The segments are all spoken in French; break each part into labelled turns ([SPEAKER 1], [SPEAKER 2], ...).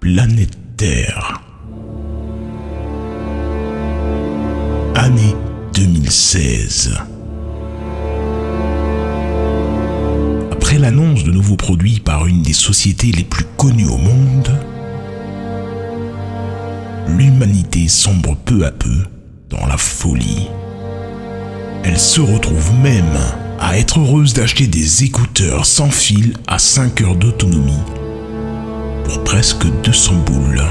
[SPEAKER 1] Planète Terre. Année 2016. Après l'annonce de nouveaux produits par une des sociétés les plus connues au monde, l'humanité sombre peu à peu dans la folie. Elle se retrouve même à être heureuse d'acheter des écouteurs sans fil à 5 heures d'autonomie pour presque 200 boules.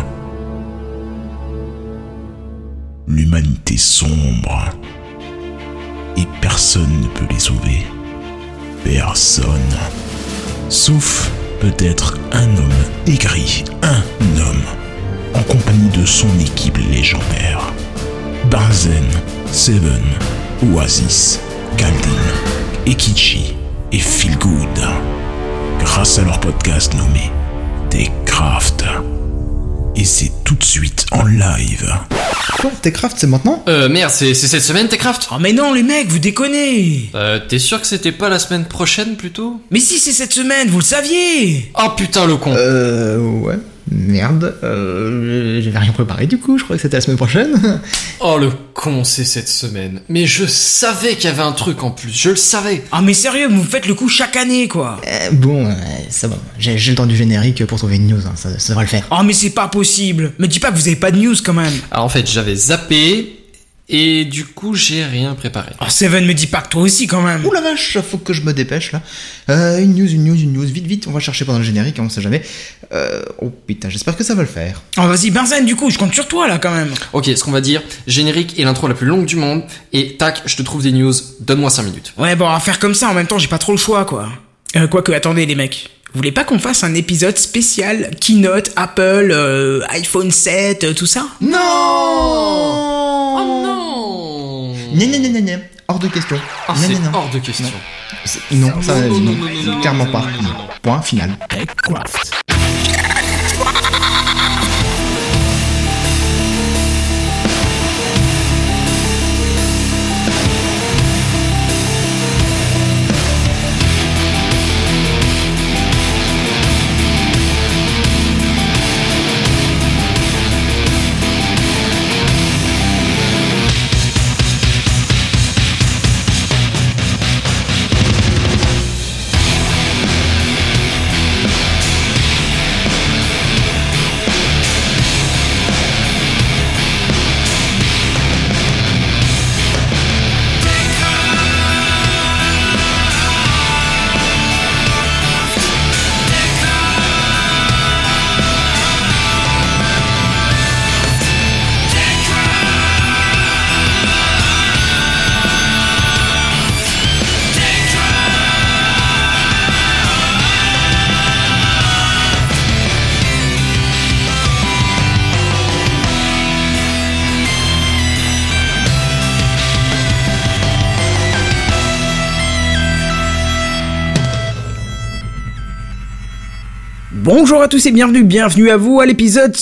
[SPEAKER 1] L'humanité sombre et personne ne peut les sauver. Personne. Sauf peut-être un homme aigri, un homme en compagnie de son équipe légendaire. Benzen, Seven, Oasis, Kaldin, Ekichi et Feelgood. Grâce à leur podcast nommé TechCraft. Et c'est tout de suite en live.
[SPEAKER 2] Quoi, TechCraft, c'est maintenant ?
[SPEAKER 3] Merde, c'est cette semaine TechCraft ?
[SPEAKER 4] Oh mais non les mecs, vous déconnez.
[SPEAKER 3] T'es sûr que c'était pas la semaine prochaine plutôt ?
[SPEAKER 4] Mais si, c'est cette semaine, vous le saviez.
[SPEAKER 3] Oh putain le con.
[SPEAKER 2] Ouais. Merde. J'avais rien préparé du coup, je croyais que c'était la semaine prochaine.
[SPEAKER 3] Oh le con, c'est cette semaine. Mais je savais qu'il y avait un truc en plus, je le savais.
[SPEAKER 4] Ah mais sérieux, vous me faites le coup chaque année quoi.
[SPEAKER 2] Ça va. J'ai le temps du générique pour trouver une news, hein. Ça devrait le faire.
[SPEAKER 4] Oh mais c'est pas possible. Me dis pas que vous avez pas de news quand même.
[SPEAKER 3] Alors en fait, j'avais zappé et du coup, j'ai rien préparé.
[SPEAKER 4] Oh Seven, me dis pas que toi aussi quand même.
[SPEAKER 2] Ouh la vache, faut que je me dépêche là. Une news, vite, on va chercher pendant le générique, on sait jamais. Oh putain, j'espère que ça va le faire.
[SPEAKER 4] Oh vas-y Benzen, du coup, je compte sur toi là quand même.
[SPEAKER 3] Ok, ce qu'on va dire, générique est l'intro la plus longue du monde, et tac, je te trouve des news, donne-moi 5 minutes.
[SPEAKER 4] Ouais bon, on va faire comme ça, en même temps j'ai pas trop le choix quoi. Quoique, attendez les mecs. Vous voulez pas qu'on fasse un épisode spécial Keynote, Apple, iPhone 7, tout ça ?
[SPEAKER 2] Non.
[SPEAKER 3] Oh non.
[SPEAKER 2] Non, hors de question.
[SPEAKER 3] Ah,
[SPEAKER 2] Non,
[SPEAKER 3] c'est
[SPEAKER 2] non.
[SPEAKER 3] hors de question.
[SPEAKER 2] Non, ça,
[SPEAKER 3] non,
[SPEAKER 2] clairement
[SPEAKER 3] non,
[SPEAKER 2] pas.
[SPEAKER 3] non, non, non.
[SPEAKER 2] Point final.
[SPEAKER 1] TechCraft.
[SPEAKER 4] Bonjour à tous et bienvenue à vous à l'épisode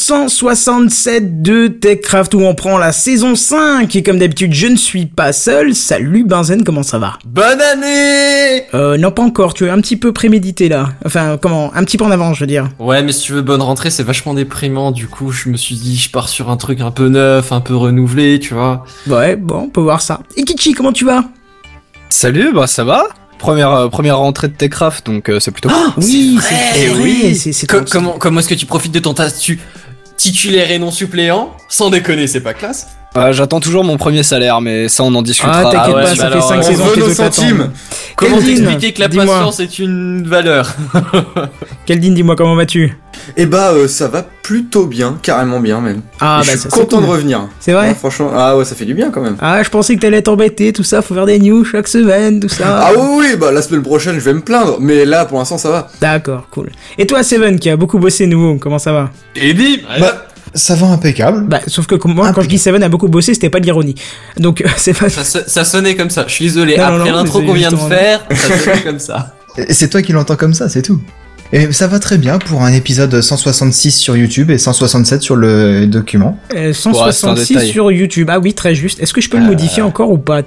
[SPEAKER 4] 167 de TechCraft où on prend la saison 5 et comme d'habitude je ne suis pas seul. Salut Benzen, comment ça va ?
[SPEAKER 3] Bonne année.
[SPEAKER 4] Non pas encore, tu es un petit peu prémédité là. Enfin comment, un petit peu en avance je veux dire.
[SPEAKER 3] Ouais mais si tu veux bonne rentrée c'est vachement déprimant, du coup je me suis dit je pars sur un truc un peu neuf, un peu renouvelé, tu vois.
[SPEAKER 4] Ouais bon, on peut voir ça. Et Kichi, comment tu vas ?
[SPEAKER 5] Salut, bah ça va. Première rentrée de TechCraft, donc c'est plutôt cool.
[SPEAKER 4] Oui,
[SPEAKER 3] vrai.
[SPEAKER 4] c'est
[SPEAKER 3] Oui.
[SPEAKER 4] c'est
[SPEAKER 3] Comment est-ce que tu profites de ton statut titulaire et non suppléant ? Sans déconner, c'est pas classe.
[SPEAKER 5] J'attends toujours mon premier salaire, mais ça on en discutera.
[SPEAKER 4] Ah t'inquiète
[SPEAKER 3] ouais,
[SPEAKER 4] pas,
[SPEAKER 3] bah
[SPEAKER 4] ça fait
[SPEAKER 3] alors,
[SPEAKER 4] 5
[SPEAKER 3] on
[SPEAKER 4] saisons
[SPEAKER 3] veut
[SPEAKER 4] que les
[SPEAKER 3] nos
[SPEAKER 4] autres
[SPEAKER 3] centimes.
[SPEAKER 4] attendent.
[SPEAKER 3] Comment
[SPEAKER 4] Keldin,
[SPEAKER 3] t'expliquer que la
[SPEAKER 4] dis-moi.
[SPEAKER 3] patience est une valeur ?
[SPEAKER 4] Keldin, dis-moi comment vas-tu ?
[SPEAKER 6] Eh bah ça va plutôt bien, carrément bien même.
[SPEAKER 4] Ah
[SPEAKER 6] Et
[SPEAKER 4] bah
[SPEAKER 6] je
[SPEAKER 4] ça
[SPEAKER 6] suis
[SPEAKER 4] c'est
[SPEAKER 6] content
[SPEAKER 4] cool.
[SPEAKER 6] de revenir.
[SPEAKER 4] C'est vrai ?
[SPEAKER 6] Ouais, franchement, ah ouais ça fait du bien quand même.
[SPEAKER 4] Ah, je pensais que t'allais t'embêter, tout ça, faut faire des news chaque semaine, tout ça.
[SPEAKER 6] Ah oui, bah la semaine prochaine je vais me plaindre, mais là pour l'instant ça va.
[SPEAKER 4] D'accord, cool. Et toi, Seven, qui a beaucoup bossé nouveau, comment ça va ?
[SPEAKER 3] Et bim.
[SPEAKER 2] Bah, ça va impeccable.
[SPEAKER 4] Bah, sauf que moi, quand je dis Seven a beaucoup bossé, c'était pas de l'ironie. Donc, c'est pas...
[SPEAKER 3] Ça sonnait comme ça, je suis désolé.
[SPEAKER 4] Non,
[SPEAKER 3] Après
[SPEAKER 4] non,
[SPEAKER 3] l'intro
[SPEAKER 4] mais
[SPEAKER 3] qu'on vient de
[SPEAKER 4] justement-
[SPEAKER 3] faire, ça sonnait comme ça.
[SPEAKER 2] C'est toi qui l'entends comme ça, c'est tout. Et ça va très bien pour un épisode 166 sur YouTube et 167 sur le document.
[SPEAKER 5] Ouais, c'est un
[SPEAKER 4] 166
[SPEAKER 5] détail.
[SPEAKER 4] sur YouTube. Ah oui, très juste. Est-ce que je peux le modifier encore ou pas, tiens ?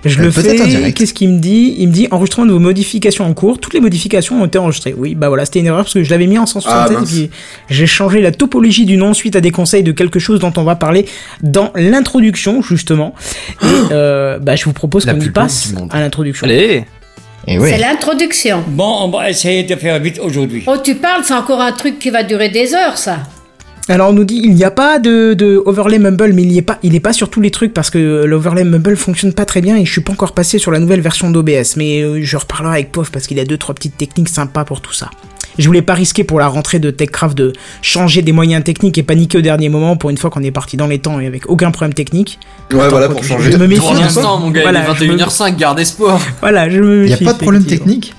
[SPEAKER 4] Je le
[SPEAKER 2] peut-être en
[SPEAKER 4] fais,
[SPEAKER 2] direct.
[SPEAKER 4] qu'est-ce qu'il me dit? Il me dit enregistrement de vos modifications en cours. Toutes les modifications ont été enregistrées. Oui, bah voilà, c'était une erreur parce que je l'avais mis en 176 et puis j'ai changé la topologie du nom suite à des conseils de quelque chose dont on va parler dans l'introduction, justement. Et je vous propose
[SPEAKER 3] La
[SPEAKER 4] qu'on y
[SPEAKER 3] plus
[SPEAKER 4] passe
[SPEAKER 3] longue du monde.
[SPEAKER 4] à l'introduction.
[SPEAKER 5] Allez.
[SPEAKER 2] Et
[SPEAKER 7] C'est
[SPEAKER 2] ouais.
[SPEAKER 7] l'introduction.
[SPEAKER 8] Bon, on va essayer de faire vite aujourd'hui.
[SPEAKER 7] Oh, tu parles, c'est encore un truc qui va durer des heures, ça.
[SPEAKER 4] Alors on nous dit il n'y a pas de overlay Mumble, mais il est pas sur tous les trucs parce que l'overlay Mumble fonctionne pas très bien et je suis pas encore passé sur la nouvelle version d'OBS, mais je reparlerai avec Pof parce qu'il a 2-3 petites techniques sympas pour tout ça. Je voulais pas risquer pour la rentrée de TechCraft de changer des moyens techniques et paniquer au dernier moment pour une fois qu'on est parti dans les temps et avec aucun problème technique.
[SPEAKER 6] Ouais, voilà,
[SPEAKER 4] Attends,
[SPEAKER 6] pour
[SPEAKER 4] je
[SPEAKER 6] changer.
[SPEAKER 4] me méfie.
[SPEAKER 3] Pour l'instant, mon gars,
[SPEAKER 4] Voilà,
[SPEAKER 3] il est 21h05, garde espoir.
[SPEAKER 4] Voilà, je me
[SPEAKER 2] Il
[SPEAKER 4] méfie.
[SPEAKER 2] y a pas de problème
[SPEAKER 4] effectivement.
[SPEAKER 2] technique.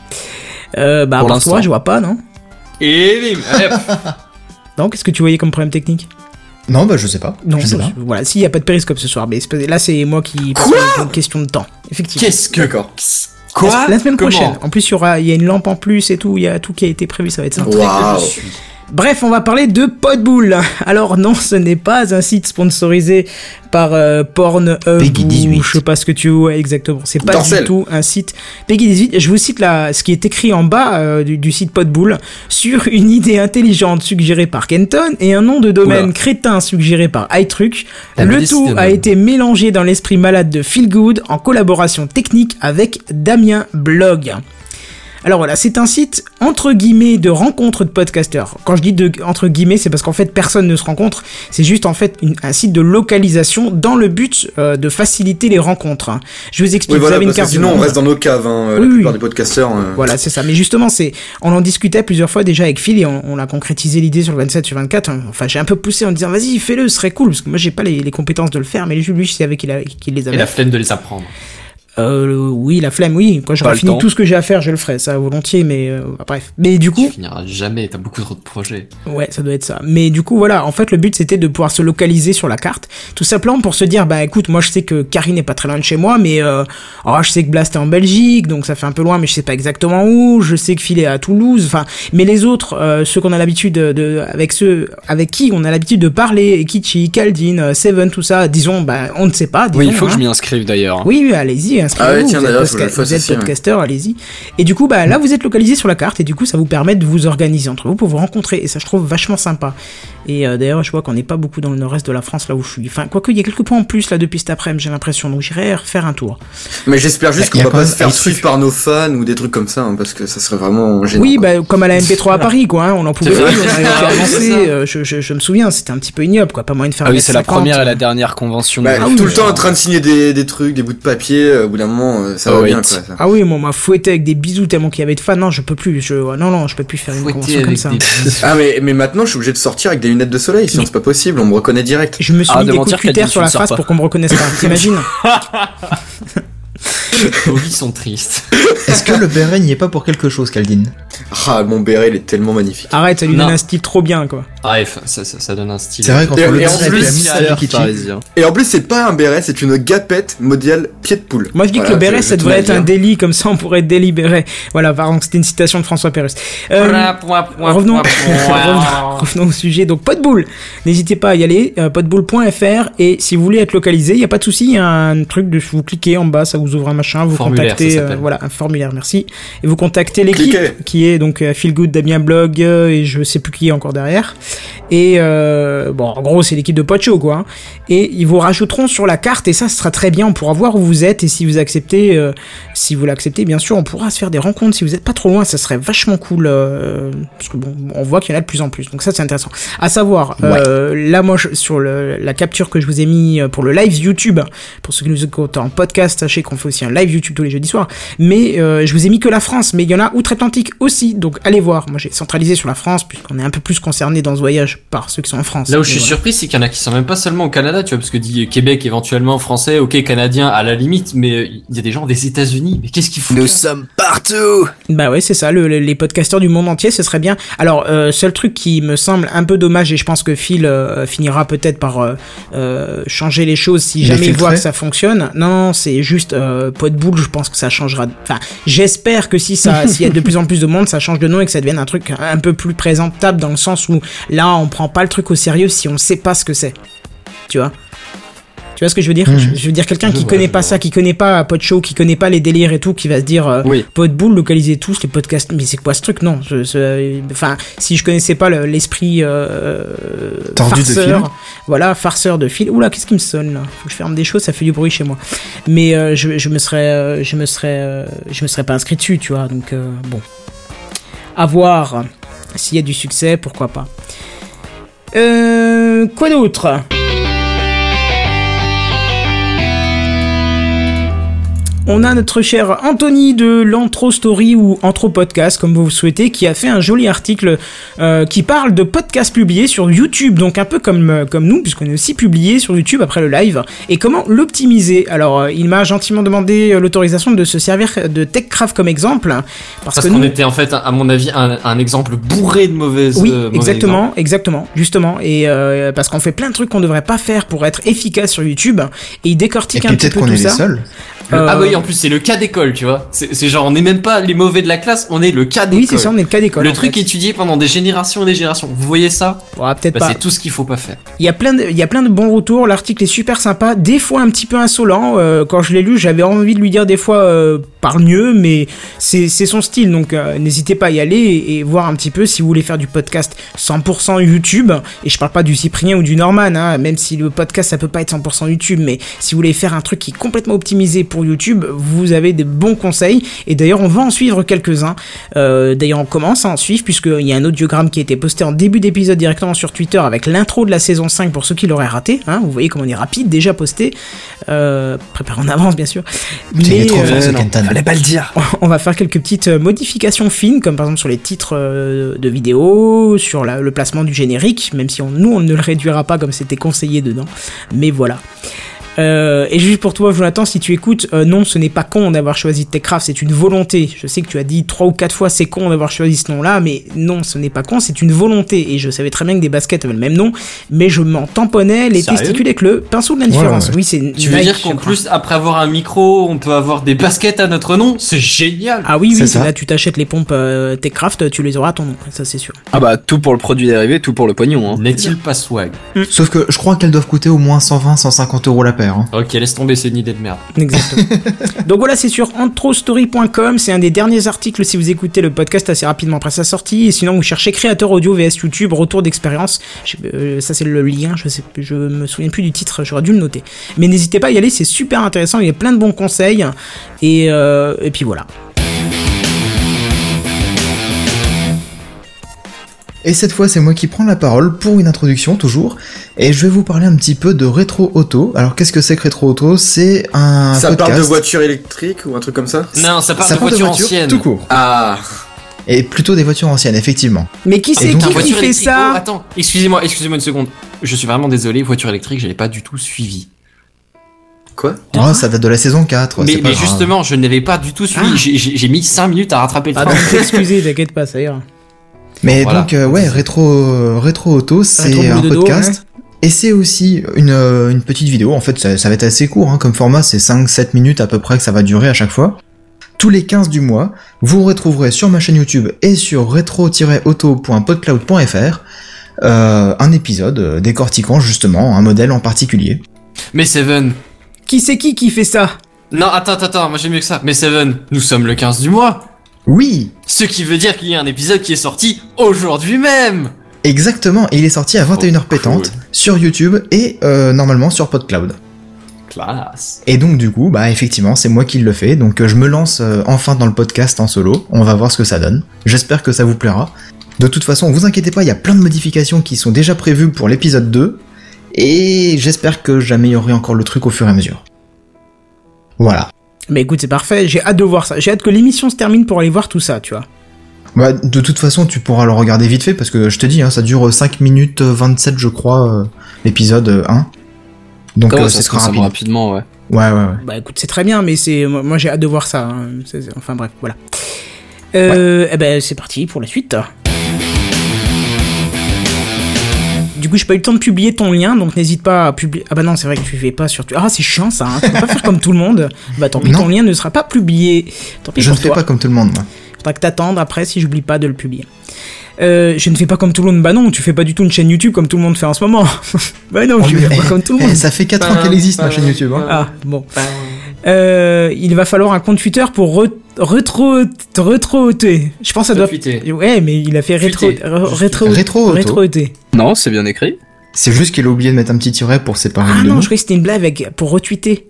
[SPEAKER 4] À part
[SPEAKER 5] l'instant.
[SPEAKER 4] toi, je vois pas, non?
[SPEAKER 3] Et bim, allez, hop.
[SPEAKER 4] Non, qu'est-ce que tu voyais comme problème technique?
[SPEAKER 2] Non, bah je sais pas.
[SPEAKER 4] Non,
[SPEAKER 2] je sais pas.
[SPEAKER 4] voilà, s'il y a pas de périscope ce soir, mais là c'est moi qui passe sur une question de temps, effectivement.
[SPEAKER 3] Qu'est-ce que...
[SPEAKER 6] D'accord.
[SPEAKER 3] Quoi?
[SPEAKER 4] La semaine
[SPEAKER 3] Comment
[SPEAKER 4] prochaine. En plus, il y a une lampe en plus et tout, il y a tout qui a été prévu, ça va être sympa.
[SPEAKER 6] Waouh.
[SPEAKER 4] Bref, on va parler de Podbull. Alors non, ce n'est pas un site sponsorisé par Pornhub
[SPEAKER 2] Peggy
[SPEAKER 4] ou
[SPEAKER 2] 18.
[SPEAKER 4] je sais pas ce que tu vois exactement. C'est pas
[SPEAKER 6] Dorsel.
[SPEAKER 4] du tout un site Peggy 18. Je vous cite ce qui est écrit en bas du site Podbull sur une idée intelligente suggérée par Kenton et un nom de domaine
[SPEAKER 3] Oula.
[SPEAKER 4] crétin suggéré par iTruc.
[SPEAKER 3] La
[SPEAKER 4] Le
[SPEAKER 3] modestie
[SPEAKER 4] tout
[SPEAKER 3] de
[SPEAKER 4] a
[SPEAKER 3] même.
[SPEAKER 4] été mélangé dans l'esprit malade de Feel Good en collaboration technique avec Damien Blog. Alors voilà, c'est un site entre guillemets de rencontre de podcasteurs. Quand je dis entre guillemets, c'est parce qu'en fait personne ne se rencontre. C'est juste en fait un site de localisation dans le but de faciliter les rencontres. Hein. Je vous explique.
[SPEAKER 6] Oui, voilà,
[SPEAKER 4] vous avez une
[SPEAKER 6] parce que
[SPEAKER 4] carte.
[SPEAKER 6] sinon
[SPEAKER 4] du
[SPEAKER 6] on
[SPEAKER 4] monde.
[SPEAKER 6] reste dans nos caves, hein,
[SPEAKER 4] Oui,
[SPEAKER 6] la plupart
[SPEAKER 4] oui.
[SPEAKER 6] des podcasteurs.
[SPEAKER 4] Voilà, c'est ça. Mais justement, on en discutait plusieurs fois déjà avec Phil et on a concrétisé l'idée sur le 27/24. Enfin, j'ai un peu poussé en disant vas-y, fais-le, ce serait cool parce que moi j'ai pas les compétences de le faire, mais lui je savais qu'il les avait.
[SPEAKER 3] Et la flemme de les apprendre.
[SPEAKER 4] Oui, la flemme, oui. Quand j'aurai
[SPEAKER 5] Pas le
[SPEAKER 4] fini
[SPEAKER 5] temps.
[SPEAKER 4] tout ce que j'ai à faire, je le ferai, ça volontiers, mais bref. Mais du coup,
[SPEAKER 3] Tu finiras jamais, t'as beaucoup trop de projets.
[SPEAKER 4] ouais, ça doit être ça. Mais du coup, voilà, en fait, le but c'était de pouvoir se localiser sur la carte, tout simplement pour se dire, bah écoute, moi je sais que Karine est pas très loin de chez moi, mais je sais que Blast est en Belgique, donc ça fait un peu loin, mais je sais pas exactement où. Je sais que Phil est à Toulouse, enfin, mais les autres, ceux qu'on a l'habitude avec ceux avec qui on a l'habitude de parler, Kichi, Kaldin, Seven, tout ça, disons, bah on ne sait pas.
[SPEAKER 5] Oui,
[SPEAKER 4] disons,
[SPEAKER 5] il faut que
[SPEAKER 4] hein.
[SPEAKER 5] je m'y inscrive d'ailleurs.
[SPEAKER 4] Oui, allez-y, inscrivez-vous.
[SPEAKER 6] Ah ouais, tiens,
[SPEAKER 4] vous êtes
[SPEAKER 6] d'ailleurs, je le fasse
[SPEAKER 4] vous êtes
[SPEAKER 6] aussi, ouais.
[SPEAKER 4] podcasteur, allez-y. Et du coup, bah là, vous êtes localisé sur la carte et du coup, ça vous permet de vous organiser entre vous pour vous rencontrer. Et ça, je trouve vachement sympa. Et d'ailleurs, je vois qu'on n'est pas beaucoup dans le nord-est de la France, là où je suis. Enfin, quoique, il y a quelques points en plus là depuis cet après-midi, j'ai l'impression. Donc, j'irai refaire un tour.
[SPEAKER 6] Mais j'espère juste
[SPEAKER 2] Il y
[SPEAKER 6] qu'on
[SPEAKER 2] a
[SPEAKER 6] va
[SPEAKER 2] quand
[SPEAKER 6] pas
[SPEAKER 2] même
[SPEAKER 6] se faire
[SPEAKER 2] un
[SPEAKER 6] suivre
[SPEAKER 2] truc.
[SPEAKER 6] par nos fans ou des trucs comme ça, hein, parce que ça serait vraiment gênant.
[SPEAKER 4] Oui,
[SPEAKER 6] quoi.
[SPEAKER 4] bah comme à la MP3 à Paris, quoi. Hein, on en pouvait
[SPEAKER 3] C'est vrai.
[SPEAKER 4] plus, on avait
[SPEAKER 3] Ah, oui,
[SPEAKER 4] avancé.
[SPEAKER 3] c'est
[SPEAKER 4] Je me souviens, c'était un petit peu ignoble, quoi. Pas moyen de faire
[SPEAKER 5] Ah oui,
[SPEAKER 4] un
[SPEAKER 5] c'est la
[SPEAKER 4] 50.
[SPEAKER 5] première et la dernière convention.
[SPEAKER 6] Bah,
[SPEAKER 4] Ah oui,
[SPEAKER 6] tout le
[SPEAKER 4] mais-
[SPEAKER 6] temps en train de signer des trucs, des bouts de papier, au bout d'un moment, ça
[SPEAKER 5] Oh,
[SPEAKER 6] va
[SPEAKER 5] oui.
[SPEAKER 6] bien, quoi. Ça.
[SPEAKER 4] Ah oui, moi, on m'a fouetté avec des bisous tellement qu'il y avait de fans. Non, je peux plus. Non, je peux plus faire une
[SPEAKER 3] Fouetté
[SPEAKER 4] convention comme
[SPEAKER 3] avec
[SPEAKER 4] ça.
[SPEAKER 3] des bisous.
[SPEAKER 6] Ah, mais maintenant, je suis obligé de sortir avec des lunettes de soleil, sinon
[SPEAKER 4] Mais-
[SPEAKER 6] c'est pas possible, on me reconnaît direct.
[SPEAKER 4] Je me suis
[SPEAKER 5] Ah,
[SPEAKER 4] mis
[SPEAKER 5] de
[SPEAKER 4] des coups de
[SPEAKER 5] mentir,
[SPEAKER 4] cutter
[SPEAKER 5] Kaldin,
[SPEAKER 4] sur la
[SPEAKER 5] tu ne sors
[SPEAKER 4] face
[SPEAKER 5] pas.
[SPEAKER 4] pour qu'on me reconnaisse pas. T'imagines?
[SPEAKER 3] Vos vies sont tristes.
[SPEAKER 2] Est-ce que le béret n'y est pas pour quelque chose, Kaldin?
[SPEAKER 6] Ah, mon béret, il est tellement magnifique.
[SPEAKER 4] Arrête, ça lui
[SPEAKER 3] Non.
[SPEAKER 4] donne un style trop bien, quoi.
[SPEAKER 3] Bref, ça donne un style.
[SPEAKER 2] C'est vrai qu'entre
[SPEAKER 6] Et-
[SPEAKER 2] le
[SPEAKER 6] et en
[SPEAKER 2] béret et
[SPEAKER 6] plus,
[SPEAKER 2] la moustache de Kichi.
[SPEAKER 5] parisien.
[SPEAKER 6] Et en plus, c'est pas un béret, c'est une gapette modèle pied de poule.
[SPEAKER 4] Moi, je dis que
[SPEAKER 6] Voilà,
[SPEAKER 4] le béret,
[SPEAKER 6] je
[SPEAKER 4] ça devrait
[SPEAKER 6] tenais à
[SPEAKER 4] être un
[SPEAKER 6] dire.
[SPEAKER 4] délit, comme ça on pourrait délibérer. Voilà, pardon, c'était une citation de François Pérusse. Revenons au sujet. Donc, Podbull. N'hésitez pas à y aller, podbull.fr. Et si vous voulez être localisé, il n'y a pas de souci, il y a un truc de vous cliquez en bas, ça vous ouvre un machin, vous
[SPEAKER 3] Formulaire,
[SPEAKER 4] contactez,
[SPEAKER 3] ça s'appelle.
[SPEAKER 4] voilà, un formulaire, merci. Et vous contactez l'équipe
[SPEAKER 6] Cliquez.
[SPEAKER 4] qui est donc Feel Good, Damien Blog, et je sais plus qui est encore derrière. Et bon, en gros, c'est l'équipe de Podshow, quoi. Hein. Et ils vous rajouteront sur la carte, et ça, ce sera très bien. On pourra voir où vous êtes, et si vous acceptez, si vous l'acceptez, bien sûr, on pourra se faire des rencontres. Si vous êtes pas trop loin, ça serait vachement cool, parce que bon, on voit qu'il y en a de plus en plus. Donc ça, c'est intéressant. À savoir, là, moi, sur la capture que je vous ai mis pour le live YouTube, pour ceux qui nous écoutent en podcast, sachez qu'on fait aussi un live YouTube tous les jeudis soirs. Mais je vous ai mis que la France, mais il y en a outre-Atlantique aussi. Donc allez voir. Moi, j'ai centralisé sur la France, puisqu'on est un peu plus concerné dans ce voyage par ceux qui sont en France.
[SPEAKER 3] Là où
[SPEAKER 4] Mais
[SPEAKER 3] je suis
[SPEAKER 4] voilà.
[SPEAKER 3] surpris, c'est qu'il y en a qui sont même pas seulement au Canada, tu vois, parce que dit Québec éventuellement, français, ok, canadien à la limite, mais il y a des gens des États-Unis. Mais qu'est-ce qu'ils foutent
[SPEAKER 5] Nous
[SPEAKER 3] là
[SPEAKER 5] sommes partout.
[SPEAKER 4] Bah ouais, c'est ça, les podcasteurs du monde entier, ce serait bien. Alors, seul truc qui me semble un peu dommage, et je pense que Phil finira peut-être par changer les choses si
[SPEAKER 2] Les
[SPEAKER 4] jamais il voit
[SPEAKER 2] filtrer.
[SPEAKER 4] que ça fonctionne. Non, c'est juste Podbull, je pense que ça changera. Enfin, j'espère que s'il y a de plus en plus de monde, ça change de nom et que ça devienne un truc un peu plus présentable dans le sens où là, on prend pas le truc au sérieux si on sait pas ce que c'est. Tu vois? Tu vois ce que je veux dire? Je veux dire quelqu'un qui connaît pas ça, qui connaît pas Podshow, qui connaît pas les délires et tout, qui va se dire Podbull, localisez tous les podcasts. Mais c'est quoi ce truc? Non, enfin, si je connaissais pas l'esprit farceur, voilà, farceur de fil. Oula, qu'est-ce qui me sonne là? Faut que je ferme des choses, ça fait du bruit chez moi. Mais je me serais pas inscrit dessus, tu vois. Donc bon, à voir s'il y a du succès, pourquoi pas. Quoi d'autre? On a notre cher Anthony de l'Antro Story ou Antro Podcast, comme vous le souhaitez, qui a fait un joli article qui parle de podcasts publiés sur YouTube, donc un peu comme nous, puisqu'on est aussi publié sur YouTube après le live, et comment l'optimiser. Alors, il m'a gentiment demandé l'autorisation de se servir de TechCraft comme exemple, parce que
[SPEAKER 3] qu'on était en fait, à mon avis, un exemple bourré de mauvaises.
[SPEAKER 4] Oui, exactement, justement, et parce qu'on fait plein de trucs qu'on devrait pas faire pour être efficace sur YouTube, et il décortique un petit peu tout ça.
[SPEAKER 2] Et peut-être qu'on est les seuls.
[SPEAKER 3] Ah bah oui, en plus c'est le cas d'école, tu vois. C'est genre on n'est même pas les mauvais de la classe, on est le cas d'école.
[SPEAKER 4] Oui, c'est ça, on est le cas d'école.
[SPEAKER 3] Le truc étudié pendant des générations et des générations. Vous voyez ça?
[SPEAKER 4] Peut-être pas.
[SPEAKER 3] C'est tout ce qu'il faut pas faire.
[SPEAKER 4] Il y a plein de bons retours. L'article est super sympa, des fois un petit peu insolent. Quand je l'ai lu, j'avais envie de lui dire des fois parle mieux, mais c'est son style. Donc n'hésitez pas à y aller et voir un petit peu si vous voulez faire du podcast 100% YouTube. Et je parle pas du Cyprien ou du Norman, hein, même si le podcast ça peut pas être 100% YouTube, mais si vous voulez faire un truc qui est complètement optimisé pour YouTube, vous avez des bons conseils, et d'ailleurs on va en suivre quelques-uns. D'ailleurs on commence à en suivre, puisqu'il y a un audiogramme qui a été posté en début d'épisode directement sur Twitter avec l'intro de la saison 5 pour ceux qui l'auraient raté, hein. Vous voyez comme on est rapide, déjà posté, préparé en avance bien sûr, mais
[SPEAKER 5] fallait pas le dire.
[SPEAKER 4] On va faire quelques petites modifications fines, comme par exemple sur les titres de vidéos, sur le placement du générique, même si nous on ne le réduira pas comme c'était conseillé dedans, mais voilà. Et juste pour toi Jonathan, si tu écoutes, non, ce n'est pas con d'avoir choisi TechCraft, c'est une volonté. Je sais que tu as dit 3 ou 4 fois c'est con d'avoir choisi ce nom là, mais non, ce n'est pas con, c'est une volonté. Et je savais très bien que des baskets avaient le même nom, mais je m'en tamponnais les testicules avec le pinceau de l'indifférence. Oui, c'est
[SPEAKER 3] tu veux dire qu'en plus après avoir un micro on peut avoir des baskets à notre nom? C'est génial.
[SPEAKER 4] Ah oui, c'est là tu t'achètes les pompes TechCraft, tu les auras à ton nom, ça c'est sûr.
[SPEAKER 5] Ah bah tout pour le produit dérivé, tout pour le pognon, hein.
[SPEAKER 3] N'est-il pas swag?
[SPEAKER 2] Sauf que je crois qu'elles doivent coûter au moins 120-150 € la paire, hein.
[SPEAKER 3] Ok, laisse tomber, c'est une idée de merde.
[SPEAKER 4] Exactement. Donc voilà, c'est sur antrostory.com, c'est un des derniers articles si vous écoutez le podcast assez rapidement après sa sortie, et sinon vous cherchez créateur audio vs YouTube, retour d'expérience, ça c'est le lien, je me souviens plus du titre, j'aurais dû le noter. Mais n'hésitez pas à y aller, c'est super intéressant, il y a plein de bons conseils, et puis voilà.
[SPEAKER 2] Et cette fois, c'est moi qui prends la parole pour une introduction, toujours. Et je vais vous parler un petit peu de Rétro Auto. Alors, qu'est-ce que c'est que Rétro Auto? C'est un podcast...
[SPEAKER 6] Ça parle de voitures électriques ou un truc comme ça?
[SPEAKER 3] Non, ça parle de voitures anciennes.
[SPEAKER 2] Tout court.
[SPEAKER 6] Ah.
[SPEAKER 2] Et plutôt des voitures anciennes, effectivement.
[SPEAKER 4] Mais qui c'est qui fait ça?
[SPEAKER 3] Oh, attends, excusez-moi une seconde. Je suis vraiment désolé, voiture électrique, je l'ai pas du tout suivi.
[SPEAKER 6] Quoi?
[SPEAKER 2] Oh, ça date de la saison 4.
[SPEAKER 3] Mais justement, je n'avais pas du tout suivi. J'ai mis 5 minutes à rattraper le train.
[SPEAKER 4] Excusez, t'inquiète pas, ça ira.
[SPEAKER 2] Mais voilà. Donc, Rétro Auto, c'est un podcast. Ouais. Et c'est aussi une petite vidéo. En fait, ça va être assez court, hein, comme format. C'est 5-7 minutes à peu près que ça va durer à chaque fois. Tous les 15 du mois, vous retrouverez sur ma chaîne YouTube et sur retro-auto.podcloud.fr un épisode décortiquant justement un modèle en particulier.
[SPEAKER 3] Mais Seven...
[SPEAKER 4] Qui c'est qui fait ça?
[SPEAKER 3] Non, attends, moi j'ai mieux que ça. Mais Seven, nous sommes le 15 du mois.
[SPEAKER 2] Oui.
[SPEAKER 3] Ce qui veut dire qu'il y a un épisode qui est sorti aujourd'hui même.
[SPEAKER 2] Exactement, et il est sorti à 21h pétante sur YouTube et normalement sur PodCloud.
[SPEAKER 3] Classe.
[SPEAKER 2] Et donc du coup, bah effectivement, c'est moi qui le fais, donc je me lance enfin dans le podcast en solo, on va voir ce que ça donne. J'espère que ça vous plaira. De toute façon, vous inquiétez pas, il y a plein de modifications qui sont déjà prévues pour l'épisode 2, et j'espère que j'améliorerai encore le truc au fur et à mesure. Voilà.
[SPEAKER 4] Mais écoute, c'est parfait, j'ai hâte de voir ça. J'ai hâte que l'émission se termine pour aller voir tout ça, tu vois.
[SPEAKER 2] Bah, de toute façon, tu pourras le regarder vite fait, parce que je te dis, hein, ça dure 5 minutes 27, je crois, l'épisode 1. Donc,
[SPEAKER 5] ça sera rapidement, ouais.
[SPEAKER 2] Ouais.
[SPEAKER 4] Bah écoute, c'est très bien, mais moi j'ai hâte de voir ça. Hein. Enfin bref, voilà. Eh ben, c'est parti pour la suite. Du coup, j'ai pas eu le temps de publier ton lien, donc n'hésite pas à publier. Ah bah non, c'est vrai que tu fais pas sur... Ah, c'est chiant ça, hein. Tu peux pas faire comme tout le monde. Bah tant pis, ton lien ne sera pas publié. Tant pis
[SPEAKER 2] je
[SPEAKER 4] pour
[SPEAKER 2] ne fais pas comme tout le monde, moi.
[SPEAKER 4] Faudra que t'attendes après si j'oublie pas de le publier. Je ne fais pas comme tout le monde. Bah non, tu fais pas du tout une chaîne YouTube comme tout le monde fait en ce moment. Bah non, je fais pas comme tout le monde.
[SPEAKER 2] Ça fait 4 ans qu'elle existe, ma chaîne YouTube. Hein.
[SPEAKER 4] Ah, bon. Il va falloir un compte Twitter pour rétro-auter. Je pense que ça doit... Ouais, mais il a fait rétro-auter.
[SPEAKER 5] Non, c'est bien écrit.
[SPEAKER 2] C'est juste qu'il a oublié de mettre un petit tiret pour séparer
[SPEAKER 4] Ah
[SPEAKER 2] les
[SPEAKER 4] non,
[SPEAKER 2] deux.
[SPEAKER 4] je croyais que c'était une blague pour retweeter.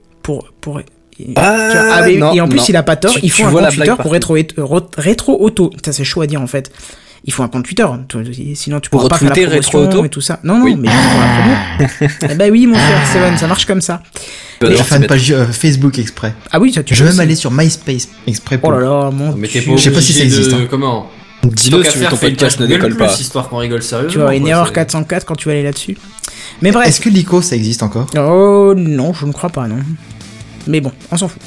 [SPEAKER 5] Non,
[SPEAKER 4] et en plus,
[SPEAKER 5] non.
[SPEAKER 4] il a pas tort. Il faut un
[SPEAKER 5] vois
[SPEAKER 4] compte
[SPEAKER 5] la
[SPEAKER 4] Twitter
[SPEAKER 5] blague
[SPEAKER 4] pour rétro-auto. Ça, c'est chaud à dire en fait. Il faut un compte Twitter, sinon tu
[SPEAKER 5] Pour
[SPEAKER 4] pourras pas faire la
[SPEAKER 5] retweeter
[SPEAKER 4] promotion
[SPEAKER 5] rétro-auto
[SPEAKER 4] et tout ça. Non,
[SPEAKER 5] Oui.
[SPEAKER 4] mais juste pour la promo. Eh bah oui, mon cher Seven, ça marche comme ça.
[SPEAKER 2] J'ai fait une page Facebook exprès.
[SPEAKER 4] Ah oui, ça tu
[SPEAKER 2] Je vais
[SPEAKER 4] peux
[SPEAKER 2] même
[SPEAKER 4] aussi.
[SPEAKER 2] aller sur MySpace exprès pour...
[SPEAKER 4] Oh là là, mon
[SPEAKER 3] Mais t'es
[SPEAKER 4] Dieu.
[SPEAKER 3] pas
[SPEAKER 2] Je sais pas si ça
[SPEAKER 3] obligé
[SPEAKER 2] existe,
[SPEAKER 3] de-
[SPEAKER 2] hein.
[SPEAKER 3] Comment
[SPEAKER 5] Dis-le si ton podcast ne décolle pas.
[SPEAKER 3] Histoire qu'on rigole sérieusement.
[SPEAKER 4] Tu vas avoir une
[SPEAKER 3] quoi,
[SPEAKER 4] erreur
[SPEAKER 3] c'est-
[SPEAKER 4] 404 quand tu vas aller là-dessus. Mais bref.
[SPEAKER 2] Est-ce que l'ICO ça existe encore?
[SPEAKER 4] Oh non, je ne crois pas, non. Mais bon, on s'en fout.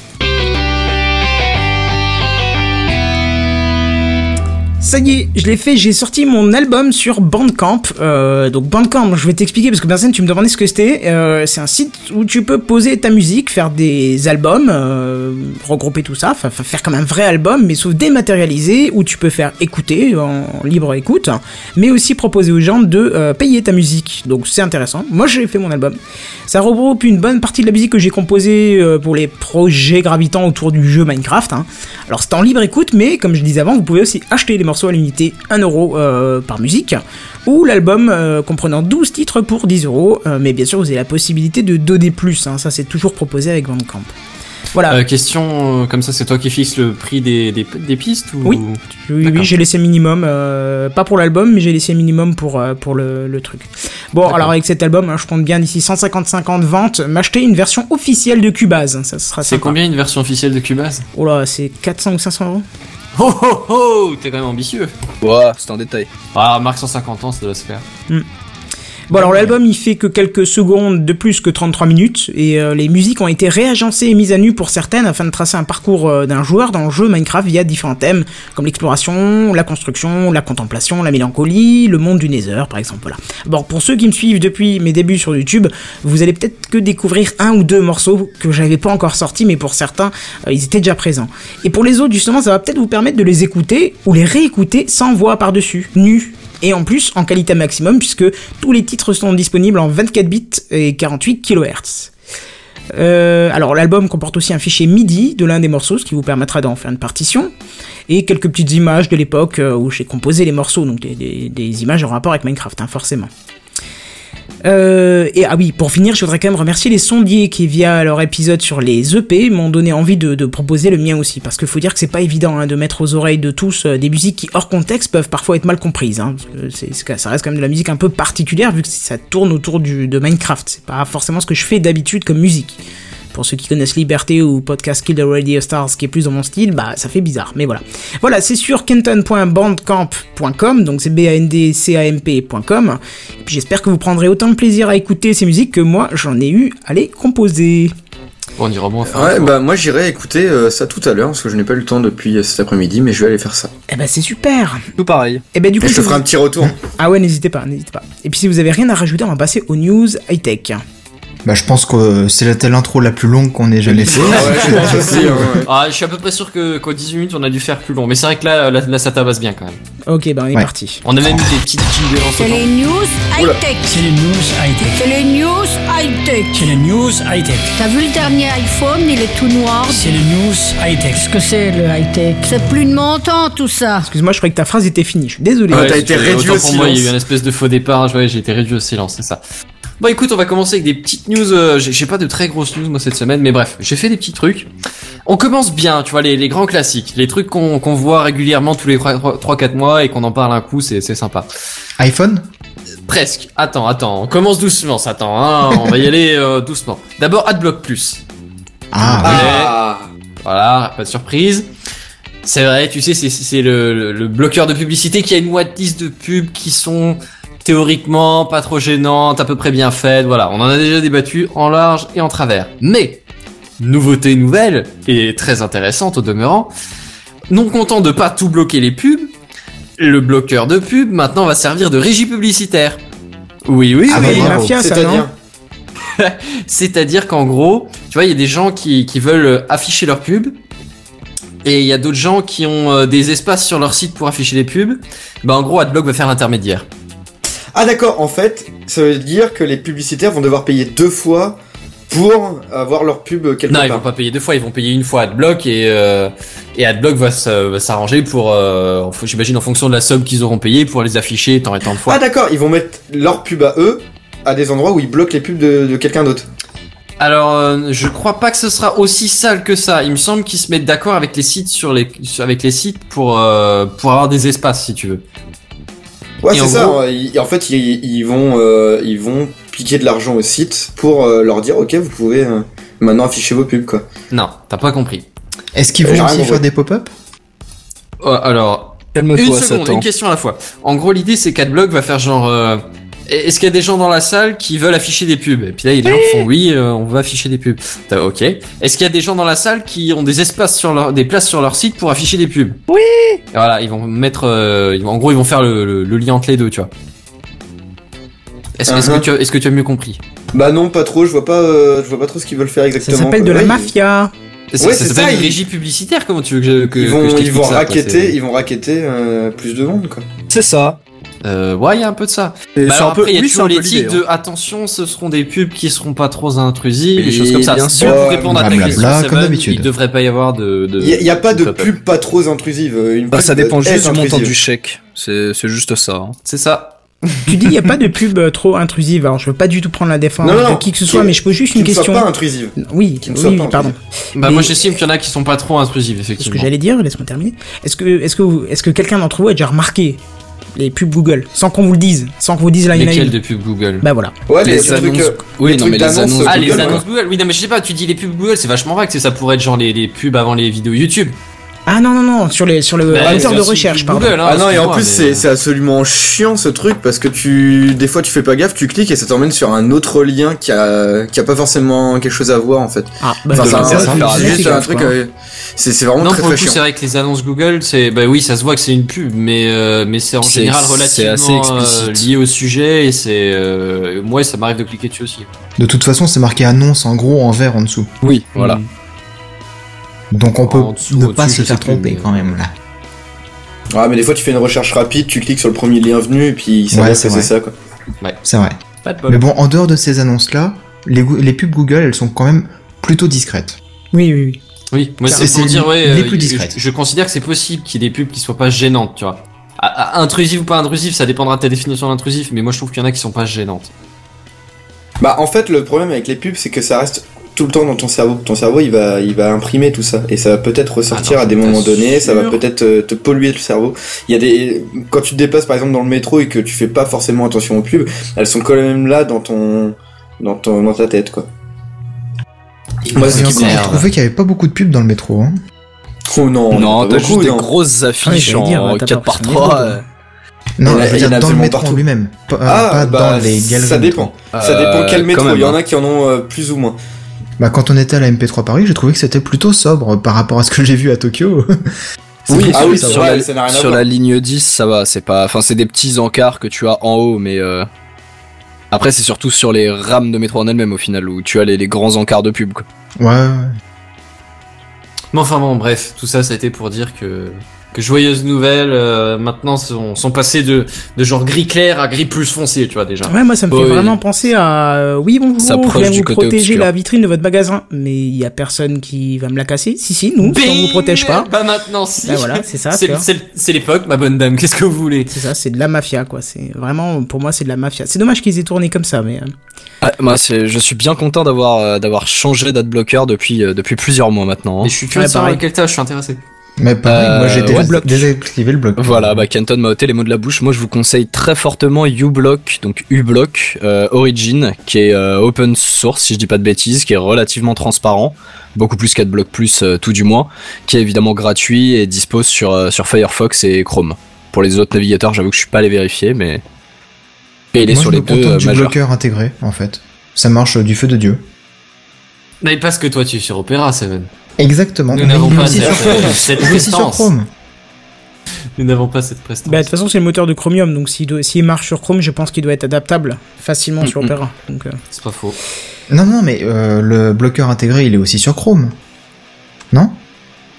[SPEAKER 4] Ça y est, je l'ai fait, j'ai sorti mon album sur Bandcamp. Donc Bandcamp, je vais t'expliquer parce que Benzen, tu me demandais ce que c'était. C'est un site où tu peux poser ta musique, faire des albums, regrouper tout ça, faire comme un vrai album, mais sauf dématérialisé, où tu peux faire écouter en libre écoute, mais aussi proposer aux gens de payer ta musique. Donc c'est intéressant. Moi j'ai fait mon album. Ça regroupe une bonne partie de la musique que j'ai composée pour les projets gravitant autour du jeu Minecraft. Hein. Alors c'est en libre écoute, mais comme je disais avant, vous pouvez aussi acheter les morceaux à l'unité 1€ par musique, ou l'album comprenant 12 titres pour 10€, mais bien sûr vous avez la possibilité de donner plus, hein, ça c'est toujours proposé avec Bandcamp. Voilà.
[SPEAKER 3] Question comme ça, c'est toi qui fixes le prix des pistes ou...
[SPEAKER 4] Oui, j'ai laissé minimum, pas pour l'album, mais j'ai laissé minimum pour le truc. Bon,
[SPEAKER 3] D'accord.
[SPEAKER 4] alors avec cet album, hein, je compte bien d'ici 150 ventes, m'acheter une version officielle de Cubase, ça sera
[SPEAKER 3] C'est
[SPEAKER 4] sympa.
[SPEAKER 3] combien une version officielle de Cubase?
[SPEAKER 4] Oh là, c'est 400 ou 500€.
[SPEAKER 3] Oh oh oh, t'es quand même ambitieux.
[SPEAKER 5] Ouah, c'est un détail.
[SPEAKER 3] Ah, Marc 150 ans, ça doit se faire.
[SPEAKER 4] Bon alors l'album il fait que quelques secondes de plus que 33 minutes et les musiques ont été réagencées et mises à nu pour certaines afin de tracer un parcours d'un joueur dans le jeu Minecraft via différents thèmes comme l'exploration, la construction, la contemplation, la mélancolie, le monde du Nether par exemple, voilà. Bon pour ceux qui me suivent depuis mes débuts sur YouTube, vous allez peut-être que découvrir un ou deux morceaux que j'avais pas encore sortis mais pour certains ils étaient déjà présents. Et pour les autres justement ça va peut-être vous permettre de les écouter ou les réécouter sans voix par-dessus, nus. Et en plus, en qualité maximum, puisque tous les titres sont disponibles en 24 bits et 48 kHz. Alors, l'album comporte aussi un fichier MIDI de l'un des morceaux, ce qui vous permettra d'en faire une partition, et quelques petites images de l'époque où j'ai composé les morceaux, donc des images en rapport avec Minecraft, hein, forcément. Et ah oui, pour finir, je voudrais quand même remercier les sondiers qui, via leur épisode sur les EP, m'ont donné envie de proposer le mien aussi, parce qu'il faut dire que c'est pas évident hein, de mettre aux oreilles de tous des musiques qui, hors contexte, peuvent parfois être mal comprises. Hein, parce que ça reste quand même de la musique un peu particulière, vu que ça tourne autour de Minecraft. C'est pas forcément ce que je fais d'habitude comme musique. Pour ceux qui connaissent Liberté ou Podcast Kill the Radio Stars, qui est plus dans mon style, bah ça fait bizarre, mais voilà. Voilà, c'est sur kenton.bandcamp.com, donc c'est bandcamp.com, et puis j'espère que vous prendrez autant de plaisir à écouter ces musiques que moi j'en ai eu à les composer.
[SPEAKER 3] Bon, on ira bon faire
[SPEAKER 6] Ouais, bah moi j'irai écouter ça tout à l'heure parce que je n'ai pas eu le temps depuis cet après-midi, mais je vais aller faire ça.
[SPEAKER 4] Eh ben c'est super.
[SPEAKER 5] Tout pareil.
[SPEAKER 4] Et ben du coup,
[SPEAKER 6] Et je te ferai un petit retour.
[SPEAKER 4] Ah ouais, n'hésitez pas. Et puis si vous avez rien à rajouter, on va passer aux news high-tech.
[SPEAKER 2] Bah je pense que c'est l'intro la plus longue qu'on ait jamais fait.
[SPEAKER 6] Ah ouais, je pense aussi. Hein, ouais.
[SPEAKER 3] Ah, je suis à peu près sûr qu'en 18 minutes, on a dû faire plus long. Mais c'est vrai que là ça tabasse bien quand même.
[SPEAKER 4] Ok, ben on est
[SPEAKER 2] Ouais.
[SPEAKER 4] parti.
[SPEAKER 3] On a même eu des petites jingles en ce
[SPEAKER 7] C'est
[SPEAKER 3] temps.
[SPEAKER 7] les news high-tech.
[SPEAKER 8] C'est les news high-tech.
[SPEAKER 7] C'est les news high-tech.
[SPEAKER 8] C'est les news high-tech.
[SPEAKER 7] T'as vu le dernier iPhone, il est tout noir.
[SPEAKER 8] C'est les news high-tech.
[SPEAKER 9] Qu'est-ce que c'est le high-tech?
[SPEAKER 7] C'est plus de mon temps tout ça.
[SPEAKER 4] Excuse-moi, je croyais que ta phrase était finie. Je suis désolé.
[SPEAKER 6] Ouais, t'as été
[SPEAKER 3] autant
[SPEAKER 6] réduit au
[SPEAKER 3] pour moi, il y a eu
[SPEAKER 6] silence.
[SPEAKER 3] une espèce de faux départ. Ouais, j'ai été réduit au silence, c'est ça. Bon, écoute, on va commencer avec des petites news. J'ai pas de très grosses news moi cette semaine, mais bref, j'ai fait des petits trucs. On commence bien, tu vois, les grands classiques, les trucs qu'on voit régulièrement tous les 3-4 mois et qu'on en parle un coup, c'est sympa.
[SPEAKER 2] iPhone?
[SPEAKER 3] Presque. Attends, on commence doucement, Satan. Hein, on va y aller doucement. D'abord, AdBlock Plus.
[SPEAKER 2] Ah, oui.
[SPEAKER 6] Ah,
[SPEAKER 3] Voilà, pas de surprise. C'est vrai, tu sais, c'est le bloqueur de publicité qui a une whitelist de pubs qui sont théoriquement pas trop gênantes, à peu près bien faites. Voilà, on en a déjà débattu en large et en travers. Mais, nouveauté nouvelle, et très intéressante au demeurant, non content de pas tout bloquer les pubs, le bloqueur de pubs maintenant va servir de régie publicitaire. Oui,
[SPEAKER 2] Ah bah,
[SPEAKER 4] oui,
[SPEAKER 2] bravo.
[SPEAKER 4] mafia, ça, non?
[SPEAKER 6] c'est-à-dire.
[SPEAKER 3] C'est-à-dire qu'en gros, tu vois, il y a des gens qui veulent afficher leur pub et il y a d'autres gens qui ont des espaces sur leur site pour afficher les pubs, bah en gros AdBlock va faire l'intermédiaire.
[SPEAKER 6] Ah d'accord, en fait, ça veut dire que les publicitaires vont devoir payer 2 fois pour avoir leur pub quelque part.
[SPEAKER 3] Non, ils vont pas payer 2 fois, ils vont payer une fois AdBlock et AdBlock va s'arranger pour, j'imagine en fonction de la somme qu'ils auront payé pour les afficher tant et tant de fois.
[SPEAKER 6] Ah d'accord, ils vont mettre leur pub à eux à des endroits où ils bloquent les pubs de quelqu'un d'autre.
[SPEAKER 3] Alors, je crois pas que ce sera aussi sale que ça. Il me semble qu'ils se mettent d'accord avec les sites avec les sites pour avoir des espaces, si tu veux.
[SPEAKER 6] Ouais,
[SPEAKER 3] Et
[SPEAKER 6] c'est
[SPEAKER 3] en
[SPEAKER 6] ça.
[SPEAKER 3] gros-
[SPEAKER 6] En fait, ils vont piquer de l'argent au site pour leur dire, ok, vous pouvez maintenant afficher vos pubs, quoi.
[SPEAKER 3] Non, t'as pas compris.
[SPEAKER 2] Est-ce qu'ils
[SPEAKER 6] J'ai
[SPEAKER 2] vont
[SPEAKER 6] rien
[SPEAKER 2] aussi
[SPEAKER 6] compris.
[SPEAKER 2] faire des pop-up?
[SPEAKER 3] Alors, une
[SPEAKER 5] Calme-toi,
[SPEAKER 3] seconde,
[SPEAKER 5] Satan.
[SPEAKER 3] une question à la fois. En gros, l'idée c'est qu'AdBlock va faire genre. Est-ce qu'il y a des gens dans la salle qui veulent afficher des pubs? Et puis là, il y a des gens qui font oui, on veut afficher des pubs. Ok. Est-ce qu'il y a des gens dans la salle qui ont des espaces des places sur leur site pour afficher des pubs?
[SPEAKER 9] Oui.
[SPEAKER 3] Et voilà, ils vont mettre, en gros, ils vont faire le lien entre les deux, tu vois. Est-ce que tu as mieux compris?
[SPEAKER 6] Bah non, pas trop. Je vois pas trop ce qu'ils veulent faire
[SPEAKER 4] Ça
[SPEAKER 6] exactement.
[SPEAKER 4] s'appelle de
[SPEAKER 6] quoi.
[SPEAKER 4] la
[SPEAKER 6] Ouais,
[SPEAKER 4] mafia.
[SPEAKER 3] Ça
[SPEAKER 6] Ouais,
[SPEAKER 3] s'appelle
[SPEAKER 6] c'est ça,
[SPEAKER 3] une
[SPEAKER 6] ils-
[SPEAKER 3] régie publicitaire. Comment tu veux que
[SPEAKER 6] Ils
[SPEAKER 3] je
[SPEAKER 6] vont
[SPEAKER 3] t'explique ça, quoi,
[SPEAKER 6] racketter, ils vont racketter plus de monde, quoi.
[SPEAKER 5] C'est ça.
[SPEAKER 3] Ouais, il y a un peu de ça.
[SPEAKER 5] Et
[SPEAKER 3] Bah
[SPEAKER 5] c'est
[SPEAKER 3] alors
[SPEAKER 5] un peu,
[SPEAKER 3] après, il y a
[SPEAKER 5] oui, c'est
[SPEAKER 3] toujours
[SPEAKER 5] un peu
[SPEAKER 3] l'éthique
[SPEAKER 5] l'idée,
[SPEAKER 3] de attention, ce seront des pubs qui seront pas trop intrusives, des
[SPEAKER 5] Et
[SPEAKER 3] choses comme ça.
[SPEAKER 5] bien
[SPEAKER 3] Si
[SPEAKER 5] sûr.
[SPEAKER 3] pour répondre à ta
[SPEAKER 2] Blablabla,
[SPEAKER 3] question,
[SPEAKER 2] comme
[SPEAKER 3] Seven,
[SPEAKER 2] d'habitude.
[SPEAKER 3] il devrait pas y avoir de.
[SPEAKER 6] Il y a pas de
[SPEAKER 3] pop-up.
[SPEAKER 6] pub pas trop intrusive. Une
[SPEAKER 5] Bah,
[SPEAKER 6] pub
[SPEAKER 5] ça dépend
[SPEAKER 6] est
[SPEAKER 5] juste du montant
[SPEAKER 6] intrusive.
[SPEAKER 5] du chèque. C'est juste ça. Hein.
[SPEAKER 3] C'est ça.
[SPEAKER 4] Tu dis il y a pas de pub trop intrusive. Alors je veux pas du tout prendre la défense
[SPEAKER 6] Non,
[SPEAKER 4] de qui que ce soit, mais je pose juste
[SPEAKER 6] Qui
[SPEAKER 4] une
[SPEAKER 6] ne soit
[SPEAKER 4] question.
[SPEAKER 6] pas intrusive.
[SPEAKER 4] Oui,
[SPEAKER 6] qui ne soit
[SPEAKER 4] oui,
[SPEAKER 6] pas
[SPEAKER 4] pardon.
[SPEAKER 3] Bah
[SPEAKER 4] Et-
[SPEAKER 3] moi j'estime qu'il y en a qui sont pas trop intrusives,
[SPEAKER 4] C'est ce que
[SPEAKER 3] effectivement.
[SPEAKER 4] j'allais dire, laisse-moi terminer. Est-ce que quelqu'un d'entre vous a déjà remarqué les pubs Google sans qu'on vous le dise, sans qu'on vous dise là il y en a
[SPEAKER 3] Lesquelles
[SPEAKER 4] une?
[SPEAKER 3] de pubs Google?
[SPEAKER 4] Bah voilà.
[SPEAKER 6] Ouais,
[SPEAKER 5] Les
[SPEAKER 6] les trucs.
[SPEAKER 5] annonces- Oui, non,
[SPEAKER 6] trucs
[SPEAKER 5] mais les
[SPEAKER 6] d'annonces,
[SPEAKER 5] annonces.
[SPEAKER 3] Ah,
[SPEAKER 6] Google,
[SPEAKER 3] les
[SPEAKER 6] ouais.
[SPEAKER 3] annonces Google. Oui, non, mais je sais pas, tu dis les pubs Google, c'est vachement vague, ça pourrait être genre les pubs avant les vidéos YouTube.
[SPEAKER 4] Ah non, sur le
[SPEAKER 3] Bah,
[SPEAKER 4] moteur
[SPEAKER 3] c'est
[SPEAKER 4] de
[SPEAKER 3] aussi
[SPEAKER 4] recherche,
[SPEAKER 3] pub
[SPEAKER 4] pardon.
[SPEAKER 3] Google, hein,
[SPEAKER 6] Ah non, et en
[SPEAKER 3] excuse-moi,
[SPEAKER 6] plus
[SPEAKER 3] mais-
[SPEAKER 6] c'est absolument chiant ce truc parce que des fois tu fais pas gaffe, tu cliques et ça t'emmène sur un autre lien qui a pas forcément quelque chose à voir en fait.
[SPEAKER 4] Ah, bah,
[SPEAKER 6] Enfin,
[SPEAKER 5] de
[SPEAKER 6] c'est un-
[SPEAKER 5] l'intérêt,
[SPEAKER 6] c'est
[SPEAKER 5] faire
[SPEAKER 6] juste un truc, c'est vraiment
[SPEAKER 3] Non,
[SPEAKER 6] très
[SPEAKER 3] pour le
[SPEAKER 6] très
[SPEAKER 3] coup, c'est
[SPEAKER 6] chiant.
[SPEAKER 3] vrai que les annonces Google, bah oui, ça se voit que c'est une pub, mais c'est en
[SPEAKER 5] C'est-
[SPEAKER 3] général
[SPEAKER 5] c'est assez
[SPEAKER 3] relativement
[SPEAKER 5] explicite.
[SPEAKER 3] lié au sujet et moi, ça m'arrive de cliquer dessus aussi.
[SPEAKER 2] De toute façon, c'est marqué annonce en gros en vert en dessous.
[SPEAKER 5] Oui, voilà.
[SPEAKER 3] Mm.
[SPEAKER 2] Donc on peut
[SPEAKER 3] En dessous,
[SPEAKER 2] ne
[SPEAKER 3] au-dessus,
[SPEAKER 2] pas
[SPEAKER 3] je
[SPEAKER 2] se
[SPEAKER 3] sais
[SPEAKER 2] faire
[SPEAKER 3] plus,
[SPEAKER 2] tromper
[SPEAKER 3] mais-
[SPEAKER 2] quand même là.
[SPEAKER 6] Ouais, mais des fois tu fais une recherche rapide, tu cliques sur le premier lien venu et puis ça
[SPEAKER 2] Ouais,
[SPEAKER 6] va que
[SPEAKER 2] c'est
[SPEAKER 6] c'est
[SPEAKER 2] vrai.
[SPEAKER 6] ça quoi.
[SPEAKER 2] C'est vrai.
[SPEAKER 3] Pas de bol.
[SPEAKER 2] Mais bon, en dehors de ces annonces-là, les pubs Google, elles sont quand même plutôt discrètes.
[SPEAKER 4] Oui.
[SPEAKER 3] Oui, moi
[SPEAKER 2] C'est-
[SPEAKER 3] c'est pour
[SPEAKER 2] c'est
[SPEAKER 3] dire, ouais,
[SPEAKER 2] les plus discrètes.
[SPEAKER 3] je considère que c'est possible qu'il y ait des pubs qui soient pas gênantes, tu vois. Intrusives ou pas intrusives, ça dépendra de ta définition d'intrusif, mais moi je trouve qu'il y en a qui sont pas gênantes.
[SPEAKER 6] Bah en fait le problème avec les pubs c'est que ça reste tout le temps dans ton cerveau. Ton cerveau il va imprimer tout ça et ça va peut-être ressortir
[SPEAKER 3] Ah non,
[SPEAKER 6] à des
[SPEAKER 3] je
[SPEAKER 6] moments donnés, ça va
[SPEAKER 3] t'assure.
[SPEAKER 6] peut-être te polluer le cerveau. Il y a quand tu te déplaces par exemple dans le métro et que tu fais pas forcément attention aux pubs, elles sont quand même là dans ta tête quoi. Moi
[SPEAKER 2] Et
[SPEAKER 6] c'est
[SPEAKER 2] encore,
[SPEAKER 6] qui
[SPEAKER 2] j'ai
[SPEAKER 6] m'énerve.
[SPEAKER 2] trouvé qu'il y avait pas beaucoup de pubs dans le métro. Hein.
[SPEAKER 6] Oh non,
[SPEAKER 5] Non,
[SPEAKER 6] pas
[SPEAKER 5] t'as
[SPEAKER 6] beaucoup,
[SPEAKER 5] juste des
[SPEAKER 6] non.
[SPEAKER 5] grosses
[SPEAKER 4] Ouais,
[SPEAKER 5] affiches
[SPEAKER 4] j'allais dire,
[SPEAKER 5] en
[SPEAKER 4] t'as
[SPEAKER 5] 4
[SPEAKER 4] pas
[SPEAKER 5] par
[SPEAKER 4] forcément
[SPEAKER 5] 3.
[SPEAKER 4] des gros,
[SPEAKER 2] Non,
[SPEAKER 6] Il y en a-
[SPEAKER 2] je veux
[SPEAKER 6] il y en
[SPEAKER 2] dire
[SPEAKER 6] a
[SPEAKER 2] dans le
[SPEAKER 6] absolument
[SPEAKER 2] métro
[SPEAKER 6] partout.
[SPEAKER 2] en lui-même. Pas
[SPEAKER 6] Ah,
[SPEAKER 2] dans les galeries.
[SPEAKER 6] ça
[SPEAKER 2] de métro.
[SPEAKER 6] dépend. Ça dépend quel métro.
[SPEAKER 5] quand même,
[SPEAKER 6] Il y en
[SPEAKER 5] hein.
[SPEAKER 6] a qui en ont plus ou moins.
[SPEAKER 2] Bah quand on était à la MP3 Paris, j'ai trouvé que c'était plutôt sobre par rapport à ce que j'ai vu à Tokyo. C'est
[SPEAKER 5] Oui,
[SPEAKER 2] plutôt
[SPEAKER 6] ah oui,
[SPEAKER 2] sobre.
[SPEAKER 5] sur,
[SPEAKER 6] ouais,
[SPEAKER 5] la,
[SPEAKER 6] ça n'a rien à
[SPEAKER 5] sur
[SPEAKER 6] voir.
[SPEAKER 5] la ligne 10, ça va, c'est pas. Enfin, c'est des petits encarts que tu as en haut, mais. Après, c'est surtout sur les rames de métro en elles-mêmes, au final, où tu as les grands encarts de pub, quoi.
[SPEAKER 2] Ouais.
[SPEAKER 3] Mais enfin bon, bref, tout ça, ça a été pour dire que joyeuses nouvelles, maintenant, sont passées de genre gris clair à gris plus foncé, tu vois, déjà.
[SPEAKER 4] Ouais, moi ça me fait
[SPEAKER 5] Oui.
[SPEAKER 4] vraiment penser à oui bonjour,
[SPEAKER 5] Ça
[SPEAKER 4] je
[SPEAKER 5] proche
[SPEAKER 4] viens
[SPEAKER 5] du
[SPEAKER 4] vous
[SPEAKER 5] côté
[SPEAKER 4] protéger
[SPEAKER 5] obscur.
[SPEAKER 4] la vitrine de votre magasin, mais il y a personne qui va me la casser. Si, nous, si on vous protège pas.
[SPEAKER 3] Bah maintenant, si.
[SPEAKER 4] Bah voilà, c'est ça.
[SPEAKER 3] C'est
[SPEAKER 4] tu vois.
[SPEAKER 3] c'est l'époque, ma bonne dame, qu'est-ce que vous voulez?
[SPEAKER 4] C'est ça, c'est de la mafia quoi. C'est vraiment pour moi c'est de la mafia. C'est dommage qu'ils aient tourné comme ça, mais
[SPEAKER 5] Ah, moi, je suis bien content d'avoir changé d'adblocker depuis plusieurs mois maintenant. hein.
[SPEAKER 3] Et je suis curieux de
[SPEAKER 4] Ouais,
[SPEAKER 3] savoir
[SPEAKER 4] pareil.
[SPEAKER 3] quel tâche, je suis intéressé.
[SPEAKER 2] Mais pareil, moi j'ai déjà
[SPEAKER 5] ouais.
[SPEAKER 2] désactivé le bloc.
[SPEAKER 5] Voilà, bah Kenton m'a ôté les mots de la bouche. Moi, je vous conseille très fortement uBlock, donc uBlock Origin, qui est open source, si je dis pas de bêtises, qui est relativement transparent, beaucoup plus qu'AdBlock Plus, tout du moins, qui est évidemment gratuit et dispose sur Firefox et Chrome. Pour les autres navigateurs, j'avoue que je suis pas allé vérifier, mais et il est
[SPEAKER 2] Moi,
[SPEAKER 5] sur
[SPEAKER 2] je
[SPEAKER 5] les
[SPEAKER 2] me
[SPEAKER 5] deux
[SPEAKER 2] contente du
[SPEAKER 5] majeurs.
[SPEAKER 2] bloqueur intégré en fait. Ça marche du feu de Dieu.
[SPEAKER 3] Mais parce que toi, tu es sur Opera, Seven.
[SPEAKER 2] Exactement.
[SPEAKER 3] Nous
[SPEAKER 2] Mais
[SPEAKER 3] n'avons
[SPEAKER 2] il est
[SPEAKER 3] pas
[SPEAKER 2] aussi
[SPEAKER 3] cette,
[SPEAKER 2] sur Chrome.
[SPEAKER 3] cette
[SPEAKER 2] Il est aussi sur
[SPEAKER 3] prestance.
[SPEAKER 2] Chrome.
[SPEAKER 3] Nous n'avons pas cette prestance.
[SPEAKER 4] bah de toute façon c'est le moteur de Chromium, donc s'il marche sur Chrome, je pense qu'il doit être adaptable facilement sur Opera. Donc
[SPEAKER 3] C'est pas faux.
[SPEAKER 2] Non, mais le bloqueur intégré, il est aussi sur Chrome. Non?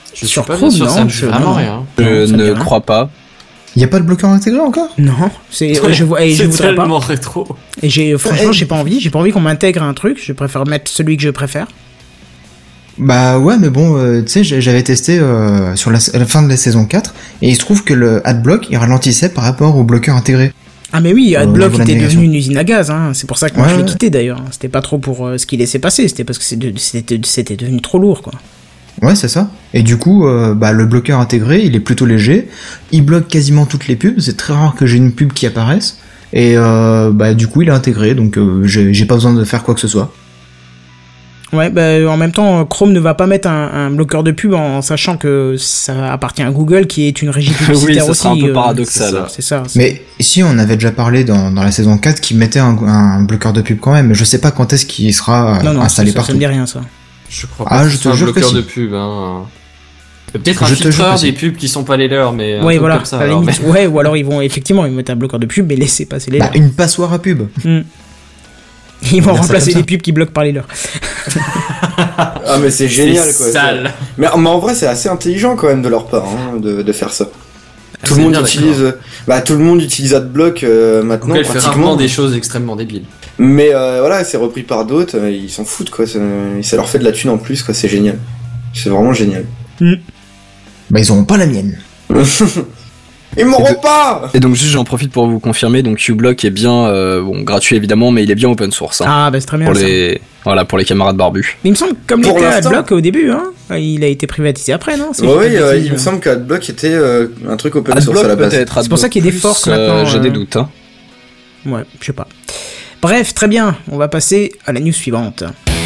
[SPEAKER 3] Je
[SPEAKER 4] Sur
[SPEAKER 3] suis pas
[SPEAKER 4] Chrome,
[SPEAKER 3] bien sûr,
[SPEAKER 4] non,
[SPEAKER 3] ça me dit vraiment
[SPEAKER 4] non.
[SPEAKER 3] rien.
[SPEAKER 5] Je
[SPEAKER 4] Non, ça me dit
[SPEAKER 5] ne
[SPEAKER 4] rien.
[SPEAKER 5] crois pas.
[SPEAKER 2] Y a pas de bloqueur intégré encore?
[SPEAKER 4] Non, c'est je vois et je
[SPEAKER 3] C'est
[SPEAKER 4] voudrais pas.
[SPEAKER 3] tellement rétro.
[SPEAKER 4] Et franchement, j'ai pas envie qu'on m'intègre un truc, je préfère mettre celui que je préfère.
[SPEAKER 2] Bah ouais, mais bon, tu sais, j'avais testé sur la fin de la saison 4, et il se trouve que le adblock, il ralentissait par rapport au bloqueur intégré.
[SPEAKER 4] Ah mais oui, AdBlock
[SPEAKER 2] niveau
[SPEAKER 4] était
[SPEAKER 2] d'intégration.
[SPEAKER 4] devenu une usine à gaz, hein. C'est pour ça que moi
[SPEAKER 2] Ouais,
[SPEAKER 4] je l'ai
[SPEAKER 2] ouais.
[SPEAKER 4] quitté d'ailleurs. C'était pas trop pour ce qu'il laissait passer, c'était parce que c'était devenu trop lourd quoi.
[SPEAKER 2] Ouais, c'est ça. Et du coup, bah, le bloqueur intégré, il est plutôt léger, il bloque quasiment toutes les pubs, c'est très rare que j'ai une pub qui apparaisse, et bah du coup il est intégré, donc j'ai pas besoin de faire quoi que ce soit.
[SPEAKER 4] Ouais, bah en même temps, Chrome ne va pas mettre un bloqueur de pub en sachant que ça appartient à Google qui est une régie publicitaire
[SPEAKER 5] ça
[SPEAKER 4] aussi.
[SPEAKER 5] sera un peu paradoxal.
[SPEAKER 4] C'est ça.
[SPEAKER 2] Mais ici, on avait déjà parlé dans la saison 4 qui mettait un bloqueur de pub quand même, mais je sais pas quand est-ce qu'il sera
[SPEAKER 4] non,
[SPEAKER 2] installé
[SPEAKER 4] ça
[SPEAKER 2] partout.
[SPEAKER 4] me dit rien ça.
[SPEAKER 3] Je crois
[SPEAKER 2] Ah,
[SPEAKER 3] pas
[SPEAKER 2] je
[SPEAKER 3] que
[SPEAKER 2] te
[SPEAKER 3] ce soit un
[SPEAKER 2] jure que
[SPEAKER 3] bloqueur
[SPEAKER 2] si.
[SPEAKER 3] de pub. Hein. Peut-être un
[SPEAKER 2] Je te jure
[SPEAKER 3] filtreur
[SPEAKER 2] que si.
[SPEAKER 3] des pubs qui sont pas les leurs, mais un
[SPEAKER 4] Ouais,
[SPEAKER 3] truc
[SPEAKER 4] voilà.
[SPEAKER 3] comme ça,
[SPEAKER 4] à la
[SPEAKER 3] alors,
[SPEAKER 4] limite, ouais, ou alors ils mettent un bloqueur de pub mais laisser passer les
[SPEAKER 2] Bah,
[SPEAKER 4] leurs.
[SPEAKER 2] une passoire à pub.
[SPEAKER 4] Ils vont
[SPEAKER 2] dire ça
[SPEAKER 4] remplacer
[SPEAKER 2] comme ça.
[SPEAKER 4] les pubs qui bloquent par les leurs.
[SPEAKER 6] Ah mais c'est génial
[SPEAKER 3] c'est
[SPEAKER 6] quoi.
[SPEAKER 3] sale.
[SPEAKER 6] Mais en vrai c'est assez intelligent quand même de leur part hein, de faire ça. Tout
[SPEAKER 3] c'est
[SPEAKER 6] le monde
[SPEAKER 3] bien,
[SPEAKER 6] utilise, tout le monde utilise AdBlock maintenant
[SPEAKER 3] Donc elle fait
[SPEAKER 6] pratiquement.
[SPEAKER 3] rarement des choses extrêmement débiles.
[SPEAKER 6] Mais voilà, c'est repris par d'autres, ils s'en foutent quoi. Ça leur fait de la thune en plus quoi. C'est génial. C'est vraiment génial.
[SPEAKER 2] Bah, ils auront pas la mienne.
[SPEAKER 6] Ils m'auront pas.
[SPEAKER 5] Et donc juste j'en profite pour vous confirmer, donc uBlock est bien bon gratuit évidemment, mais il est bien open source. Hein,
[SPEAKER 4] Ah, bah c'est très bien
[SPEAKER 5] pour
[SPEAKER 4] ça.
[SPEAKER 5] pour les camarades barbus.
[SPEAKER 4] Mais il me semble que comme
[SPEAKER 6] Pour
[SPEAKER 4] l'était
[SPEAKER 6] l'instant.
[SPEAKER 4] AdBlock au début, hein, il a été privatisé après, non Si je dis
[SPEAKER 6] Ouais,
[SPEAKER 4] pas de bêtises.
[SPEAKER 6] il me semble qu'AdBlock était un truc open source
[SPEAKER 5] AdBlock
[SPEAKER 6] à la base.
[SPEAKER 5] peut-être.
[SPEAKER 4] C'est pour ça qu'il y a des
[SPEAKER 5] AdBlock
[SPEAKER 4] forks
[SPEAKER 5] plus,
[SPEAKER 4] maintenant,
[SPEAKER 5] J'ai des doutes. Hein.
[SPEAKER 4] Ouais, je sais pas. Bref, très bien, on va passer à la news suivante.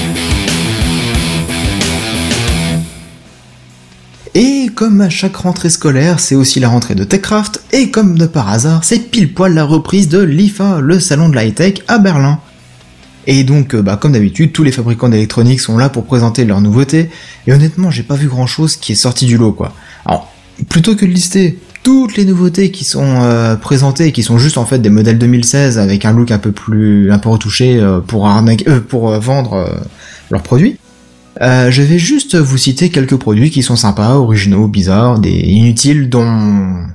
[SPEAKER 2] Et comme à chaque rentrée scolaire, c'est aussi la rentrée de TechCraft, et comme de par hasard, c'est pile poil la reprise de l'IFA, le salon de la high-tech à Berlin. Et donc, bah, comme d'habitude, tous les fabricants d'électronique sont là pour présenter leurs nouveautés, et honnêtement, j'ai pas vu grand chose qui est sorti du lot, quoi. Alors, plutôt que de lister toutes les nouveautés qui sont présentées, et qui sont juste en fait des modèles 2016 avec un look un peu retouché pour vendre leurs produits, je vais juste vous citer quelques produits qui sont sympas, originaux, bizarres, des inutiles dont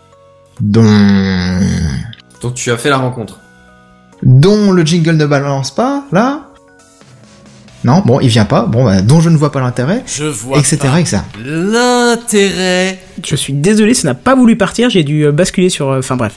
[SPEAKER 3] Donc tu as fait la rencontre.
[SPEAKER 2] le jingle ne balance pas, là. Non, bon, il vient pas, bon, bah, dont je ne vois pas l'intérêt,
[SPEAKER 3] Je vois
[SPEAKER 2] etc., etc.
[SPEAKER 3] l'intérêt.
[SPEAKER 4] Je suis désolé, ça n'a pas voulu partir, j'ai dû basculer sur... Enfin bref.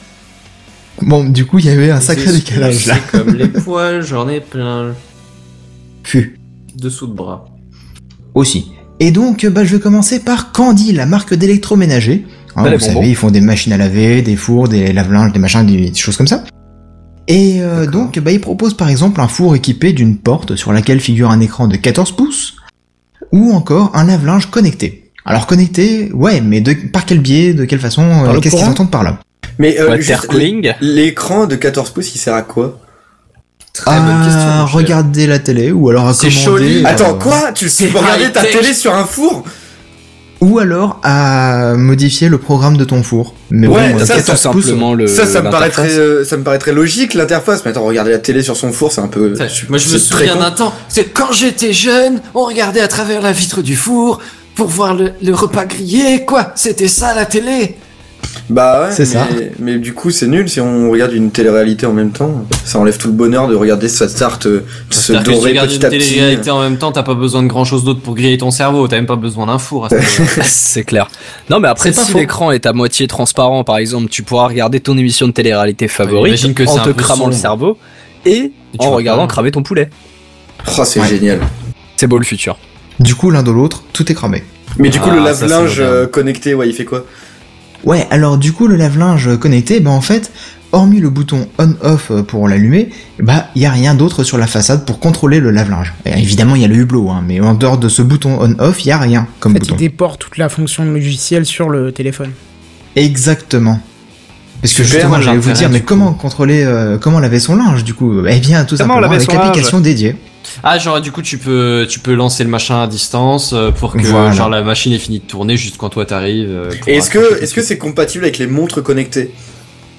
[SPEAKER 2] Bon, du coup, il y avait un sacré
[SPEAKER 3] C'est
[SPEAKER 2] décalage, là.
[SPEAKER 3] comme les poils, j'en ai plein
[SPEAKER 2] Fut.
[SPEAKER 3] dessous de bras.
[SPEAKER 2] Aussi. Et donc, bah, je vais commencer par Candy, la marque d'électroménager. Hein,
[SPEAKER 5] Les
[SPEAKER 2] vous
[SPEAKER 5] bonbons.
[SPEAKER 2] savez, ils font des machines à laver, des fours, des lave-linges, des machins, des choses comme ça. Et donc, bah, ils proposent par exemple un four équipé d'une porte sur laquelle figure un écran de 14 pouces, ou encore un lave-linge connecté. Alors connecté, ouais, mais par quel biais, de quelle façon,
[SPEAKER 4] Par le
[SPEAKER 2] qu'est-ce qu'ils
[SPEAKER 4] courant
[SPEAKER 2] entendent par là?
[SPEAKER 6] Mais juste,
[SPEAKER 5] Watercooling.
[SPEAKER 6] l'écran de 14 pouces, il sert à quoi?
[SPEAKER 3] Très bonne question. mon cher.
[SPEAKER 2] Regarder la télé, ou alors à
[SPEAKER 3] C'est
[SPEAKER 2] commander...
[SPEAKER 3] joli.
[SPEAKER 6] Attends, quoi? Tu
[SPEAKER 3] c'est
[SPEAKER 6] peux regarder ta
[SPEAKER 3] high-tech.
[SPEAKER 6] télé sur un four?
[SPEAKER 2] Ou alors à modifier le programme de ton four. Mais
[SPEAKER 6] Ouais,
[SPEAKER 2] bon,
[SPEAKER 6] ça,
[SPEAKER 2] 14
[SPEAKER 5] tout
[SPEAKER 2] pouces,
[SPEAKER 5] simplement le.
[SPEAKER 6] Ça me paraît
[SPEAKER 5] l'interface.
[SPEAKER 6] ça me paraît très logique l'interface. Mais attends, regarder la télé sur son four, c'est un peu.
[SPEAKER 3] Moi je me
[SPEAKER 6] c'est très
[SPEAKER 3] souviens
[SPEAKER 6] con.
[SPEAKER 3] d'un temps, c'est quand j'étais jeune, on regardait à travers la vitre du four pour voir le repas grillé, quoi. C'était ça la télé.
[SPEAKER 6] Bah ouais,
[SPEAKER 2] C'est ça.
[SPEAKER 6] Mais du coup, c'est nul si on regarde une télé-réalité en même temps. Ça enlève tout le bonheur de regarder sa tarte se
[SPEAKER 3] C'est-à-dire que si tu
[SPEAKER 6] dorer
[SPEAKER 3] regardes
[SPEAKER 6] petit
[SPEAKER 3] une
[SPEAKER 6] à petit.
[SPEAKER 3] télé-réalité en même temps, t'as pas besoin de grand chose d'autre pour griller ton cerveau, t'as même pas besoin d'un four à ce moment-là.
[SPEAKER 5] C'est clair. Non, mais après,
[SPEAKER 3] C'est pas
[SPEAKER 5] si
[SPEAKER 3] faux.
[SPEAKER 5] l'écran est à moitié transparent, par exemple, tu pourras regarder ton émission de télé-réalité favorite
[SPEAKER 3] imagine que
[SPEAKER 5] en
[SPEAKER 3] c'est un
[SPEAKER 5] te
[SPEAKER 3] peu
[SPEAKER 5] cramant le
[SPEAKER 3] sombre.
[SPEAKER 5] cerveau et
[SPEAKER 3] tu
[SPEAKER 5] en
[SPEAKER 3] vas
[SPEAKER 5] regardant
[SPEAKER 3] pas-
[SPEAKER 5] cramer ton poulet.
[SPEAKER 6] Oh, c'est
[SPEAKER 2] Ouais.
[SPEAKER 6] génial.
[SPEAKER 5] C'est beau le futur.
[SPEAKER 2] Du coup, l'un de l'autre, tout est cramé.
[SPEAKER 6] Mais du coup, le
[SPEAKER 3] Ah, ça,
[SPEAKER 6] lave-linge
[SPEAKER 3] c'est moderne.
[SPEAKER 6] connecté, ouais, il fait quoi?
[SPEAKER 2] Ouais, alors du coup, le lave-linge connecté, bah en fait, hormis le bouton on-off pour l'allumer, bah il y a rien d'autre sur la façade pour contrôler le lave-linge. Et évidemment, il y a le hublot, hein, mais en dehors de ce bouton on-off, il y a rien comme
[SPEAKER 4] En fait,
[SPEAKER 2] bouton.
[SPEAKER 4] il déporte toute la fonction logicielle sur le téléphone.
[SPEAKER 2] Exactement. Parce que
[SPEAKER 3] Super,
[SPEAKER 2] justement, j'allais vous
[SPEAKER 3] l'intérêt,
[SPEAKER 2] dire, mais
[SPEAKER 3] du
[SPEAKER 2] comment contrôler, comment laver son linge, du coup? Eh bien, tout
[SPEAKER 5] Comment
[SPEAKER 2] simplement
[SPEAKER 5] laver
[SPEAKER 2] avec
[SPEAKER 5] son linge
[SPEAKER 2] l'application dédiée.
[SPEAKER 3] Ah, genre, du coup, tu peux lancer le machin à distance pour que,
[SPEAKER 2] Voilà.
[SPEAKER 3] genre, la machine ait fini de tourner juste quand toi t'arrives. pour
[SPEAKER 6] Et
[SPEAKER 3] raccrocher tout de
[SPEAKER 6] est-ce que
[SPEAKER 3] suite.
[SPEAKER 6] c'est compatible avec les montres connectées?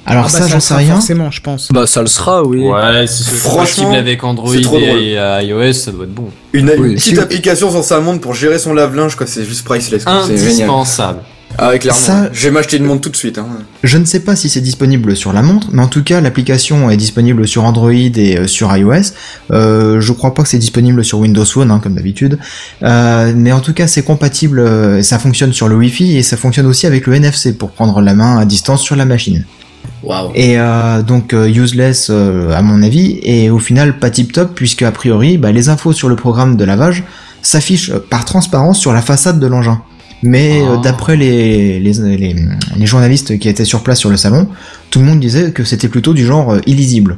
[SPEAKER 2] Alors ça, j'en sais rien.
[SPEAKER 4] Forcément, je pense.
[SPEAKER 5] Bah ça le sera, oui.
[SPEAKER 3] Ouais, si c'est
[SPEAKER 6] Franchement,
[SPEAKER 3] compatible avec Android
[SPEAKER 6] c'est trop drôle.
[SPEAKER 3] et iOS, ça doit être bon.
[SPEAKER 6] Une
[SPEAKER 5] Oui.
[SPEAKER 6] petite application sur sa montre pour gérer son lave-linge, quoi, c'est juste priceless, quoi. C'est génial.
[SPEAKER 3] Indispensable.
[SPEAKER 6] Ah, clairement.
[SPEAKER 2] Ça-
[SPEAKER 6] Je vais m'acheter une montre tout de suite, hein.
[SPEAKER 2] Je ne sais pas si c'est disponible sur la montre, mais en tout cas, l'application est disponible sur Android et sur iOS. Je crois pas que c'est disponible sur Windows Phone, hein, comme d'habitude. Mais en tout cas, c'est compatible, ça fonctionne sur le Wi-Fi et ça fonctionne aussi avec le NFC pour prendre la main à distance sur la machine.
[SPEAKER 6] Waouh.
[SPEAKER 2] Et donc useless à mon avis, et au final pas tip top puisque a priori, les infos sur le programme de lavage s'affichent par transparence sur la façade de l'engin. Mais d'après les journalistes qui étaient sur place sur le salon, tout le monde disait que c'était plutôt du genre illisible.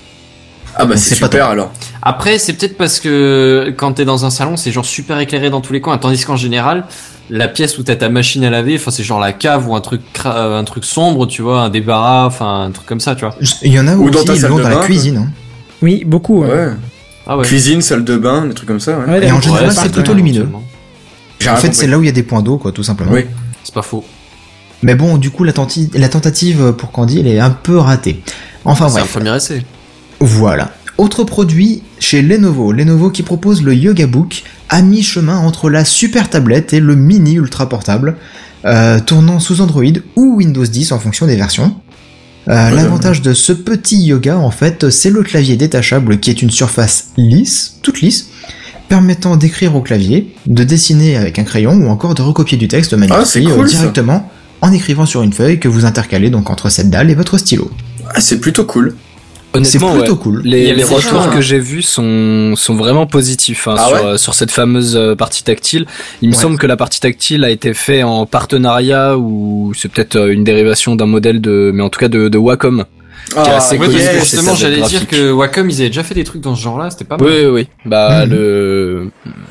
[SPEAKER 6] Ah bah
[SPEAKER 2] Donc,
[SPEAKER 6] c'est
[SPEAKER 2] c'est pas
[SPEAKER 6] super alors.
[SPEAKER 3] Après, c'est peut-être parce que quand t'es dans un salon, c'est genre super éclairé dans tous les coins, tandis qu'en général, la pièce où t'as ta machine à laver, enfin c'est genre la cave ou un truc sombre, tu vois, un débarras, enfin un truc comme ça, tu vois.
[SPEAKER 2] Il y en a
[SPEAKER 6] Ou dans
[SPEAKER 2] aussi,
[SPEAKER 6] ta
[SPEAKER 2] ils
[SPEAKER 6] salle
[SPEAKER 2] l'ont
[SPEAKER 6] de
[SPEAKER 2] dans la
[SPEAKER 6] bain,
[SPEAKER 2] cuisine. Hein.
[SPEAKER 4] Oui, beaucoup.
[SPEAKER 6] Ouais.
[SPEAKER 3] Ah ouais.
[SPEAKER 6] Cuisine, salle de bain, des trucs comme ça, ouais.
[SPEAKER 4] Ouais,
[SPEAKER 2] Et en
[SPEAKER 4] d'accord.
[SPEAKER 2] général,
[SPEAKER 3] Ouais,
[SPEAKER 2] c'est
[SPEAKER 3] ça
[SPEAKER 2] plutôt
[SPEAKER 3] peut,
[SPEAKER 2] lumineux.
[SPEAKER 3] éventuellement.
[SPEAKER 6] J'ai
[SPEAKER 2] En
[SPEAKER 6] rien
[SPEAKER 2] fait,
[SPEAKER 6] compris.
[SPEAKER 2] c'est là où il y a des points d'eau, quoi, tout simplement.
[SPEAKER 6] Oui.
[SPEAKER 3] C'est pas faux.
[SPEAKER 2] Mais bon, du coup, la tentative pour Candy, elle est un peu ratée. Enfin
[SPEAKER 3] C'est un
[SPEAKER 2] bref.
[SPEAKER 3] premier essai.
[SPEAKER 2] Voilà. Autre produit chez Lenovo. Lenovo qui propose le Yoga Book à mi-chemin entre la super tablette et le mini ultra portable, tournant sous Android ou Windows 10 en fonction des versions. L'avantage de ce petit yoga, en fait, c'est le clavier détachable qui est une surface lisse, toute lisse, permettant d'écrire au clavier, de dessiner avec un crayon ou encore de recopier du texte
[SPEAKER 6] c'est
[SPEAKER 2] manuscrit
[SPEAKER 6] cool, ça.
[SPEAKER 2] directement en écrivant sur une feuille que vous intercalez donc entre cette dalle et votre stylo.
[SPEAKER 6] Ah, c'est plutôt cool.
[SPEAKER 2] C'est
[SPEAKER 5] Honnêtement,
[SPEAKER 2] plutôt
[SPEAKER 5] ouais.
[SPEAKER 2] cool.
[SPEAKER 3] Il y
[SPEAKER 5] Les
[SPEAKER 3] avait déjà
[SPEAKER 5] retours
[SPEAKER 3] un-
[SPEAKER 5] que j'ai vus sont vraiment positifs hein,
[SPEAKER 6] Ah
[SPEAKER 5] sur cette fameuse partie tactile. Il me
[SPEAKER 2] Ouais.
[SPEAKER 5] semble que la partie tactile a été faite en partenariat ou c'est peut-être une dérivation d'un modèle mais en tout cas de Wacom. Qui est assez
[SPEAKER 3] Ouais,
[SPEAKER 5] connu
[SPEAKER 3] parce que
[SPEAKER 5] pour ses
[SPEAKER 3] justement,
[SPEAKER 5] tablettes
[SPEAKER 3] j'allais dire
[SPEAKER 5] graphiques.
[SPEAKER 3] que Wacom, ils avaient déjà fait des trucs dans ce genre-là, c'était pas mal.
[SPEAKER 5] Oui. Bah
[SPEAKER 2] Mhm.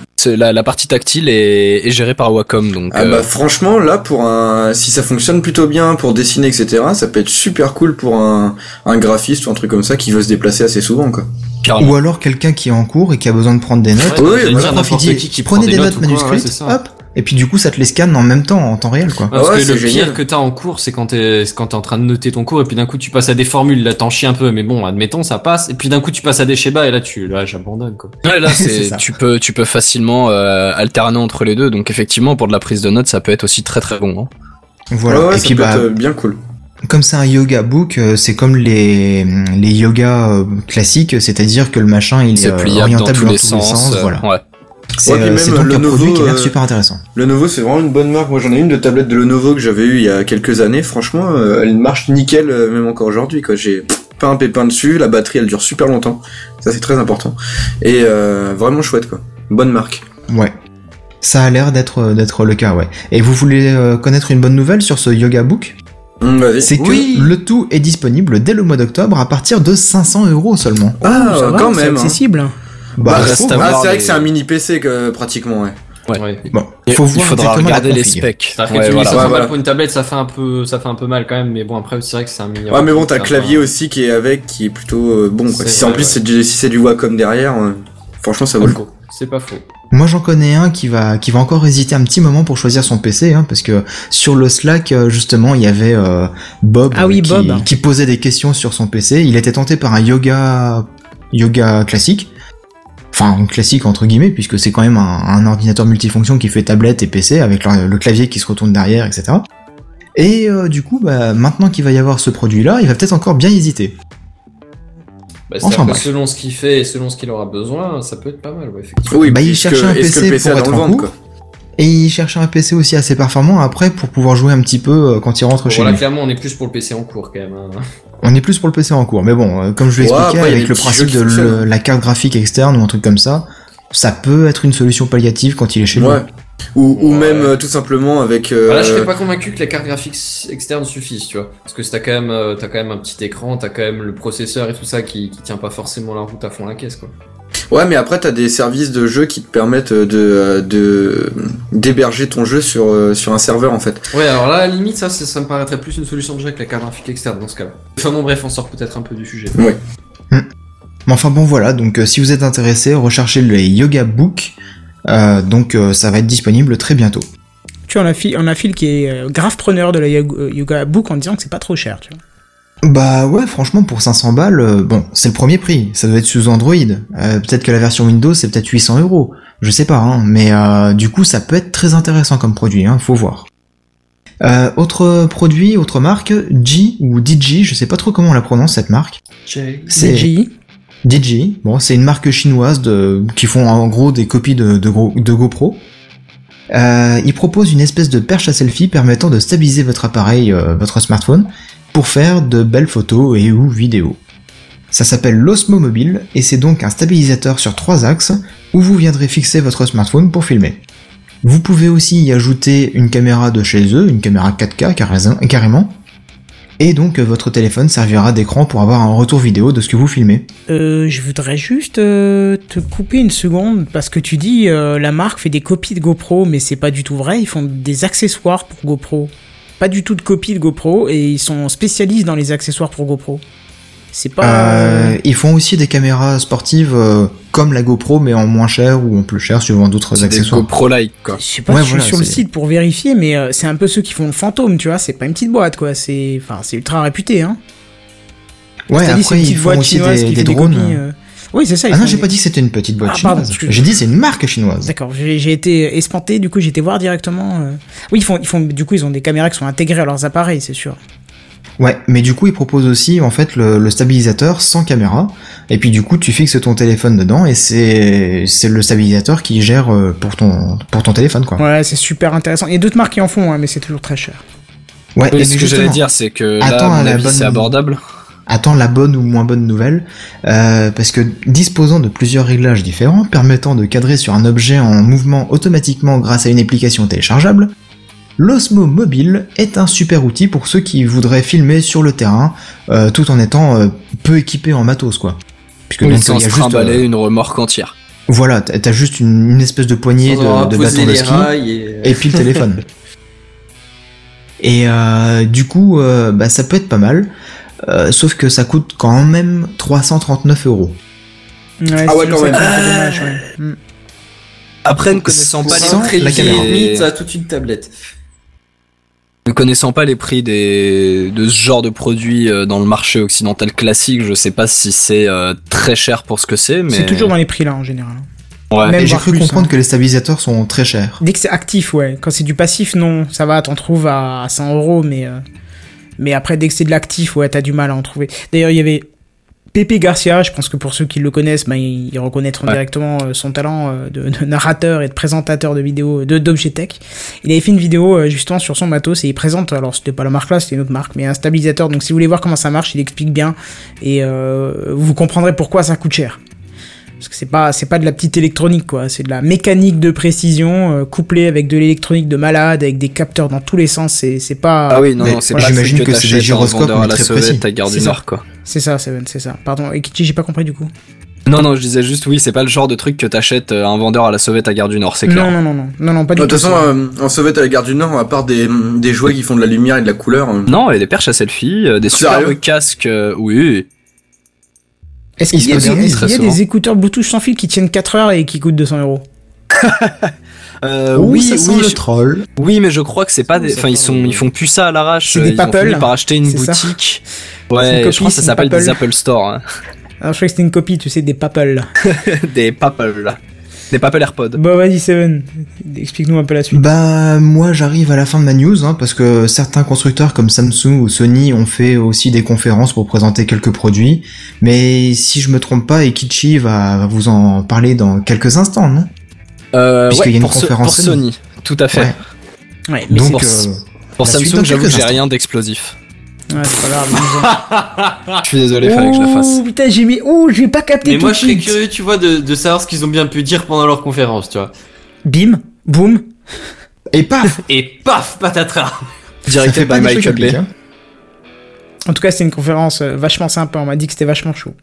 [SPEAKER 5] la partie tactile est gérée par Wacom donc.
[SPEAKER 6] Ah bah franchement là si ça fonctionne plutôt bien pour dessiner etc, ça peut être super cool pour un graphiste ou un truc comme ça qui veut se déplacer assez souvent quoi.
[SPEAKER 5] Carrément.
[SPEAKER 2] Ou alors quelqu'un qui est en cours et qui a besoin de prendre des notes.
[SPEAKER 3] Ouais,
[SPEAKER 6] Oui,
[SPEAKER 3] j'allais
[SPEAKER 6] voilà,
[SPEAKER 3] dire n'importe
[SPEAKER 2] il dit,
[SPEAKER 3] qui
[SPEAKER 2] prenez
[SPEAKER 3] prend
[SPEAKER 2] des notes
[SPEAKER 3] ou quoi, ouais,
[SPEAKER 2] manuscrites,
[SPEAKER 3] c'est ça.
[SPEAKER 2] hop, et puis du coup ça te les scanne en même temps, en temps réel quoi.
[SPEAKER 3] Parce
[SPEAKER 6] Ah ouais,
[SPEAKER 3] que le
[SPEAKER 6] c'est
[SPEAKER 3] pire
[SPEAKER 6] génial.
[SPEAKER 3] que t'as en cours, c'est quand t'es en train de noter ton cours et puis d'un coup tu passes à des formules, là t'en chies un peu, mais bon, admettons, ça passe, et puis d'un coup tu passes à des schémas et là j'abandonne quoi.
[SPEAKER 5] Ouais, là,
[SPEAKER 2] C'est ça.
[SPEAKER 5] tu peux facilement alterner entre les deux. Donc effectivement, pour de la prise de notes, ça peut être aussi très très bon. Hein.
[SPEAKER 2] Voilà.
[SPEAKER 6] Ouais,
[SPEAKER 2] Et
[SPEAKER 6] ça
[SPEAKER 2] puis
[SPEAKER 6] peut être bien cool.
[SPEAKER 2] comme c'est un yoga book, c'est comme les yogas classiques, c'est-à-dire que le machin il est
[SPEAKER 5] C'est pliable dans
[SPEAKER 2] orientable
[SPEAKER 5] tous les sens.
[SPEAKER 2] voilà.
[SPEAKER 5] Ouais.
[SPEAKER 2] C'est
[SPEAKER 6] Ouais, puis même
[SPEAKER 2] c'est donc un
[SPEAKER 6] Lenovo,
[SPEAKER 2] produit qui a l'air super intéressant.
[SPEAKER 6] Lenovo c'est vraiment une bonne marque. Moi j'en ai une de tablette de Lenovo que j'avais eu il y a quelques années. Franchement, elle marche nickel même encore aujourd'hui quoi. J'ai pas un pépin dessus. La batterie elle dure super longtemps. Ça c'est très important. Et vraiment chouette quoi. Bonne marque.
[SPEAKER 2] Ouais. Ça a l'air d'être le cas, ouais. Et vous voulez connaître une bonne nouvelle sur ce yoga book?
[SPEAKER 6] Vas-y.
[SPEAKER 2] C'est
[SPEAKER 3] Oui.
[SPEAKER 2] que le tout est disponible dès le mois d'octobre à partir de 500 € seulement.
[SPEAKER 6] Ah
[SPEAKER 4] Ça va,
[SPEAKER 6] quand
[SPEAKER 4] c'est
[SPEAKER 6] même. Hein.
[SPEAKER 4] accessible.
[SPEAKER 2] Bah,
[SPEAKER 5] reste
[SPEAKER 2] faut
[SPEAKER 5] à
[SPEAKER 2] voir.
[SPEAKER 5] voir.
[SPEAKER 6] C'est vrai
[SPEAKER 5] les-
[SPEAKER 6] que c'est un mini PC pratiquement ouais.
[SPEAKER 3] Ouais.
[SPEAKER 2] Bon,
[SPEAKER 5] Il
[SPEAKER 2] faut voir
[SPEAKER 5] faudra
[SPEAKER 2] exactement
[SPEAKER 5] regarder
[SPEAKER 2] la
[SPEAKER 5] les
[SPEAKER 2] config.
[SPEAKER 5] specs.
[SPEAKER 3] C'est-à-dire que
[SPEAKER 5] Ouais,
[SPEAKER 3] tu dis
[SPEAKER 5] voilà.
[SPEAKER 3] 500 balles
[SPEAKER 6] voilà.
[SPEAKER 3] pour une tablette, ça fait un peu mal quand même, mais bon après c'est vrai que c'est un mini.
[SPEAKER 6] Ouais mais bon t'as
[SPEAKER 3] c'est
[SPEAKER 6] le
[SPEAKER 3] un
[SPEAKER 6] clavier
[SPEAKER 3] peu-
[SPEAKER 6] aussi qui est avec qui est plutôt bon quoi.
[SPEAKER 3] C'est
[SPEAKER 6] Si en
[SPEAKER 3] vrai,
[SPEAKER 6] plus
[SPEAKER 3] ouais.
[SPEAKER 6] si c'est du Wacom derrière, franchement ça vaut le coup.
[SPEAKER 3] C'est pas faux.
[SPEAKER 2] Moi j'en connais un qui va encore hésiter un petit moment pour choisir son PC, hein, parce que sur le Slack justement il y avait Bob,
[SPEAKER 4] Ah oui, Bob.
[SPEAKER 2] qui posait des questions sur son PC. Il était tenté par un yoga classique, enfin classique entre guillemets, puisque c'est quand même un ordinateur multifonction qui fait tablette et PC avec le clavier qui se retourne derrière, etc. Et du coup, maintenant qu'il va y avoir ce produit-là, il va peut-être encore bien hésiter.
[SPEAKER 3] Bah,
[SPEAKER 2] Enfin,
[SPEAKER 3] c'est-à-dire que
[SPEAKER 2] bref.
[SPEAKER 3] selon ce qu'il fait et selon ce qu'il aura besoin, ça peut être pas mal, ouais, effectivement.
[SPEAKER 6] Oui,
[SPEAKER 2] Bah,
[SPEAKER 6] puis
[SPEAKER 2] il cherchait un
[SPEAKER 6] est-ce que
[SPEAKER 2] PC
[SPEAKER 6] le PC
[SPEAKER 2] pour
[SPEAKER 6] a
[SPEAKER 2] être
[SPEAKER 6] dans le
[SPEAKER 2] en
[SPEAKER 6] ventre
[SPEAKER 2] cours.
[SPEAKER 6] quoi.
[SPEAKER 2] Et il cherche un PC aussi assez performant après pour pouvoir jouer un petit peu quand il rentre chez
[SPEAKER 3] Voilà,
[SPEAKER 2] lui.
[SPEAKER 3] clairement, on est plus pour le PC en cours quand même. Hein.
[SPEAKER 2] On est plus pour le PC en cours, mais bon, comme je l'ai
[SPEAKER 6] Ouais,
[SPEAKER 2] expliqué,
[SPEAKER 6] après, il y a
[SPEAKER 2] avec
[SPEAKER 6] des
[SPEAKER 2] le
[SPEAKER 6] petits
[SPEAKER 2] principe
[SPEAKER 6] jeux
[SPEAKER 2] de
[SPEAKER 6] qui fonctionnent.
[SPEAKER 2] la carte graphique externe ou un truc comme ça, ça peut être une solution palliative quand il est chez lui.
[SPEAKER 6] Ouais. Ou
[SPEAKER 3] Ouais.
[SPEAKER 6] même tout simplement avec.
[SPEAKER 3] Voilà, je serais pas convaincu que les cartes graphiques externes suffisent, tu vois. Parce que t'as quand même un petit écran, t'as quand même le processeur et tout ça qui tient pas forcément la route à fond la caisse, quoi.
[SPEAKER 6] Ouais, mais après t'as des services de jeu qui te permettent d'héberger ton jeu sur un serveur en fait.
[SPEAKER 3] Ouais, alors là, à la limite, ça me paraîtrait plus une solution de jeu que la carte graphique externe dans ce cas-là. Enfin bon, bref, on sort peut-être un peu du sujet.
[SPEAKER 2] Mais enfin bon, voilà, donc si vous êtes intéressé, recherchez le Yoga Book, donc ça va être disponible très bientôt.
[SPEAKER 4] Tu vois, on a Phil qui est grave preneur de la Yoga Book en disant que c'est pas trop cher, tu vois.
[SPEAKER 2] Bah ouais, franchement, pour 500 balles, bon, c'est le premier prix, ça doit être sous Android. Peut-être que la version Windows, c'est peut-être 800 €. Je sais pas, hein, mais du coup, ça peut être très intéressant comme produit, hein, faut voir. Autre produit, autre marque, G ou DJI, je sais pas trop comment on la prononce cette marque. C'est DJI. Bon, c'est une marque chinoise qui font en gros des copies de GoPro. Ils proposent une espèce de perche à selfie permettant de stabiliser votre appareil, votre smartphone, pour faire de belles photos et ou vidéos. Ça s'appelle l'Osmo Mobile et c'est donc un stabilisateur sur 3 axes où vous viendrez fixer votre smartphone pour filmer. Vous pouvez aussi y ajouter une caméra de chez eux, une caméra 4K carrément, et donc votre téléphone servira d'écran pour avoir un retour vidéo de ce que vous filmez.
[SPEAKER 4] Je voudrais juste te couper une seconde parce que tu dis la marque fait des copies de GoPro, mais c'est pas du tout vrai, ils font des accessoires pour GoPro. Pas du tout de copies de GoPro et ils sont spécialistes dans les accessoires pour GoPro. C'est pas...
[SPEAKER 2] Ils font aussi des caméras sportives comme la GoPro mais en moins cher ou en plus cher suivant d'autres accessoires.
[SPEAKER 5] Des GoPro-like quoi.
[SPEAKER 4] Je sais pas, je suis sur le site pour vérifier, mais c'est un peu ceux qui font le fantôme, tu vois, c'est pas une petite boîte quoi, c'est ultra réputé hein.
[SPEAKER 2] Ouais, après ils font aussi des drones.
[SPEAKER 4] Oui, c'est ça.
[SPEAKER 2] Ah non, j'ai pas dit que c'était une petite boîte chinoise. Pardon, j'ai dit c'est une marque chinoise.
[SPEAKER 4] D'accord, j'ai été espanté, du coup j'ai été voir directement. Oui, du coup ils ont des caméras qui sont intégrées à leurs appareils, c'est sûr.
[SPEAKER 2] Ouais, mais du coup ils proposent aussi en fait le stabilisateur sans caméra, et puis du coup tu fixes ton téléphone dedans et c'est le stabilisateur qui gère pour ton téléphone quoi.
[SPEAKER 4] Ouais, c'est super intéressant. Il y a d'autres marques qui en font, hein, mais c'est toujours très cher.
[SPEAKER 2] Ouais.
[SPEAKER 5] Et ce que j'allais dire, c'est que là, à mon avis, c'est abordable.
[SPEAKER 2] Attends la bonne ou moins bonne nouvelle, parce que disposant de plusieurs réglages différents, permettant de cadrer sur un objet en mouvement automatiquement grâce à une application téléchargeable, l'Osmo Mobile est un super outil pour ceux qui voudraient filmer sur le terrain, tout en étant peu équipés en matos, quoi.
[SPEAKER 5] Puisque oui, sans se trimballer une remorque entière.
[SPEAKER 2] Voilà, t'as juste une espèce de poignée de bâton de ski, et puis le téléphone. Et du coup, ça peut être pas mal. Sauf que ça coûte quand même 339 €.
[SPEAKER 4] Ouais,
[SPEAKER 6] ah ouais, quand même.
[SPEAKER 4] Dommage, ouais.
[SPEAKER 5] Après, ne connaissant pas les prix,
[SPEAKER 3] ça a toute une tablette.
[SPEAKER 5] Ne connaissant pas les prix de ce genre de produits dans le marché occidental classique, je sais pas si c'est très cher pour ce que c'est, mais...
[SPEAKER 4] C'est toujours dans les prix là en général.
[SPEAKER 5] Ouais.
[SPEAKER 2] Même j'ai cru comprendre que les stabilisateurs sont très chers.
[SPEAKER 4] Dès que c'est actif, ouais. Quand c'est du passif, non. Ça va, t'en trouves à 100 €, mais après, dès que c'est de l'actif, ouais, t'as du mal à en trouver. D'ailleurs, il y avait Pepe Garcia, je pense que pour ceux qui le connaissent, ils reconnaîtront directement son talent de narrateur et de présentateur de vidéos d'Objet Tech. Il avait fait une vidéo justement sur son matos et il présente, alors c'était pas la marque là, c'était une autre marque, mais un stabilisateur. Donc si vous voulez voir comment ça marche, il explique bien et vous comprendrez pourquoi ça coûte cher. Parce que c'est pas de la petite électronique quoi, c'est de la mécanique de précision couplée avec de l'électronique de malade, avec des capteurs dans tous les sens, c'est pas...
[SPEAKER 5] Ah oui, non, c'est pas
[SPEAKER 2] j'imagine que c'est des gyroscopes
[SPEAKER 5] à la
[SPEAKER 2] très
[SPEAKER 5] sauvette à Gare du Nord quoi.
[SPEAKER 4] C'est ça, c'est ça. Pardon, et Kichi, j'ai pas compris du coup.
[SPEAKER 5] Non, je disais juste oui, c'est pas le genre de truc que t'achètes un vendeur à la sauvette à Gare du Nord, c'est clair.
[SPEAKER 4] Non, pas du tout.
[SPEAKER 6] De toute façon, en sauvette à la Gare du Nord, à part des jouets qui font de la lumière et de la couleur... Non,
[SPEAKER 5] il y a des perches à selfie, des superbes casques, oui.
[SPEAKER 4] Est-ce qu'il y a des écouteurs Bluetooth sans fil qui tiennent 4 heures et qui coûtent 200 €?
[SPEAKER 2] Oui, le troll.
[SPEAKER 5] Oui, mais je crois que c'est pas des... Enfin, ils font plus ça à l'arrache.
[SPEAKER 4] C'est des Papel.
[SPEAKER 5] Ils ont fini par acheter une boutique. Ça. Ouais, je crois que ça s'appelle des Apple Store. Hein.
[SPEAKER 4] Alors, je crois que c'était une copie, tu sais, des Papel.
[SPEAKER 5] Des Papel. Des Papel AirPods.
[SPEAKER 4] Bon, vas-y, Seven. Explique-nous un peu la suite.
[SPEAKER 2] Bah, moi, j'arrive à la fin de ma news, parce que certains constructeurs comme Samsung ou Sony ont fait aussi des conférences pour présenter quelques produits. Mais si je me trompe pas, Ekichi va vous en parler dans quelques instants, non?
[SPEAKER 5] Puisqu'il y a une conférence pour Sony. Tout à fait.
[SPEAKER 4] Ouais, mais
[SPEAKER 2] donc,
[SPEAKER 5] pour Samsung, j'avoue que j'ai rien d'explosif.
[SPEAKER 4] Ouais, c'est pas grave.
[SPEAKER 5] Je suis désolé, fallait que je le fasse.
[SPEAKER 4] Oh putain, j'ai pas capté.
[SPEAKER 3] Mais moi, je serais curieux, tu vois, de savoir ce qu'ils ont bien pu dire pendant leur conférence, tu vois.
[SPEAKER 4] Bim, boum,
[SPEAKER 2] et paf,
[SPEAKER 3] patatras.
[SPEAKER 5] Directé by Michael Bay.
[SPEAKER 4] En tout cas, c'était une conférence vachement sympa. On m'a dit que c'était vachement chaud.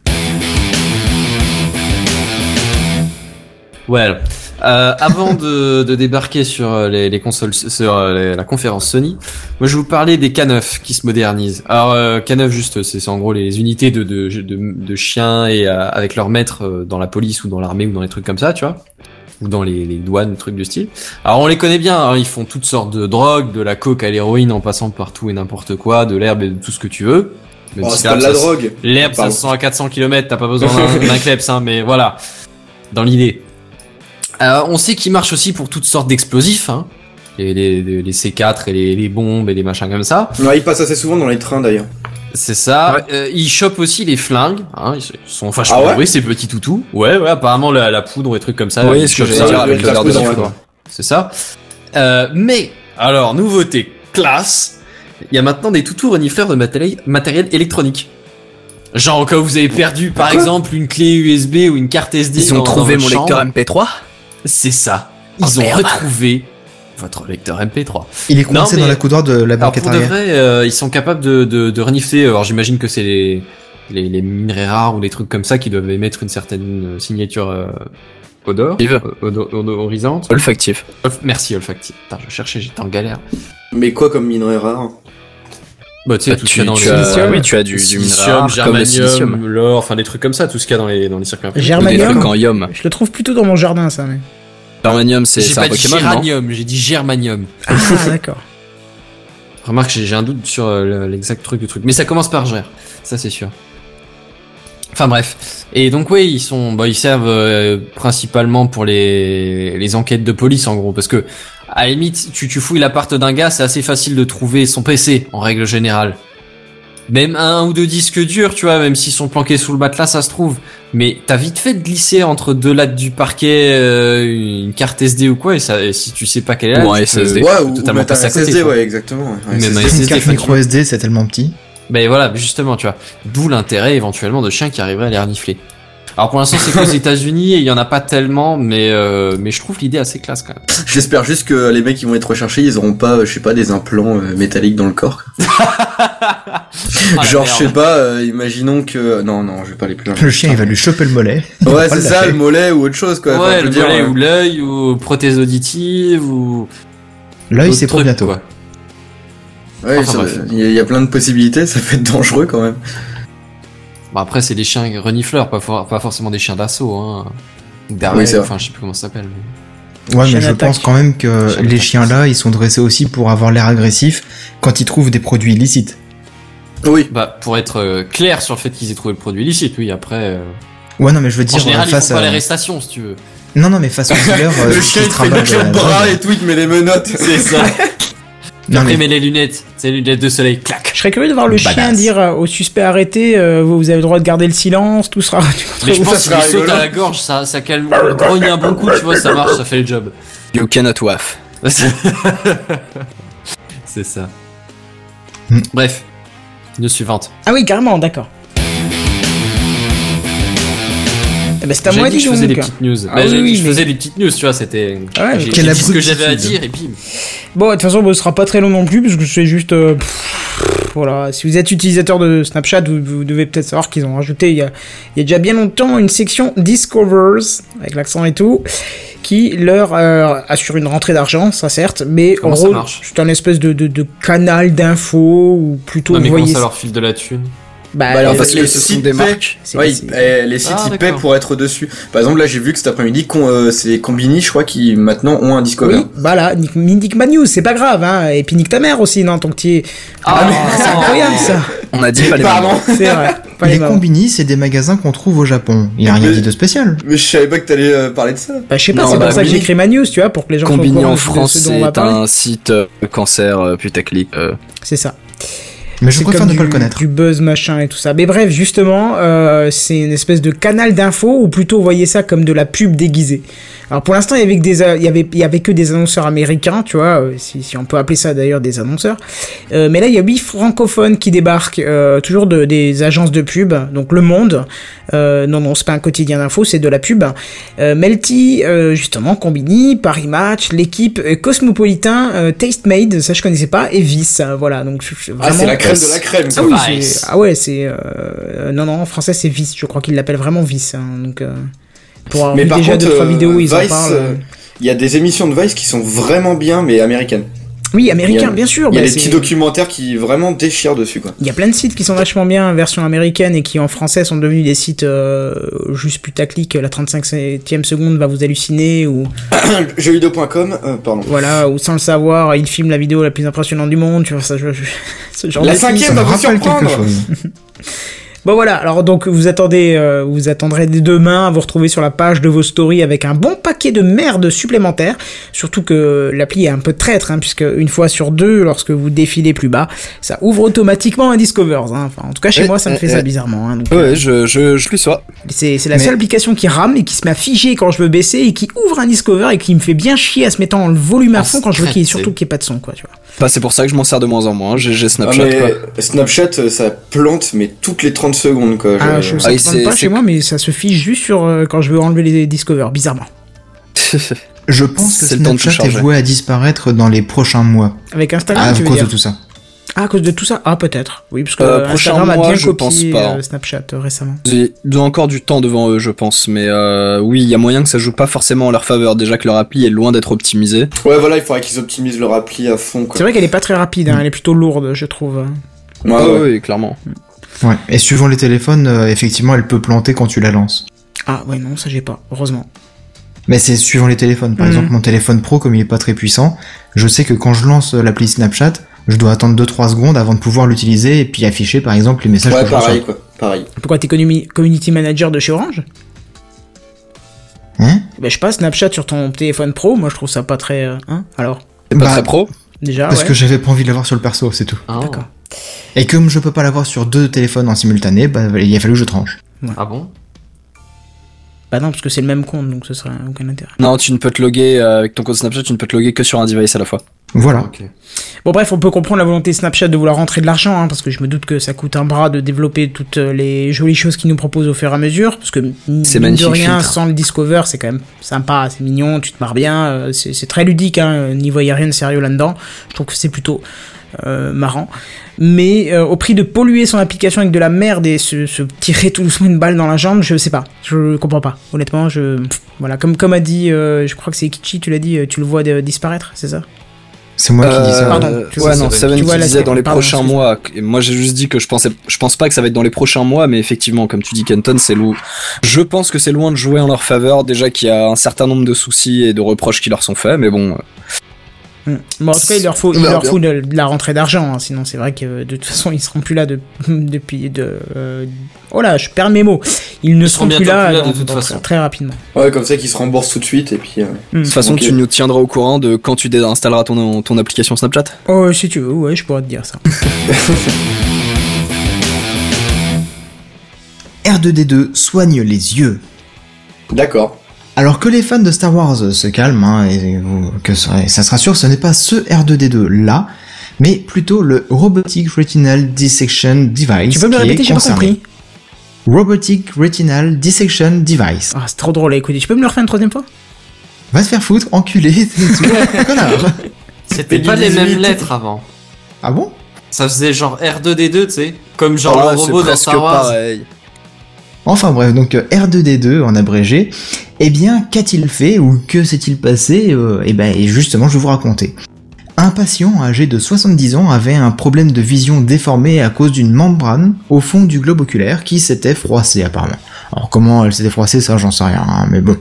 [SPEAKER 3] Ouais. Avant de débarquer sur les consoles, sur la conférence Sony, moi je vais vous parler des K9 qui se modernisent. Alors K9 juste, c'est en gros les unités de chiens et avec leur maître dans la police ou dans l'armée ou dans les trucs comme ça, tu vois, ou dans les douanes, trucs du style. Alors on les connaît bien, hein, ils font toutes sortes de drogues, de la coke à l'héroïne en passant par tout et n'importe quoi, de l'herbe et de tout ce que tu veux. Même
[SPEAKER 6] Oh,
[SPEAKER 3] si
[SPEAKER 6] c'est pas de la drogue.
[SPEAKER 3] L'herbe, ça
[SPEAKER 6] Pardon.
[SPEAKER 3] se sent à 400 km, t'as pas besoin d'un kleps, hein, mais voilà. Dans l'idée. On sait qu'il marche aussi pour toutes sortes d'explosifs, hein. Les C4 et les bombes et les machins comme ça.
[SPEAKER 6] Ouais, il passe assez souvent dans les trains d'ailleurs.
[SPEAKER 3] C'est ça. Il chope aussi les flingues, hein. Ils sont vachement
[SPEAKER 6] Ah ouais
[SPEAKER 3] doués, ces petits toutous. Ouais, apparemment la poudre et trucs comme ça.
[SPEAKER 5] Oui,
[SPEAKER 3] ils
[SPEAKER 5] ce que
[SPEAKER 3] chopent
[SPEAKER 5] j'allais
[SPEAKER 3] ça.
[SPEAKER 5] dire avec
[SPEAKER 6] le
[SPEAKER 5] le verre de
[SPEAKER 6] explosif,
[SPEAKER 5] foudre.
[SPEAKER 6] quoi.
[SPEAKER 3] C'est ça. Mais, alors, nouveauté, classe, il y a maintenant des toutous renifleurs de matériel électronique. Genre, au cas où vous avez perdu, par exemple, une clé USB ou une carte SD.
[SPEAKER 5] Ils ont
[SPEAKER 3] dans
[SPEAKER 5] trouvé
[SPEAKER 3] votre
[SPEAKER 5] mon lecteur
[SPEAKER 3] chambre.
[SPEAKER 5] MP3.
[SPEAKER 3] C'est ça. Ils ont retrouvé votre lecteur MP3.
[SPEAKER 2] Il est coincé
[SPEAKER 3] Non, mais-
[SPEAKER 2] dans la coudoir de la
[SPEAKER 3] Alors,
[SPEAKER 2] banquette
[SPEAKER 3] pour de
[SPEAKER 2] arrière.
[SPEAKER 3] vrai, ils sont capables de renifler. Alors, j'imagine que c'est les minerais rares ou des trucs comme ça qui doivent émettre une certaine signature odeur, odorisante.
[SPEAKER 5] Olfactif.
[SPEAKER 3] Merci, olfactif. Putain, je cherchais, j'étais en galère.
[SPEAKER 6] Mais quoi comme minerai rare?
[SPEAKER 3] Bah, tu sais, tout ce qu'il y a dans les
[SPEAKER 5] oui, tu as du minéral
[SPEAKER 3] silicium,
[SPEAKER 5] rare, comme le silicium.
[SPEAKER 3] germanium, l'or, enfin des trucs comme ça, tout ce qu'il y a dans les circuits imprimés.
[SPEAKER 5] Ou des
[SPEAKER 4] Germanium.
[SPEAKER 5] trucs en yum.
[SPEAKER 4] Je le trouve plutôt dans mon jardin, ça. Mais...
[SPEAKER 5] Germanium,
[SPEAKER 3] J'ai
[SPEAKER 5] c'est
[SPEAKER 3] pas
[SPEAKER 5] un
[SPEAKER 3] dit
[SPEAKER 5] Pokémon, non?
[SPEAKER 3] géranium, j'ai dit germanium.
[SPEAKER 4] Ah, d'accord.
[SPEAKER 3] Remarque, j'ai un doute sur l'exact truc du truc, mais ça commence par ger, ça c'est sûr. Enfin bref. Et donc oui, ils servent principalement pour les enquêtes de police en gros, parce que à la limite, tu fouilles l'appart d'un gars, c'est assez facile de trouver son PC en règle générale. Même un ou deux disques durs, tu vois, même s'ils sont planqués sous le matelas, ça se trouve. Mais t'as vite fait de glisser entre deux lattes du parquet une carte SD ou quoi, et si tu sais pas quelle est là,
[SPEAKER 5] Ou un
[SPEAKER 3] tu peux
[SPEAKER 5] SSD.
[SPEAKER 6] Ouais, ou
[SPEAKER 3] totalement
[SPEAKER 6] mettre un
[SPEAKER 3] passer à côté.
[SPEAKER 6] SSD,
[SPEAKER 3] quoi.
[SPEAKER 6] ouais, exactement. Ouais.
[SPEAKER 3] Même un
[SPEAKER 2] Une
[SPEAKER 3] SSD,
[SPEAKER 2] carte
[SPEAKER 3] enfin,
[SPEAKER 2] micro SD, c'est tellement petit.
[SPEAKER 3] Ben voilà, justement, tu vois. D'où l'intérêt éventuellement de chiens qui arriveraient à les renifler. Alors pour l'instant, c'est qu'aux États-Unis et il y en a pas tellement, mais je trouve l'idée assez classe quand même.
[SPEAKER 6] J'espère juste que les mecs qui vont être recherchés, ils auront pas, je sais pas, des implants métalliques dans le corps. Genre, je sais pas, imaginons que... Non, je vais pas aller plus loin.
[SPEAKER 2] Le chien, il va lui choper le mollet.
[SPEAKER 6] Ouais,
[SPEAKER 2] Pas
[SPEAKER 6] c'est
[SPEAKER 2] le
[SPEAKER 6] ça,
[SPEAKER 2] lâcher.
[SPEAKER 6] le mollet ou autre chose, quoi. Enfin,
[SPEAKER 3] Ouais,
[SPEAKER 6] je veux
[SPEAKER 3] le
[SPEAKER 6] dire,
[SPEAKER 3] mollet ou l'œil ou prothèse auditive ou.
[SPEAKER 2] L'œil,
[SPEAKER 3] d'autres
[SPEAKER 2] c'est pour
[SPEAKER 3] trucs,
[SPEAKER 2] bientôt.
[SPEAKER 3] quoi.
[SPEAKER 6] Ouais,
[SPEAKER 3] Enfin, bref.
[SPEAKER 6] il y a plein de possibilités, ça peut être dangereux quand même.
[SPEAKER 3] Bon, après, c'est des chiens renifleurs, pas forcément des chiens d'assaut, hein. Ou d'arrêt,
[SPEAKER 6] Oui, c'est vrai.
[SPEAKER 3] enfin, je sais plus comment ça s'appelle.
[SPEAKER 2] Ouais,
[SPEAKER 4] Chien
[SPEAKER 2] mais je
[SPEAKER 4] d'attaque.
[SPEAKER 2] pense quand même que
[SPEAKER 3] Chien
[SPEAKER 2] les
[SPEAKER 3] d'attaque.
[SPEAKER 2] chiens-là, ils sont dressés aussi pour avoir l'air agressif quand ils trouvent des produits illicites.
[SPEAKER 6] Oui.
[SPEAKER 3] Bah, pour être clair sur le fait qu'ils aient trouvé le produit illicite, oui, après.
[SPEAKER 2] Ouais, non, mais je veux
[SPEAKER 3] En
[SPEAKER 2] dire,
[SPEAKER 3] général, ils
[SPEAKER 2] face
[SPEAKER 3] font pas
[SPEAKER 2] à...
[SPEAKER 3] l'arrestation, si tu veux.
[SPEAKER 2] Non, mais face au dealer,
[SPEAKER 6] Le
[SPEAKER 2] qui
[SPEAKER 6] chien, il te fait
[SPEAKER 2] travaille
[SPEAKER 6] une
[SPEAKER 2] à la
[SPEAKER 6] bras
[SPEAKER 2] drogue.
[SPEAKER 6] et tout, il te met les menottes.
[SPEAKER 3] C'est ça.
[SPEAKER 2] Non,
[SPEAKER 3] Après,
[SPEAKER 2] mais
[SPEAKER 3] met les lunettes, c'est les lunettes de soleil, clac.
[SPEAKER 4] Je serais curieux de voir le
[SPEAKER 2] Badass.
[SPEAKER 4] chien dire au suspect arrêté, vous avez le droit de garder le silence, tout sera...
[SPEAKER 3] Mais je
[SPEAKER 6] Ça
[SPEAKER 3] pense qu'il
[SPEAKER 6] serait
[SPEAKER 3] lui saute
[SPEAKER 6] rigolo.
[SPEAKER 3] à la gorge, ça calme, le grogne un bon coup, tu vois, ça marche, ça fait le job.
[SPEAKER 5] You cannot waff.
[SPEAKER 3] C'est ça.
[SPEAKER 2] Hmm.
[SPEAKER 3] Bref, news suivante.
[SPEAKER 4] Ah oui, carrément, d'accord. Eh ben, c'est à
[SPEAKER 3] J'ai
[SPEAKER 4] moi
[SPEAKER 3] dit que je
[SPEAKER 4] donc.
[SPEAKER 3] faisais des petites news.
[SPEAKER 4] Ah
[SPEAKER 3] Bah,
[SPEAKER 4] oui,
[SPEAKER 3] j'ai dit
[SPEAKER 4] oui,
[SPEAKER 3] que je
[SPEAKER 4] mais-
[SPEAKER 3] faisais des petites news, tu vois, c'était.
[SPEAKER 4] Ouais,
[SPEAKER 3] j'ai
[SPEAKER 2] quelle
[SPEAKER 3] dit ce que j'avais à
[SPEAKER 2] abrutitude.
[SPEAKER 3] dire et bim.
[SPEAKER 4] Bon, de toute façon, ce sera pas très long non plus, parce que c'est juste... voilà, si vous êtes utilisateur de Snapchat, vous devez peut-être savoir qu'ils ont rajouté, il y a déjà bien longtemps, une section Discovers, avec l'accent et tout, qui leur assure une rentrée d'argent, ça certes, mais
[SPEAKER 3] Comment
[SPEAKER 4] en
[SPEAKER 3] ça
[SPEAKER 4] gros,
[SPEAKER 3] marche
[SPEAKER 4] c'est un espèce de canal d'infos, ou plutôt,
[SPEAKER 3] Non, mais
[SPEAKER 4] vous
[SPEAKER 3] comment
[SPEAKER 4] voyez...
[SPEAKER 3] ça leur file de la thune?
[SPEAKER 4] Bah,
[SPEAKER 6] Alors,
[SPEAKER 5] parce que
[SPEAKER 6] les
[SPEAKER 5] ce sont
[SPEAKER 6] sites
[SPEAKER 5] des
[SPEAKER 6] paient.
[SPEAKER 5] marques.
[SPEAKER 6] Ouais, les sites
[SPEAKER 3] Ah,
[SPEAKER 6] ils paient
[SPEAKER 3] d'accord.
[SPEAKER 6] pour être dessus. Par exemple, là j'ai vu que cet après-midi, c'est Combini, je crois, qui maintenant ont un Discover.
[SPEAKER 4] oui, voilà, nique ma news, c'est pas grave, hein, et puis nique ta mère aussi, non, tant que t'y es...
[SPEAKER 3] Ah,
[SPEAKER 4] c'est incroyable, ça.
[SPEAKER 5] On a dit pas les
[SPEAKER 6] Pardon.
[SPEAKER 5] mêmes.
[SPEAKER 4] C'est vrai, pas les
[SPEAKER 2] les
[SPEAKER 4] marrons.
[SPEAKER 2] combini, c'est des magasins qu'on trouve au Japon. Il y a rien
[SPEAKER 6] Mais-
[SPEAKER 2] dit de spécial.
[SPEAKER 6] Mais je savais pas que t'allais parler de ça.
[SPEAKER 4] Bah, je sais pas,
[SPEAKER 5] Non,
[SPEAKER 4] c'est
[SPEAKER 5] bah,
[SPEAKER 4] pour ça que
[SPEAKER 5] oui.
[SPEAKER 4] j'écris ma news, tu vois, pour que les gens soient au
[SPEAKER 5] Combini
[SPEAKER 4] courant
[SPEAKER 5] en
[SPEAKER 4] de
[SPEAKER 5] France,
[SPEAKER 4] ce dont on va
[SPEAKER 5] c'est
[SPEAKER 4] parler.
[SPEAKER 5] un site cancer putaclic.
[SPEAKER 4] C'est ça.
[SPEAKER 2] Mais je
[SPEAKER 4] C'est
[SPEAKER 2] préfère
[SPEAKER 4] comme
[SPEAKER 2] ne pas le
[SPEAKER 4] du-
[SPEAKER 2] connaître.
[SPEAKER 4] Du buzz machin et tout ça. Mais bref, justement, c'est une espèce de canal d'infos, ou plutôt voyez ça comme de la pub déguisée. Alors pour l'instant, il y avait que des annonceurs américains, tu vois, si on peut appeler ça d'ailleurs des annonceurs. Mais là, il y a 8 francophones qui débarquent, toujours des agences de pub, donc Le Monde. Non, c'est pas un quotidien d'infos, c'est de la pub. Melty, justement, Combini, Paris Match, L'équipe, Cosmopolitain, Tastemade, ça je connaissais pas, et Vice. Voilà, donc
[SPEAKER 6] Ah, c'est la crème de la crème,
[SPEAKER 4] Ah
[SPEAKER 6] quoi.
[SPEAKER 4] oui,
[SPEAKER 3] Vice.
[SPEAKER 4] c'est... Ah ouais, c'est... Non, en français, c'est Vice. Je crois qu'il l'appelle vraiment Vice. Hein, donc, pour avoir
[SPEAKER 6] Mais
[SPEAKER 4] vu
[SPEAKER 6] par
[SPEAKER 4] déjà
[SPEAKER 6] contre,
[SPEAKER 4] 2-3 vidéos où ils en
[SPEAKER 6] Vice,
[SPEAKER 4] parlent...
[SPEAKER 6] il y a des émissions de Vice qui sont vraiment bien, mais américaines.
[SPEAKER 4] Oui, américain,
[SPEAKER 6] il y a-
[SPEAKER 4] bien sûr.
[SPEAKER 6] Il y a
[SPEAKER 4] bah,
[SPEAKER 6] des
[SPEAKER 4] c'est-
[SPEAKER 6] petits documentaires qui vraiment déchirent dessus, quoi.
[SPEAKER 4] Il y a plein de sites qui sont vachement bien, version américaine, et qui en français sont devenus des sites juste putaclic. La 35e seconde va vous halluciner, ou
[SPEAKER 6] Jeuxvideo.com, pardon.
[SPEAKER 4] voilà, ou sans le savoir, il filme la vidéo la plus impressionnante du monde. Tu vois, ça, ce genre
[SPEAKER 6] La
[SPEAKER 4] de sites.
[SPEAKER 6] cinquième
[SPEAKER 2] Ça me
[SPEAKER 6] va vous
[SPEAKER 2] rappelle
[SPEAKER 6] surprendre.
[SPEAKER 2] quelque chose.
[SPEAKER 4] Bon voilà, alors donc vous attendrez dès demain à vous retrouver sur la page de vos stories avec un bon paquet de merde supplémentaire, surtout que l'appli est un peu traître, hein, puisque une fois sur deux, lorsque vous défilez plus bas, ça ouvre automatiquement un Discovers, hein. Enfin, en tout cas chez moi ça me fait ça bizarrement, hein, donc,
[SPEAKER 5] ouais, je lui sois.
[SPEAKER 4] c'est la seule application qui rame et qui se met à figer quand je veux baisser et qui ouvre un Discover et qui me fait bien chier à se mettre en volume à fond quand je veux qu'il y ait surtout qu'il n'y ait pas de son, quoi, tu vois.
[SPEAKER 5] Bah, c'est pour ça que je m'en sers de moins en moins, j'ai Snapchat, quoi.
[SPEAKER 6] Snapchat, ça plante, mais toutes les 30 secondes, quoi.
[SPEAKER 4] Ça plante pas chez moi, mais ça se fiche juste sur quand je veux enlever les Discover, bizarrement.
[SPEAKER 2] Je pense que
[SPEAKER 5] C'est le temps de tout
[SPEAKER 2] Snapchat est
[SPEAKER 5] changer.
[SPEAKER 2] voué à disparaître dans les prochains mois.
[SPEAKER 4] Avec Instagram,
[SPEAKER 2] À
[SPEAKER 4] tu veux
[SPEAKER 2] cause
[SPEAKER 4] dire
[SPEAKER 2] de tout ça.
[SPEAKER 4] Ah, à cause de tout ça? Ah, peut-être. Oui, parce que
[SPEAKER 5] prochain
[SPEAKER 4] Instagram a
[SPEAKER 5] mois,
[SPEAKER 4] bien
[SPEAKER 5] je
[SPEAKER 4] copié
[SPEAKER 5] pense pas.
[SPEAKER 4] Snapchat récemment.
[SPEAKER 5] Ils ont encore du temps devant eux, je pense, mais oui, il y a moyen que ça joue pas forcément en leur faveur, déjà que leur appli est loin d'être optimisée.
[SPEAKER 6] Ouais, voilà, il faudrait qu'ils optimisent leur appli à fond, quoi.
[SPEAKER 4] C'est vrai qu'elle est pas très rapide, hein, elle est plutôt lourde, je trouve.
[SPEAKER 6] Ouais.
[SPEAKER 5] Oui, clairement.
[SPEAKER 2] Ouais. Et suivant les téléphones, effectivement, elle peut planter quand tu la lances.
[SPEAKER 4] Ah, ouais, non, ça j'ai pas, heureusement.
[SPEAKER 2] Mais c'est suivant les téléphones. Par exemple, mon téléphone pro, comme il est pas très puissant, je sais que quand je lance l'appli Snapchat, je dois attendre 2-3 secondes avant de pouvoir l'utiliser et puis afficher, par exemple, les messages que je
[SPEAKER 6] pareil,
[SPEAKER 2] reçois.
[SPEAKER 6] quoi. Pareil.
[SPEAKER 4] Pourquoi t'es community manager de chez Orange?
[SPEAKER 2] Hein?
[SPEAKER 4] Bah, je sais pas, Snapchat sur ton téléphone pro, moi je trouve ça pas très... hein, alors,
[SPEAKER 5] C'est pas
[SPEAKER 2] Bah,
[SPEAKER 5] très pro.
[SPEAKER 4] déjà,
[SPEAKER 2] Parce
[SPEAKER 4] ouais.
[SPEAKER 2] que j'avais pas envie de l'avoir sur le perso, c'est tout.
[SPEAKER 3] Ah,
[SPEAKER 4] D'accord.
[SPEAKER 2] Et comme je peux pas l'avoir sur 2 téléphones en simultané, bah, il a fallu que je tranche.
[SPEAKER 3] Ah bon?
[SPEAKER 4] Bah non, parce que c'est le même compte, donc ce serait aucun intérêt.
[SPEAKER 5] Non, tu ne peux te loguer avec ton compte Snapchat, tu ne peux te loguer que sur un device à la fois.
[SPEAKER 2] Voilà.
[SPEAKER 3] Ok.
[SPEAKER 4] Bon bref, on peut comprendre la volonté Snapchat de vouloir rentrer de l'argent, hein, parce que je me doute que ça coûte un bras de développer toutes les jolies choses qu'ils nous proposent au fur et à mesure, parce que
[SPEAKER 5] C'est
[SPEAKER 4] mine de
[SPEAKER 5] magnifique
[SPEAKER 4] rien,
[SPEAKER 5] filtre.
[SPEAKER 4] sans le Discover, c'est quand même sympa, c'est mignon, tu te marres bien, c'est très ludique, hein, n'y voyez rien de sérieux là-dedans, je trouve que c'est plutôt marrant, mais au prix de polluer son application avec de la merde et se tirer tout doucement une balle dans la jambe, je sais pas, je comprends pas, honnêtement, voilà, comme a dit, je crois que c'est Kichi, tu l'as dit, tu le vois disparaître, c'est ça?
[SPEAKER 2] C'est moi qui dis ça.
[SPEAKER 4] Pardon, tu
[SPEAKER 5] ouais,
[SPEAKER 4] vois,
[SPEAKER 5] non,
[SPEAKER 3] c'est
[SPEAKER 5] Seven
[SPEAKER 4] tu vois
[SPEAKER 5] qui
[SPEAKER 4] la
[SPEAKER 5] disait
[SPEAKER 4] série,
[SPEAKER 5] dans les
[SPEAKER 4] pardon,
[SPEAKER 5] prochains
[SPEAKER 4] excuse-moi.
[SPEAKER 5] mois. Et moi, j'ai juste dit que je pense pas que ça va être dans les prochains mois, mais effectivement, comme tu dis, Kenton, je pense que c'est loin de jouer en leur faveur, déjà qu'il y a un certain nombre de soucis et de reproches qui leur sont faits, mais bon.
[SPEAKER 4] Bon, en tout cas, il leur faut
[SPEAKER 5] bien.
[SPEAKER 4] de la rentrée d'argent, hein, sinon c'est vrai que de toute façon ils seront plus là depuis oh là, je perds mes mots. Ils ne seront plus
[SPEAKER 3] bientôt
[SPEAKER 4] là,
[SPEAKER 3] plus là, de
[SPEAKER 4] dans-
[SPEAKER 3] toute
[SPEAKER 4] dans-
[SPEAKER 3] façon.
[SPEAKER 4] très rapidement.
[SPEAKER 6] Ouais, comme ça qu'ils se remboursent tout de suite, et puis...
[SPEAKER 5] De toute façon,
[SPEAKER 6] Ok.
[SPEAKER 5] tu nous tiendras au courant de quand tu désinstalleras ton application Snapchat.
[SPEAKER 4] Oh, si tu veux, ouais, je pourrais te dire ça.
[SPEAKER 2] R2D2 soigne les yeux.
[SPEAKER 6] D'accord.
[SPEAKER 2] Alors que les fans de Star Wars se calment, hein, et que ça se rassure, ce n'est pas ce R2D2 là, mais plutôt le Robotic Retinal Dissection Device.
[SPEAKER 4] Tu peux me le
[SPEAKER 2] qui est
[SPEAKER 4] répéter, j'ai pas
[SPEAKER 2] concerné.
[SPEAKER 4] compris.
[SPEAKER 2] Robotic Retinal Dissection Device.
[SPEAKER 4] Ah, c'est trop drôle à écouter. Tu peux me le refaire une troisième fois?
[SPEAKER 2] Va te faire foutre, enculé, connard.
[SPEAKER 3] C'était pas les mêmes lettres avant.
[SPEAKER 2] Ah bon?
[SPEAKER 3] Ça faisait genre R2D2, tu sais, comme genre
[SPEAKER 5] Ah,
[SPEAKER 3] le
[SPEAKER 5] c'est
[SPEAKER 3] robot dans
[SPEAKER 5] presque
[SPEAKER 3] Star Wars.
[SPEAKER 5] pareil.
[SPEAKER 2] Enfin bref, donc R2D2 en abrégé, eh bien qu'a-t-il fait ou que s'est-il passé Eh ben justement je vais vous raconter. Un patient âgé de 70 ans avait un problème de vision déformée à cause d'une membrane au fond du globe oculaire qui s'était froissée apparemment. Alors comment elle s'était froissée, ça j'en sais rien, hein, mais bon.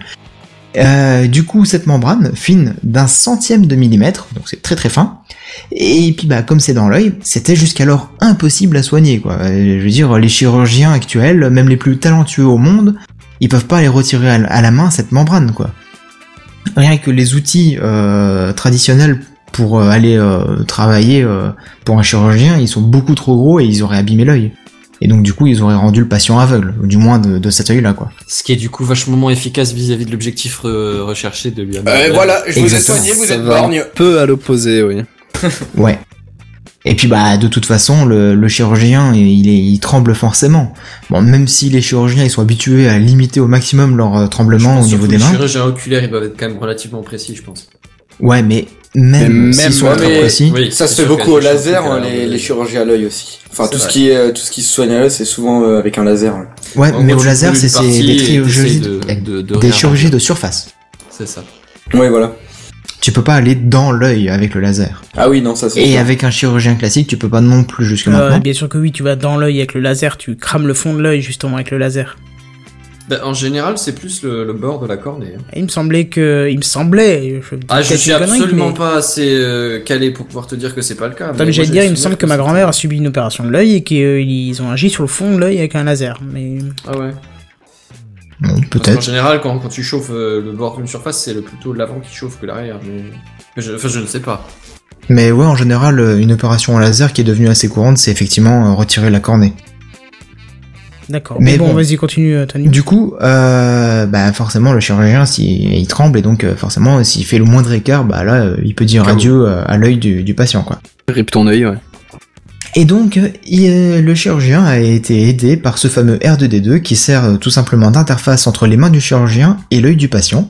[SPEAKER 2] Du coup cette membrane, fine d'un centième de millimètre, donc c'est très très fin, et puis bah comme c'est dans l'œil, c'était jusqu'alors impossible à soigner quoi. Je veux dire, les chirurgiens actuels, même les plus talentueux au monde, ils peuvent pas aller retirer à la main cette membrane quoi. Rien que les outils traditionnels pour aller travailler pour un chirurgien, ils sont beaucoup trop gros et ils auraient abîmé l'œil. Et donc du coup ils auraient rendu le patient aveugle, ou du moins de cet œil là quoi.
[SPEAKER 3] Ce qui est du coup vachement moins efficace vis-à-vis de l'objectif recherché de lui amener.
[SPEAKER 6] Voilà, je vous ai
[SPEAKER 2] Exactement.
[SPEAKER 6] soigné, vous
[SPEAKER 5] Ça
[SPEAKER 6] êtes
[SPEAKER 5] va
[SPEAKER 6] borgne.
[SPEAKER 5] un peu à l'opposé, oui.
[SPEAKER 2] Ouais. Et puis bah de toute façon le chirurgien il tremble forcément. Bon même si les chirurgiens ils sont habitués à limiter au maximum leur tremblement au niveau des
[SPEAKER 3] Les
[SPEAKER 2] mains.
[SPEAKER 3] chirurgiens oculaires, ils doivent être quand même relativement précis, je pense.
[SPEAKER 2] Ouais mais même
[SPEAKER 5] Mais
[SPEAKER 2] s'ils sont
[SPEAKER 5] même,
[SPEAKER 2] très
[SPEAKER 6] mais-
[SPEAKER 2] précis.
[SPEAKER 3] Oui,
[SPEAKER 6] Ça se
[SPEAKER 3] c'est
[SPEAKER 6] fait
[SPEAKER 3] sûr
[SPEAKER 6] beaucoup au
[SPEAKER 3] qu'il y a des
[SPEAKER 6] laser,
[SPEAKER 3] choses
[SPEAKER 6] hein,
[SPEAKER 3] qui
[SPEAKER 6] les chirurgies à l'œil aussi. Enfin,
[SPEAKER 3] C'est
[SPEAKER 6] tout ce
[SPEAKER 3] vrai.
[SPEAKER 6] qui se soigne à l'œil, c'est souvent avec un laser. hein.
[SPEAKER 2] Ouais
[SPEAKER 3] En
[SPEAKER 2] mais
[SPEAKER 3] gros,
[SPEAKER 2] au
[SPEAKER 3] tu
[SPEAKER 2] laser
[SPEAKER 3] brûles
[SPEAKER 2] c'est
[SPEAKER 3] une partie
[SPEAKER 2] des
[SPEAKER 3] et
[SPEAKER 2] chirurgies
[SPEAKER 3] t'essayes de
[SPEAKER 2] des
[SPEAKER 3] réarranger.
[SPEAKER 2] chirurgies de surface.
[SPEAKER 3] C'est ça.
[SPEAKER 6] Ouais, voilà.
[SPEAKER 2] Tu peux pas aller dans l'œil avec le laser.
[SPEAKER 6] Ah oui, non, ça c'est
[SPEAKER 2] Et
[SPEAKER 6] sûr.
[SPEAKER 2] avec un chirurgien classique tu peux pas non plus jusque maintenant.
[SPEAKER 4] Bien sûr que oui, tu vas dans l'œil avec le laser, tu crames le fond de l'œil justement avec le laser.
[SPEAKER 3] Bah, en général, c'est plus le bord de la cornée. Hein.
[SPEAKER 4] Il me semblait, je
[SPEAKER 3] Je suis
[SPEAKER 4] une connerie,
[SPEAKER 3] absolument
[SPEAKER 4] mais-
[SPEAKER 3] pas assez calé pour pouvoir te dire que c'est pas le cas.
[SPEAKER 4] Attends, mais j'allais dire, il me semble que ma grand-mère a subi une opération de l'œil et qu'ils ont agi sur le fond de l'œil avec un laser. Mais
[SPEAKER 3] Ah ouais.
[SPEAKER 2] Bon,
[SPEAKER 3] Parce qu'en
[SPEAKER 2] peut-être.
[SPEAKER 3] général, quand tu chauffes le bord d'une surface, c'est plutôt l'avant qui chauffe que l'arrière. Mais je ne sais pas.
[SPEAKER 2] Mais ouais, en général, une opération en laser qui est devenue assez courante, c'est effectivement retirer la cornée.
[SPEAKER 4] d'accord.
[SPEAKER 2] Mais
[SPEAKER 4] Mais bon,
[SPEAKER 2] bon.
[SPEAKER 4] vas-y, continue, Tony.
[SPEAKER 2] Du coup, forcément, le chirurgien, il tremble, et donc forcément, s'il fait le moindre écart, bah là, il peut dire
[SPEAKER 3] Comme-
[SPEAKER 2] adieu à l'œil du patient, quoi.
[SPEAKER 5] Rip ton œil, ouais.
[SPEAKER 2] Et donc, le chirurgien a été aidé par ce fameux R2D2 qui sert tout simplement d'interface entre les mains du chirurgien et l'œil du patient.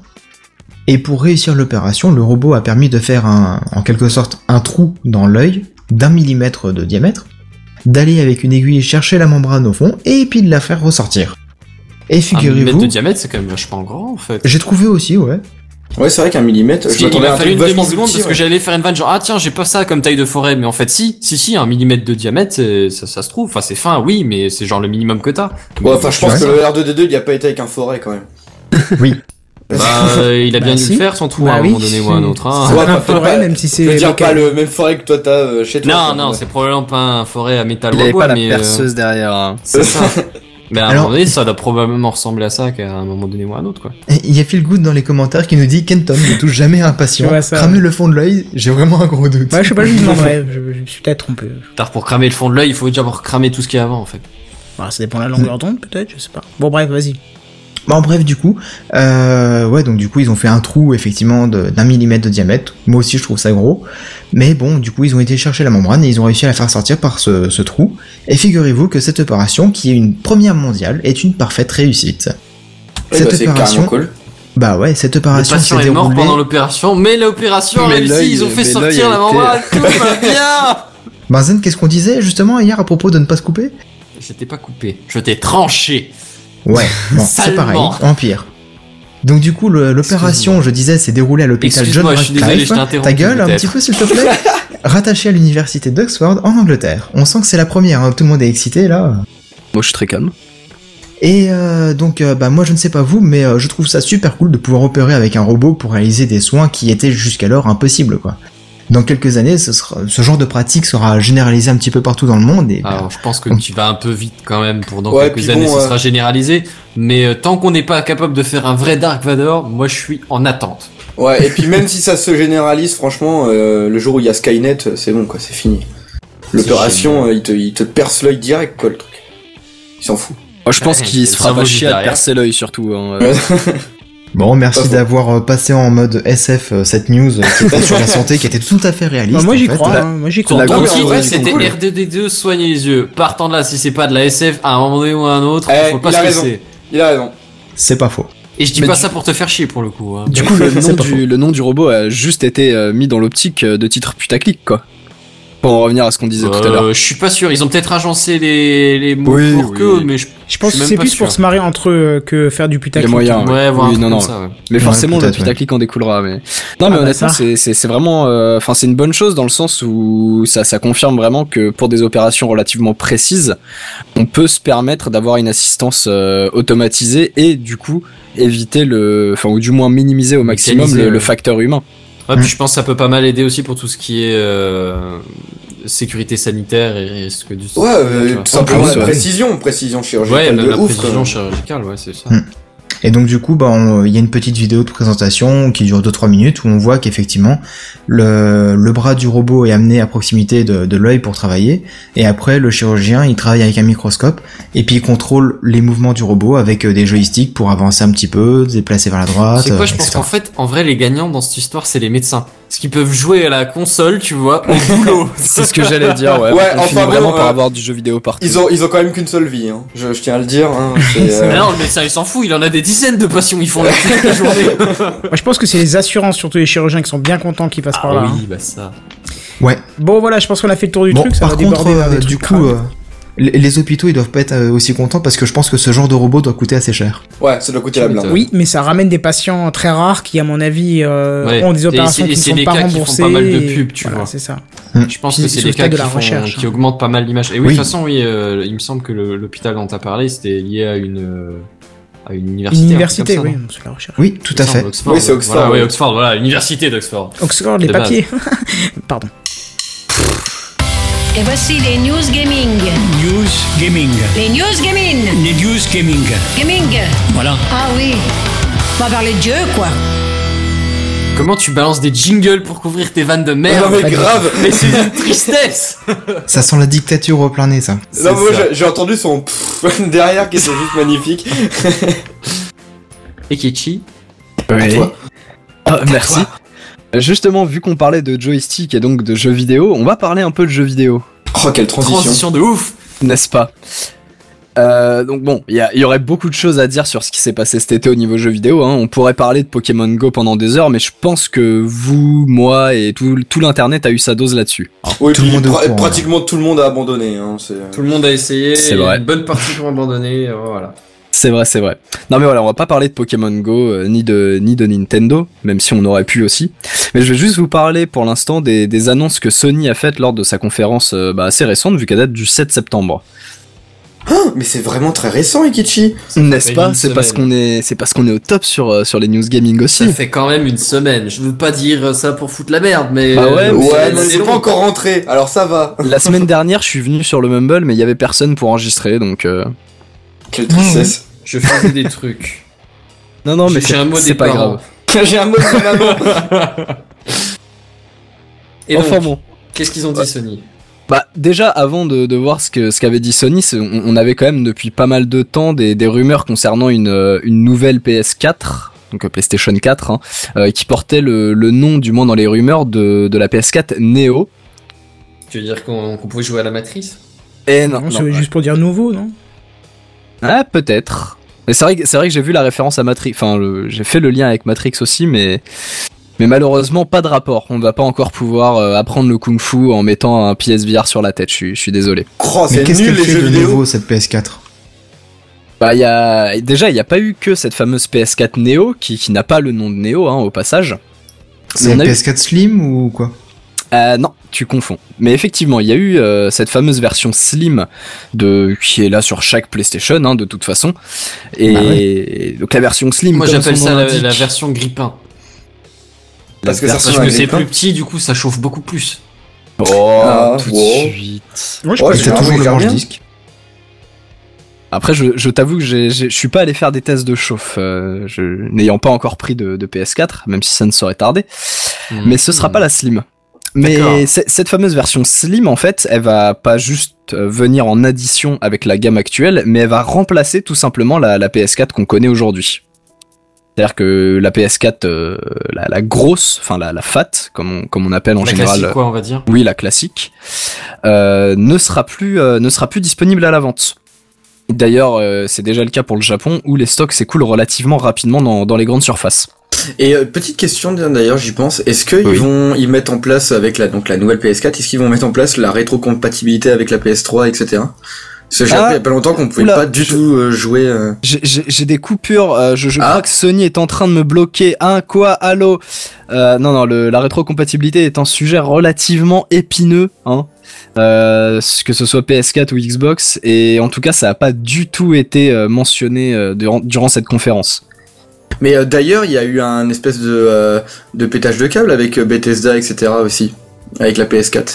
[SPEAKER 2] Et pour réussir l'opération, le robot a permis de faire en quelque sorte un trou dans l'œil d'1 millimètre de diamètre, d'aller avec une aiguille chercher la membrane au fond et puis de la faire ressortir. Et
[SPEAKER 3] 1 millimètre de
[SPEAKER 2] figurez-vous,
[SPEAKER 3] diamètre, c'est quand même vachement grand en fait.
[SPEAKER 2] j'ai trouvé aussi, ouais.
[SPEAKER 6] Ouais, c'est vrai qu'un millimètre,
[SPEAKER 3] Parce
[SPEAKER 6] je
[SPEAKER 3] qu'il
[SPEAKER 6] m'attendais à
[SPEAKER 3] m'a
[SPEAKER 6] un
[SPEAKER 3] fallu
[SPEAKER 6] truc
[SPEAKER 3] une
[SPEAKER 6] vachement
[SPEAKER 3] demi-seconde
[SPEAKER 6] plus
[SPEAKER 3] parce
[SPEAKER 6] petit,
[SPEAKER 3] que j'allais faire une vanne genre ah tiens j'ai pas ça comme taille de forêt mais en fait si 1 millimètre de diamètre ça se trouve enfin c'est fin oui mais c'est genre le minimum que t'as.
[SPEAKER 6] Ouais, enfin, je pense
[SPEAKER 2] Ouais.
[SPEAKER 6] que le R2D2, il y a pas été avec un forêt, quand même.
[SPEAKER 2] Oui.
[SPEAKER 3] Bah il a bien
[SPEAKER 4] Bah,
[SPEAKER 3] dû
[SPEAKER 4] si.
[SPEAKER 3] le faire son trou
[SPEAKER 4] Bah
[SPEAKER 3] à un
[SPEAKER 4] oui.
[SPEAKER 3] moment donné ou à un autre. Hein.
[SPEAKER 6] Ouais,
[SPEAKER 4] un
[SPEAKER 6] peut-être
[SPEAKER 4] forêt,
[SPEAKER 6] pas-
[SPEAKER 4] même si c'est
[SPEAKER 6] Je veux dire,
[SPEAKER 4] local.
[SPEAKER 6] pas le même forêt que toi t'as chez toi.
[SPEAKER 3] Non
[SPEAKER 6] quoi.
[SPEAKER 3] non c'est probablement pas un forêt à métal
[SPEAKER 5] Il
[SPEAKER 3] ou à
[SPEAKER 5] avait
[SPEAKER 3] bois
[SPEAKER 5] pas la
[SPEAKER 3] mais
[SPEAKER 5] perceuse derrière. Hein.
[SPEAKER 3] c'est ça. Mais à un
[SPEAKER 2] Alors-
[SPEAKER 3] moment donné ça doit probablement ressembler à ça qu'à un moment donné ou à un autre quoi.
[SPEAKER 2] Et il y a Phil Good dans les commentaires qui nous dit Kenton ne touche jamais un patient.
[SPEAKER 4] Ouais, ça,
[SPEAKER 2] Cramer
[SPEAKER 4] ouais.
[SPEAKER 2] le fond de l'œil, j'ai vraiment un gros doute.
[SPEAKER 4] Ouais, je sais pas, je lui demanderais. Je me suis peut-être trompé.
[SPEAKER 3] Tard pour cramer le fond de l'œil il faut déjà avoir cramé tout ce qu'il y a avant en fait.
[SPEAKER 4] Voilà, ça dépend de la longueur d'onde, peut-être, je sais pas. Bon, bref, vas-y.
[SPEAKER 2] Bon, bref, du coup, donc du coup, ils ont fait un trou, effectivement, d'1 millimètre de diamètre. Moi aussi, je trouve ça gros. Mais bon, du coup, ils ont été chercher la membrane et ils ont réussi à la faire sortir par ce trou. Et figurez-vous que cette opération, qui est une première mondiale, est une parfaite réussite.
[SPEAKER 6] Ouais,
[SPEAKER 2] Cette
[SPEAKER 6] bah, c'est
[SPEAKER 2] opération,
[SPEAKER 6] carrément cool.
[SPEAKER 2] bah ouais, cette
[SPEAKER 3] Le
[SPEAKER 2] opération
[SPEAKER 3] patient
[SPEAKER 2] s'est
[SPEAKER 3] est mort
[SPEAKER 2] déroulée.
[SPEAKER 3] pendant l'opération mais l'opération a
[SPEAKER 5] Mais
[SPEAKER 3] réussi
[SPEAKER 5] l'œil-
[SPEAKER 3] ils ont fait
[SPEAKER 5] mais l'œil
[SPEAKER 3] sortir
[SPEAKER 5] a
[SPEAKER 3] la
[SPEAKER 5] été-
[SPEAKER 3] membrane tout va bien.
[SPEAKER 2] Benzen, qu'est-ce qu'on disait justement hier à propos de ne pas se couper?
[SPEAKER 3] Je t'ai pas coupé je t'ai tranché.
[SPEAKER 2] Ouais, bon, c'est
[SPEAKER 3] Salement.
[SPEAKER 2] pareil, empire. Donc du coup, l'opération, je disais, s'est déroulée à l'hôpital John
[SPEAKER 3] Excuse-moi, je suis désolé, je
[SPEAKER 2] Radcliffe.
[SPEAKER 3] t'ai interrompu,
[SPEAKER 2] Ta gueule, un
[SPEAKER 3] peut-être.
[SPEAKER 2] petit peu s'il te plaît. Rattaché à l'université d'Oxford en Angleterre. On sent que c'est la première, hein, tout le monde est excité là.
[SPEAKER 5] Moi, je suis très calme.
[SPEAKER 2] Et moi je ne sais pas vous, mais je trouve ça super cool de pouvoir opérer avec un robot pour réaliser des soins qui étaient jusqu'alors impossibles, quoi. Dans quelques années, ce genre de pratique sera généralisé un petit peu partout dans le monde. Et
[SPEAKER 3] Alors, je pense que
[SPEAKER 2] on-
[SPEAKER 3] tu vas un peu vite quand même pour dans
[SPEAKER 6] Ouais,
[SPEAKER 3] quelques
[SPEAKER 6] puis
[SPEAKER 3] années
[SPEAKER 6] bon,
[SPEAKER 3] ce sera généralisé. Mais tant qu'on n'est pas capable de faire un vrai Dark Vador, moi je suis en attente.
[SPEAKER 6] Ouais, et puis même si ça se généralise, franchement, le jour où il y a Skynet, c'est bon, quoi, c'est fini. L'opération, il te perce l'œil direct, quoi, le truc. Il s'en fout.
[SPEAKER 5] Moi, je pense
[SPEAKER 3] Ouais,
[SPEAKER 5] qu'il se
[SPEAKER 3] le
[SPEAKER 5] fera
[SPEAKER 3] cerveau
[SPEAKER 5] pas
[SPEAKER 3] juste
[SPEAKER 5] chier à
[SPEAKER 3] derrière.
[SPEAKER 5] percer l'œil surtout. Hein.
[SPEAKER 2] Bon, merci
[SPEAKER 6] Pas faux.
[SPEAKER 2] d'avoir passé en mode SF cette news qui était sur la santé, qui était tout à fait réaliste.
[SPEAKER 4] Bah, moi, j'y
[SPEAKER 2] en fait.
[SPEAKER 4] crois, hein, moi, j'y crois.
[SPEAKER 5] la
[SPEAKER 3] Ton
[SPEAKER 5] grosse
[SPEAKER 3] titre,
[SPEAKER 5] théorie,
[SPEAKER 3] c'était
[SPEAKER 6] cool.
[SPEAKER 3] R2D2, soigner les yeux. Partant de là, si c'est pas de la SF, à un moment donné ou à un autre,
[SPEAKER 6] Eh,
[SPEAKER 3] faut pas
[SPEAKER 6] il
[SPEAKER 3] se
[SPEAKER 6] a raison.
[SPEAKER 3] laisser.
[SPEAKER 6] Il a raison.
[SPEAKER 2] C'est pas faux.
[SPEAKER 3] Et je dis
[SPEAKER 5] Mais
[SPEAKER 3] pas
[SPEAKER 5] du-
[SPEAKER 3] ça pour te faire chier pour le coup. Hein.
[SPEAKER 5] Du coup,
[SPEAKER 2] C'est pas faux.
[SPEAKER 5] le nom du robot a juste été mis dans l'optique de titre putaclic, quoi. Pour en revenir à ce qu'on disait tout à l'heure.
[SPEAKER 3] Je suis pas sûr, ils ont peut-être agencé les mots
[SPEAKER 5] Oui,
[SPEAKER 3] pour
[SPEAKER 5] oui.
[SPEAKER 3] que, mais
[SPEAKER 4] Je pense
[SPEAKER 3] suis
[SPEAKER 4] que
[SPEAKER 3] même
[SPEAKER 4] c'est
[SPEAKER 3] pas
[SPEAKER 4] plus
[SPEAKER 3] sûr.
[SPEAKER 4] pour se marrer entre eux que faire du putaclic.
[SPEAKER 5] Les moyens.
[SPEAKER 3] ouais, voir
[SPEAKER 5] Oui,
[SPEAKER 3] un truc
[SPEAKER 5] non,
[SPEAKER 3] comme
[SPEAKER 5] non.
[SPEAKER 3] ça. Ouais.
[SPEAKER 5] Mais forcément, le
[SPEAKER 2] peut-être,
[SPEAKER 5] putaclic en découlera. Mais non, mais
[SPEAKER 4] bah,
[SPEAKER 5] honnêtement,
[SPEAKER 4] ça.
[SPEAKER 5] c'est vraiment, enfin, c'est une bonne chose dans le sens où ça confirme vraiment que pour des opérations relativement précises, on peut se permettre d'avoir une assistance automatisée et du coup éviter ou du moins minimiser au maximum
[SPEAKER 3] Mécaniser,
[SPEAKER 5] le
[SPEAKER 3] ouais.
[SPEAKER 5] facteur humain.
[SPEAKER 3] Ouais, puis je pense que ça peut pas mal aider aussi pour tout ce qui est sécurité sanitaire et risque du
[SPEAKER 6] Ouais,
[SPEAKER 3] tu vois.
[SPEAKER 6] tout simplement
[SPEAKER 5] plus,
[SPEAKER 6] la
[SPEAKER 5] ouais.
[SPEAKER 6] précision chirurgicale
[SPEAKER 3] Ouais, même
[SPEAKER 6] de
[SPEAKER 3] la
[SPEAKER 6] ouf,
[SPEAKER 3] précision
[SPEAKER 6] quoi.
[SPEAKER 3] chirurgicale, ouais, c'est ça.
[SPEAKER 2] Et donc du coup, il y a une petite vidéo de présentation qui dure 2-3 minutes où on voit qu'effectivement le bras du robot est amené à proximité de l'œil pour travailler, et après le chirurgien il travaille avec un microscope et puis il contrôle les mouvements du robot avec des joysticks pour avancer un petit peu, se déplacer vers la droite.
[SPEAKER 3] C'est quoi, je pense
[SPEAKER 2] etc.
[SPEAKER 3] qu'en fait, en vrai, les gagnants dans cette histoire, c'est les médecins. Parce qu'ils peuvent jouer à la console, tu vois, au boulot.
[SPEAKER 5] C'est ce que j'allais dire. Ouais,
[SPEAKER 6] Ouais,
[SPEAKER 5] on
[SPEAKER 6] enfin,
[SPEAKER 5] finit
[SPEAKER 6] bon,
[SPEAKER 5] vraiment par avoir du jeu vidéo partout.
[SPEAKER 6] Ils ont quand même qu'une seule vie, hein. Je tiens à le dire, hein. C'est,
[SPEAKER 3] Mais non, le médecin, il s'en fout, il en a des dizaines de patients, ils font la toute la journée.
[SPEAKER 4] Moi, je pense que c'est les assurances, surtout les chirurgiens, qui sont bien contents qu'ils passent par là. hein.
[SPEAKER 3] oui, bah ça.
[SPEAKER 2] Ouais.
[SPEAKER 4] Bon, voilà, je pense qu'on a fait le tour du
[SPEAKER 2] Bon,
[SPEAKER 4] truc. Ça
[SPEAKER 2] par
[SPEAKER 4] va
[SPEAKER 2] contre,
[SPEAKER 4] déborder vers des
[SPEAKER 2] du
[SPEAKER 4] trucs
[SPEAKER 2] coup,
[SPEAKER 4] crades.
[SPEAKER 2] les hôpitaux ils doivent pas être aussi contents parce que je pense que ce genre de robot doit coûter assez cher.
[SPEAKER 6] ouais, ça doit coûter la blinde.
[SPEAKER 4] Oui, mais ça ramène des patients très rares qui, à mon avis,
[SPEAKER 3] Ouais.
[SPEAKER 4] ont des opérations
[SPEAKER 3] Et
[SPEAKER 4] qui
[SPEAKER 3] c'est
[SPEAKER 4] ne
[SPEAKER 3] des
[SPEAKER 4] sont pas
[SPEAKER 3] cas qui font
[SPEAKER 4] remboursées.
[SPEAKER 3] pas mal de
[SPEAKER 4] et
[SPEAKER 3] pubs, tu
[SPEAKER 4] voilà,
[SPEAKER 3] vois.
[SPEAKER 4] c'est ça.
[SPEAKER 3] Je pense
[SPEAKER 4] Puis
[SPEAKER 3] que c'est
[SPEAKER 4] sur
[SPEAKER 3] des
[SPEAKER 4] le
[SPEAKER 3] cas
[SPEAKER 4] stade de
[SPEAKER 3] qui,
[SPEAKER 4] la recherche,
[SPEAKER 3] qui
[SPEAKER 4] hein.
[SPEAKER 3] augmentent pas mal l'image. Et oui, de
[SPEAKER 2] Oui.
[SPEAKER 3] toute façon, oui, il me semble que l'hôpital dont t'as parlé, c'était lié à une à une université.
[SPEAKER 4] Une université,
[SPEAKER 3] comme ça,
[SPEAKER 4] oui,
[SPEAKER 3] non
[SPEAKER 4] c'est la recherche.
[SPEAKER 2] Oui, tout à fait.
[SPEAKER 3] Oxford,
[SPEAKER 6] Oui, c'est Oxford,
[SPEAKER 3] Voilà,
[SPEAKER 6] oui.
[SPEAKER 3] oui, Oxford, voilà, l'université d'Oxford.
[SPEAKER 4] Oxford, les
[SPEAKER 3] De
[SPEAKER 4] papiers. Pardon.
[SPEAKER 7] Et voici les news gaming.
[SPEAKER 8] News gaming.
[SPEAKER 7] Les news gaming.
[SPEAKER 8] Les news gaming.
[SPEAKER 7] Gaming.
[SPEAKER 8] Voilà.
[SPEAKER 7] Ah oui. On va parler de Dieu, quoi.
[SPEAKER 3] Comment tu balances des jingles pour couvrir tes vannes de
[SPEAKER 6] Non,
[SPEAKER 3] merde?
[SPEAKER 6] mais grave.
[SPEAKER 3] Mais c'est une tristesse.
[SPEAKER 2] Ça sent la dictature au plein nez, ça.
[SPEAKER 6] Non, moi j'ai entendu son pfff derrière qui était juste magnifique.
[SPEAKER 3] Et Kichi?
[SPEAKER 5] Oui.
[SPEAKER 6] toi.
[SPEAKER 5] Ah, merci. Justement, vu qu'on parlait de joystick et donc de jeux vidéo, on va parler un peu de jeux vidéo,
[SPEAKER 6] Oh, quelle transition.
[SPEAKER 3] De ouf.
[SPEAKER 5] n'est-ce pas? Donc bon, il y aurait beaucoup de choses à dire sur ce qui s'est passé cet été au niveau jeux vidéo, hein. On pourrait parler de Pokémon Go pendant des heures, mais je pense que vous, moi et tout l'internet a eu sa dose là-dessus.
[SPEAKER 6] Oui,
[SPEAKER 2] Tout le
[SPEAKER 6] puis
[SPEAKER 2] monde est au courant,
[SPEAKER 6] pratiquement tout le monde a abandonné. Hein,
[SPEAKER 3] Tout le monde a essayé.
[SPEAKER 5] C'est
[SPEAKER 3] il y a
[SPEAKER 5] vrai.
[SPEAKER 3] Une bonne partie qui ont abandonné. Voilà.
[SPEAKER 5] C'est vrai. Non mais voilà, on va pas parler de Pokémon Go ni de Nintendo, même si on aurait pu aussi. Mais je vais juste vous parler pour l'instant des annonces que Sony a faites lors de sa conférence assez récente, vu qu'elle date du 7 septembre.
[SPEAKER 6] Mais c'est vraiment très récent, Ikichi.
[SPEAKER 5] N'est-ce
[SPEAKER 3] fait
[SPEAKER 5] pas?
[SPEAKER 3] une
[SPEAKER 5] C'est parce qu'on est au top sur les news gaming
[SPEAKER 3] Ça
[SPEAKER 5] aussi.
[SPEAKER 3] fait quand même une semaine. Je veux pas dire ça pour foutre la merde, mais.
[SPEAKER 5] Bah ouais, mais
[SPEAKER 6] Ouais, mais
[SPEAKER 3] c'est
[SPEAKER 6] c'est
[SPEAKER 3] long.
[SPEAKER 6] pas encore rentré, alors ça va.
[SPEAKER 5] La semaine dernière, je suis venu sur le Mumble, mais il y avait personne pour enregistrer, donc.
[SPEAKER 6] Quelle tristesse.
[SPEAKER 3] Je faisais des trucs.
[SPEAKER 5] Non, mais
[SPEAKER 3] J'ai un mot
[SPEAKER 5] c'est
[SPEAKER 3] des
[SPEAKER 5] pas
[SPEAKER 3] parents.
[SPEAKER 5] grave.
[SPEAKER 6] J'ai un mot de maman.
[SPEAKER 3] Et donc,
[SPEAKER 5] Enfin bon.
[SPEAKER 3] qu'est-ce qu'ils ont dit, Sony?
[SPEAKER 5] Bah déjà avant de voir ce qu'avait dit Sony, on avait quand même depuis pas mal de temps des rumeurs concernant une nouvelle PS4, donc PlayStation 4, hein, qui portait le nom, du moins dans les rumeurs, de la PS4 Neo.
[SPEAKER 3] Tu veux dire qu'on pouvait jouer à la matrice?
[SPEAKER 5] Et
[SPEAKER 4] Non, c'est juste pour dire nouveau, non?
[SPEAKER 5] Ah, peut-être. Mais c'est vrai que j'ai vu la référence à Matrix, enfin j'ai fait le lien avec Matrix aussi, mais malheureusement pas de rapport. On ne va pas encore pouvoir apprendre le kung-fu en mettant un PSVR sur la tête. Je suis désolé.
[SPEAKER 6] Oh,
[SPEAKER 2] Mais
[SPEAKER 6] c'est
[SPEAKER 2] qu'est-ce
[SPEAKER 6] nul
[SPEAKER 2] qu'elle
[SPEAKER 6] les
[SPEAKER 2] fait
[SPEAKER 6] jeux
[SPEAKER 2] de
[SPEAKER 6] vidéo.
[SPEAKER 2] nouveau, cette PS4?
[SPEAKER 5] Bah il y a pas eu que cette fameuse PS4 Neo qui n'a pas le nom de Neo, hein, au passage.
[SPEAKER 2] C'est
[SPEAKER 5] On
[SPEAKER 2] une
[SPEAKER 5] a eu-
[SPEAKER 2] PS4 Slim ou quoi?
[SPEAKER 5] Non, tu confonds. Mais effectivement, il y a eu cette fameuse version Slim qui est là sur chaque PlayStation, hein, de toute façon. Et
[SPEAKER 2] Bah ouais.
[SPEAKER 5] donc la version Slim,
[SPEAKER 3] Moi,
[SPEAKER 5] comme
[SPEAKER 3] j'appelle
[SPEAKER 5] son
[SPEAKER 3] ça
[SPEAKER 5] nom
[SPEAKER 3] la
[SPEAKER 5] l'indique,
[SPEAKER 3] version grippin.
[SPEAKER 6] Parce que ça
[SPEAKER 3] Parce
[SPEAKER 6] ressemble à
[SPEAKER 3] que
[SPEAKER 6] un
[SPEAKER 3] c'est
[SPEAKER 6] grippin.
[SPEAKER 3] plus petit, du coup, ça chauffe beaucoup plus.
[SPEAKER 5] Oh,
[SPEAKER 6] Ah,
[SPEAKER 5] tout
[SPEAKER 6] wow.
[SPEAKER 5] de suite.
[SPEAKER 4] Moi, je
[SPEAKER 6] Ouais,
[SPEAKER 2] Et
[SPEAKER 4] préfère.
[SPEAKER 2] t'as toujours le
[SPEAKER 6] gère bien.
[SPEAKER 2] manche-disque.
[SPEAKER 5] Après, je t'avoue que je suis pas allé faire des tests de chauffe, n'ayant pas encore pris de PS4, même si ça ne saurait tarder. Mais ce sera pas la Slim.
[SPEAKER 3] D'accord.
[SPEAKER 5] Mais cette fameuse version Slim, en fait, elle va pas juste venir en addition avec la gamme actuelle, mais elle va remplacer tout simplement la PS4 qu'on connaît aujourd'hui. C'est-à-dire que la PS4, la grosse, enfin la fat, comme on appelle en
[SPEAKER 3] La
[SPEAKER 5] général,
[SPEAKER 3] classique, quoi, on va dire.
[SPEAKER 5] oui, la classique, ne sera plus disponible à la vente. D'ailleurs, c'est déjà le cas pour le Japon, où les stocks s'écoulent relativement rapidement dans les grandes surfaces.
[SPEAKER 6] Et petite question d'ailleurs, j'y pense. Est-ce qu'ils
[SPEAKER 5] Oui.
[SPEAKER 6] vont y mettre en place avec la nouvelle PS4, est-ce qu'ils vont mettre en place la rétrocompatibilité avec la PS3, etc. Parce que j'ai appris il y a pas longtemps qu'on pouvait
[SPEAKER 5] oula,
[SPEAKER 6] pas du tout jouer.
[SPEAKER 5] J'ai des coupures, je crois que Sony est en train de me bloquer. Quoi? Allô? Non, la rétrocompatibilité est un sujet relativement épineux, hein. Que ce soit PS4 ou Xbox, et en tout cas ça a pas du tout été mentionné durant cette conférence.
[SPEAKER 6] Mais d'ailleurs, il y a eu un espèce de pétage de câble avec Bethesda, etc. aussi, avec la PS4.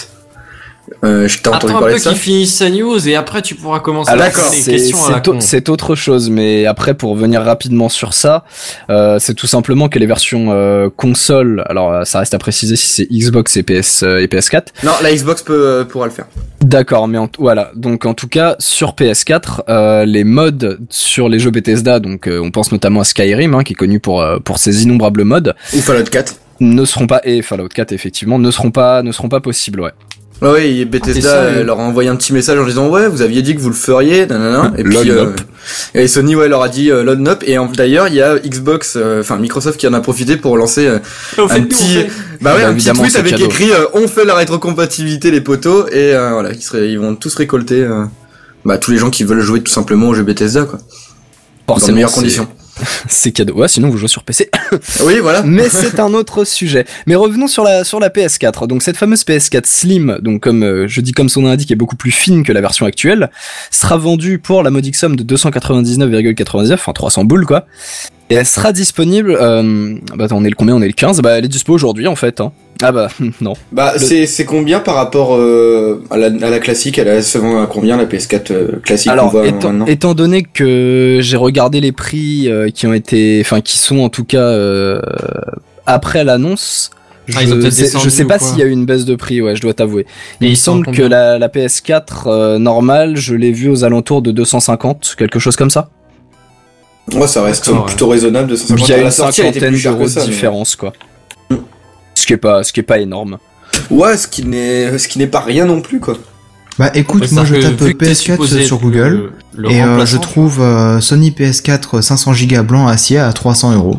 [SPEAKER 6] Je t'ai entendu
[SPEAKER 3] Attends un
[SPEAKER 6] parler
[SPEAKER 3] peu
[SPEAKER 6] de ça.
[SPEAKER 3] qu'il finisse sa news et après tu pourras commencer à
[SPEAKER 6] d'accord,
[SPEAKER 3] poser des questions à la con.
[SPEAKER 5] C'est autre chose, mais après pour venir rapidement sur ça, c'est tout simplement que les versions console, alors ça reste à préciser si c'est Xbox et PS4.
[SPEAKER 6] Non, la Xbox pourra le faire.
[SPEAKER 5] D'accord, mais voilà, donc en tout cas sur PS4, les mods sur les jeux Bethesda, donc on pense notamment à Skyrim, hein, qui est connu pour ses innombrables mods,
[SPEAKER 6] Ou Fallout 4.
[SPEAKER 5] ne seront pas, et Fallout 4 effectivement, ne seront pas possibles, ouais.
[SPEAKER 6] Ah oui, Bethesda
[SPEAKER 3] Ah, t'es
[SPEAKER 6] leur a envoyé un petit message en disant ouais, vous aviez dit que vous le feriez, nanana. Et puis
[SPEAKER 5] Load up.
[SPEAKER 6] et Sony leur a dit load up. Et d'ailleurs, il y a Xbox, Microsoft qui en a profité pour lancer
[SPEAKER 3] Au fait,
[SPEAKER 6] un
[SPEAKER 3] nous,
[SPEAKER 6] petit,
[SPEAKER 3] on fait.
[SPEAKER 6] bah ouais,
[SPEAKER 5] Bah,
[SPEAKER 6] un petit
[SPEAKER 5] évidemment,
[SPEAKER 6] tweet
[SPEAKER 5] c'est
[SPEAKER 6] avec
[SPEAKER 5] cadeau.
[SPEAKER 6] écrit on fait la rétrocompatibilité les potos et voilà, ils vont tous récolter tous les gens qui veulent jouer tout simplement au jeu Bethesda quoi. Dans de meilleures conditions.
[SPEAKER 5] C'est cadeau. Ouais, sinon vous jouez sur PC.
[SPEAKER 6] Oui, voilà.
[SPEAKER 5] Mais c'est un autre sujet. Mais revenons sur la PS4. Donc cette fameuse PS4 Slim, donc je dis comme son nom l'indique, est beaucoup plus fine que la version actuelle, sera vendue pour la modique somme de 299,99, enfin 300 boules quoi. Et elle sera disponible. Attends, on est le combien ? On est le 15. Bah elle est dispo aujourd'hui en fait. Hein. Ah bah non.
[SPEAKER 6] Bah c'est combien par rapport à la classique ? Elle se vend à combien la PS4 classique ?
[SPEAKER 5] Alors
[SPEAKER 6] maintenant
[SPEAKER 5] étant donné que j'ai regardé les prix qui sont en tout cas après l'annonce, je sais pas s'il y a eu une baisse de prix, ouais, je dois t'avouer. Il me semble que la PS4 normale, je l'ai vue aux alentours de 250, quelque chose comme ça.
[SPEAKER 6] Ouais, ça reste plutôt raisonnable de 150.
[SPEAKER 5] Il y a une cinquantaine d'euros de différence, quoi. Ce qui est pas énorme.
[SPEAKER 6] Ouais, ce qui n'est pas rien non plus, quoi.
[SPEAKER 2] Bah écoute, moi je tape PS4 sur Google et je trouve Sony PS4 500Go blanc acier à 300 €.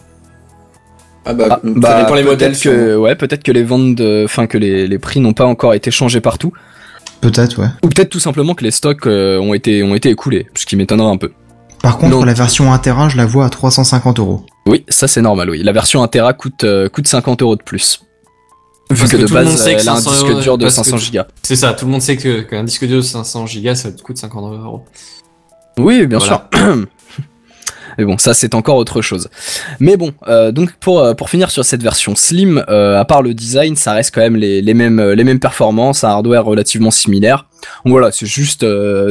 [SPEAKER 6] Ça dépend les modèles.
[SPEAKER 5] Peut-être que les ventes, que les prix n'ont pas encore été changés partout.
[SPEAKER 2] Peut-être, ouais.
[SPEAKER 5] Ou peut-être tout simplement que les stocks ont été écoulés, ce qui m'étonnerait un peu.
[SPEAKER 2] Par contre, la version 1 Tera, je la vois à 350 €.
[SPEAKER 5] Oui, ça c'est normal, oui. La version 1 Tera coûte 50 € de plus.
[SPEAKER 3] Vu que
[SPEAKER 5] de base, elle a un disque dur de 500 Go.
[SPEAKER 3] C'est ça, tout le monde sait qu'un disque dur de 500 Go, ça coûte 50 €.
[SPEAKER 5] Oui, bien sûr. Mais bon, ça c'est encore autre chose. Mais bon, donc pour finir sur cette version Slim, à part le design, ça reste quand même les mêmes performances, un hardware relativement similaire. Donc voilà, c'est juste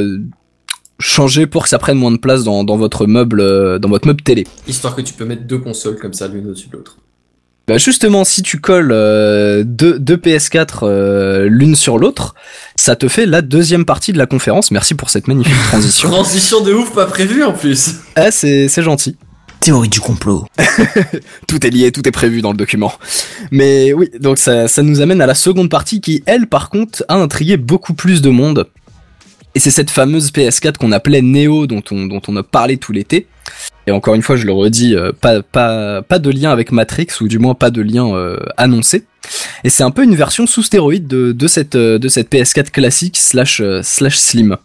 [SPEAKER 5] changer pour que ça prenne moins de place dans votre meuble télé.
[SPEAKER 3] Histoire que tu peux mettre deux consoles comme ça l'une au-dessus de l'autre.
[SPEAKER 5] Bah justement, si tu colles deux PS4 l'une sur l'autre, ça te fait la deuxième partie de la conférence. Merci pour cette magnifique transition.
[SPEAKER 3] Transition de ouf, pas prévue en plus.
[SPEAKER 5] Ah, c'est gentil.
[SPEAKER 2] Théorie du complot.
[SPEAKER 5] Tout est lié, tout est prévu dans le document. Mais oui, donc ça nous amène à la seconde partie qui, elle, par contre, a intrigué beaucoup plus de monde. Et c'est cette fameuse PS4 qu'on appelait Neo, dont on a parlé tout l'été. Et encore une fois, je le redis, pas de lien avec Matrix, ou du moins pas de lien annoncé. Et c'est un peu une version sous stéroïde de cette PS4 classique slash slim.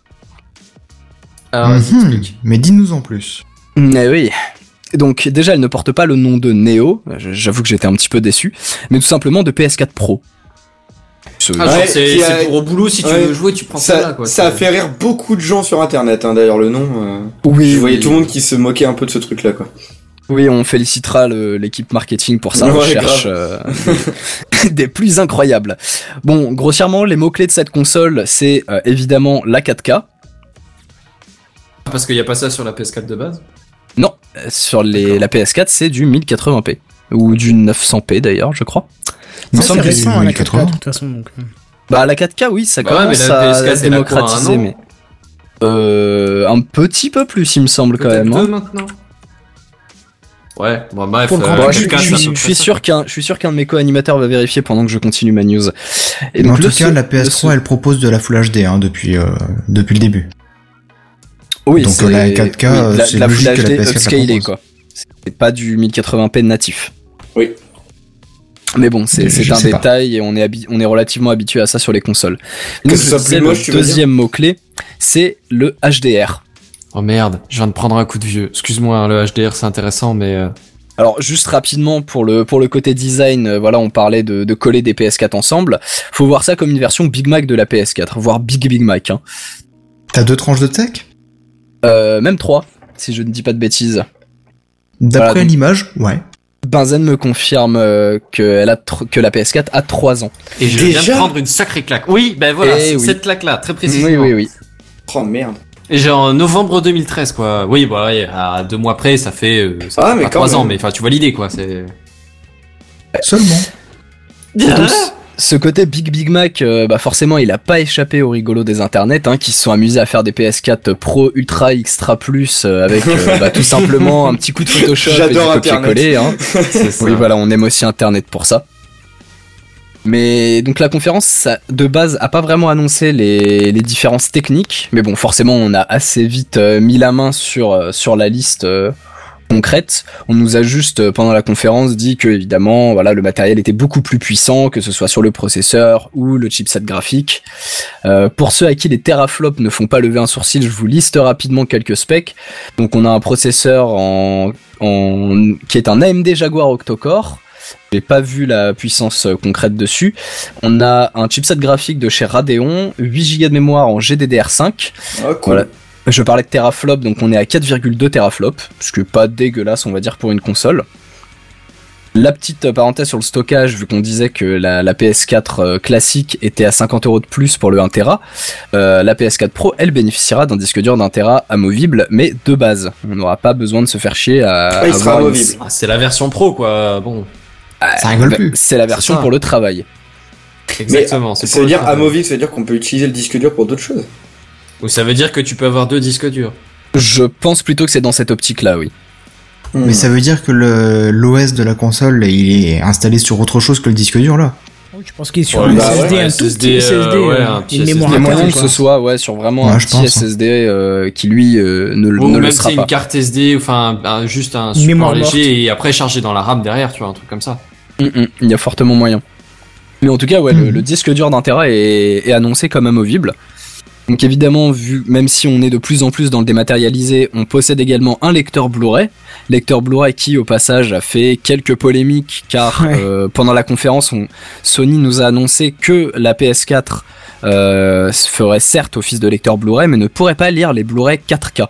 [SPEAKER 3] Alors,
[SPEAKER 2] mais dis-nous en plus.
[SPEAKER 5] Oui. Donc déjà, elle ne porte pas le nom de Neo, j'avoue que j'étais un petit peu déçu, mais tout simplement de PS4 Pro.
[SPEAKER 3] C'est pour au boulot, si tu veux jouer, tu prends ça là, quoi.
[SPEAKER 6] Ça a fait rire beaucoup de gens sur internet, hein, d'ailleurs le nom.
[SPEAKER 5] Oui,
[SPEAKER 6] je voyais tout le monde qui se moquait un peu de ce truc là, quoi.
[SPEAKER 5] Oui, on félicitera l'équipe marketing pour sa recherche des plus incroyables. Bon, grossièrement, les mots-clés de cette console, c'est évidemment la 4K.
[SPEAKER 3] Parce qu'il n'y a pas ça sur la PS4 de base ?
[SPEAKER 5] Non, sur la PS4, c'est du 1080p. Ou du 900p d'ailleurs, je crois.
[SPEAKER 4] Ça, c'est récent, la 4K, de toute façon. Donc...
[SPEAKER 5] Bah, la 4K, oui, ça commence à se démocratiser, mais... un petit peu plus, il me semble, quand même.
[SPEAKER 3] Peut-être maintenant. Ouais, bon, bref.
[SPEAKER 5] Je suis sûr qu'un de mes co-animateurs va vérifier pendant que je continue ma news.
[SPEAKER 2] Et donc, en tout cas, la PS3, elle propose de la Full HD, hein, depuis le début.
[SPEAKER 5] Oui,
[SPEAKER 2] donc la 4K, c'est
[SPEAKER 5] la
[SPEAKER 2] logique
[SPEAKER 5] Full
[SPEAKER 2] que la
[SPEAKER 5] HD
[SPEAKER 2] PS4
[SPEAKER 5] upscalée, quoi. C'est pas du 1080p natif.
[SPEAKER 6] Oui.
[SPEAKER 5] Mais bon, c'est un détail et on est relativement habitué à ça sur les consoles.
[SPEAKER 6] Que ce soit plus moche,
[SPEAKER 5] le deuxième mot-clé, c'est le HDR.
[SPEAKER 3] Oh merde, je viens de prendre un coup de vieux. Excuse-moi, hein, le HDR c'est intéressant, mais...
[SPEAKER 5] Alors juste rapidement pour le côté design, voilà, on parlait de coller des PS4 ensemble. Faut voir ça comme une version Big Mac de la PS4, voire Big Mac. Hein.
[SPEAKER 2] T'as 2 tranches de tech ?
[SPEAKER 5] Même 3, si je ne dis pas de bêtises.
[SPEAKER 2] D'après
[SPEAKER 5] voilà,
[SPEAKER 2] l'image, ouais.
[SPEAKER 5] Benzen me confirme que la PS4 a 3 ans.
[SPEAKER 3] Et je viens de prendre une sacrée claque. Oui, ben voilà, cette claque-là, très précisément.
[SPEAKER 5] Oui.
[SPEAKER 6] Oh merde.
[SPEAKER 3] Et genre en novembre 2013, quoi. Oui, bah ouais, à 2 mois près, ça fait
[SPEAKER 6] mais
[SPEAKER 3] pas 3 ans, mais enfin, tu vois l'idée, quoi. C'est...
[SPEAKER 2] Seulement.
[SPEAKER 5] Donc, ce côté Big Mac, forcément, il a pas échappé aux rigolos des internets, hein, qui se sont amusés à faire des PS4 Pro Ultra Extra Plus avec tout simplement un petit coup de Photoshop.
[SPEAKER 6] J'adore
[SPEAKER 5] et du copier-coller. Hein. Oui, voilà, on aime aussi Internet pour ça. Mais donc la conférence, ça, de base, a pas vraiment annoncé les différences techniques, mais bon, forcément, on a assez vite mis la main sur la liste concrètes. On nous a juste pendant la conférence dit que évidemment voilà le matériel était beaucoup plus puissant, que ce soit sur le processeur ou le chipset graphique. Pour ceux à qui les teraflops ne font pas lever un sourcil, je vous liste rapidement quelques specs. Donc on a un processeur qui est un AMD Jaguar octa-core. J'ai pas vu la puissance concrète dessus. On a un chipset graphique de chez Radeon, 8 Go de mémoire en GDDR5.
[SPEAKER 6] Ah, cool.
[SPEAKER 5] Voilà. Je parlais de teraflop, donc on est à 4,2 teraflops, ce qui est pas dégueulasse on va dire pour une console. La petite parenthèse sur le stockage, vu qu'on disait que la PS4 classique était à 50€ de plus pour le 1TB, la PS4 Pro, elle bénéficiera d'un disque dur d'1TB amovible, mais de base. On n'aura pas besoin de se faire chier à
[SPEAKER 6] il sera
[SPEAKER 5] avoir
[SPEAKER 6] amovible.
[SPEAKER 3] C'est la version pro, quoi. Bon,
[SPEAKER 2] Ça rigole plus.
[SPEAKER 5] C'est la version
[SPEAKER 3] ça.
[SPEAKER 5] pour le travail.
[SPEAKER 3] exactement.
[SPEAKER 6] Mais ça veut dire amovible, ça veut dire qu'on peut utiliser le disque dur pour d'autres choses.
[SPEAKER 3] Ou ça veut dire que tu peux avoir 2 disques durs.
[SPEAKER 5] Je pense plutôt que c'est dans cette optique-là, oui.
[SPEAKER 2] Mais ça veut dire que l'OS de la console, il est installé sur autre chose que le disque dur, là.
[SPEAKER 4] Oui, je pense qu'il est sur
[SPEAKER 3] Ouais,
[SPEAKER 4] un
[SPEAKER 3] bah
[SPEAKER 4] SSD,
[SPEAKER 3] ouais,
[SPEAKER 4] un tout petit SSD,
[SPEAKER 3] ouais, un petit
[SPEAKER 4] une
[SPEAKER 3] SSD.
[SPEAKER 4] mémoire
[SPEAKER 5] Il y a moyen
[SPEAKER 4] interne,
[SPEAKER 5] que
[SPEAKER 4] quoi.
[SPEAKER 5] ce soit je pense un
[SPEAKER 2] Ouais,
[SPEAKER 5] petit SSD qui lui ne
[SPEAKER 3] Ou
[SPEAKER 5] le
[SPEAKER 3] même
[SPEAKER 5] sera
[SPEAKER 3] c'est
[SPEAKER 5] pas.
[SPEAKER 3] une carte SD, enfin juste un
[SPEAKER 4] Une mémoire
[SPEAKER 3] support léger
[SPEAKER 4] morte.
[SPEAKER 3] et après chargé dans la RAM derrière, tu vois, un truc comme ça.
[SPEAKER 5] Il y a fortement moyen. Mais en tout cas, ouais, le disque dur d'1TB est annoncé comme amovible. Donc évidemment, même si on est de plus en plus dans le dématérialisé, on possède également un lecteur Blu-ray. Lecteur Blu-ray qui, au passage, a fait quelques polémiques car pendant la conférence, Sony nous a annoncé que la PS4 ferait certes office de lecteur Blu-ray, mais ne pourrait pas lire les Blu-ray 4K.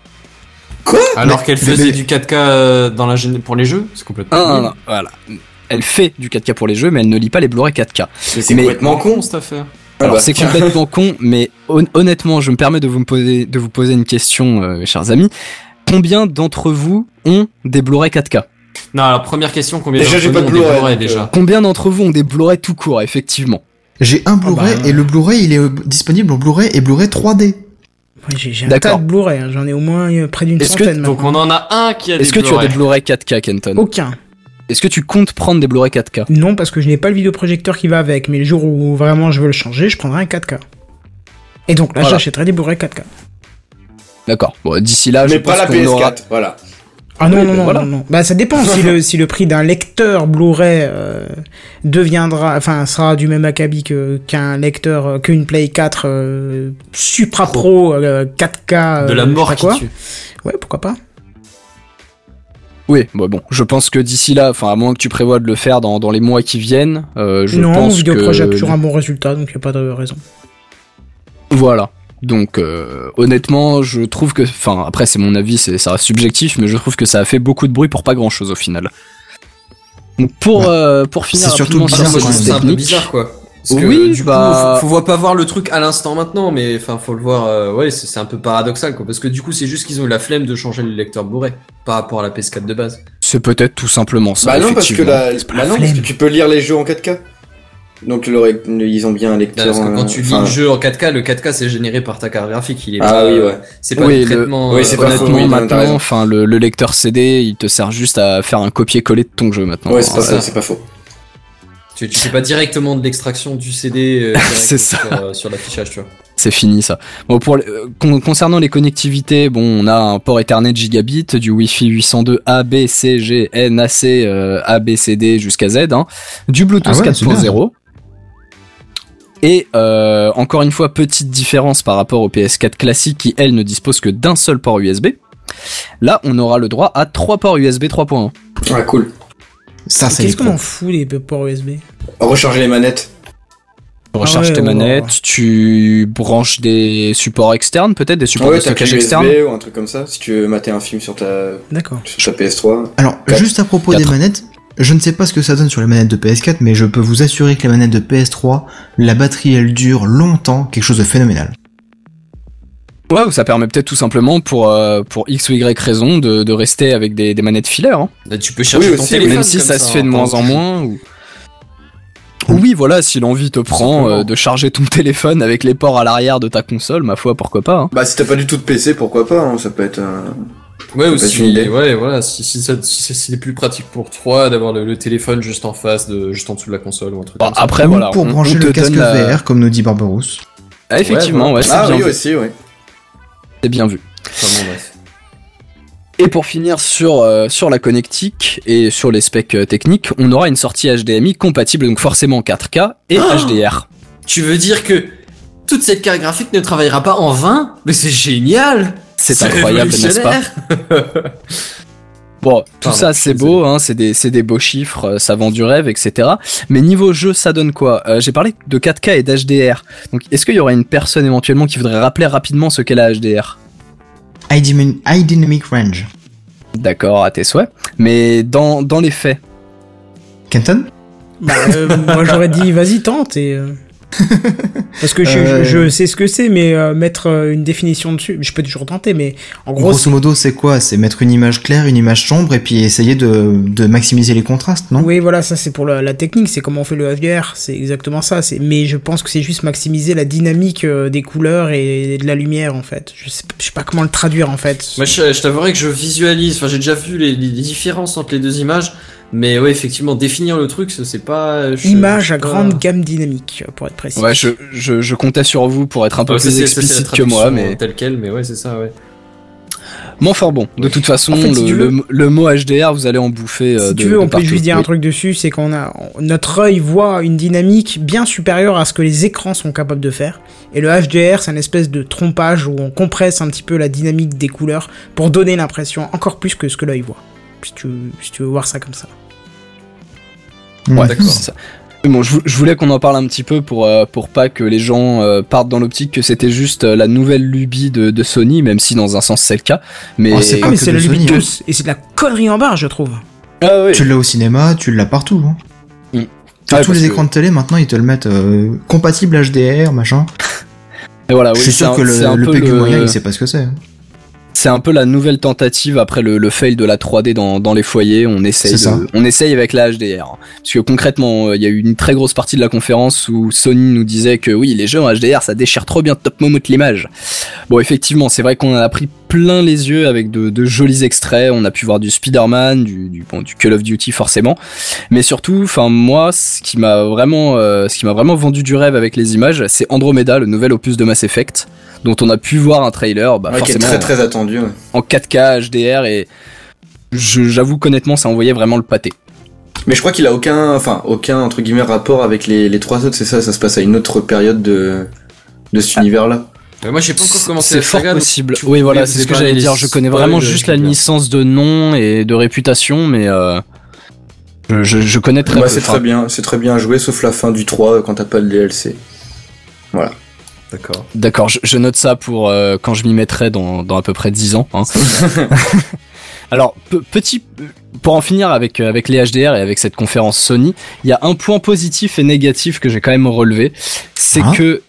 [SPEAKER 3] Alors qu'elle faisait du 4K pour les jeux, c'est complètement
[SPEAKER 5] Non, voilà. Elle fait du 4K pour les jeux, mais elle ne lit pas les Blu-ray 4K.
[SPEAKER 6] Mais c'est complètement con.
[SPEAKER 3] cette affaire.
[SPEAKER 5] Alors
[SPEAKER 6] bah.
[SPEAKER 5] c'est complètement con, mais honnêtement, je me permets de vous poser une question, mes chers amis. Combien d'entre vous ont des Blu-ray 4K?
[SPEAKER 3] Non, alors première question, combien
[SPEAKER 6] Déjà,
[SPEAKER 3] d'entre
[SPEAKER 6] j'ai
[SPEAKER 3] nous
[SPEAKER 6] pas de
[SPEAKER 3] ont des
[SPEAKER 6] Blu-ray,
[SPEAKER 3] Blu-ray
[SPEAKER 6] donc,
[SPEAKER 3] déjà?
[SPEAKER 5] Combien d'entre vous ont des Blu-ray tout court, effectivement?
[SPEAKER 2] J'ai un Blu-ray et le Blu-ray, il est disponible en Blu-ray et Blu-ray 3D.
[SPEAKER 4] Ouais, j'ai un
[SPEAKER 5] D'accord.
[SPEAKER 4] tas de Blu-ray, hein. J'en ai au moins près d'une
[SPEAKER 5] Est-ce que-
[SPEAKER 4] centaine
[SPEAKER 3] Donc
[SPEAKER 4] maintenant.
[SPEAKER 3] on en a un qui a des
[SPEAKER 5] Est-ce que tu as des Blu-ray 4K, Kenton?
[SPEAKER 4] Aucun.
[SPEAKER 5] Est-ce que tu comptes prendre des Blu-ray 4K?
[SPEAKER 4] Non, parce que je n'ai pas le vidéoprojecteur qui va avec, mais le jour où vraiment je veux le changer, je prendrai un 4K. Et donc là,
[SPEAKER 5] Voilà.
[SPEAKER 4] j'achèterai des Blu-ray 4K.
[SPEAKER 5] D'accord. Bon, d'ici là, je
[SPEAKER 6] Mais pas
[SPEAKER 5] pense
[SPEAKER 6] la
[SPEAKER 5] qu'on
[SPEAKER 6] PS4,
[SPEAKER 5] aura...
[SPEAKER 6] voilà.
[SPEAKER 4] Ah non,
[SPEAKER 5] Oui,
[SPEAKER 4] non,
[SPEAKER 5] ben
[SPEAKER 4] non,
[SPEAKER 5] voilà.
[SPEAKER 4] non, non. Bah ça dépend si le prix d'un lecteur Blu-ray sera du même acabit qu'un lecteur, qu'une Play 4 Supra Pro 4K.
[SPEAKER 3] de la
[SPEAKER 4] je sais
[SPEAKER 3] mort
[SPEAKER 4] pas
[SPEAKER 3] qui
[SPEAKER 4] quoi.
[SPEAKER 3] tue.
[SPEAKER 4] Ouais, pourquoi pas.
[SPEAKER 5] Oui, bon, je pense que d'ici là, enfin, à moins que tu prévois de le faire dans les mois qui viennent, je
[SPEAKER 4] Non, mon
[SPEAKER 5] pense
[SPEAKER 4] vidéoprojet a
[SPEAKER 5] que...
[SPEAKER 4] toujours un bon résultat, donc y a pas de raison.
[SPEAKER 5] Voilà. Donc honnêtement, je trouve que, enfin après c'est mon avis, ça reste subjectif, mais je trouve que ça a fait beaucoup de bruit pour pas grand chose au final. Donc pour finir
[SPEAKER 2] C'est surtout
[SPEAKER 5] rapidement
[SPEAKER 2] bizarre
[SPEAKER 5] sur
[SPEAKER 2] quand
[SPEAKER 5] cette
[SPEAKER 2] même.
[SPEAKER 3] C'est un peu
[SPEAKER 5] technique,
[SPEAKER 3] bizarre quoi. Parce que,
[SPEAKER 5] Oui,
[SPEAKER 3] du
[SPEAKER 5] bah-
[SPEAKER 3] coup, faut pas voir le truc à l'instant maintenant, mais enfin faut le voir. Ouais, c'est un peu paradoxal quoi, parce que du coup c'est juste qu'ils ont eu la flemme de changer le lecteur Blu-ray par rapport à la PS4 de base.
[SPEAKER 5] c'est peut-être tout simplement ça.
[SPEAKER 6] Bah non, parce que
[SPEAKER 5] effectivement.
[SPEAKER 6] non, parce que tu peux lire les jeux en 4K. Donc ils ont bien un lecteur.
[SPEAKER 3] Parce que quand tu lis
[SPEAKER 6] enfin,
[SPEAKER 3] le jeu en 4K, le 4K c'est généré par ta carte graphique, il est
[SPEAKER 6] Ah
[SPEAKER 3] pas,
[SPEAKER 6] oui, ouais.
[SPEAKER 3] c'est pas
[SPEAKER 5] Oui,
[SPEAKER 3] le traitement.
[SPEAKER 6] oui, c'est pas faux,
[SPEAKER 5] Honnêtement,
[SPEAKER 6] oui, t'as
[SPEAKER 5] maintenant,
[SPEAKER 6] raison.
[SPEAKER 5] enfin le lecteur CD, il te sert juste à faire un copier-coller de ton jeu maintenant.
[SPEAKER 6] Ouais, c'est pas
[SPEAKER 3] ça.
[SPEAKER 6] faux, c'est pas faux.
[SPEAKER 3] Tu fais pas directement de l'extraction du CD direct
[SPEAKER 5] C'est ça.
[SPEAKER 3] sur l'affichage, tu vois.
[SPEAKER 5] C'est fini ça. Bon, concernant les connectivités, bon, on a un port Ethernet gigabit, du Wi-Fi 802 A, B, C, G, N, AC, A, B, C, D jusqu'à Z, hein, du Bluetooth
[SPEAKER 2] Ah ouais, c'est
[SPEAKER 5] 4.0. Et encore une fois, petite différence par rapport au PS4 classique qui, elle, ne dispose que d'un seul port USB. Là, on aura le droit à 3 ports USB 3.1.
[SPEAKER 6] Ouais, cool.
[SPEAKER 2] Ça, c'est
[SPEAKER 4] Qu'est-ce qu'on en fout des ports USB?
[SPEAKER 6] Recharger les manettes.
[SPEAKER 5] Tu recharges
[SPEAKER 4] ouais,
[SPEAKER 5] tes
[SPEAKER 4] ouais,
[SPEAKER 5] manettes,
[SPEAKER 4] ouais.
[SPEAKER 5] tu branches des supports externes, peut-être des supports
[SPEAKER 6] Ouais,
[SPEAKER 5] de
[SPEAKER 6] t'as un
[SPEAKER 5] stockage
[SPEAKER 6] clé
[SPEAKER 5] externe.
[SPEAKER 6] USB ou un truc comme ça, si tu veux mater un film sur ta
[SPEAKER 4] D'accord.
[SPEAKER 6] PS3.
[SPEAKER 2] Alors,
[SPEAKER 6] Quatre.
[SPEAKER 2] juste à propos des
[SPEAKER 5] 4.
[SPEAKER 2] manettes, je ne sais pas ce que ça donne sur les manettes de PS4, mais je peux vous assurer que les manettes de PS3, la batterie elle dure longtemps, quelque chose de phénoménal.
[SPEAKER 5] Ouais, ou ça permet peut-être tout simplement pour X ou Y raison de rester avec des manettes filaires, hein.
[SPEAKER 3] Là, tu peux chercher
[SPEAKER 6] Oui,
[SPEAKER 3] ton
[SPEAKER 6] aussi,
[SPEAKER 3] téléphone.
[SPEAKER 5] Même si
[SPEAKER 3] comme
[SPEAKER 5] ça se fait de
[SPEAKER 3] pendant
[SPEAKER 5] moins
[SPEAKER 3] que
[SPEAKER 5] en
[SPEAKER 3] tu joues.
[SPEAKER 5] moins. Oui, voilà, si l'envie te prend
[SPEAKER 3] Simplement.
[SPEAKER 5] de charger ton téléphone avec les ports à l'arrière de ta console, ma foi, pourquoi pas. Hein.
[SPEAKER 6] Bah, si t'as pas du tout de PC, pourquoi pas, hein, ça peut être
[SPEAKER 3] Ouais,
[SPEAKER 6] peut être
[SPEAKER 3] aussi,
[SPEAKER 6] une idée.
[SPEAKER 3] ouais, voilà, si c'est plus pratique pour toi d'avoir le téléphone juste en face, juste en dessut de la console ou un truc
[SPEAKER 5] Bon,
[SPEAKER 3] comme ça.
[SPEAKER 5] après,
[SPEAKER 2] Ou
[SPEAKER 5] voilà.
[SPEAKER 2] pour
[SPEAKER 5] on
[SPEAKER 2] brancher
[SPEAKER 5] te
[SPEAKER 2] le casque
[SPEAKER 5] donne la-
[SPEAKER 2] VR, comme nous dit Barberousse.
[SPEAKER 5] Ah, effectivement,
[SPEAKER 3] Ouais,
[SPEAKER 5] ouais, c'est
[SPEAKER 6] Ah
[SPEAKER 5] bien
[SPEAKER 6] oui,
[SPEAKER 5] vu.
[SPEAKER 6] aussi, ouais.
[SPEAKER 5] C'est bien vu.
[SPEAKER 3] Enfin, bon, bref.
[SPEAKER 5] Et pour finir sur la connectique et sur les specs techniques, on aura une sortie HDMI compatible, donc forcément 4K et HDR.
[SPEAKER 3] Tu veux dire que toute cette carte graphique ne travaillera pas en vain? Mais c'est génial!
[SPEAKER 5] C'est incroyable, n'est-ce pas? Bon, tout ça c'est beau, hein, c'est des beaux chiffres, ça vend du rêve, etc. Mais niveau jeu, ça donne quoi? J'ai parlé de 4K et d'HDR. Donc, est-ce qu'il y aurait une personne éventuellement qui voudrait rappeler rapidement ce qu'est la HDR?
[SPEAKER 2] High Dynamic Range.
[SPEAKER 5] D'accord, à tes souhaits. Mais dans les faits.
[SPEAKER 2] Kenton?
[SPEAKER 4] Moi j'aurais dit vas-y tente et parce que je sais ce que c'est, mais mettre une définition dessus, je peux toujours tenter, mais en gros
[SPEAKER 2] grosso modo c'est quoi? C'est mettre une image claire, une image sombre et puis essayer de maximiser les contrastes, non?
[SPEAKER 4] Oui, voilà, ça c'est pour la technique, c'est comment on fait le HDR, c'est exactement ça. Mais je pense que c'est juste maximiser la dynamique des couleurs et de la lumière en fait. Je sais pas comment le traduire en fait.
[SPEAKER 3] Moi je t'avouerai que je visualise, enfin j'ai déjà vu les différences entre les deux images. Mais ouais, effectivement, définir le truc, c'est pas...
[SPEAKER 4] Image à grande gamme dynamique, pour être précis.
[SPEAKER 5] Ouais, je comptais sur vous pour être un peu plus explicite que moi, mais...
[SPEAKER 3] Tel quel, mais ouais, c'est ça, ouais.
[SPEAKER 5] Mais enfin bon, de toute façon, en fait, si le mot HDR, vous allez en bouffer
[SPEAKER 4] si tu veux, on peut juste dire un truc dessus, c'est notre œil voit une dynamique bien supérieure à ce que les écrans sont capables de faire. Et le HDR, c'est une espèce de trompage où on compresse un petit peu la dynamique des couleurs pour donner l'impression encore plus que ce que l'œil voit. Si tu veux voir ça comme ça.
[SPEAKER 5] Ouais, d'accord. C'est ça. Bon, je voulais qu'on en parle un petit peu pour pas que les gens partent dans l'optique que c'était juste la nouvelle lubie de Sony, même si dans un sens c'est le cas. Mais
[SPEAKER 2] c'est
[SPEAKER 4] mais c'est la lubie de tous, et c'est de la connerie en barre, je trouve.
[SPEAKER 5] Ah, oui.
[SPEAKER 2] Tu l'as au cinéma, tu l'as partout. Hein. Sur tous les écrans de télé, maintenant ils te le mettent compatible HDR, machin.
[SPEAKER 5] Et voilà,
[SPEAKER 2] je suis sûr que le PQ moyen il sait pas ce que c'est. Hein.
[SPEAKER 5] C'est un peu la nouvelle tentative après le fail de la 3D dans les foyers. On essaye avec la HDR. Parce que concrètement, il y a eu une très grosse partie de la conférence où Sony nous disait que oui, les jeux en HDR, ça déchire trop bien Top Momote l'image. Bon, effectivement, c'est vrai qu'on en a pris plein les yeux avec de jolis extraits. On a pu voir du Spider-Man, du Call of Duty forcément. Mais surtout, enfin moi, ce qui m'a vraiment vendu du rêve avec les images, c'est Andromeda, le nouvel opus de Mass Effect, dont on a pu voir un trailer, forcément
[SPEAKER 6] qui est très très attendu, ouais.
[SPEAKER 5] En 4K HDR, et j'avoue qu'honnêtement ça envoyait vraiment le pâté.
[SPEAKER 6] Mais je crois qu'il a aucun entre guillemets rapport avec les trois autres, c'est ça se passe à une autre période de cet univers-là.
[SPEAKER 3] Moi j'ai pas encore commencé
[SPEAKER 5] c'est fort possible. Oui voilà, c'est ce que j'allais dire, je connais vraiment juste la licence de nom et de réputation, mais je connais très peu.
[SPEAKER 6] C'est très bien à jouer, sauf la fin du 3 quand t'as pas de DLC. Voilà.
[SPEAKER 5] D'accord, je note ça pour quand je m'y mettrai dans à peu près 10 ans. Hein. Alors, pour en finir avec les HDR et avec cette conférence Sony, il y a un point positif et négatif que j'ai quand même relevé, c'est que...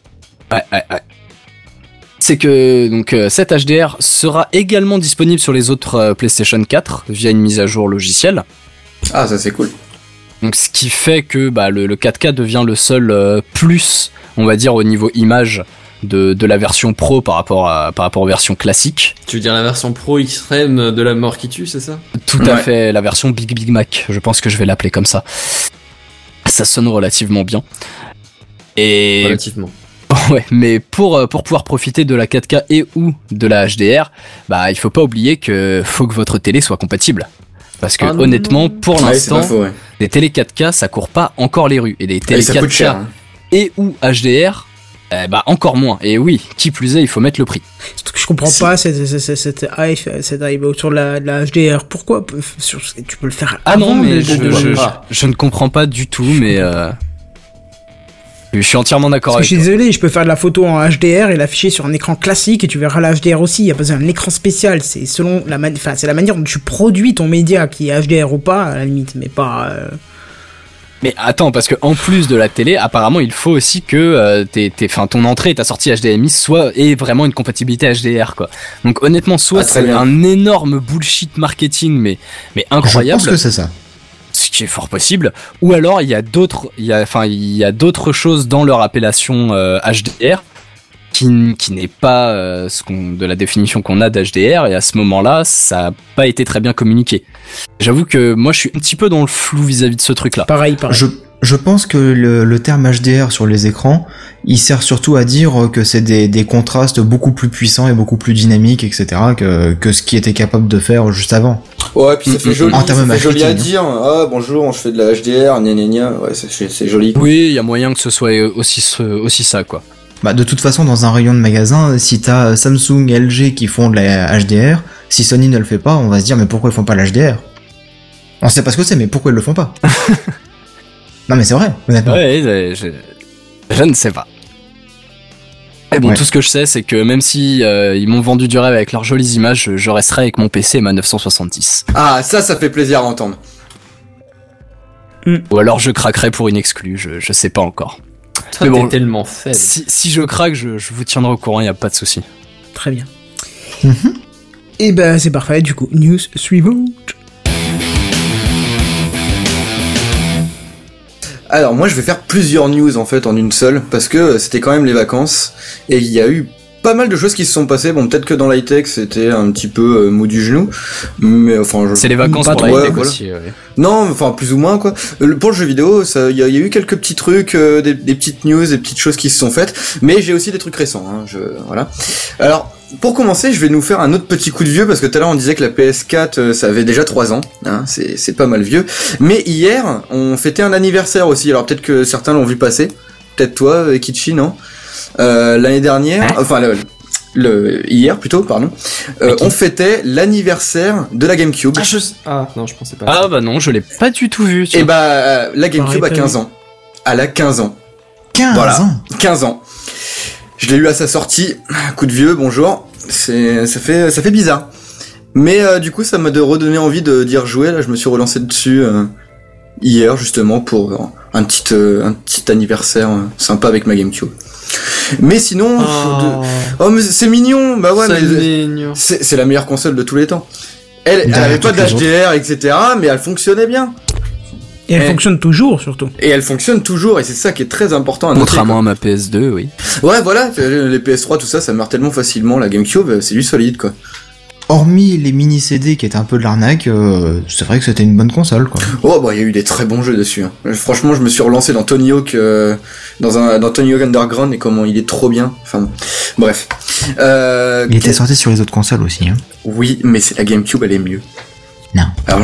[SPEAKER 5] C'est que donc cette HDR sera également disponible sur les autres PlayStation 4 via une mise à jour logicielle.
[SPEAKER 6] Ah, ça c'est cool.
[SPEAKER 5] Donc ce qui fait que le 4K devient le seul plus, on va dire, au niveau image de la version pro par rapport aux versions classiques.
[SPEAKER 3] Tu veux dire la version pro extrême de la mort qui tue, c'est ça?
[SPEAKER 5] Tout à fait, la version Big Mac, je pense que je vais l'appeler comme ça. Ça sonne relativement bien. Et
[SPEAKER 3] relativement.
[SPEAKER 5] Ouais, mais pour pouvoir profiter de la 4K et ou de la HDR, il faut pas oublier que faut que votre télé soit compatible. Parce que honnêtement, pour l'instant, les télé 4K, ça court pas encore les rues. Et les télé 4K
[SPEAKER 6] cher, hein.
[SPEAKER 5] Et ou HDR, encore moins. Et oui, qui plus est, il faut mettre le prix.
[SPEAKER 4] Je comprends pas cette hype autour de la HDR. Pourquoi tu peux le faire avant?
[SPEAKER 5] Ah non, mais je ne comprends pas du tout, mais je suis entièrement d'accord avec toi.
[SPEAKER 4] Je suis désolé, je peux faire de la photo en HDR et l'afficher sur un écran classique et tu verras la HDR aussi. Il n'y a pas besoin d'un écran spécial. C'est selon c'est la manière dont tu produis ton média qui est HDR ou pas, à la limite, mais pas.
[SPEAKER 5] Mais attends, parce que en plus de la télé, apparemment, il faut aussi que ton entrée et ta sortie HDMI ait vraiment une compatibilité HDR, quoi. Donc honnêtement, soit c'est un énorme bullshit marketing, mais incroyable.
[SPEAKER 2] Je pense que c'est ça.
[SPEAKER 5] Ce qui est fort possible, ou alors il y a d'autres choses dans leur appellation HDR qui n'est pas de la définition qu'on a d'HDR, et à ce moment-là ça a pas été très bien communiqué. J'avoue que moi je suis un petit peu dans le flou vis-à-vis de ce truc-là.
[SPEAKER 4] Pareil.
[SPEAKER 2] Je pense que le terme HDR sur les écrans, il sert surtout à dire que c'est des contrastes beaucoup plus puissants et beaucoup plus dynamiques, etc. que ce qui était capable de faire juste avant.
[SPEAKER 6] Ouais, puis ça fait joli,
[SPEAKER 2] En termes
[SPEAKER 6] ça fait joli à
[SPEAKER 2] marketing.
[SPEAKER 6] dire. Ah, bonjour, je fais de la HDR, gna gna gna. Ouais, c'est joli.
[SPEAKER 5] Oui, il y a moyen que ce soit aussi ça, quoi.
[SPEAKER 2] Bah, de toute façon, dans un rayon de magasin, si t'as Samsung et LG qui font de la HDR, si Sony ne le fait pas, on va se dire, mais pourquoi ils font pas l'HDR? On sait pas ce que c'est, mais pourquoi ils le font pas? Non, mais c'est vrai, honnêtement.
[SPEAKER 5] Ouais, je ne sais pas. Et bon,
[SPEAKER 2] Ouais.
[SPEAKER 5] tout ce que je sais, c'est que même si ils m'ont vendu du rêve avec leurs jolies images, je resterai avec mon PC et ma 970.
[SPEAKER 6] Ah, ça fait plaisir à entendre.
[SPEAKER 5] Ou alors je craquerai pour une exclue, je sais pas encore.
[SPEAKER 3] Toi,
[SPEAKER 5] Mais bon,
[SPEAKER 3] t'es tellement faible.
[SPEAKER 5] Si je craque, je vous tiendrai au courant, y a pas de souci.
[SPEAKER 4] Très bien. Et ben c'est parfait, du coup, news suivante.
[SPEAKER 6] Alors moi je vais faire plusieurs news en fait en une seule parce que c'était quand même les vacances et il y a eu pas mal de choses qui se sont passées. Bon, peut-être que dans l'high-tech c'était un petit peu mou du genou, mais enfin
[SPEAKER 5] C'est les vacances
[SPEAKER 4] Pas
[SPEAKER 5] pour
[SPEAKER 6] trop,
[SPEAKER 5] la
[SPEAKER 6] ouais,
[SPEAKER 5] tech
[SPEAKER 6] voilà.
[SPEAKER 5] aussi. Ouais.
[SPEAKER 6] non, enfin plus ou moins quoi. Pour le jeu vidéo, il y a eu quelques petits trucs, des petites news, des petites choses qui se sont faites, mais j'ai aussi des trucs récents. Hein, voilà. Alors pour commencer, je vais nous faire un autre petit coup de vieux parce que tout à l'heure on disait que la PS4 ça avait déjà 3 ans, hein, c'est pas mal vieux. Mais hier, on fêtait un anniversaire aussi. Alors peut-être que certains l'ont vu passer. Peut-être toi, Kichi, non? L'année dernière, enfin hier plutôt, pardon. On fêtait l'anniversaire de la GameCube.
[SPEAKER 3] Ah non, je pensais pas.
[SPEAKER 5] Ah bah non, je l'ai pas du tout vu.
[SPEAKER 6] Et bah la GameCube a
[SPEAKER 4] Pareil,
[SPEAKER 6] 15 ans. Elle a 15 ans.
[SPEAKER 2] 15
[SPEAKER 6] Voilà.
[SPEAKER 2] ans.
[SPEAKER 6] 15 ans. Je l'ai eu à sa sortie, coup de vieux, bonjour. Ça fait bizarre. Mais du coup, ça m'a redonné envie d'y rejouer. Là, je me suis relancé dessus hier justement pour un petit anniversaire sympa avec ma GameCube. Mais sinon, oh mais c'est mignon. Bah ouais,
[SPEAKER 3] C'est
[SPEAKER 6] mais
[SPEAKER 3] mignon.
[SPEAKER 6] c'est la meilleure console de tous les temps. Elle
[SPEAKER 2] Derrière
[SPEAKER 6] avait pas
[SPEAKER 2] toutes les
[SPEAKER 6] d'HDR, etc. Mais elle fonctionnait bien.
[SPEAKER 4] Et elle
[SPEAKER 6] Eh.
[SPEAKER 4] fonctionne toujours, surtout.
[SPEAKER 6] Et elle fonctionne toujours, et c'est ça qui est très important à noter.
[SPEAKER 5] Contrairement à ma PS2, oui.
[SPEAKER 6] Ouais, voilà, les PS3, tout ça, ça meurt tellement facilement. La GameCube, c'est du solide, quoi.
[SPEAKER 2] Hormis les mini CD qui étaient un peu de l'arnaque, c'est vrai que c'était une bonne console, quoi.
[SPEAKER 6] Oh, bah, il y a eu des très bons jeux dessus. Hein. Franchement, je me suis relancé dans Tony Hawk, dans Tony Hawk Underground, et comment il est trop bien. Enfin, bref.
[SPEAKER 2] Il était sorti sur les autres consoles aussi, hein.
[SPEAKER 6] Oui, mais c'est la GameCube, elle est mieux.
[SPEAKER 2] Non.
[SPEAKER 6] Alors,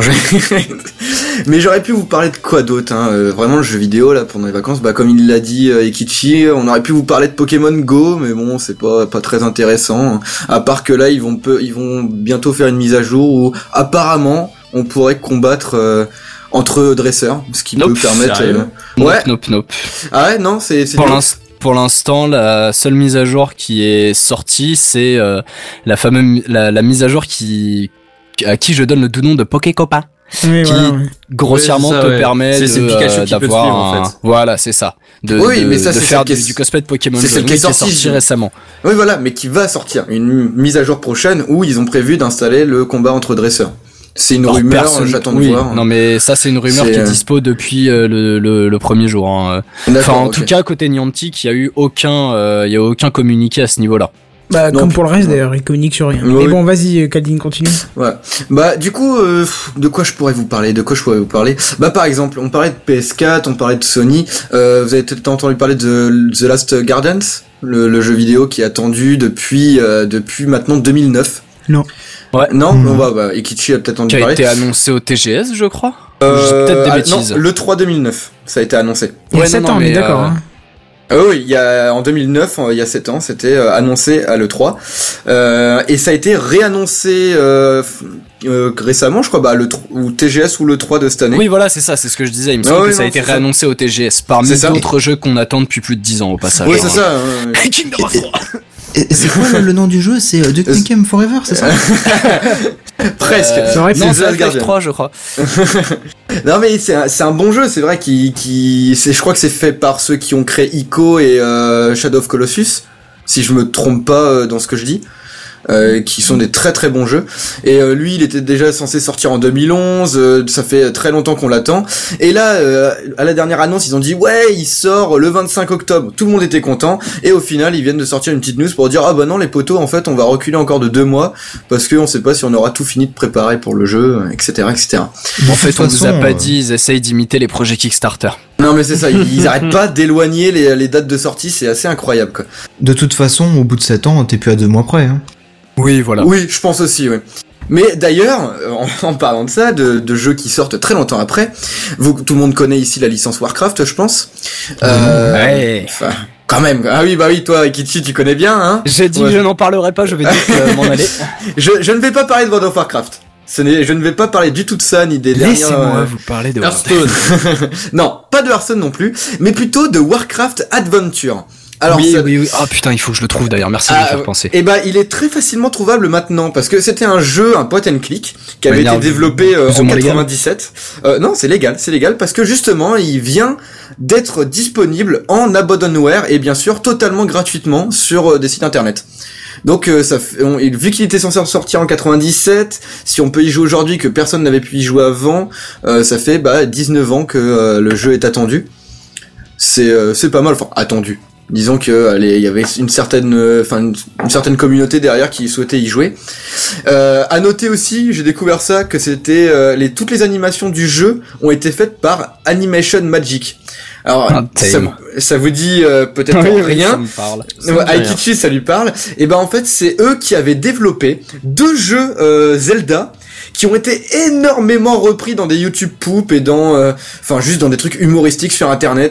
[SPEAKER 6] mais j'aurais pu vous parler de quoi d'autre, hein. Vraiment, le jeu vidéo, là, pendant les vacances, bah, comme il l'a dit, Ekichi, on aurait pu vous parler de Pokémon Go, mais bon, c'est pas très intéressant. À part que là, ils vont bientôt faire une mise à jour où, apparemment, on pourrait combattre, entre dresseurs, ce qui peut permettre,
[SPEAKER 3] sérieux
[SPEAKER 6] ouais.
[SPEAKER 5] Nope.
[SPEAKER 6] Ah ouais, non, c'est
[SPEAKER 5] Pour l'instant, la seule mise à jour qui est sortie, c'est la mise à jour à qui je donne le doux nom de Poké Copain.
[SPEAKER 4] Oui,
[SPEAKER 5] Qui
[SPEAKER 4] voilà, ouais.
[SPEAKER 5] grossièrement
[SPEAKER 3] Ouais, c'est ça,
[SPEAKER 5] te
[SPEAKER 3] ouais.
[SPEAKER 5] permet
[SPEAKER 3] C'est Pikachu qui peut te
[SPEAKER 5] d'avoir
[SPEAKER 3] suivre, en fait.
[SPEAKER 5] Voilà, c'est ça.
[SPEAKER 6] Oui, mais ça,
[SPEAKER 5] de
[SPEAKER 6] c'est
[SPEAKER 5] faire
[SPEAKER 6] celle qui est-
[SPEAKER 5] du cosplay de Pokémon
[SPEAKER 6] c'est celle
[SPEAKER 5] jaune,
[SPEAKER 6] qui est
[SPEAKER 5] oui,
[SPEAKER 6] sortie,
[SPEAKER 5] récemment.
[SPEAKER 6] Oui, voilà, mais qui va sortir. Une mise à jour prochaine où ils ont prévu d'installer le combat entre dresseurs. C'est une
[SPEAKER 5] Alors,
[SPEAKER 6] rumeur,
[SPEAKER 5] personne-
[SPEAKER 6] j'attends de
[SPEAKER 5] oui,
[SPEAKER 6] voir.
[SPEAKER 5] Non mais ça c'est une rumeur
[SPEAKER 6] C'est,
[SPEAKER 5] qui est dispo depuis le premier jour. Hein.
[SPEAKER 6] D'accord,
[SPEAKER 5] Enfin en
[SPEAKER 6] ok.
[SPEAKER 5] tout cas côté Niantic, il y a eu aucun communiqué à ce niveau-là.
[SPEAKER 4] Bah,
[SPEAKER 6] Non,
[SPEAKER 4] comme pour le reste, d'ailleurs, ils communiquent sur rien.
[SPEAKER 6] Oui,
[SPEAKER 4] Mais
[SPEAKER 6] oui.
[SPEAKER 4] bon, vas-y, Caldine, continue.
[SPEAKER 6] Ouais. Bah du coup, de quoi je pourrais vous parler Bah par exemple, on parlait de PS4, on parlait de Sony. Vous avez peut-être entendu parler de The Last Guardians, le jeu vidéo qui est attendu depuis maintenant 2009.
[SPEAKER 4] Non.
[SPEAKER 5] Ouais.
[SPEAKER 6] Non, bon, bah Ekichi a peut-être entendu
[SPEAKER 5] Qui a
[SPEAKER 6] parler.
[SPEAKER 5] été annoncé au TGS je crois. Je dis peut-être des bêtises.
[SPEAKER 6] Non, le 3 2009, ça a été annoncé.
[SPEAKER 4] Il y a
[SPEAKER 5] Ouais,
[SPEAKER 4] 7
[SPEAKER 5] non,
[SPEAKER 4] ans, on
[SPEAKER 5] mais,
[SPEAKER 4] est d'accord. Hein.
[SPEAKER 6] Oui, en 2009, il y a 7 ans, c'était annoncé à l'E3. Et ça a été réannoncé récemment, je crois, ou TGS ou l'E3 de cette année.
[SPEAKER 5] Oui voilà c'est ça, c'est ce que je disais. Il me
[SPEAKER 6] Ah
[SPEAKER 5] semble
[SPEAKER 6] oui,
[SPEAKER 5] que ça a
[SPEAKER 6] non,
[SPEAKER 5] été
[SPEAKER 6] c'est ça.
[SPEAKER 5] réannoncé au TGS parmi
[SPEAKER 6] C'est ça.
[SPEAKER 5] d'autres jeux qu'on attend depuis plus de 10 ans au passage.
[SPEAKER 6] Oui,
[SPEAKER 5] hein.
[SPEAKER 6] c'est ça.
[SPEAKER 5] Kingdom Hearts 3.
[SPEAKER 2] Et c'est quoi le nom du jeu? C'est Duke Nukem Forever, c'est ça?
[SPEAKER 6] Presque.
[SPEAKER 4] Ça aurait pu.
[SPEAKER 5] Non
[SPEAKER 6] The
[SPEAKER 5] c'est
[SPEAKER 6] Last
[SPEAKER 5] Half-Life
[SPEAKER 6] Guardian.
[SPEAKER 5] 3 je crois.
[SPEAKER 6] Non mais c'est un bon jeu, c'est vrai je crois que c'est fait par ceux qui ont créé Ico et Shadow of Colossus, si je me trompe pas dans ce que je dis. Qui sont des très très bons jeux. Et lui, il était déjà censé sortir en 2011. Ça fait très longtemps qu'on l'attend. Et là, à la dernière annonce, ils ont dit ouais, il sort le 25 octobre. Tout le monde était content. Et au final, ils viennent de sortir une petite news pour dire ah bah non les potos, en fait, on va reculer encore de 2 mois parce qu'on sait pas si on aura tout fini de préparer pour le jeu, etc., etc.
[SPEAKER 5] En fait on
[SPEAKER 2] toute
[SPEAKER 5] vous a
[SPEAKER 2] façon,
[SPEAKER 5] pas dit, ils essayent d'imiter les projets Kickstarter.
[SPEAKER 6] Non mais c'est ça, ils arrêtent pas d'éloigner les dates de sortie, c'est assez incroyable quoi.
[SPEAKER 2] De toute façon, au bout de 7 ans, t'es plus à 2 mois près. Hein.
[SPEAKER 5] Oui, voilà.
[SPEAKER 6] Oui, je pense aussi, ouais. Mais d'ailleurs, en parlant de ça, de jeux qui sortent très longtemps après, tout le monde connaît ici la licence Warcraft, je pense.
[SPEAKER 5] Ouais.
[SPEAKER 6] Enfin, quand même. Ah oui, bah oui, toi, Kichi, tu connais bien, hein.
[SPEAKER 5] J'ai dit que je n'en parlerai pas, je vais dire m'en aller.
[SPEAKER 6] Je ne vais pas parler de World of Warcraft. Je ne vais pas parler du tout de ça, ni des dernières...
[SPEAKER 5] Laissez-moi vous parler de
[SPEAKER 3] Hearthstone.
[SPEAKER 6] Non, pas de Hearthstone non plus, mais plutôt de Warcraft Adventure. Alors,
[SPEAKER 5] oui. Ah putain, il faut que je le trouve d'ailleurs. Merci de me faire penser.
[SPEAKER 6] Et bah, il est très facilement trouvable maintenant parce que c'était un jeu, un point and click, qui avait été développé en 97. Non, c'est légal parce que justement, il vient d'être disponible en abandonware et bien sûr totalement gratuitement sur des sites internet. Donc vu qu'il était censé sortir en 97, si on peut y jouer aujourd'hui que personne n'avait pu y jouer avant, ça fait 19 ans que le jeu est attendu. C'est pas mal, enfin attendu. Disons que il y avait une certaine communauté derrière qui souhaitait y jouer. À noter aussi, j'ai découvert ça que c'était toutes les animations du jeu ont été faites par Animation Magic. Alors ça vous dit peut-être rien.
[SPEAKER 5] Ça me parle.
[SPEAKER 6] Aikichi, ça lui parle. Et ben en fait, c'est eux qui avaient développé 2 jeux Zelda qui ont été énormément repris dans des YouTube Poop et dans juste dans des trucs humoristiques sur internet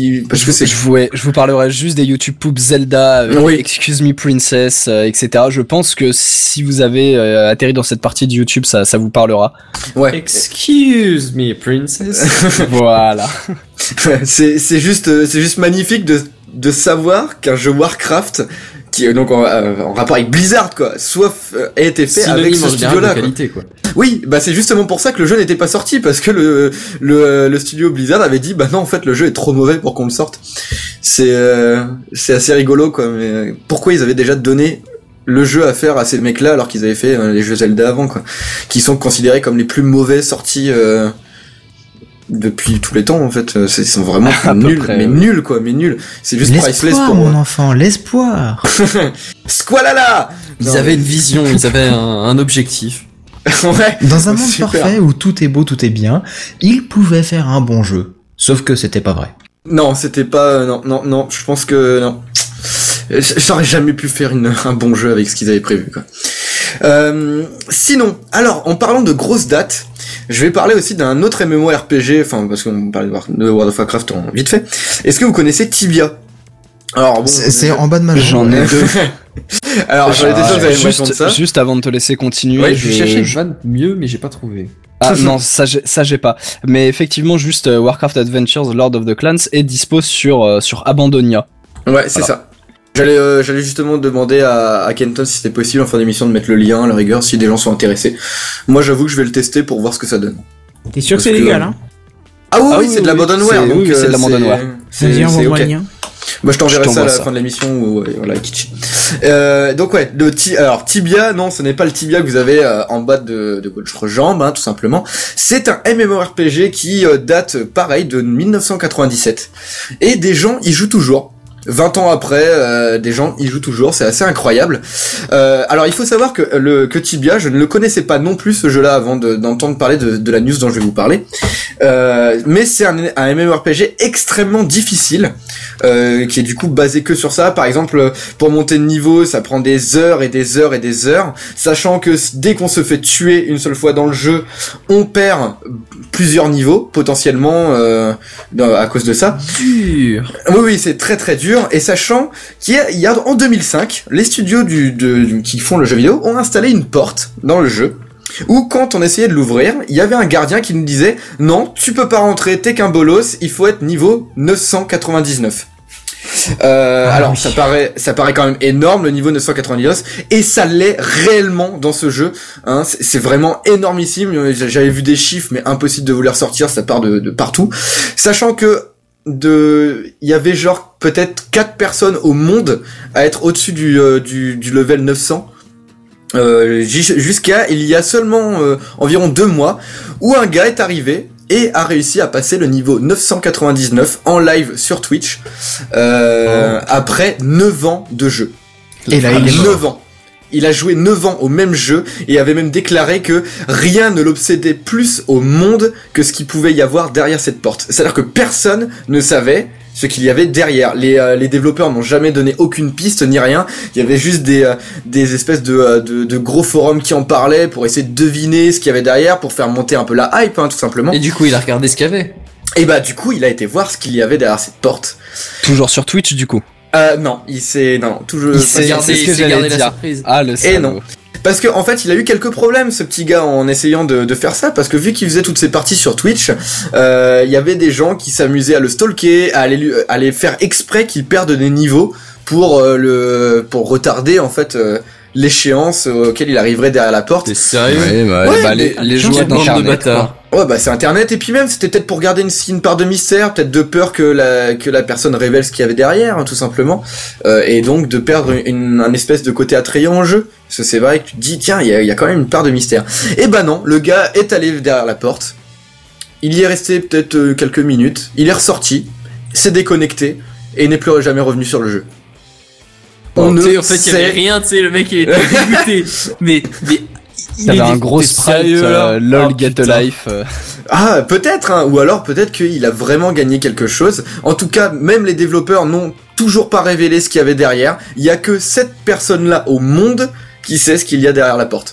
[SPEAKER 5] je vous parlerai juste des YouTube Poop Zelda Excuse Me Princess etc. Je pense que si vous avez atterri dans cette partie de YouTube, ça vous parlera.
[SPEAKER 6] Ouais.
[SPEAKER 3] Excuse Me Princess.
[SPEAKER 5] Voilà.
[SPEAKER 6] c'est juste magnifique de savoir qu'un jeu Warcraft qui est donc en rapport avec Blizzard quoi, a été fait avec ce studio-là.
[SPEAKER 3] Quoi.
[SPEAKER 6] Oui, c'est justement pour ça que le jeu n'était pas sorti parce que le studio Blizzard avait dit non en fait le jeu est trop mauvais pour qu'on le sorte. C'est assez rigolo quoi, mais pourquoi ils avaient déjà donné le jeu à faire à ces mecs-là alors qu'ils avaient fait les jeux Zelda avant quoi, qui sont considérés comme les plus mauvais sortis depuis tous les temps en fait, ils sont vraiment nuls, nuls quoi, mais nuls. C'est juste priceless pour
[SPEAKER 2] mon enfant, l'espoir.
[SPEAKER 6] Squalala.
[SPEAKER 3] Ils avaient une vision, ils avaient un objectif.
[SPEAKER 6] Ouais.
[SPEAKER 2] Dans un monde parfait où tout est beau, tout est bien, ils pouvaient faire un bon jeu. Sauf que c'était pas vrai.
[SPEAKER 6] Non, c'était pas non, je pense que non. J'aurais jamais pu faire un bon jeu avec ce qu'ils avaient prévu quoi. Sinon, alors en parlant de grosses dates, je vais parler aussi d'un autre MMORPG, parce qu'on parlait de World of Warcraft vite fait. Est-ce que vous connaissez Tibia? Alors bon,
[SPEAKER 2] c'est en bas de ma
[SPEAKER 5] j'en ai 2.
[SPEAKER 6] Alors j'en étais sûr que vous allez me répondre ça.
[SPEAKER 5] Juste avant de te laisser continuer,
[SPEAKER 3] ouais, je cherchais une vanne mieux, mais j'ai pas trouvé.
[SPEAKER 5] Ah non, ça j'ai pas. Mais effectivement, juste Warcraft Adventures Lord of the Clans est dispo sur Abandonia.
[SPEAKER 6] Ouais, c'est ça. J'allais justement demander à Kenton si c'était possible en fin d'émission de mettre le lien à la rigueur si des gens sont intéressés. Moi j'avoue que je vais le tester pour voir ce que ça donne.
[SPEAKER 4] T'es sûr que c'est légal hein?
[SPEAKER 6] Ah oui, c'est de l'abandonware.
[SPEAKER 5] Oui, c'est de l'abandonware.
[SPEAKER 4] C'est ok.
[SPEAKER 6] Moi je t'enverrai ça à la fin de l'émission ou voilà Kichi. Donc ouais, alors Tibia, non, ce n'est pas le Tibia que vous avez en bas de votre jambe tout simplement. C'est un MMORPG qui date pareil de 1997 et des gens y jouent toujours. 20 ans après, des gens y jouent toujours, c'est assez incroyable. Alors il faut savoir que Tibia, je ne le connaissais pas non plus ce jeu-là avant d'entendre parler de la news dont je vais vous parler. Mais c'est un MMORPG extrêmement difficile, qui est du coup basé que sur ça. Par exemple, pour monter de niveau, ça prend des heures et des heures et des heures, sachant que dès qu'on se fait tuer une seule fois dans le jeu, on perd plusieurs niveaux potentiellement à cause de ça.
[SPEAKER 3] Dur.
[SPEAKER 6] Oui, c'est très très dur. Et sachant qu'il y a en 2005, les studios qui font le jeu vidéo ont installé une porte dans le jeu où quand on essayait de l'ouvrir, il y avait un gardien qui nous disait non, tu peux pas rentrer, t'es qu'un bolos, il faut être niveau 999. Alors oui. ça paraît quand même énorme le niveau 999 et ça l'est réellement dans ce jeu hein, c'est vraiment énormissime. J'avais vu des chiffres mais impossible de vous les ressortir, ça part de partout, sachant que il y avait genre peut-être 4 personnes au monde à être au-dessus du level 900 jusqu'à il y a seulement environ 2 mois où un gars est arrivé et a réussi à passer le niveau 999 en live sur Twitch après 9 ans de jeu.
[SPEAKER 2] Et là il est
[SPEAKER 6] 9 ans. il a joué 9 ans au même jeu et avait même déclaré que rien ne l'obsédait plus au monde que ce qu'il pouvait y avoir derrière cette porte. C'est-à-dire que personne ne savait ce qu'il y avait derrière. Les développeurs n'ont jamais donné aucune piste ni rien. Il y avait juste des espèces de gros forums qui en parlaient pour essayer de deviner ce qu'il y avait derrière, pour faire monter un peu la hype, tout simplement.
[SPEAKER 3] Et du coup, il a regardé ce qu'il y avait.
[SPEAKER 6] Et bah du coup, il a été voir ce qu'il y avait derrière cette porte.
[SPEAKER 5] Toujours sur Twitch du coup.
[SPEAKER 6] Non, toujours.
[SPEAKER 5] Il s'est gardé
[SPEAKER 3] la surprise.
[SPEAKER 5] Ah le salaud.
[SPEAKER 6] Et non. Parce que en fait, il a eu quelques problèmes, ce petit gars, en essayant de faire ça, parce que vu qu'il faisait toutes ses parties sur Twitch, il y avait des gens qui s'amusaient à le stalker, à aller faire exprès qu'il perde des niveaux pour retarder en fait l'échéance auquel il arriverait derrière la porte.
[SPEAKER 3] T'es sérieux?
[SPEAKER 5] Les joueurs d'internet, quoi.
[SPEAKER 6] Ouais, bah c'est internet, et puis même c'était peut-être pour garder une part de mystère, peut-être de peur que la personne révèle ce qu'il y avait derrière, tout simplement, et donc de perdre un espèce de côté attrayant en jeu. Parce que c'est vrai que tu te dis, tiens, il y a quand même une part de mystère. Et bah non, le gars est allé derrière la porte, il y est resté peut-être quelques minutes, il est ressorti, s'est déconnecté, et n'est plus jamais revenu sur le jeu.
[SPEAKER 3] En fait, il y avait rien, tu sais, le mec il était dégoûté. mais
[SPEAKER 5] il avait un gros sprite, lol, get a life.
[SPEAKER 6] Ah, peut-être, ou alors peut-être qu'il a vraiment gagné quelque chose. En tout cas, même les développeurs n'ont toujours pas révélé ce qu'il y avait derrière. Il y a que cette personne-là au monde qui sait ce qu'il y a derrière la porte.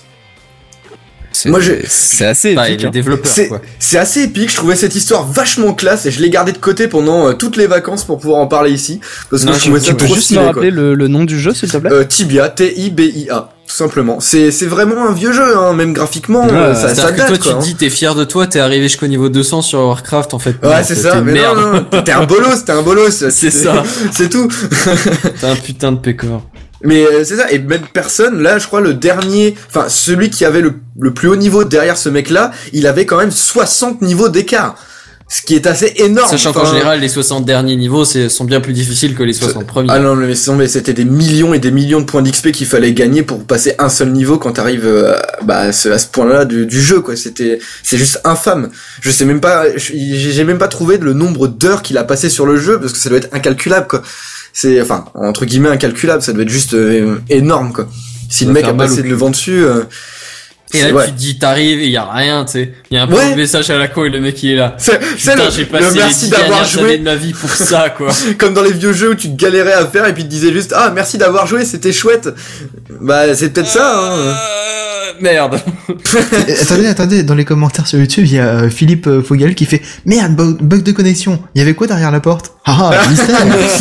[SPEAKER 5] C'est assez épique.
[SPEAKER 3] Les développeurs, quoi.
[SPEAKER 6] C'est assez épique. Je trouvais cette histoire vachement classe et je l'ai gardée de côté pendant toutes les vacances pour pouvoir en parler ici. Parce que je trouvais ça
[SPEAKER 5] tu peux
[SPEAKER 6] trop
[SPEAKER 5] juste
[SPEAKER 6] stylé,
[SPEAKER 5] me rappeler le nom du jeu, s'il te plaît?
[SPEAKER 6] Tibia, Tibia. Tout simplement. C'est vraiment un vieux jeu, même graphiquement. Ça date,
[SPEAKER 3] que toi,
[SPEAKER 6] quoi,
[SPEAKER 3] tu te dis, t'es fier de toi, t'es arrivé jusqu'au niveau 200 sur Warcraft, en fait.
[SPEAKER 6] Ouais, c'est ça. Mais
[SPEAKER 3] merde.
[SPEAKER 6] non, t'es un bolos.
[SPEAKER 3] C'est ça.
[SPEAKER 6] C'est tout.
[SPEAKER 3] T'es un putain de pécor.
[SPEAKER 6] Mais c'est ça, et même personne, là je crois celui qui avait le plus haut niveau derrière ce mec-là, il avait quand même 60 niveaux d'écart. Ce qui est assez énorme.
[SPEAKER 3] Sachant qu'en général, les 60 derniers niveaux sont bien plus difficiles que les 60 premiers.
[SPEAKER 6] Ah non, mais c'était des millions et des millions de points d'XP qu'il fallait gagner pour passer un seul niveau quand t'arrives à ce point-là du jeu, quoi. C'est juste infâme. Je sais même pas, j'ai même pas trouvé le nombre d'heures qu'il a passé sur le jeu parce que ça doit être incalculable, quoi. C'est, enfin, entre guillemets incalculable, ça doit être juste énorme, quoi. Si le mec a passé le vent dessus...
[SPEAKER 3] et là, tu te dis, t'arrives et y a rien, tu sais. Y a un petit message à la con et le mec, il est là. Putain, j'ai passé les 10 dernières années de ma vie pour ça, quoi.
[SPEAKER 6] Comme dans les vieux jeux où tu te galérais à faire et puis tu disais juste, ah, merci d'avoir joué, c'était chouette. Bah, c'est peut-être ça,
[SPEAKER 3] Merde.
[SPEAKER 2] Attendez, dans les commentaires sur YouTube, il y a Philippe Fogel qui fait merde, bug de connexion. Il y avait quoi derrière la porte? Ah, mystère.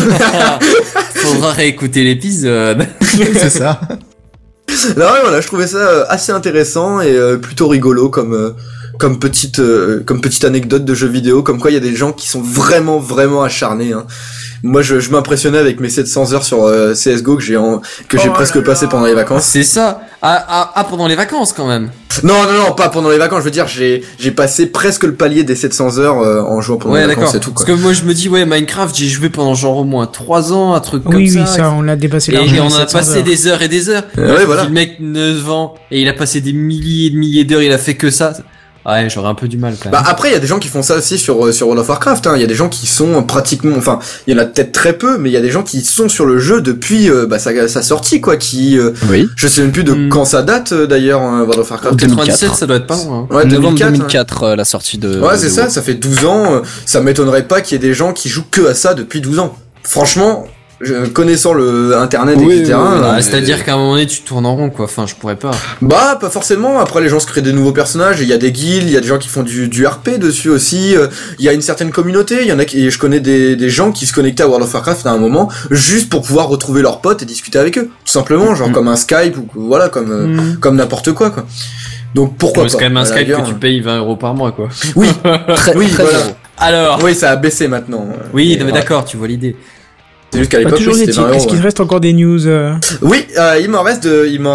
[SPEAKER 3] Faudra réécouter l'épisode.
[SPEAKER 2] C'est ça.
[SPEAKER 6] Non, voilà, je trouvais ça assez intéressant et plutôt rigolo comme petite anecdote de jeu vidéo, comme quoi il y a des gens qui sont vraiment acharnés, Moi, je m'impressionnais avec mes 700 heures sur CSGO que j'ai presque passé pendant les vacances.
[SPEAKER 3] C'est ça. Pendant les vacances, quand même.
[SPEAKER 6] Non, pas pendant les vacances. Je veux dire, j'ai passé presque le palier des 700 heures en jouant pendant les vacances et tout, quoi.
[SPEAKER 3] Parce que moi, je me dis, Minecraft, j'ai joué pendant genre au moins 3 ans, un truc comme ça.
[SPEAKER 4] Oui, ça, on l'a dépassé largement.
[SPEAKER 3] Et on a passé des heures et des heures.
[SPEAKER 6] Ouais, voilà.
[SPEAKER 3] Le mec 9 ans, et il a passé des milliers et des milliers d'heures, il a fait que ça. Ouais, j'aurais un peu du mal, quand même.
[SPEAKER 6] Bah, après, il y a des gens qui font ça aussi sur World of Warcraft, Il y a des gens qui sont pratiquement, enfin, il y en a peut-être très peu, mais il y a des gens qui sont sur le jeu depuis, sa sortie, quoi,
[SPEAKER 5] oui.
[SPEAKER 6] Je sais même plus de quand ça date, d'ailleurs, World of Warcraft.
[SPEAKER 3] 97, ça doit être pas loin,
[SPEAKER 6] Ouais,
[SPEAKER 5] novembre
[SPEAKER 6] 2004,
[SPEAKER 5] 2004, la sortie de...
[SPEAKER 6] Ouais, c'est ça fait 12 ans, ça m'étonnerait pas qu'il y ait des gens qui jouent que à ça depuis 12 ans. Franchement, connaissant le internet, etc.
[SPEAKER 3] C'est-à-dire qu'à un moment donné, tu tournes en rond, quoi. Enfin, je pourrais pas.
[SPEAKER 6] Bah, pas forcément. Après, les gens se créent des nouveaux personnages. Il y a des guildes, il y a des gens qui font du RP dessus aussi. Il y a une certaine communauté. Il y en a je connais des gens qui se connectaient à World of Warcraft à un moment juste pour pouvoir retrouver leurs potes et discuter avec eux. Tout simplement, genre comme un Skype ou voilà, comme n'importe quoi. Donc pourquoi pas.
[SPEAKER 3] C'est quand même un Skype que tu payes 20 € par mois, quoi.
[SPEAKER 6] Oui,
[SPEAKER 5] très
[SPEAKER 6] voilà.
[SPEAKER 3] Alors.
[SPEAKER 6] Oui, ça a baissé maintenant.
[SPEAKER 3] Oui, mais d'accord, tu vois l'idée.
[SPEAKER 6] C'est juste qu'à l'époque, c'était 20 €.
[SPEAKER 4] Est-ce qu'il reste encore des news
[SPEAKER 6] Oui, il m'en reste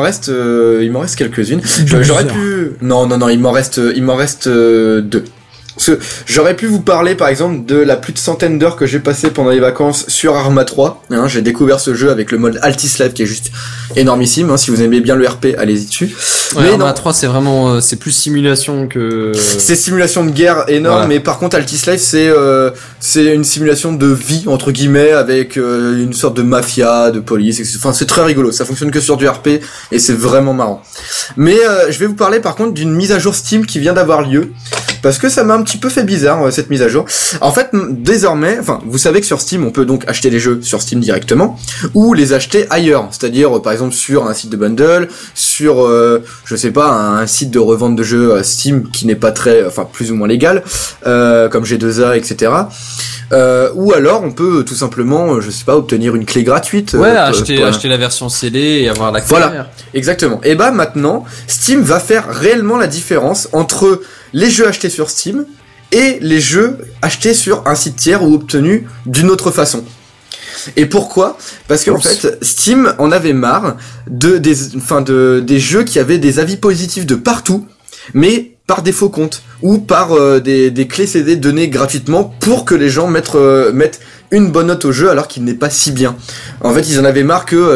[SPEAKER 6] quelques-unes. J'aurais pu. Non, il m'en reste 2. J'aurais pu vous parler par exemple de la plus de centaine d'heures que j'ai passé pendant les vacances sur Arma 3. J'ai découvert ce jeu avec le mode Altis Life qui est juste énormissime. Si vous aimez bien le RP, allez-y dessus.
[SPEAKER 3] Ouais,
[SPEAKER 6] mais
[SPEAKER 3] Arma 3 c'est vraiment c'est plus simulation que.
[SPEAKER 6] C'est simulation de guerre énorme, voilà. Mais par contre Altis Life c'est une simulation de vie entre guillemets avec une sorte de mafia, de police, etc. Enfin c'est très rigolo. Ça fonctionne que sur du RP et c'est vraiment marrant. Mais je vais vous parler par contre d'une mise à jour Steam qui vient d'avoir lieu. Parce que ça m'a un petit peu fait bizarre cette mise à jour. En fait, désormais, vous savez que sur Steam, on peut donc acheter les jeux sur Steam directement ou les acheter ailleurs, c'est-à-dire par exemple sur un site de bundle, sur je sais pas, un site de revente de jeux Steam qui n'est pas plus ou moins légal, comme G2A, etc. Ou alors on peut tout simplement, je sais pas, obtenir une clé gratuite.
[SPEAKER 3] Ouais, acheter la version CD et avoir l'accès.
[SPEAKER 6] Voilà, exactement. Et maintenant, Steam va faire réellement la différence entre les jeux achetés sur Steam et les jeux achetés sur un site tiers ou obtenus d'une autre façon. Et pourquoi ? Parce qu'en fait, Steam en avait marre des jeux qui avaient des avis positifs de partout, mais par des faux comptes ou par des clés CD données gratuitement pour que les gens mettent une bonne note au jeu alors qu'il n'est pas si bien. En fait, ils en avaient marre que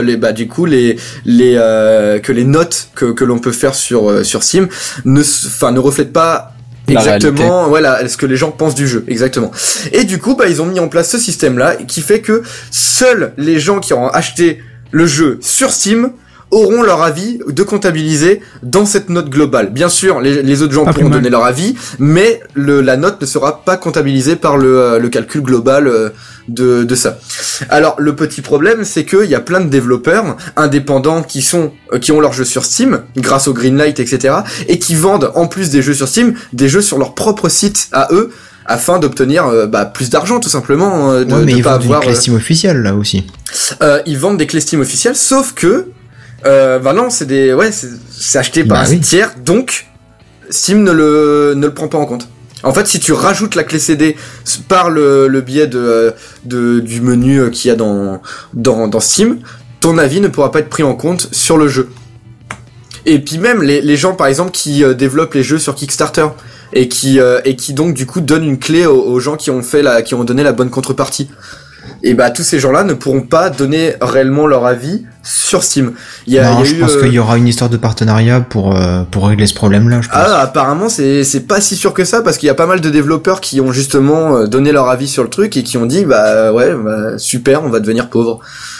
[SPEAKER 6] que les notes que l'on peut faire sur Steam ne reflètent pas exactement ce que les gens pensent du jeu, exactement. Et du coup, ils ont mis en place ce système-là qui fait que seuls les gens qui auront acheté le jeu sur Steam auront leur avis de comptabiliser dans cette note globale. Bien sûr, les autres gens pourront donner leur avis, mais la note ne sera pas comptabilisée par le calcul global de ça. Alors, le petit problème, c'est qu'il y a plein de développeurs indépendants qui ont leurs jeux sur Steam, grâce au Greenlight, etc., et qui vendent, en plus des jeux sur Steam, des jeux sur leur propre site à eux, afin d'obtenir plus d'argent, tout simplement.
[SPEAKER 2] Mais ils vendent des clés Steam officielles, là, aussi.
[SPEAKER 6] Ils vendent des clés Steam officielles, sauf que non, c'est acheté par un tiers, donc Steam ne le prend pas en compte. En fait, si tu rajoutes la clé CD par le biais du menu qu'il y a dans Steam, ton avis ne pourra pas être pris en compte sur le jeu. Et puis même les gens par exemple qui développent les jeux sur Kickstarter et qui donc du coup donnent une clé aux gens qui ont donné la bonne contrepartie. Et tous ces gens-là ne pourront pas donner réellement leur avis sur Steam.
[SPEAKER 2] Je pense qu'il y aura une histoire de partenariat pour régler ce problème-là, je pense.
[SPEAKER 6] Apparemment, c'est pas si sûr que ça, parce qu'il y a pas mal de développeurs qui ont justement donné leur avis sur le truc et qui ont dit, super, on va devenir pauvre.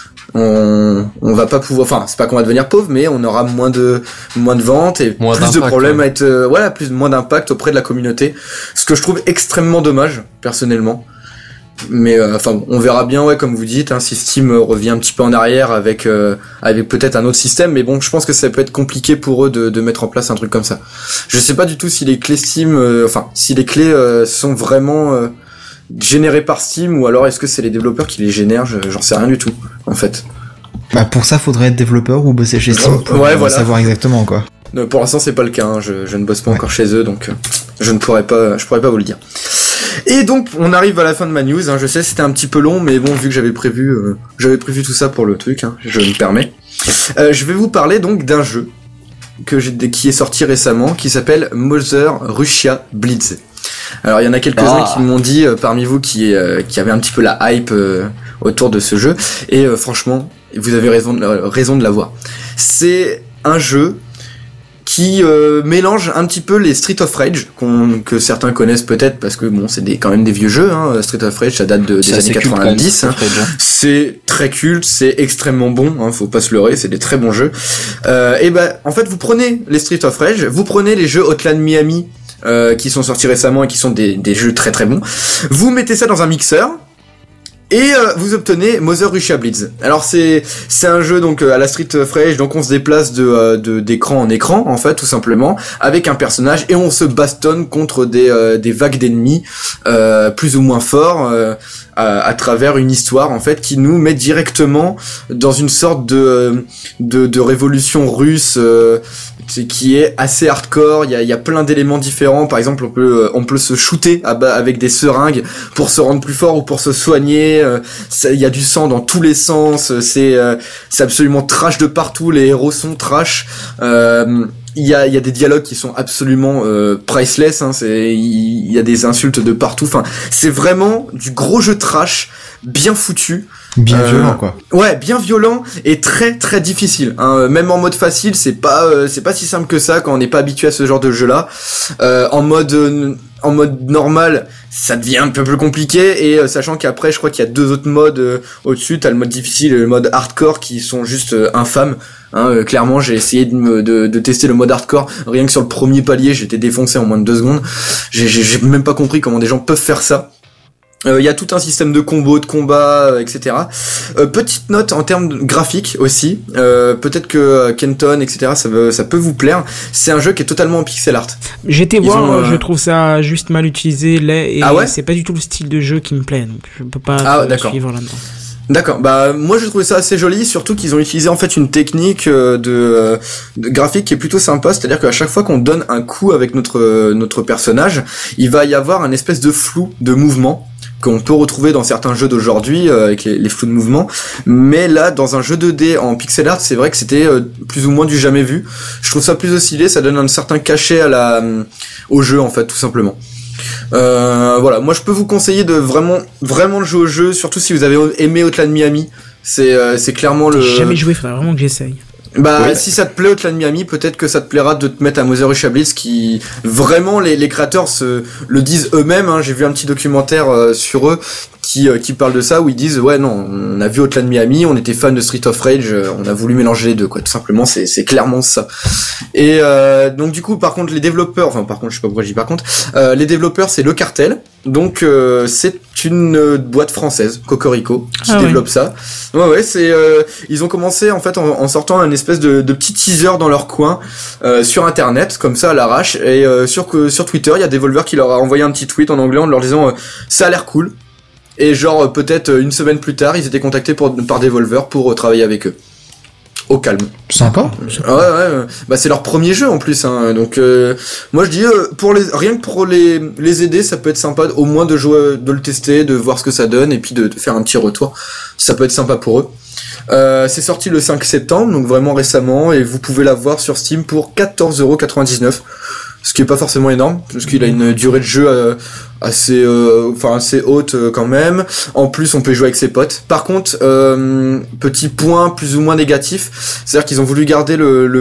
[SPEAKER 6] On va pas pouvoir, c'est pas qu'on va devenir pauvre, mais on aura moins de ventes et plus de problèmes à être, moins d'impact auprès de la communauté. Ce que je trouve extrêmement dommage, personnellement. Mais on verra bien, comme vous dites, si Steam revient un petit peu en arrière avec peut-être un autre système, mais bon, je pense que ça peut être compliqué pour eux de mettre en place un truc comme ça. Je sais pas du tout si les clés Steam, si les clés sont vraiment générées par Steam, ou alors est-ce que c'est les développeurs qui les génèrent, j'en sais rien du tout, en fait.
[SPEAKER 2] Pour ça, faudrait être développeur ou bosser chez Steam pour savoir exactement, quoi.
[SPEAKER 6] Pour l'instant, c'est pas le cas, je ne bosse pas encore chez eux, donc je pourrais pas vous le dire. Et donc on arrive à la fin de ma news, je sais c'était un petit peu long, mais bon, vu que j'avais prévu tout ça pour le truc, je me permets. Je vais vous parler donc d'un jeu qui est sorti récemment, qui s'appelle Mother Russia Blitz. Alors il y en a quelques-uns qui m'ont dit parmi vous qui avaient un petit peu la hype autour de ce jeu, et franchement vous avez raison de l'avoir. C'est un jeu qui mélange un petit peu les Street of Rage que certains connaissent peut-être parce que bon, c'est quand même des vieux jeux, Street of Rage, ça date des années 90, c'est très culte, c'est extrêmement bon, faut pas se leurrer, c'est des très bons jeux. En fait, vous prenez les Street of Rage, vous prenez les jeux Hotline Miami qui sont sortis récemment et qui sont des jeux très très bons, vous mettez ça dans un mixeur et vous obtenez Mother Russia Blitz. Alors c'est un jeu donc à la Street of Rage, donc on se déplace d'écran en écran en fait, tout simplement, avec un personnage, et on se bastonne contre des vagues d'ennemis plus ou moins forts à travers une histoire en fait qui nous met directement dans une sorte de révolution russe qui est assez hardcore. Il y a plein d'éléments différents. Par exemple, on peut se shooter avec des seringues pour se rendre plus fort ou pour se soigner. Il y a du sang dans tous les sens. C'est absolument trash de partout. Les héros sont trash. il y a des dialogues qui sont absolument priceless, hein, il y a des insultes de partout, enfin c'est vraiment du gros jeu trash bien foutu,
[SPEAKER 2] bien violent quoi.
[SPEAKER 6] Ouais, bien violent et très très difficile, hein. Même en mode facile, c'est pas si simple que ça quand on n'est pas habitué à ce genre de jeu là. En mode normal, ça devient un peu plus compliqué, et sachant qu'après je crois qu'il y a 2 autres modes au-dessus, t'as le mode difficile et le mode hardcore qui sont juste infâmes. Hein, clairement, j'ai essayé de tester le mode hardcore. Rien que sur le premier palier, j'étais défoncé en moins de 2 secondes. J'ai même pas compris comment des gens peuvent faire ça. Il y a tout un système de combos, de combats, etc. Petite note en termes graphiques aussi. Peut-être que Kenton, etc. Ça peut vous plaire. C'est un jeu qui est totalement en pixel art.
[SPEAKER 4] J'ai été voir, je trouve ça juste mal utilisé, laid, et c'est pas du tout le style de jeu qui me plaît, donc je peux pas suivre là-dedans.
[SPEAKER 6] D'accord, bah moi je trouvais ça assez joli, surtout qu'ils ont utilisé en fait une technique de graphique qui est plutôt sympa, c'est-à-dire qu'à chaque fois qu'on donne un coup avec notre personnage, il va y avoir un espèce de flou de mouvement qu'on peut retrouver dans certains jeux d'aujourd'hui avec les flous de mouvement, mais là dans un jeu 2D en pixel art, c'est vrai que c'était plus ou moins du jamais vu. Je trouve ça plus oscillé, ça donne un certain cachet au jeu en fait, tout simplement. Voilà, moi je peux vous conseiller de vraiment jouer au jeu, surtout si vous avez aimé Hotline Miami. C'est clairement le.
[SPEAKER 4] J'ai jamais joué, faudrait vraiment que j'essaye.
[SPEAKER 6] Bah si ça te plaît Hotline Miami, peut-être que ça te plaira de te mettre à Mother Russia Blitz, qui vraiment les créateurs le disent eux-mêmes, hein. J'ai vu un petit documentaire sur eux qui parle de ça, où ils disent ouais non, on a vu Hotline Miami, on était fan de Street of Rage, on a voulu mélanger les deux quoi, tout simplement, c'est clairement ça. Et donc du coup par contre les développeurs, je sais pas pourquoi je dis par contre, les développeurs c'est Le Cartel, donc c'est une boîte française, Cocorico, qui développe ça. Ouais c'est ils ont commencé en fait en sortant un espèce de petit teaser dans leur coin sur internet, comme ça à l'arrache, et sur Twitter il y a Devolver qui leur a envoyé un petit tweet en anglais en leur disant ça a l'air cool. Et genre peut-être une semaine plus tard, ils étaient contactés par Devolver pour travailler avec eux. Au calme.
[SPEAKER 2] Sympa.
[SPEAKER 6] Ouais. Bah c'est leur premier jeu en plus, hein. Donc moi je dis rien que pour les aider, ça peut être sympa au moins de jouer, de le tester, de voir ce que ça donne et puis de faire un petit retour. Ça peut être sympa pour eux. C'est sorti le 5 septembre, donc vraiment récemment, et vous pouvez l'avoir sur Steam pour 14,99€. Ce qui est pas forcément énorme, parce qu'il a une durée de jeu assez haute quand même. En plus, on peut jouer avec ses potes. Par contre, petit point plus ou moins négatif, c'est-à-dire qu'ils ont voulu garder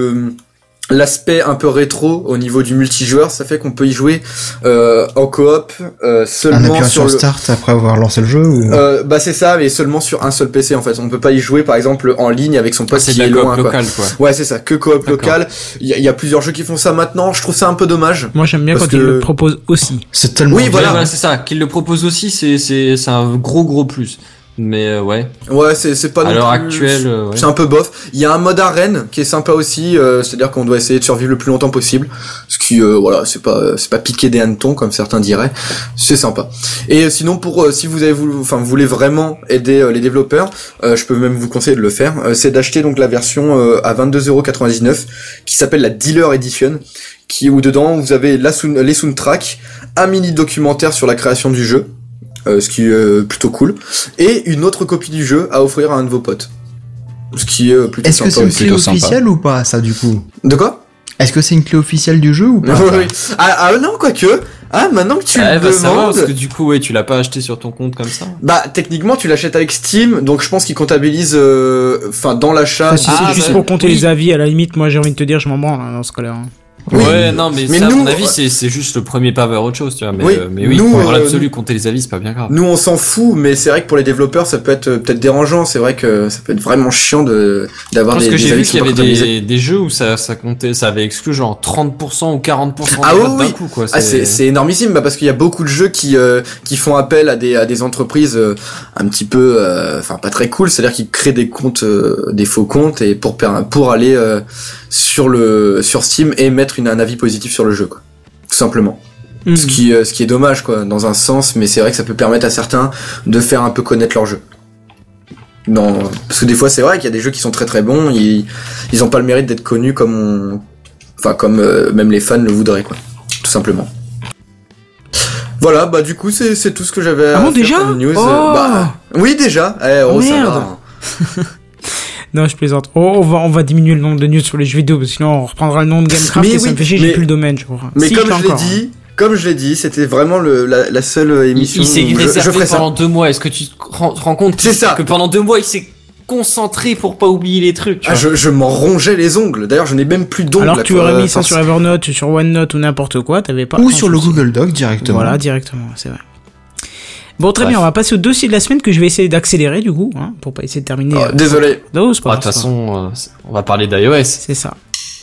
[SPEAKER 6] l'aspect un peu rétro au niveau du multijoueur, ça fait qu'on peut y jouer en coop seulement
[SPEAKER 2] sur Start après avoir lancé le jeu ou...
[SPEAKER 6] bah c'est ça, mais seulement sur un seul PC en fait. On peut pas y jouer par exemple en ligne avec son pote qui est loin.
[SPEAKER 3] C'est local quoi.
[SPEAKER 6] Ouais c'est ça, que coop local. Il y a plusieurs jeux qui font ça maintenant. Je trouve ça un peu dommage.
[SPEAKER 4] Moi j'aime bien quand ils le proposent aussi.
[SPEAKER 2] C'est tellement.
[SPEAKER 6] Oui voilà,
[SPEAKER 3] c'est ça. Qu'ils le proposent aussi, c'est un gros plus. Mais ouais
[SPEAKER 6] c'est pas
[SPEAKER 3] à l'heure actuelle
[SPEAKER 6] c'est un peu bof. Il y a un mode arène qui est sympa aussi, c'est-à-dire qu'on doit essayer de survivre le plus longtemps possible, ce qui c'est pas piquer des hannetons comme certains diraient. C'est sympa. Et sinon pour si vous voulez vraiment aider les développeurs, je peux même vous conseiller de le faire, c'est d'acheter donc la version à 22,99€ qui s'appelle la Dealer Edition, où dedans vous avez les soundtracks, un mini documentaire sur la création du jeu, ce qui est plutôt cool, et une autre copie du jeu à offrir à un de vos potes, ce qui est plutôt
[SPEAKER 2] sympa. Est-ce que c'est une clé officielle ou pas, ça, du coup?
[SPEAKER 6] De quoi?
[SPEAKER 2] Est-ce que c'est une clé officielle du jeu ou pas?
[SPEAKER 6] Oui. Ah non, quoique. Ah, maintenant que tu le demandes...
[SPEAKER 3] savoir, parce que du coup, tu l'as pas acheté sur ton compte comme ça.
[SPEAKER 6] Bah, techniquement, tu l'achètes avec Steam, donc je pense qu'ils comptabilisent, dans l'achat.
[SPEAKER 4] Si c'est juste pour compter les avis, à la limite, moi j'ai envie de te dire, je m'en branle dans ce cas-là.
[SPEAKER 3] Oui. Ouais, non, mais ça, à mon avis, c'est juste le premier pas vers autre chose, tu vois. Mais oui,
[SPEAKER 6] nous,
[SPEAKER 3] pour l'absolu, compter les avis, c'est pas bien grave.
[SPEAKER 6] Nous, on s'en fout, mais c'est vrai que pour les développeurs, ça peut être peut-être dérangeant. C'est vrai que ça peut être vraiment chiant d'avoir des avis. Parce que
[SPEAKER 3] j'ai vu qu'il y avait des jeux où ça comptait, ça avait exclu genre 30% ou 40% d'un coup, quoi.
[SPEAKER 6] C'est énormissime, parce qu'il y a beaucoup de jeux qui font appel à des entreprises un petit peu, pas très cool. C'est-à-dire qu'ils créent des comptes, des faux comptes, et pour aller sur Steam et mettre un avis positif sur le jeu, quoi, tout simplement. Ce qui est dommage, quoi, dans un sens, mais c'est vrai que ça peut permettre à certains de faire un peu connaître leur jeu. Parce que des fois c'est vrai qu'il y a des jeux qui sont très très bons, ils ont pas le mérite d'être connus comme même les fans le voudraient, quoi, tout simplement. Voilà, bah du coup c'est tout ce que j'avais à faire
[SPEAKER 4] déjà
[SPEAKER 6] comme news.
[SPEAKER 4] Oh
[SPEAKER 6] oui déjà.
[SPEAKER 4] merde.
[SPEAKER 6] Ça va.
[SPEAKER 4] Non, je plaisante. Oh, on va diminuer le nombre de news sur les jeux vidéo, parce que sinon on reprendra le nom de Gamecraft
[SPEAKER 6] Mais
[SPEAKER 4] et ça
[SPEAKER 6] oui,
[SPEAKER 4] me fait chier,
[SPEAKER 6] mais-
[SPEAKER 4] j'ai plus le domaine, je crois.
[SPEAKER 6] Mais
[SPEAKER 4] Si,
[SPEAKER 6] comme
[SPEAKER 4] l'ai
[SPEAKER 6] je l'ai
[SPEAKER 4] encore, hein.
[SPEAKER 6] dit, c'était vraiment la seule émission
[SPEAKER 3] Il s'est
[SPEAKER 6] où je
[SPEAKER 3] réservé
[SPEAKER 6] ferais ça.
[SPEAKER 3] pendant 2 mois. Est-ce que tu te rends compte
[SPEAKER 6] C'est ça.
[SPEAKER 3] que pendant 2 mois, il s'est concentré pour pas oublier les trucs. Tu
[SPEAKER 6] Ah,
[SPEAKER 3] vois.
[SPEAKER 6] je m'en rongeais les ongles. D'ailleurs, je n'ai même plus d'ongles.
[SPEAKER 4] Alors que tu aurais mis ça
[SPEAKER 6] force.
[SPEAKER 4] sur Evernote, sur OneNote ou n'importe quoi, t'avais pas.
[SPEAKER 2] Ou
[SPEAKER 4] grand
[SPEAKER 2] sur le
[SPEAKER 4] souci.
[SPEAKER 2] Google Doc directement.
[SPEAKER 4] Voilà, directement, c'est vrai. Bon, très
[SPEAKER 3] Bref.
[SPEAKER 4] bien, on va passer au dossier de la semaine que je vais essayer d'accélérer du coup, hein, pour pas essayer de terminer.
[SPEAKER 6] Oh, désolé.
[SPEAKER 4] Non, c'est pas
[SPEAKER 3] Ah, de
[SPEAKER 4] grave,
[SPEAKER 3] toute
[SPEAKER 4] c'est pas grave.
[SPEAKER 3] façon, on va parler d'iOS.
[SPEAKER 4] C'est ça.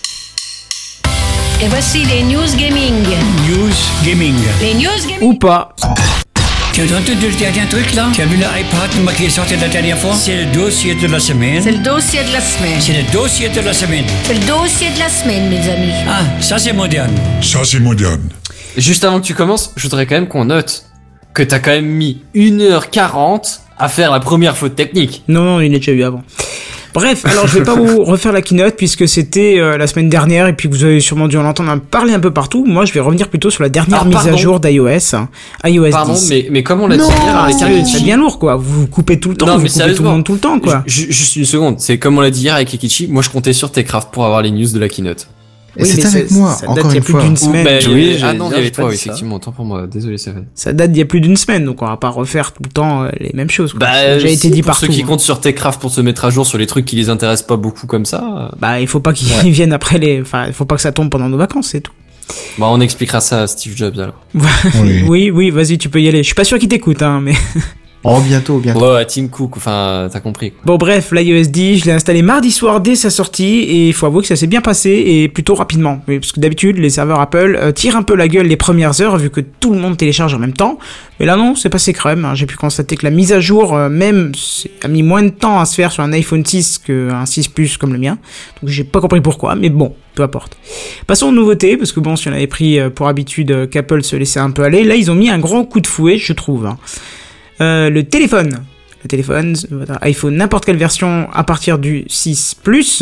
[SPEAKER 7] Et voici les news gaming.
[SPEAKER 8] News Gaming.
[SPEAKER 7] Les news gaming.
[SPEAKER 4] Ou pas.
[SPEAKER 8] Tu as entendu le dernier truc là? Tu as vu l'iPad qui est sorti la dernière fois? C'est le dossier de la semaine.
[SPEAKER 7] C'est le dossier de la semaine.
[SPEAKER 8] C'est le dossier de la semaine.
[SPEAKER 7] C'est le dossier de la semaine, mes amis.
[SPEAKER 8] Ah, ça c'est moderne.
[SPEAKER 1] Ça, c'est moderne.
[SPEAKER 3] Juste avant que tu commences, je voudrais quand même qu'on note que t'as quand même mis 1h40 à faire la première faute technique.
[SPEAKER 4] Non, il l'a déjà eu avant. Bref, alors je vais pas vous refaire la keynote puisque c'était la semaine dernière et puis vous avez sûrement dû en entendre parler un peu partout. Moi, je vais revenir plutôt sur la dernière
[SPEAKER 3] Ah,
[SPEAKER 4] mise à
[SPEAKER 3] pardon.
[SPEAKER 4] jour d'iOS, hein, iOS
[SPEAKER 3] Pardon,
[SPEAKER 4] 10.
[SPEAKER 3] mais comme on l'a dit
[SPEAKER 4] Non,
[SPEAKER 3] hier avec
[SPEAKER 4] sérieux,
[SPEAKER 3] Akichi-
[SPEAKER 4] c'est bien lourd quoi. Vous coupez tout le temps,
[SPEAKER 3] Non,
[SPEAKER 4] vous
[SPEAKER 3] mais
[SPEAKER 4] coupez tout le
[SPEAKER 3] sérieusement.
[SPEAKER 4] monde tout le temps quoi.
[SPEAKER 3] Juste une seconde, c'est comme on l'a dit hier avec Ekichi, moi je comptais sur Techcraft pour avoir les news de la keynote.
[SPEAKER 2] Et
[SPEAKER 4] Oui,
[SPEAKER 2] c'est
[SPEAKER 4] mais
[SPEAKER 2] avec moi,
[SPEAKER 4] ça date
[SPEAKER 2] encore
[SPEAKER 4] il y a
[SPEAKER 2] une
[SPEAKER 4] plus
[SPEAKER 2] fois.
[SPEAKER 4] d'une semaine.
[SPEAKER 3] Ben,
[SPEAKER 5] oui,
[SPEAKER 3] ah
[SPEAKER 5] j'allais
[SPEAKER 3] non, il
[SPEAKER 5] dire,
[SPEAKER 3] y avait
[SPEAKER 5] j'ai pas
[SPEAKER 3] toi,
[SPEAKER 5] dit ça.
[SPEAKER 3] effectivement, autant pour moi, désolé c'est vrai.
[SPEAKER 4] Ça date d'il y a plus d'une semaine, donc on va pas refaire tout le temps les mêmes choses. Quoi. Ça a
[SPEAKER 3] Bah,
[SPEAKER 4] déjà été
[SPEAKER 3] si,
[SPEAKER 4] dit
[SPEAKER 3] pour
[SPEAKER 4] partout.
[SPEAKER 3] ceux qui
[SPEAKER 4] hein.
[SPEAKER 3] comptent sur Techcraft pour se mettre à jour sur les trucs qui les intéressent pas beaucoup comme ça,
[SPEAKER 4] Bah, il faut pas qu'ils viennent après les. Enfin, il faut pas que ça tombe pendant nos vacances, c'est tout.
[SPEAKER 3] bah on expliquera ça à Steve Jobs alors.
[SPEAKER 2] Oui.
[SPEAKER 4] oui, vas-y, tu peux y aller. Je suis pas sûr qu'il t'écoute, hein, mais.
[SPEAKER 2] Oh, bientôt.
[SPEAKER 3] Ouais, à Tim Cook, enfin, t'as compris.
[SPEAKER 4] Bon bref, l'iOS 10, je l'ai installé mardi soir dès sa sortie et il faut avouer que ça s'est bien passé et plutôt rapidement. Oui, parce que d'habitude, les serveurs Apple tirent un peu la gueule les premières heures vu que tout le monde télécharge en même temps. Mais là non, c'est passé crème. Hein. J'ai pu constater que la mise à jour, a mis moins de temps à se faire sur un iPhone 6 qu'un 6 Plus comme le mien. Donc j'ai pas compris pourquoi, mais bon, peu importe. Passons aux nouveautés, parce que bon, si on avait pris pour habitude qu'Apple se laissait un peu aller, là ils ont mis un grand coup de fouet, je trouve. Hein. Le téléphone, votre iPhone, n'importe quelle version à partir du 6 Plus,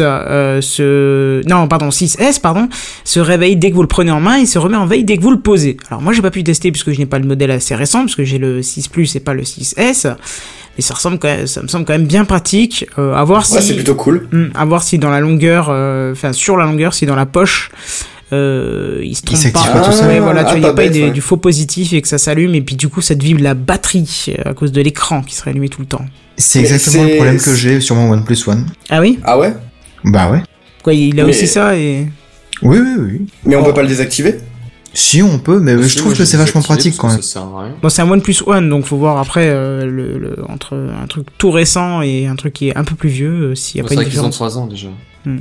[SPEAKER 4] 6S, se réveille dès que vous le prenez en main et se remet en veille dès que vous le posez. Alors moi j'ai pas pu tester puisque je n'ai pas le modèle assez récent, parce que j'ai le 6 Plus et pas le 6S, mais ça me semble quand même bien pratique, à voir
[SPEAKER 6] Ouais,
[SPEAKER 4] si,
[SPEAKER 6] c'est plutôt cool.
[SPEAKER 4] à voir si dans la longueur, sur la longueur, si dans la poche, il se trompe
[SPEAKER 2] s'active
[SPEAKER 4] pas.
[SPEAKER 2] pas tout seul.
[SPEAKER 4] Ouais, voilà, tu vois, il n'y a
[SPEAKER 6] pas
[SPEAKER 4] pas
[SPEAKER 6] bête, ouais.
[SPEAKER 4] du faux positif et que ça s'allume et puis du coup ça te vibre la batterie à cause de l'écran qui serait allumé tout le temps.
[SPEAKER 2] C'est
[SPEAKER 6] Mais
[SPEAKER 2] exactement le
[SPEAKER 6] c'est-
[SPEAKER 2] problème que j'ai sur mon OnePlus One.
[SPEAKER 4] Ah oui?
[SPEAKER 6] Ah ouais?
[SPEAKER 2] Bah ouais.
[SPEAKER 4] Quoi, il a
[SPEAKER 6] Mais-
[SPEAKER 4] aussi ça et...
[SPEAKER 2] Oui.
[SPEAKER 6] Mais on
[SPEAKER 4] Oh.
[SPEAKER 6] peut pas le désactiver?
[SPEAKER 2] Si on peut, mais je trouve que c'est vachement pratique quand même.
[SPEAKER 3] Ça sert à rien.
[SPEAKER 4] Bon, c'est un OnePlus One, donc faut voir après entre un truc tout récent et un truc qui est un peu plus vieux, s'il n'y a
[SPEAKER 3] C'est
[SPEAKER 4] pas une
[SPEAKER 3] vrai qu'ils ont
[SPEAKER 4] différence.
[SPEAKER 3] 3 ans déjà.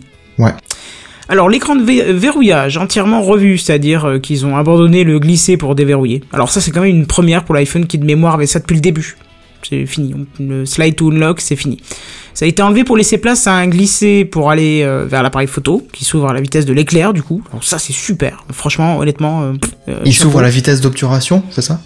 [SPEAKER 4] Alors l'écran de verrouillage entièrement revu, c'est-à-dire qu'ils ont abandonné le glisser pour déverrouiller. Alors ça c'est quand même une première pour l'iPhone qui de mémoire avait ça depuis le début. C'est fini, le slide to unlock c'est fini. Ça a été enlevé pour laisser place à un glisser pour aller vers l'appareil photo qui s'ouvre à la vitesse de l'éclair du coup. Alors ça c'est super, franchement honnêtement.
[SPEAKER 2] Il
[SPEAKER 4] chapeau.
[SPEAKER 2] s'ouvre à la vitesse d'obturation, c'est ça?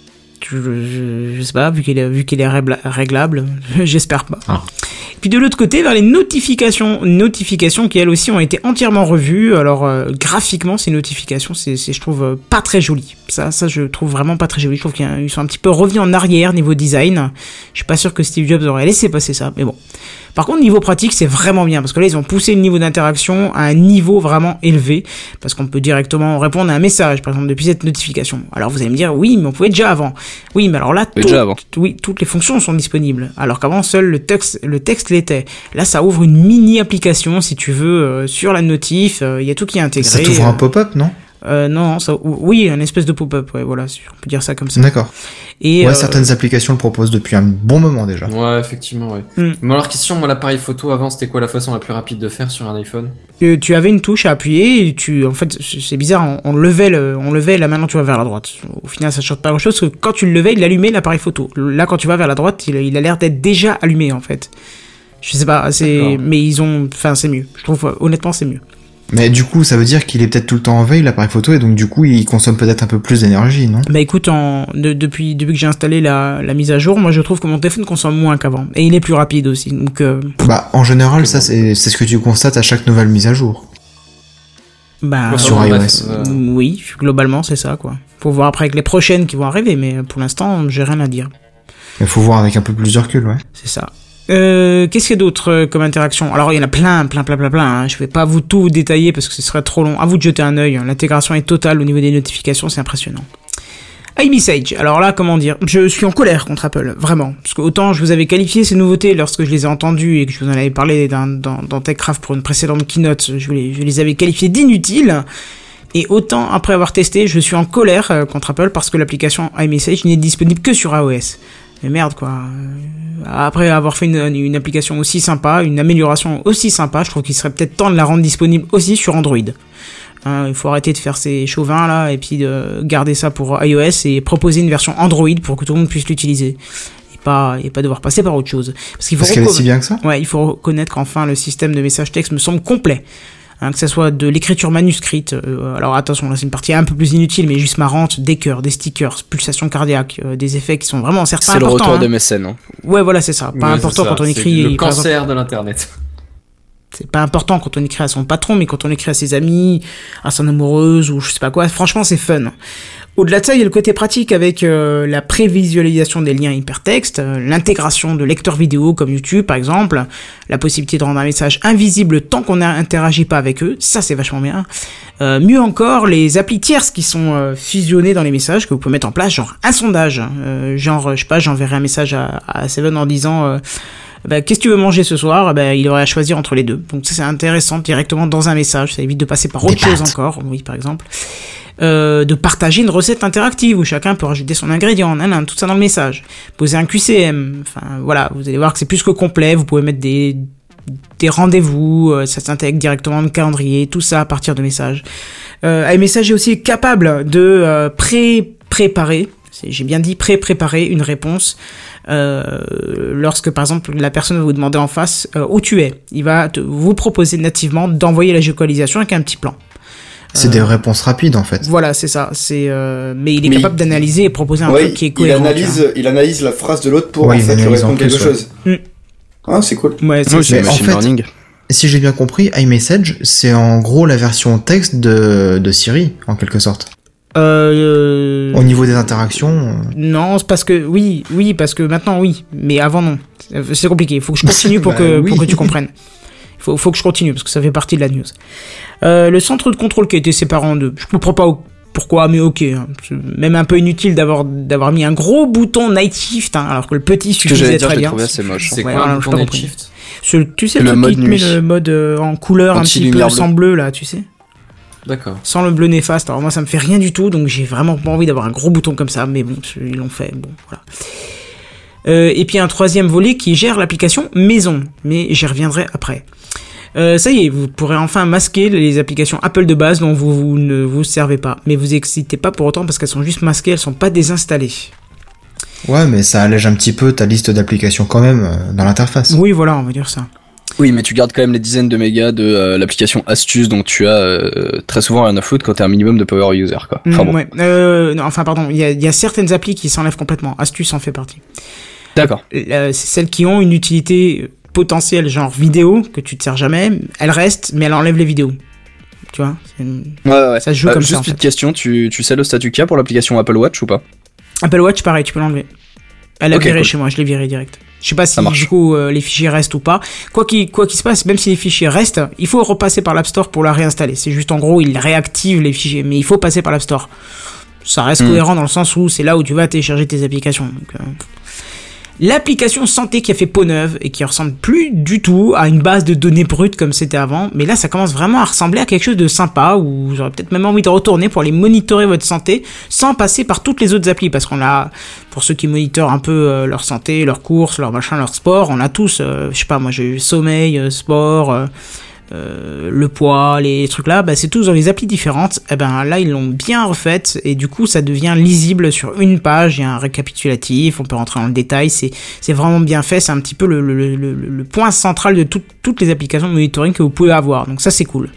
[SPEAKER 4] Je sais pas, vu qu'il est réglable, j'espère pas.
[SPEAKER 2] Ah.
[SPEAKER 4] Puis de l'autre côté, vers les notifications qui elles aussi ont été entièrement revues. Alors graphiquement, ces notifications, c'est je trouve pas très joli. Ça je trouve vraiment pas très joli. Je trouve qu'ils sont un petit peu revenus en arrière niveau design. Je suis pas sûr que Steve Jobs aurait laissé passer ça, mais bon. Par contre, niveau pratique, c'est vraiment bien, parce que là, ils ont poussé le niveau d'interaction à un niveau vraiment élevé, parce qu'on peut directement répondre à un message, par exemple, depuis cette notification. Alors, vous allez me dire, oui, mais on pouvait déjà avant. Oui, mais alors là,
[SPEAKER 5] Déjà avant.
[SPEAKER 4] oui, toutes les fonctions sont disponibles, alors qu'avant, seul le texte l'était. Là, ça ouvre une mini-application, si tu veux, sur la notif, il y a tout qui est intégré.
[SPEAKER 2] Ça t'ouvre un pop-up, non?
[SPEAKER 4] Non, oui, un espèce de pop-up, ouais, voilà, on peut dire ça comme ça.
[SPEAKER 2] D'accord.
[SPEAKER 4] Et,
[SPEAKER 2] Ouais, certaines applications le proposent depuis un bon moment déjà.
[SPEAKER 3] Ouais, effectivement, ouais. Mais alors, question, moi, l'appareil photo avant, c'était quoi la façon la plus rapide de faire sur un iPhone?
[SPEAKER 4] Tu avais une touche à appuyer et en fait c'est bizarre, on levait là maintenant tu vas vers la droite. Au final ça change pas grand chose parce que quand tu le levais il allumait l'appareil photo. Là quand tu vas vers la droite il a l'air d'être déjà allumé en fait. Je sais pas, mais c'est mieux. Je trouve honnêtement c'est mieux.
[SPEAKER 2] Mais du coup, ça veut dire qu'il est peut-être tout le temps en veille, l'appareil photo, et donc du coup, il consomme peut-être un peu plus d'énergie, non?
[SPEAKER 4] Bah écoute, depuis que j'ai installé la mise à jour, moi je trouve que mon téléphone consomme moins qu'avant. Et il est plus rapide aussi, donc...
[SPEAKER 2] Bah, en général, ça, c'est ce que tu constates à chaque nouvelle mise à jour.
[SPEAKER 4] Bah,
[SPEAKER 2] Sur
[SPEAKER 3] Bref,
[SPEAKER 2] iOS.
[SPEAKER 4] oui, globalement c'est ça quoi. Faut voir après avec les prochaines qui vont arriver, mais pour l'instant j'ai rien à dire.
[SPEAKER 2] Il faut voir avec un peu plus de recul, ouais.
[SPEAKER 4] C'est ça. Qu'est-ce qu'il y a d'autre comme interaction? Alors il y en a plein. Hein. Je vais pas vous tout détailler parce que ce serait trop long. À vous de jeter un œil. L'intégration est totale au niveau des notifications, c'est impressionnant. iMessage. Alors là, comment dire? Je suis en colère contre Apple, vraiment. Parce que autant je vous avais qualifié ces nouveautés lorsque je les ai entendues et que je vous en avais parlé dans TechCraft pour une précédente keynote, je les avais qualifiés d'inutiles. Et autant après avoir testé, je suis en colère contre Apple parce que l'application iMessage n'est disponible que sur iOS. Mais merde quoi. Après avoir fait une application aussi sympa, une amélioration aussi sympa, je trouve qu'il serait peut-être temps de la rendre disponible aussi sur Android. Il faut arrêter de faire ces chauvins là et puis de garder ça pour iOS et proposer une version Android pour que tout le monde puisse l'utiliser. Et pas devoir passer par autre chose. Parce
[SPEAKER 2] qu'elle est si bien que ça?
[SPEAKER 4] Ouais, il faut reconnaître qu'enfin le système de message texte me semble complet. Que ça soit de l'écriture manuscrite, alors attention, là c'est une partie un peu plus inutile mais juste marrante, des cœurs, des stickers, pulsations cardiaques, des effets qui sont vraiment certains
[SPEAKER 5] importants.
[SPEAKER 4] C'est le
[SPEAKER 5] retour de mécène. Hein.
[SPEAKER 4] Ouais, voilà, c'est ça. Pas important quand on écrit.
[SPEAKER 3] C'est le cancer de l'internet.
[SPEAKER 4] C'est pas important quand on écrit à son patron, mais quand on écrit à ses amis, à son amoureuse ou je sais pas quoi, franchement c'est fun. Au-delà de ça, il y a le côté pratique avec la prévisualisation des liens hypertextes, l'intégration de lecteurs vidéo comme YouTube par exemple, la possibilité de rendre un message invisible tant qu'on n'interagit pas avec eux, ça c'est vachement bien. Mieux encore, les applis tierces qui sont fusionnées dans les messages que vous pouvez mettre en place, genre un sondage, je sais pas, j'enverrai un message à Seven en disant... qu'est-ce que tu veux manger ce soir? Il aurait à choisir entre les deux. Donc ça c'est intéressant directement dans un message. Ça évite de passer par autre chose encore. Oui, par exemple. De partager une recette interactive où chacun peut rajouter son ingrédient. Tout ça dans le message. Poser un QCM. Enfin voilà, vous allez voir que c'est plus que complet. Vous pouvez mettre des rendez-vous. Ça s'intègre directement dans le calendrier. Tout ça à partir de messages. iMessage est aussi capable de préparer. J'ai bien dit préparer une réponse. Lorsque par exemple la personne va vous demander en face où tu es, il va vous proposer nativement d'envoyer la géolocalisation avec un petit plan.
[SPEAKER 2] C'est des réponses rapides en fait.
[SPEAKER 4] Voilà, c'est ça. Mais il est capable d'analyser et proposer un truc qui est cohérent.
[SPEAKER 6] Il analyse la phrase de l'autre pour en fait lui répondre quelque chose. Ah, c'est cool.
[SPEAKER 4] Ouais,
[SPEAKER 5] c'est machine learning.
[SPEAKER 2] Si j'ai bien compris, iMessage, c'est en gros la version texte de Siri en quelque sorte. Au niveau des interactions.
[SPEAKER 4] Non, c'est parce que oui, parce que maintenant oui, mais avant non. C'est compliqué. Il faut que je continue pour que tu comprennes. Faut que je continue parce que ça fait partie de la news. Le centre de contrôle qui a été séparé en deux. Je comprends pas pourquoi, mais ok. Hein. C'est même un peu inutile d'avoir mis un gros bouton Night Shift, hein, alors que le petit suffisait très bien.
[SPEAKER 5] C'est moche.
[SPEAKER 3] C'est quoi un bouton Night Shift?
[SPEAKER 4] Tu sais, le truc qui te met le mode en couleur un petit peu sans bleu là, tu sais.
[SPEAKER 3] D'accord.
[SPEAKER 4] Sans le bleu néfaste. Alors moi ça me fait rien du tout, donc j'ai vraiment pas envie d'avoir un gros bouton comme ça, mais bon, ils l'ont fait, bon, voilà. Et puis un troisième volet qui gère l'application maison, mais j'y reviendrai après. Ça y est, vous pourrez enfin masquer les applications Apple de base dont vous ne vous servez pas, mais vous excitez pas pour autant parce qu'elles sont juste masquées, elles sont pas désinstallées.
[SPEAKER 2] Ouais, mais ça allège un petit peu ta liste d'applications quand même dans l'interface.
[SPEAKER 4] Oui, voilà, on va dire ça.
[SPEAKER 5] Oui, mais tu gardes quand même les dizaines de mégas de l'application Astuce, donc tu as très souvent rien à foutre quand t'es un minimum de power user, quoi. Enfin bon.
[SPEAKER 4] Ouais. Pardon, il y a certaines applis qui s'enlèvent complètement. Astuce en fait partie.
[SPEAKER 5] D'accord.
[SPEAKER 4] C'est celles qui ont une utilité potentielle, genre vidéo, que tu te sers jamais. Elle reste, mais elle enlève les vidéos. Tu vois,
[SPEAKER 5] ouais.
[SPEAKER 4] Ça se joue comme
[SPEAKER 5] juste
[SPEAKER 4] ça.
[SPEAKER 5] Juste une petite question, tu sais le statut qu'il y a pour l'application Apple Watch ou pas?
[SPEAKER 4] Apple Watch, pareil, tu peux l'enlever. Elle a viré chez moi, je l'ai viré direct. Je sais pas si du coup les fichiers restent ou pas. Quoi qu'il se passe, même si les fichiers restent, il faut repasser par l'App Store pour la réinstaller. C'est juste en gros, il réactive les fichiers, mais il faut passer par l'App Store. Ça reste cohérent dans le sens où c'est là où tu vas télécharger tes applications. Donc, l'application santé qui a fait peau neuve et qui ressemble plus du tout à une base de données brute comme c'était avant, mais là ça commence vraiment à ressembler à quelque chose de sympa où j'aurais peut-être même envie de retourner pour aller monitorer votre santé sans passer par toutes les autres applis, parce qu'on a, pour ceux qui monitorent un peu leur santé, leurs courses, leur machin, leur sport, on a tous, je sais pas moi, j'ai sommeil, sport, le poids, les trucs là, c'est tous dans les applis différentes. Et là ils l'ont bien refaite et du coup ça devient lisible sur une page. Il y a un récapitulatif, on peut rentrer dans le détail. C'est vraiment bien fait. C'est un petit peu le point central de toutes les applications de monitoring que vous pouvez avoir. Donc ça c'est cool.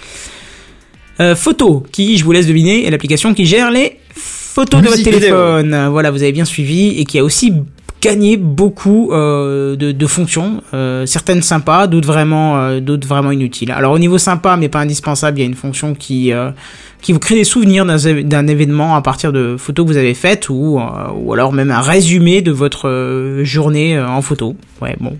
[SPEAKER 4] Photo, qui je vous laisse deviner, est l'application qui gère les photos de votre téléphone. Vidéo. Voilà, vous avez bien suivi, et qui a aussi gagné beaucoup de fonctions, certaines sympas, d'autres vraiment inutiles. Alors au niveau sympa mais pas indispensable, il y a une fonction qui vous crée des souvenirs d'un événement à partir de photos que vous avez faites, ou alors même un résumé de votre journée en photo. Ouais, bon,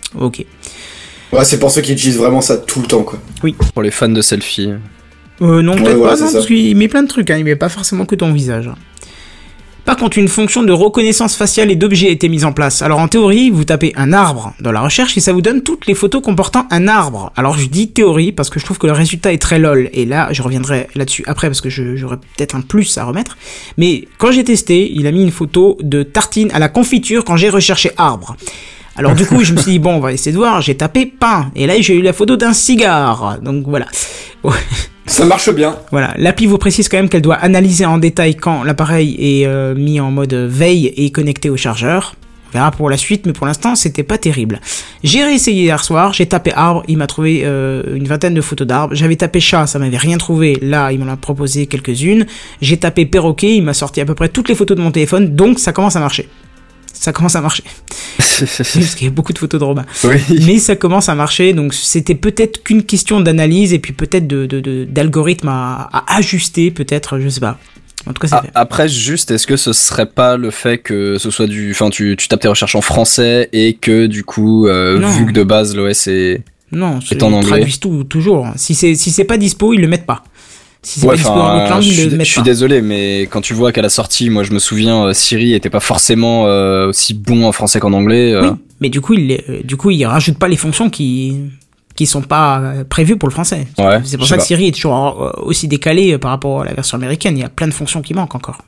[SPEAKER 4] Ok.
[SPEAKER 6] Ouais, c'est pour ceux qui utilisent vraiment ça tout le temps, quoi.
[SPEAKER 5] Pour les fans de selfie.
[SPEAKER 4] Non, peut-être
[SPEAKER 6] voilà,
[SPEAKER 4] pas,
[SPEAKER 6] c'est
[SPEAKER 4] non,
[SPEAKER 6] ça.
[SPEAKER 4] parce qu'il met plein de trucs, hein, il met pas forcément que ton visage. Par contre, une fonction de reconnaissance faciale et d'objets a été mise en place. Alors en théorie, vous tapez un arbre dans la recherche et ça vous donne toutes les photos comportant un arbre. Alors je dis théorie parce que je trouve que le résultat est très lol. Et là, je reviendrai là-dessus après parce que j'aurais peut-être un plus à remettre. Mais quand j'ai testé, il a mis une photo de tartine à la confiture quand j'ai recherché arbre. Alors du coup, je me suis dit, bon, on va essayer de voir, j'ai tapé pain. Et là, j'ai eu la photo d'un cigare. Donc voilà. Ouais.
[SPEAKER 6] Ça marche bien.
[SPEAKER 4] Voilà, l'appli vous précise quand même qu'elle doit analyser en détail quand l'appareil est mis en mode veille et connecté au chargeur. On verra pour la suite, mais pour l'instant, c'était pas terrible. J'ai réessayé hier soir, j'ai tapé arbre, il m'a trouvé une vingtaine de photos d'arbres. J'avais tapé chat, ça m'avait rien trouvé. Là, il m'en a proposé quelques-unes. J'ai tapé perroquet, il m'a sorti à peu près toutes les photos de mon téléphone, donc ça commence à marcher. Ça commence à marcher. Parce qu'il y a beaucoup de photos de Robin.
[SPEAKER 5] Oui.
[SPEAKER 4] Mais ça commence à marcher, donc c'était peut-être qu'une question d'analyse et puis peut-être d'algorithme à ajuster, peut-être, je sais pas. En tout cas, c'est fait.
[SPEAKER 5] Après, juste, est-ce que ce serait pas le fait que ce soit enfin, tu tapes tes recherches en français et que du coup, vu que de base l'OS est
[SPEAKER 4] Non,
[SPEAKER 5] en anglais.
[SPEAKER 4] Ils traduisent toujours. Si c'est pas dispo, ils le mettent pas. Si c'est pas dispo en autre langue, ils le mettent pas.
[SPEAKER 5] Je suis désolé, mais quand tu vois qu'à la sortie, moi je me souviens, Siri était pas forcément aussi bon en français qu'en anglais.
[SPEAKER 4] Oui, mais du coup, ils rajoutent pas les fonctions qui sont pas prévues pour le français.
[SPEAKER 5] Ouais,
[SPEAKER 4] c'est pour ça que Siri est toujours aussi décalé par rapport à la version américaine. Il y a plein de fonctions qui manquent encore.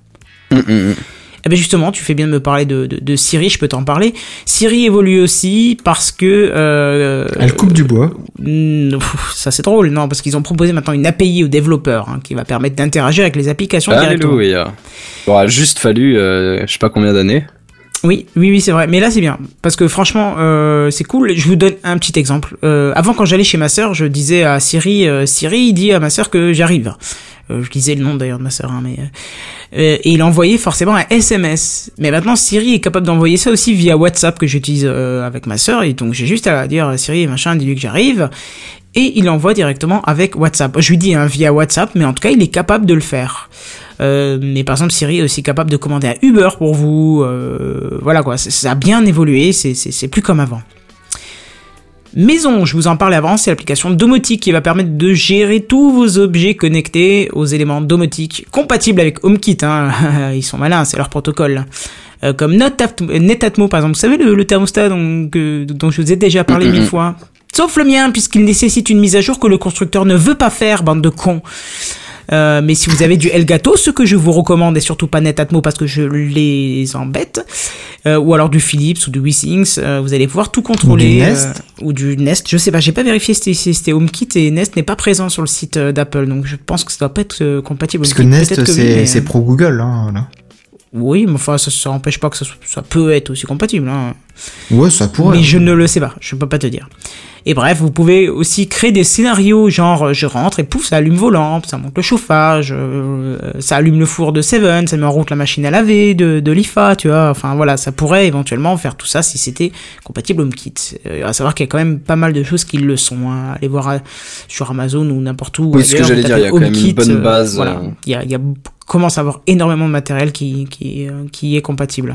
[SPEAKER 4] Eh ben justement, tu fais bien de me parler de Siri, je peux t'en parler. Siri évolue aussi parce que...
[SPEAKER 2] Elle coupe du bois.
[SPEAKER 4] Ça c'est drôle, non, parce qu'ils ont proposé maintenant une API aux développeurs qui va permettre d'interagir avec les applications directement.
[SPEAKER 5] Alléluia. Il aura juste fallu, je sais pas combien d'années.
[SPEAKER 4] Oui, c'est vrai. Mais là, c'est bien. Parce que franchement, c'est cool. Je vous donne un petit exemple. Avant, quand j'allais chez ma sœur, je disais à Siri, Siri, dis à ma sœur que j'arrive. Je disais le nom d'ailleurs de ma sœur, mais et il envoyait forcément un SMS. Mais maintenant, Siri est capable d'envoyer ça aussi via WhatsApp que j'utilise avec ma sœur. Et donc, j'ai juste à dire Siri, machin, dis-lui que j'arrive. Et il envoie directement avec WhatsApp. Je lui dis via WhatsApp, mais en tout cas, il est capable de le faire. Mais par exemple, Siri est aussi capable de commander un Uber pour vous. Voilà quoi, ça a bien évolué, c'est plus comme avant. Maison, je vous en parlais avant, c'est l'application Domotique qui va permettre de gérer tous vos objets connectés aux éléments domotiques compatibles avec HomeKit. Ils sont malins, c'est leur protocole. Comme Netatmo par exemple, vous savez le thermostat dont je vous ai déjà parlé 1000 fois. Sauf le mien, puisqu'il nécessite une mise à jour que le constructeur ne veut pas faire, bande de cons. Mais si vous avez du Elgato, ce que je vous recommande, et surtout pas Netatmo parce que je les embête, ou alors du Philips ou du WeThings, vous allez pouvoir tout contrôler.
[SPEAKER 2] Ou du Nest.
[SPEAKER 4] Ou du Nest, je sais pas, j'ai pas vérifié si c'était HomeKit, et Nest n'est pas présent sur le site d'Apple, donc je pense que ça doit pas être compatible.
[SPEAKER 2] Parce que Nest, c'est pro Google, hein, là.
[SPEAKER 4] Oui, mais enfin, ça empêche pas que ça peut être aussi compatible, hein.
[SPEAKER 2] Ouais, ça pourrait.
[SPEAKER 4] Mais je ne le sais pas, je peux pas te dire. Et bref, vous pouvez aussi créer des scénarios, genre je rentre et pouf, ça allume vos lampes, ça monte le chauffage, ça allume le four de Seven, ça met en route la machine à laver de l'IFA, tu vois. Enfin voilà, ça pourrait éventuellement faire tout ça si c'était compatible HomeKit. À savoir qu'il y a quand même pas mal de choses qui le sont. Allez voir sur Amazon ou n'importe où.
[SPEAKER 5] Oui, ce que j'allais dire, il y a quand même une bonne base.
[SPEAKER 4] Voilà, il y a commence à avoir énormément de matériel qui est compatible.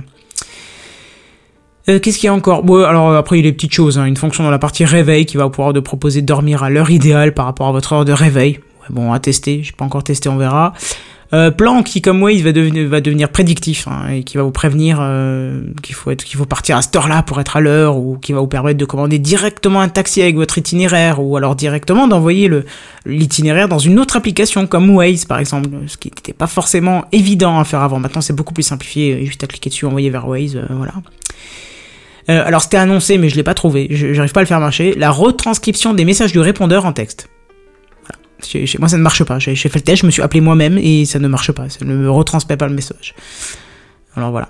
[SPEAKER 4] Qu'est-ce qu'il y a encore? Bon, alors après il y a des petites choses, une fonction dans la partie réveil qui va pouvoir te proposer de dormir à l'heure idéale par rapport à votre heure de réveil. Ouais, bon, à tester, j'ai pas encore testé, on verra. Plan qui comme Waze va devenir prédictif et qui va vous prévenir qu'il faut partir à cette heure-là pour être à l'heure, ou qui va vous permettre de commander directement un taxi avec votre itinéraire, ou alors directement d'envoyer l'itinéraire dans une autre application comme Waze par exemple, ce qui n'était pas forcément évident à faire avant. Maintenant c'est beaucoup plus simplifié, juste à cliquer dessus, envoyer vers Waze, voilà. Alors c'était annoncé mais je l'ai pas trouvé, j'arrive pas à le faire marcher, la retranscription des messages du répondeur en texte. Voilà. Chez moi ça ne marche pas, j'ai fait le test, je me suis appelé moi-même et ça ne marche pas, ça ne me retransmet pas le message. Alors voilà.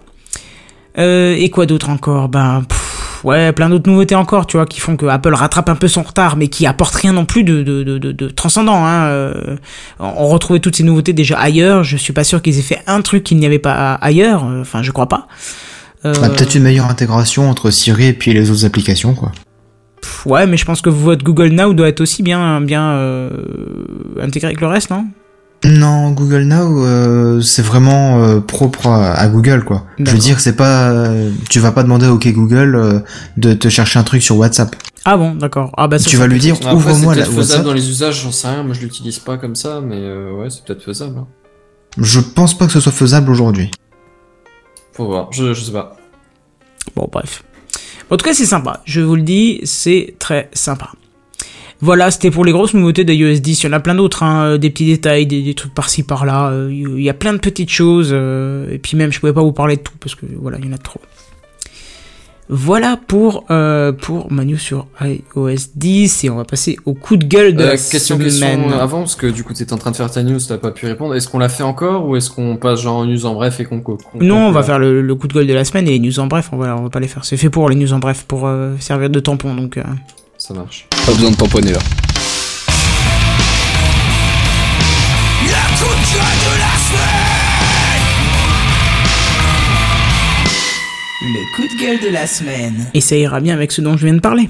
[SPEAKER 4] Et quoi d'autre encore? Ouais, plein d'autres nouveautés encore, tu vois, qui font que Apple rattrape un peu son retard, mais qui apportent rien non plus de transcendant, On retrouvait toutes ces nouveautés déjà ailleurs, je suis pas sûr qu'ils aient fait un truc qu'il n'y avait pas ailleurs, enfin je crois pas.
[SPEAKER 2] Peut-être une meilleure intégration entre Siri et puis les autres applications, quoi.
[SPEAKER 4] Ouais, mais je pense que votre Google Now doit être aussi bien intégré avec le reste, non?
[SPEAKER 2] Non, Google Now, c'est vraiment propre à Google, quoi. Je veux
[SPEAKER 4] D'accord.
[SPEAKER 2] dire, c'est pas, tu vas pas demander OK Google de te chercher un truc sur WhatsApp.
[SPEAKER 4] Ah bon, d'accord. Ah bah ça,
[SPEAKER 2] Tu vas lui dire
[SPEAKER 3] Après,
[SPEAKER 2] ouvre-moi
[SPEAKER 3] c'est
[SPEAKER 2] la
[SPEAKER 3] peut-être faisable
[SPEAKER 2] WhatsApp.
[SPEAKER 3] dans les usages, j'en sais rien. Moi, je l'utilise pas comme ça, mais ouais, c'est peut-être faisable. Hein.
[SPEAKER 2] Je pense pas que ce soit faisable aujourd'hui.
[SPEAKER 3] Faut voir. Je sais pas.
[SPEAKER 4] Bon, bref. En tout cas, c'est sympa. Je vous le dis, c'est très sympa. Voilà, c'était pour les grosses nouveautés de iOS 10. Il y en a plein d'autres, hein, des petits détails, des trucs par-ci par-là. Il y a plein de petites choses. Et puis même, je pouvais pas vous parler de tout parce que voilà, il y en a trop. Voilà pour ma news sur iOS 10 et on va passer au coup de gueule de la
[SPEAKER 3] Question
[SPEAKER 4] semaine.
[SPEAKER 3] avant, parce que du coup t'étais en train de faire ta news, t'as pas pu répondre. Est-ce qu'on l'a fait encore ou est-ce qu'on passe genre en news en bref et qu'on
[SPEAKER 4] Non, on va faire le coup de gueule de la semaine et les news en bref. On va pas les faire. C'est fait pour les news en bref pour servir de tampon. Donc
[SPEAKER 3] Ça marche.
[SPEAKER 5] Pas besoin de tamponner là.
[SPEAKER 9] Le coup de gueule de la semaine.
[SPEAKER 4] et ça ira bien avec ce dont je viens de parler.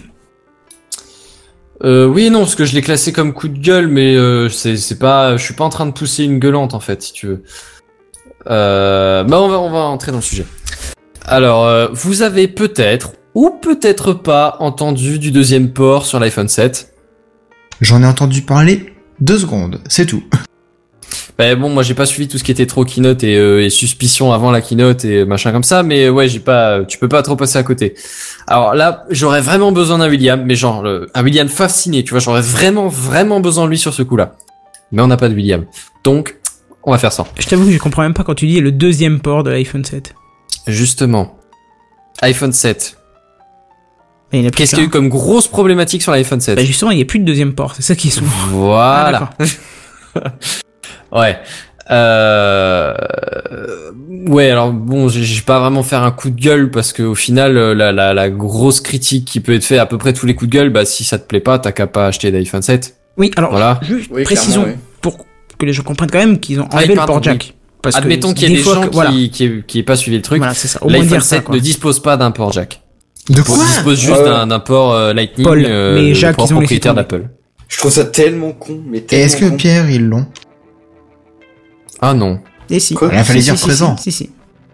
[SPEAKER 3] Oui, non, parce que je l'ai classé comme coup de gueule, mais c'est pas, je suis pas en train de pousser une gueulante en fait, si tu veux. Bah on va entrer dans le sujet. Alors, vous avez peut-être ou peut-être pas entendu du deuxième port sur l'iPhone 7.
[SPEAKER 2] J'en ai entendu parler 2 secondes, c'est tout.
[SPEAKER 3] Bah bon, moi j'ai pas suivi tout ce qui était trop keynote et suspicion avant la keynote et machin comme ça, mais ouais, tu peux pas trop passer à côté. Alors là, j'aurais vraiment besoin d'un William, mais genre un William fasciné, tu vois, j'aurais vraiment besoin de lui sur ce coup-là. Mais on n'a pas de William, donc on va faire ça.
[SPEAKER 4] Je t'avoue que je comprends même pas quand tu dis le deuxième port de l'iPhone 7.
[SPEAKER 3] Justement, iPhone 7.
[SPEAKER 4] Et il y en a plus
[SPEAKER 3] Qu'est-ce qu'il y a eu
[SPEAKER 4] qu'un.
[SPEAKER 3] comme grosse problématique sur l'iPhone 7?
[SPEAKER 4] Bah justement, il y a plus de deuxième port, c'est ça qui est souvent.
[SPEAKER 3] Voilà. Ouais. Ouais, alors bon, j'ai pas vraiment faire un coup de gueule parce que au final, la grosse critique qui peut être faite à peu près tous les coups de gueule, bah si ça te plaît pas, t'as qu'à pas acheter d'iPhone 7.
[SPEAKER 4] Oui, alors
[SPEAKER 3] Voilà.
[SPEAKER 4] juste
[SPEAKER 6] Oui,
[SPEAKER 4] précisons
[SPEAKER 6] clairement,
[SPEAKER 4] pour que les gens comprennent quand même qu'ils ont
[SPEAKER 3] Ah,
[SPEAKER 4] enlevé le
[SPEAKER 3] pardon,
[SPEAKER 4] port jack. Parce
[SPEAKER 3] Admettons
[SPEAKER 4] que
[SPEAKER 3] qu'il y a des
[SPEAKER 4] fois
[SPEAKER 3] gens
[SPEAKER 4] que- voilà.
[SPEAKER 3] qui aient pas suivi le truc.
[SPEAKER 4] Voilà, c'est ça. Au moins
[SPEAKER 3] L'iPhone
[SPEAKER 4] dire ça,
[SPEAKER 3] 7
[SPEAKER 4] quoi.
[SPEAKER 3] ne dispose pas d'un port jack.
[SPEAKER 2] De
[SPEAKER 3] Il
[SPEAKER 2] quoi
[SPEAKER 3] dispose juste d'un port Lightning,
[SPEAKER 4] Paul, mais
[SPEAKER 3] le
[SPEAKER 4] Jacques,
[SPEAKER 3] port
[SPEAKER 4] ils ont laissé
[SPEAKER 3] propriétaire
[SPEAKER 4] tomber.
[SPEAKER 3] d'Apple.
[SPEAKER 6] Je trouve ça tellement con, mais
[SPEAKER 2] Et
[SPEAKER 6] tellement
[SPEAKER 2] est-ce que
[SPEAKER 6] con.
[SPEAKER 2] Pierre, ils l'ont?
[SPEAKER 3] Ah non.
[SPEAKER 4] Et si.
[SPEAKER 6] Quoi
[SPEAKER 2] Il fallait
[SPEAKER 4] Si,
[SPEAKER 2] dire
[SPEAKER 4] si,
[SPEAKER 2] présent.
[SPEAKER 4] Si.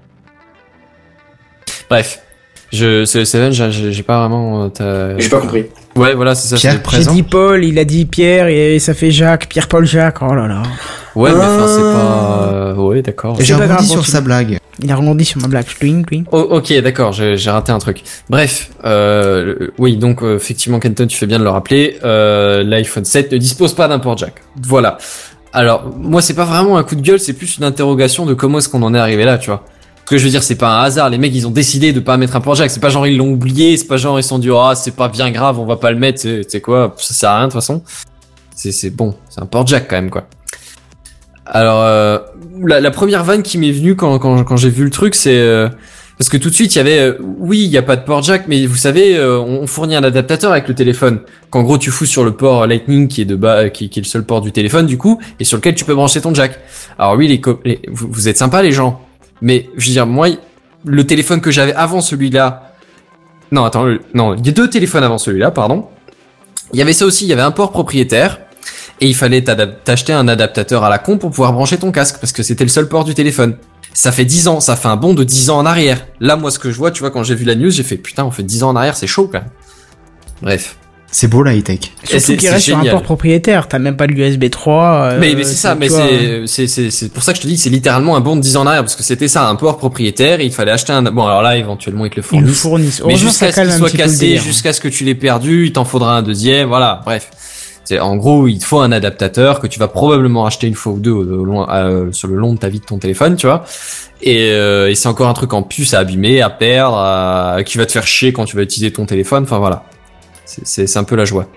[SPEAKER 3] Bref. Seven, j'ai pas vraiment
[SPEAKER 6] J'ai pas compris.
[SPEAKER 3] Ouais, voilà, c'est ça.
[SPEAKER 2] Pierre,
[SPEAKER 3] c'est-
[SPEAKER 4] J'ai
[SPEAKER 2] présent.
[SPEAKER 4] dit Paul, il a dit Pierre et ça fait Jacques, Pierre, Paul, Jacques. Oh là là.
[SPEAKER 3] Ouais, mais enfin, c'est pas... Ouais, d'accord.
[SPEAKER 2] J'ai
[SPEAKER 4] pas grave,
[SPEAKER 2] rebondi sur
[SPEAKER 4] continue.
[SPEAKER 2] sa blague.
[SPEAKER 4] Il a rebondi sur ma blague. Twing, twing.
[SPEAKER 3] Oh, ok, d'accord, j'ai raté un truc. Bref, oui, donc effectivement, Kenton, tu fais bien de le rappeler, l'iPhone 7 ne dispose pas d'un port jack. Voilà. Alors, moi, c'est pas vraiment un coup de gueule, c'est plus une interrogation de comment est-ce qu'on en est arrivé là, tu vois. Ce que je veux dire, c'est pas un hasard, les mecs, ils ont décidé de pas mettre un port jack, c'est pas genre ils l'ont oublié, c'est pas genre ils se sont dit, ah, c'est pas bien grave, on va pas le mettre, tu sais quoi, ça sert à rien de toute façon. C'est bon, c'est un port jack quand même, quoi. Alors, la première vanne qui m'est venue quand j'ai vu le truc, c'est parce que tout de suite il y avait, oui, il y a pas de port jack, mais vous savez, on fournit un adaptateur avec le téléphone. Qu'en gros tu fous sur le port Lightning qui est de bas, qui est le seul port du téléphone du coup, et sur lequel tu peux brancher ton jack. Alors oui, vous êtes sympas les gens, mais je veux dire moi, le téléphone que j'avais avant celui-là, non attends, non, il y a 2 téléphones avant celui-là, pardon. Il y avait ça aussi, il y avait un port propriétaire. Et il fallait t'acheter un adaptateur à la con pour pouvoir brancher ton casque, parce que c'était le seul port du téléphone. Ça fait 10 ans, ça fait un bond de 10 ans en arrière. Là, moi, ce que je vois, tu vois, quand j'ai vu la news, j'ai fait, putain, on fait 10 ans en arrière, c'est chaud, quand même. Bref.
[SPEAKER 2] C'est beau la high-tech.
[SPEAKER 4] Surtout qu'il reste sur un
[SPEAKER 3] génial.
[SPEAKER 4] port propriétaire. T'as même pas de l'USB 3.
[SPEAKER 3] Mais c'est ça, mais
[SPEAKER 4] tu vois,
[SPEAKER 3] c'est pour ça que je te dis, c'est littéralement un bond de 10 ans en arrière, parce que c'était ça, un port propriétaire, et il fallait acheter un, bon, alors là, éventuellement, ils te le
[SPEAKER 4] Ils le
[SPEAKER 3] fournissent.
[SPEAKER 4] fournissent.
[SPEAKER 3] Mais
[SPEAKER 4] Heureusement,
[SPEAKER 3] jusqu'à
[SPEAKER 4] ça
[SPEAKER 3] ce
[SPEAKER 4] calme
[SPEAKER 3] qu'il
[SPEAKER 4] un
[SPEAKER 3] soit
[SPEAKER 4] petit peu le
[SPEAKER 3] cassé,
[SPEAKER 4] délire.
[SPEAKER 3] jusqu'à ce que tu l'aies perdu, il t'en faudra un deuxième, voilà, bref. En gros, il te faut un adaptateur que tu vas probablement acheter une fois ou deux sur le long de ta vie de ton téléphone, tu vois. Et c'est encore un truc en puce à abîmer, à perdre, qui va te faire chier quand tu vas utiliser ton téléphone. Enfin voilà, c'est un peu la joie.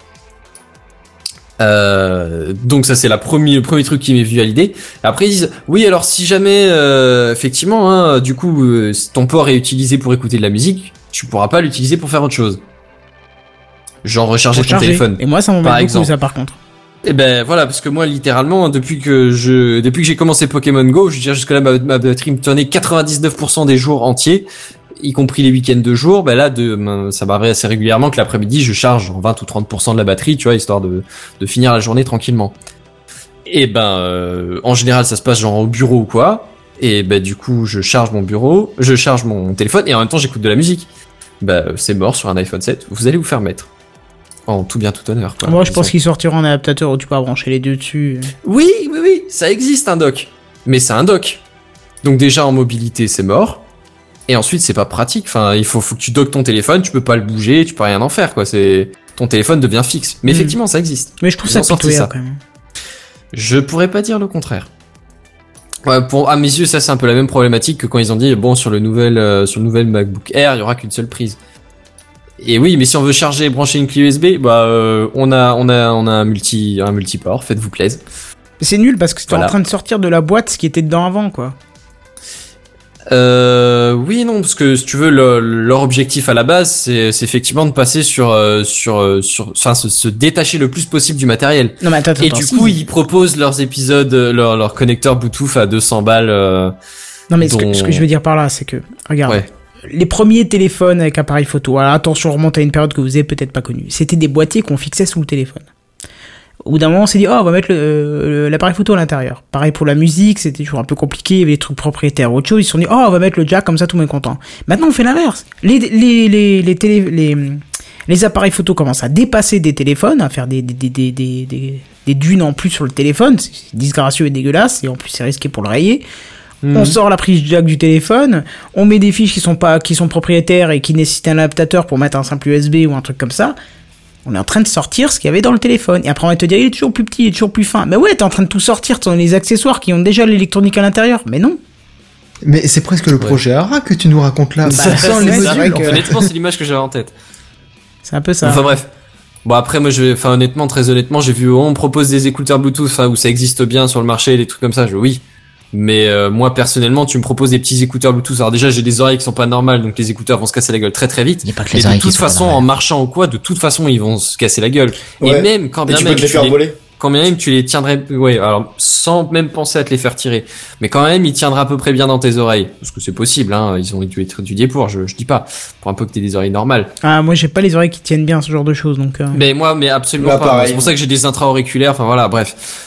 [SPEAKER 3] Donc ça c'est le premier truc qui m'est venu à l'idée. Après ils disent oui alors si jamais effectivement hein, du coup ton port est utilisé pour écouter de la musique, tu pourras pas l'utiliser pour faire autre chose. Genre recharger
[SPEAKER 4] Pour
[SPEAKER 3] ton
[SPEAKER 4] charger.
[SPEAKER 3] téléphone.
[SPEAKER 4] Et moi, ça
[SPEAKER 3] par
[SPEAKER 4] m'embête beaucoup,
[SPEAKER 3] exemple.
[SPEAKER 4] ça, par contre.
[SPEAKER 3] Et ben voilà, parce que moi littéralement depuis que j'ai commencé Pokémon Go, je veux dire jusque là ma batterie me tenait 99% des jours entiers, y compris les week-ends de jour. Ben là ça m'arrive assez régulièrement que l'après-midi je charge 20 ou 30% de la batterie, tu vois, histoire de finir la journée tranquillement. Et en général, ça se passe genre au bureau ou quoi. Et du coup, je charge mon téléphone et en même temps, j'écoute de la musique. C'est mort sur un iPhone 7. Vous allez vous faire mettre. En tout bien, tout honneur, quoi.
[SPEAKER 4] Moi, je pense qu'ils sortiront un adaptateur où tu pourras brancher les deux dessus.
[SPEAKER 3] Oui, ça existe un dock. Mais c'est un dock. Donc déjà, en mobilité, c'est mort. Et ensuite, c'est pas pratique. Enfin, il faut que tu dockes ton téléphone, tu peux pas le bouger, tu peux rien en faire, quoi. Ton téléphone devient fixe. Mais effectivement, ça existe.
[SPEAKER 4] Mais je trouve ça pitoyable, quand même.
[SPEAKER 3] Je pourrais pas dire le contraire. Ouais, à mes yeux, ça c'est un peu la même problématique que quand ils ont dit sur le nouvel MacBook Air, il y aura qu'une seule prise. Et oui, mais si on veut charger et brancher une clé USB, on a un multiport, faites-vous plaisir.
[SPEAKER 4] C'est nul parce que c'était en train de sortir de la boîte ce qui était dedans avant, quoi.
[SPEAKER 3] Oui et non, parce que si tu veux, leur objectif à la base, c'est effectivement de passer se détacher le plus possible du matériel.
[SPEAKER 4] Non, mais attends,
[SPEAKER 3] du coup, ils proposent leurs épisodes, leurs connecteurs Bluetooth à 200 balles.
[SPEAKER 4] Non, mais ce que je veux dire par là, c'est que, regarde. Ouais. Les premiers téléphones avec appareil photo, alors attention, on remonte à une période que vous avez peut-être pas connue. C'était des boîtiers qu'on fixait sous le téléphone. Au bout d'un moment, on s'est dit, on va mettre l'appareil photo à l'intérieur. Pareil pour la musique, c'était toujours un peu compliqué, il y avait des trucs propriétaires ou autre chose. Ils se sont dit, on va mettre le jack, comme ça tout le monde est content. Maintenant, on fait l'inverse. Les appareils photo commencent à dépasser des téléphones, à faire des dunes en plus sur le téléphone. C'est disgracieux et dégueulasse, et en plus, c'est risqué pour le rayer. On sort la prise jack du téléphone, on met des fiches qui sont propriétaires et qui nécessitent un adaptateur pour mettre un simple USB ou un truc comme ça. On est en train de sortir ce qu'il y avait dans le téléphone. Et après, on va te dire, il est toujours plus petit, il est toujours plus fin. Mais ouais, t'es en train de tout sortir, t'as les accessoires qui ont déjà l'électronique à l'intérieur. Mais non.
[SPEAKER 2] Mais c'est presque le projet ARA que tu nous racontes là.
[SPEAKER 3] Honnêtement, c'est l'image que j'avais en tête.
[SPEAKER 4] C'est un peu ça.
[SPEAKER 3] Enfin bref. Bon après, moi, très honnêtement, j'ai vu, on me propose des écouteurs Bluetooth, où ça existe bien sur le marché, des trucs comme ça, oui. Mais moi personnellement, tu me proposes des petits écouteurs Bluetooth. Alors déjà, j'ai des oreilles qui sont pas normales, donc les écouteurs vont se casser la gueule très très vite.
[SPEAKER 2] Il y a pas que les
[SPEAKER 3] et
[SPEAKER 2] oreilles
[SPEAKER 3] de toute façon, en marchant ou quoi, de toute façon, ils vont se casser la gueule. Ouais. Et même quand bien même tu les tiendrais, alors sans même penser à te les faire tirer, mais quand même, ils tiendraient à peu près bien dans tes oreilles, parce que c'est possible. Hein, ils ont dû être étudiés je dis pas, pour un peu que t'aies des oreilles normales.
[SPEAKER 4] Ah, moi j'ai pas les oreilles qui tiennent bien ce genre de choses, donc.
[SPEAKER 3] Mais absolument pas. Pareil. C'est pour ça que j'ai des intra-auriculaires. Enfin voilà, bref.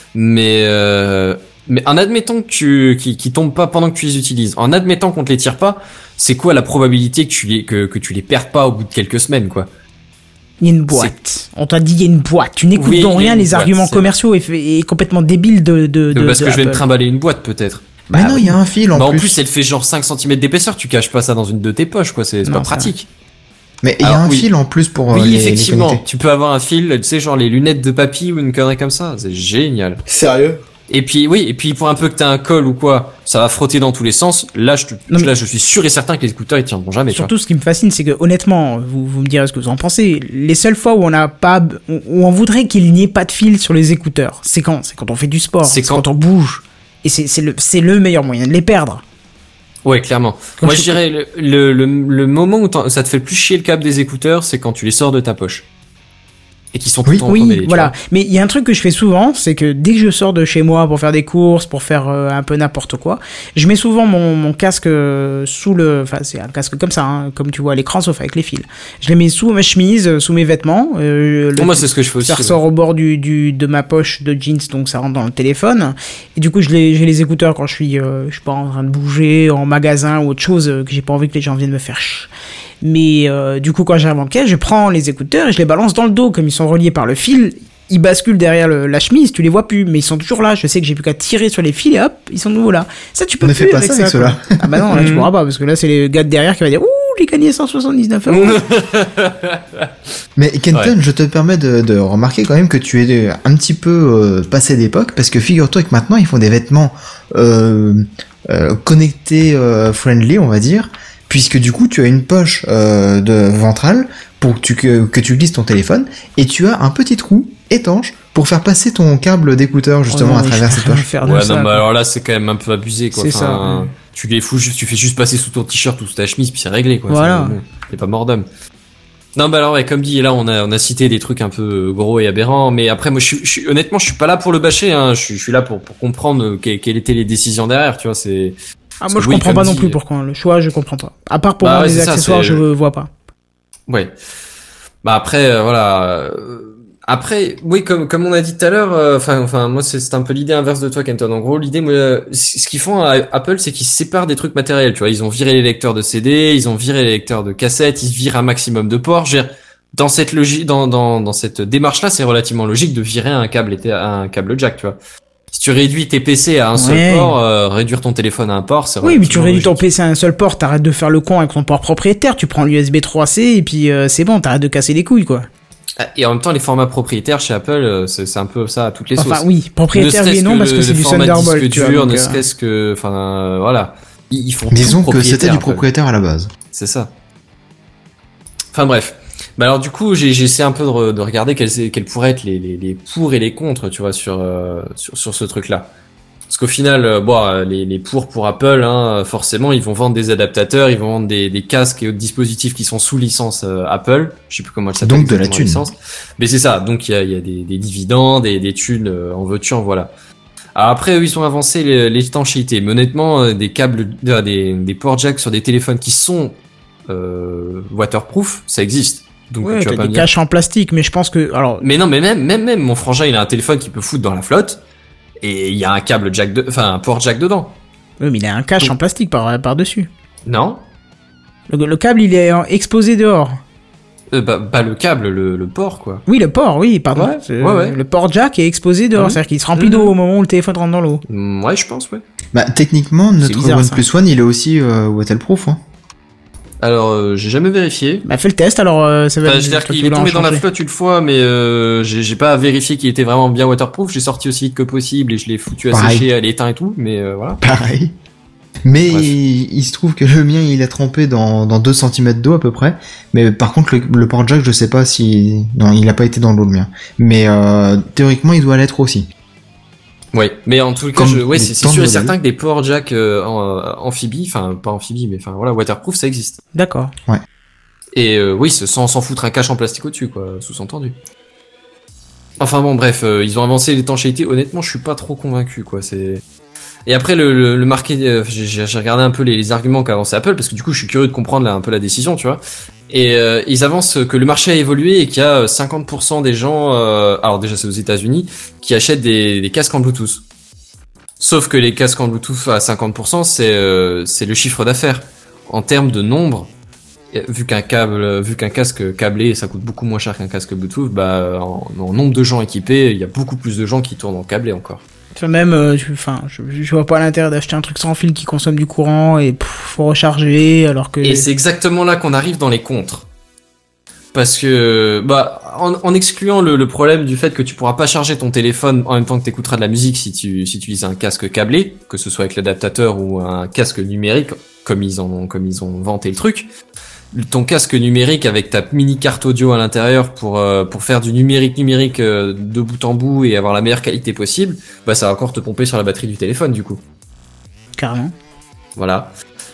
[SPEAKER 3] Mais en admettant que qui tombent pas pendant que tu les utilises, en admettant qu'on te les tire pas, c'est quoi la probabilité que tu les perds pas au bout de quelques semaines, quoi?
[SPEAKER 4] Il y a une boîte. On t'a dit il y a une boîte. Tu n'écoutes donc rien les arguments commerciaux et complètement débiles de
[SPEAKER 3] parce que je vais me trimballer une boîte, peut-être.
[SPEAKER 2] Bah non, il y a un fil en plus.
[SPEAKER 3] En plus, elle fait genre 5 cm d'épaisseur, tu caches pas ça dans une de tes poches, quoi, c'est pas pratique.
[SPEAKER 2] Mais il y a un fil en plus pour
[SPEAKER 3] effectivement,
[SPEAKER 2] les
[SPEAKER 3] tu peux avoir un fil, tu sais, genre les lunettes de papy ou une connerie comme ça, c'est génial.
[SPEAKER 6] Sérieux?
[SPEAKER 3] Et puis pour un peu que t'as un col ou quoi, ça va frotter dans tous les sens. Là, je suis sûr et certain que les écouteurs ils tiendront jamais.
[SPEAKER 4] Surtout, ce qui me fascine, c'est que honnêtement, vous me direz ce que vous en pensez. Les seules fois où on voudrait qu'il n'y ait pas de fil sur les écouteurs, c'est quand on fait du sport, c'est quand on bouge. Et c'est le meilleur moyen de les perdre.
[SPEAKER 3] Ouais, clairement. Moi, je dirais le moment où ça te fait le plus chier le câble des écouteurs, c'est quand tu les sors de ta poche. Et qui sont tout le temps emmêlés,
[SPEAKER 4] voilà. Mais il y a un truc que je fais souvent, c'est que dès que je sors de chez moi pour faire des courses, pour faire un peu n'importe quoi, je mets souvent mon casque c'est un casque comme ça, hein, comme tu vois à l'écran, sauf avec les fils. Je les mets sous ma chemise, sous mes vêtements.
[SPEAKER 3] Moi, c'est ce que je fais aussi.
[SPEAKER 4] Ça ressort au bord de ma poche de jeans, donc ça rentre dans le téléphone. Et du coup, j'ai les écouteurs quand je suis pas en train de bouger, en magasin ou autre chose, que j'ai pas envie que les gens viennent me faire Mais du coup, quand j'arrive en caisse, je prends les écouteurs et je les balance dans le dos. Comme ils sont reliés par le fil, ils basculent derrière la chemise, tu les vois plus, mais ils sont toujours là. Je sais que j'ai plus qu'à tirer sur les fils et hop, ils sont de nouveau là. Ça, tu peux plus avec ça.
[SPEAKER 2] Ceux-là.
[SPEAKER 4] Ah bah non, là tu pourras pas, parce que là c'est les gars de derrière qui vont dire ouh, j'ai gagné 179 €.
[SPEAKER 2] Mais Kenton, je te permets de remarquer quand même que tu es un petit peu passé d'époque, parce que figure-toi que maintenant ils font des vêtements connectés friendly, on va dire. Puisque du coup tu as une poche ventrale pour que tu glisses ton téléphone et tu as un petit trou étanche pour faire passer ton câble d'écouteur justement à travers cette poche.
[SPEAKER 3] Alors là c'est quand même un peu abusé, quoi.
[SPEAKER 4] C'est ça.
[SPEAKER 3] Tu les fous juste, tu fais juste passer sous ton t-shirt ou sous ta chemise puis c'est réglé, quoi.
[SPEAKER 4] Voilà.
[SPEAKER 3] C'est pas mort d'homme. Non, bah alors ouais, comme dit, là on a cité des trucs un peu gros et aberrants, mais après moi honnêtement je suis pas là pour le bâcher, hein. Je suis là pour comprendre quelles étaient les décisions derrière, tu vois. C'est
[SPEAKER 4] moi je comprends pas non plus pourquoi le choix, je comprends pas. À part pour les accessoires, je vois pas.
[SPEAKER 3] Ouais. Bah après voilà, Après, oui, comme on a dit tout à l'heure, enfin, moi c'est un peu l'idée inverse de toi, Kenton. En gros, l'idée, moi, ce qu'ils font à Apple, c'est qu'ils séparent des trucs matériels. Tu vois, ils ont viré les lecteurs de CD, ils ont viré les lecteurs de cassettes, ils virent un maximum de ports. Je veux dire, dans cette logique, dans cette démarche-là, c'est relativement logique de virer un câble jack, tu vois. Si tu réduis tes PC à un seul port, réduire ton téléphone à un port, c'est
[SPEAKER 4] oui, mais tu réduis
[SPEAKER 3] logique.
[SPEAKER 4] ton PC à un seul port, t'arrêtes de faire le con avec ton port propriétaire, tu prends l'USB 3C et puis c'est bon, t'arrêtes de casser les couilles, quoi.
[SPEAKER 3] Et en même temps, les formats propriétaires chez Apple, c'est un peu ça à toutes les sauces.
[SPEAKER 4] Enfin oui, propriétaire oui et non, parce que c'est du Thunderbolt, tu vois.
[SPEAKER 3] Ne serait-ce que, enfin, voilà. Ils font
[SPEAKER 2] Disons
[SPEAKER 3] tout
[SPEAKER 2] que c'était du
[SPEAKER 3] Apple.
[SPEAKER 2] propriétaire à la base.
[SPEAKER 3] C'est ça. Enfin bref. Bah alors du coup, j'ai essayé un peu de regarder quels pourraient être les pour et les contre, tu vois, sur ce truc-là. Parce qu'au final, les pour Apple, hein, forcément, ils vont vendre des adaptateurs, ils vont vendre des casques et autres dispositifs qui sont sous licence Apple. Je sais plus comment elle s'appelle.
[SPEAKER 2] Donc de la thune.
[SPEAKER 3] Licence. Mais c'est ça. Donc il y a des dividendes, des thunes en veux-tu, en voilà. Alors après, eux, ils ont avancé l'étanchéité. Mais honnêtement, des câbles, des ports jack sur des téléphones qui sont waterproof, ça existe. Donc
[SPEAKER 4] ouais,
[SPEAKER 3] tu vas
[SPEAKER 4] t'as
[SPEAKER 3] pas
[SPEAKER 4] des
[SPEAKER 3] me dire.
[SPEAKER 4] caches en plastique, mais je pense que alors.
[SPEAKER 3] Mais non, mais même mon frangin, il a un téléphone qui peut foutre dans la flotte. Et il y a un câble jack un port jack dedans.
[SPEAKER 4] Oui, mais il a un cache en plastique par-dessus.
[SPEAKER 3] Non.
[SPEAKER 4] Le câble, il est exposé dehors.
[SPEAKER 3] Pas le câble, le port, quoi.
[SPEAKER 4] Oui, le port, oui, pardon.
[SPEAKER 3] Ouais.
[SPEAKER 4] Le port jack est exposé dehors, c'est-à-dire qu'il se remplit d'eau au moment où le téléphone rentre dans l'eau.
[SPEAKER 3] Ouais, je pense, ouais.
[SPEAKER 2] Bah, techniquement, notre
[SPEAKER 4] bizarre,
[SPEAKER 2] OnePlus One, il est aussi waterproof, hein.
[SPEAKER 3] Alors, j'ai jamais vérifié.
[SPEAKER 4] Bah, fais le test, alors, ça va
[SPEAKER 3] Enfin, je veux dire qu'il est tombé dans la flotte une fois, mais j'ai pas vérifié qu'il était vraiment bien waterproof. J'ai sorti aussi vite que possible et je l'ai foutu à sécher, à l'éteint et tout, mais voilà.
[SPEAKER 2] Pareil. Mais
[SPEAKER 3] Bref.
[SPEAKER 2] il se trouve que le mien, il a trempé dans 2 cm d'eau à peu près. Mais par contre, le port jack, je sais pas si... Non, il a pas été dans l'eau, le mien. Mais théoriquement, il doit l'être aussi.
[SPEAKER 3] Ouais, mais en tout cas,
[SPEAKER 2] Comme
[SPEAKER 3] c'est sûr et certain que des ports jack amphibie, enfin pas amphibie, mais enfin voilà, waterproof, ça existe.
[SPEAKER 4] D'accord.
[SPEAKER 2] Ouais.
[SPEAKER 3] Et oui, sans foutre un cache en plastique au-dessus, quoi, sous-entendu. Enfin bon, bref, ils ont avancé l'étanchéité. Honnêtement, je suis pas trop convaincu, quoi. C'est. Et après le marqué, j'ai regardé un peu les arguments qu'a avancé Apple parce que du coup, je suis curieux de comprendre un peu la décision, tu vois. Et ils avancent que le marché a évolué et qu'il y a 50% des gens, alors déjà c'est aux États-Unis, qui achètent des casques en Bluetooth. Sauf que les casques en Bluetooth à 50%, c'est le chiffre d'affaires en termes de nombre. Vu qu'un casque câblé, ça coûte beaucoup moins cher qu'un casque Bluetooth, bah en nombre de gens équipés, il y a beaucoup plus de gens qui tournent en câblé encore.
[SPEAKER 4] Même, je vois pas l'intérêt d'acheter un truc sans fil qui consomme du courant et faut recharger alors que.
[SPEAKER 3] Et c'est exactement là qu'on arrive dans les contres. Parce que, en excluant le problème du fait que tu pourras pas charger ton téléphone en même temps que t'écouteras de la musique si tu utilises un casque câblé, que ce soit avec l'adaptateur ou un casque numérique, comme ils ont vanté le truc. Ton casque numérique avec ta mini carte audio à l'intérieur pour faire du numérique de bout en bout et avoir la meilleure qualité possible, bah ça va encore te pomper sur la batterie du téléphone du coup.
[SPEAKER 4] Carrément.
[SPEAKER 3] Voilà.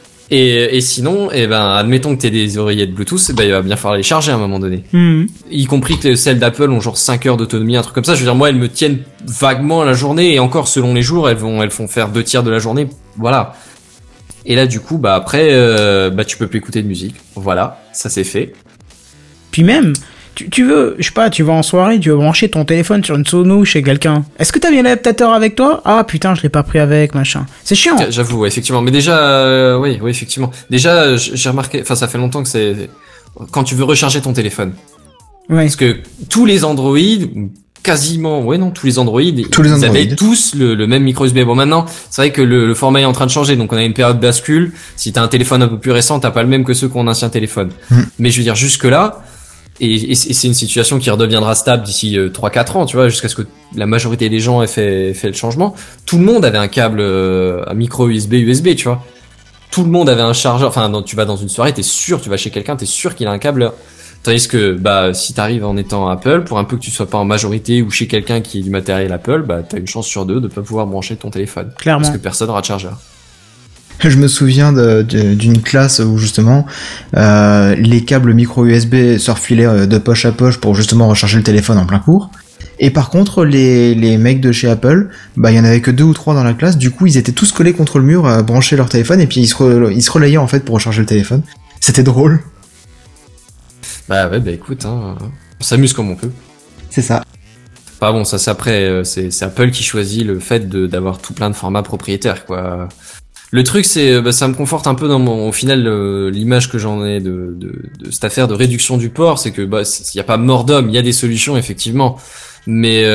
[SPEAKER 3] Et sinon, admettons que t'aies des oreillettes Bluetooth, il va bien falloir les charger à un moment donné. Y compris que celles d'Apple ont genre 5 heures d'autonomie, un truc comme ça. Je veux dire, moi, elles me tiennent vaguement la journée et encore selon les jours, elles font faire 2 tiers de la journée. Voilà. Et là, du coup, après, tu peux plus écouter de musique. Voilà, ça c'est fait.
[SPEAKER 4] Puis même, tu veux, je sais pas, tu vas en soirée, tu veux brancher ton téléphone sur une sono chez quelqu'un. Est-ce que t'as bien l'adaptateur avec toi? Ah putain, je l'ai pas pris avec, machin. C'est chiant.
[SPEAKER 3] J'avoue, ouais, effectivement. Mais déjà, oui, effectivement. Déjà, j'ai remarqué, enfin, ça fait longtemps que c'est quand tu veux recharger ton téléphone.
[SPEAKER 4] Ouais.
[SPEAKER 3] Parce que tous les Android, quasiment, tous les Android, ils avaient tous le même micro USB. Bon, maintenant, c'est vrai que le format est en train de changer, donc on a une période bascule. Si t'as un téléphone un peu plus récent, t'as pas le même que ceux qui ont un ancien téléphone. Mais je veux dire, jusque là, et c'est une situation qui redeviendra stable d'ici 3-4 ans, tu vois, jusqu'à ce que la majorité des gens aient fait le changement. Tout le monde avait un câble, un micro USB, tu vois. Tout le monde avait un chargeur. Enfin, tu vas dans une soirée, tu vas chez quelqu'un, t'es sûr qu'il a un câble. Tandis que, si t'arrives en étant Apple, pour un peu que tu sois pas en majorité ou chez quelqu'un qui ait du matériel Apple, t'as une chance sur 2 de pas pouvoir brancher ton téléphone.
[SPEAKER 4] Clairement.
[SPEAKER 3] Parce que personne n'aura de chargeur.
[SPEAKER 2] Je me souviens d'une classe où justement les câbles micro USB se refilaient de poche à poche pour justement recharger le téléphone en plein cours. Et par contre, les mecs de chez Apple, il y en avait que 2 ou 3 dans la classe. Du coup, ils étaient tous collés contre le mur à brancher leur téléphone et puis ils se relayaient en fait pour recharger le téléphone. C'était drôle.
[SPEAKER 3] Écoute, on s'amuse comme on peut.
[SPEAKER 2] C'est ça.
[SPEAKER 3] Enfin bon, ça c'est après, c'est Apple qui choisit le fait d'avoir tout plein de formats propriétaires, quoi. Le truc, c'est, ça me conforte un peu au final, l'image que j'en ai de cette affaire de réduction du port, c'est que, y a pas mort d'homme, il y a des solutions, effectivement. Mais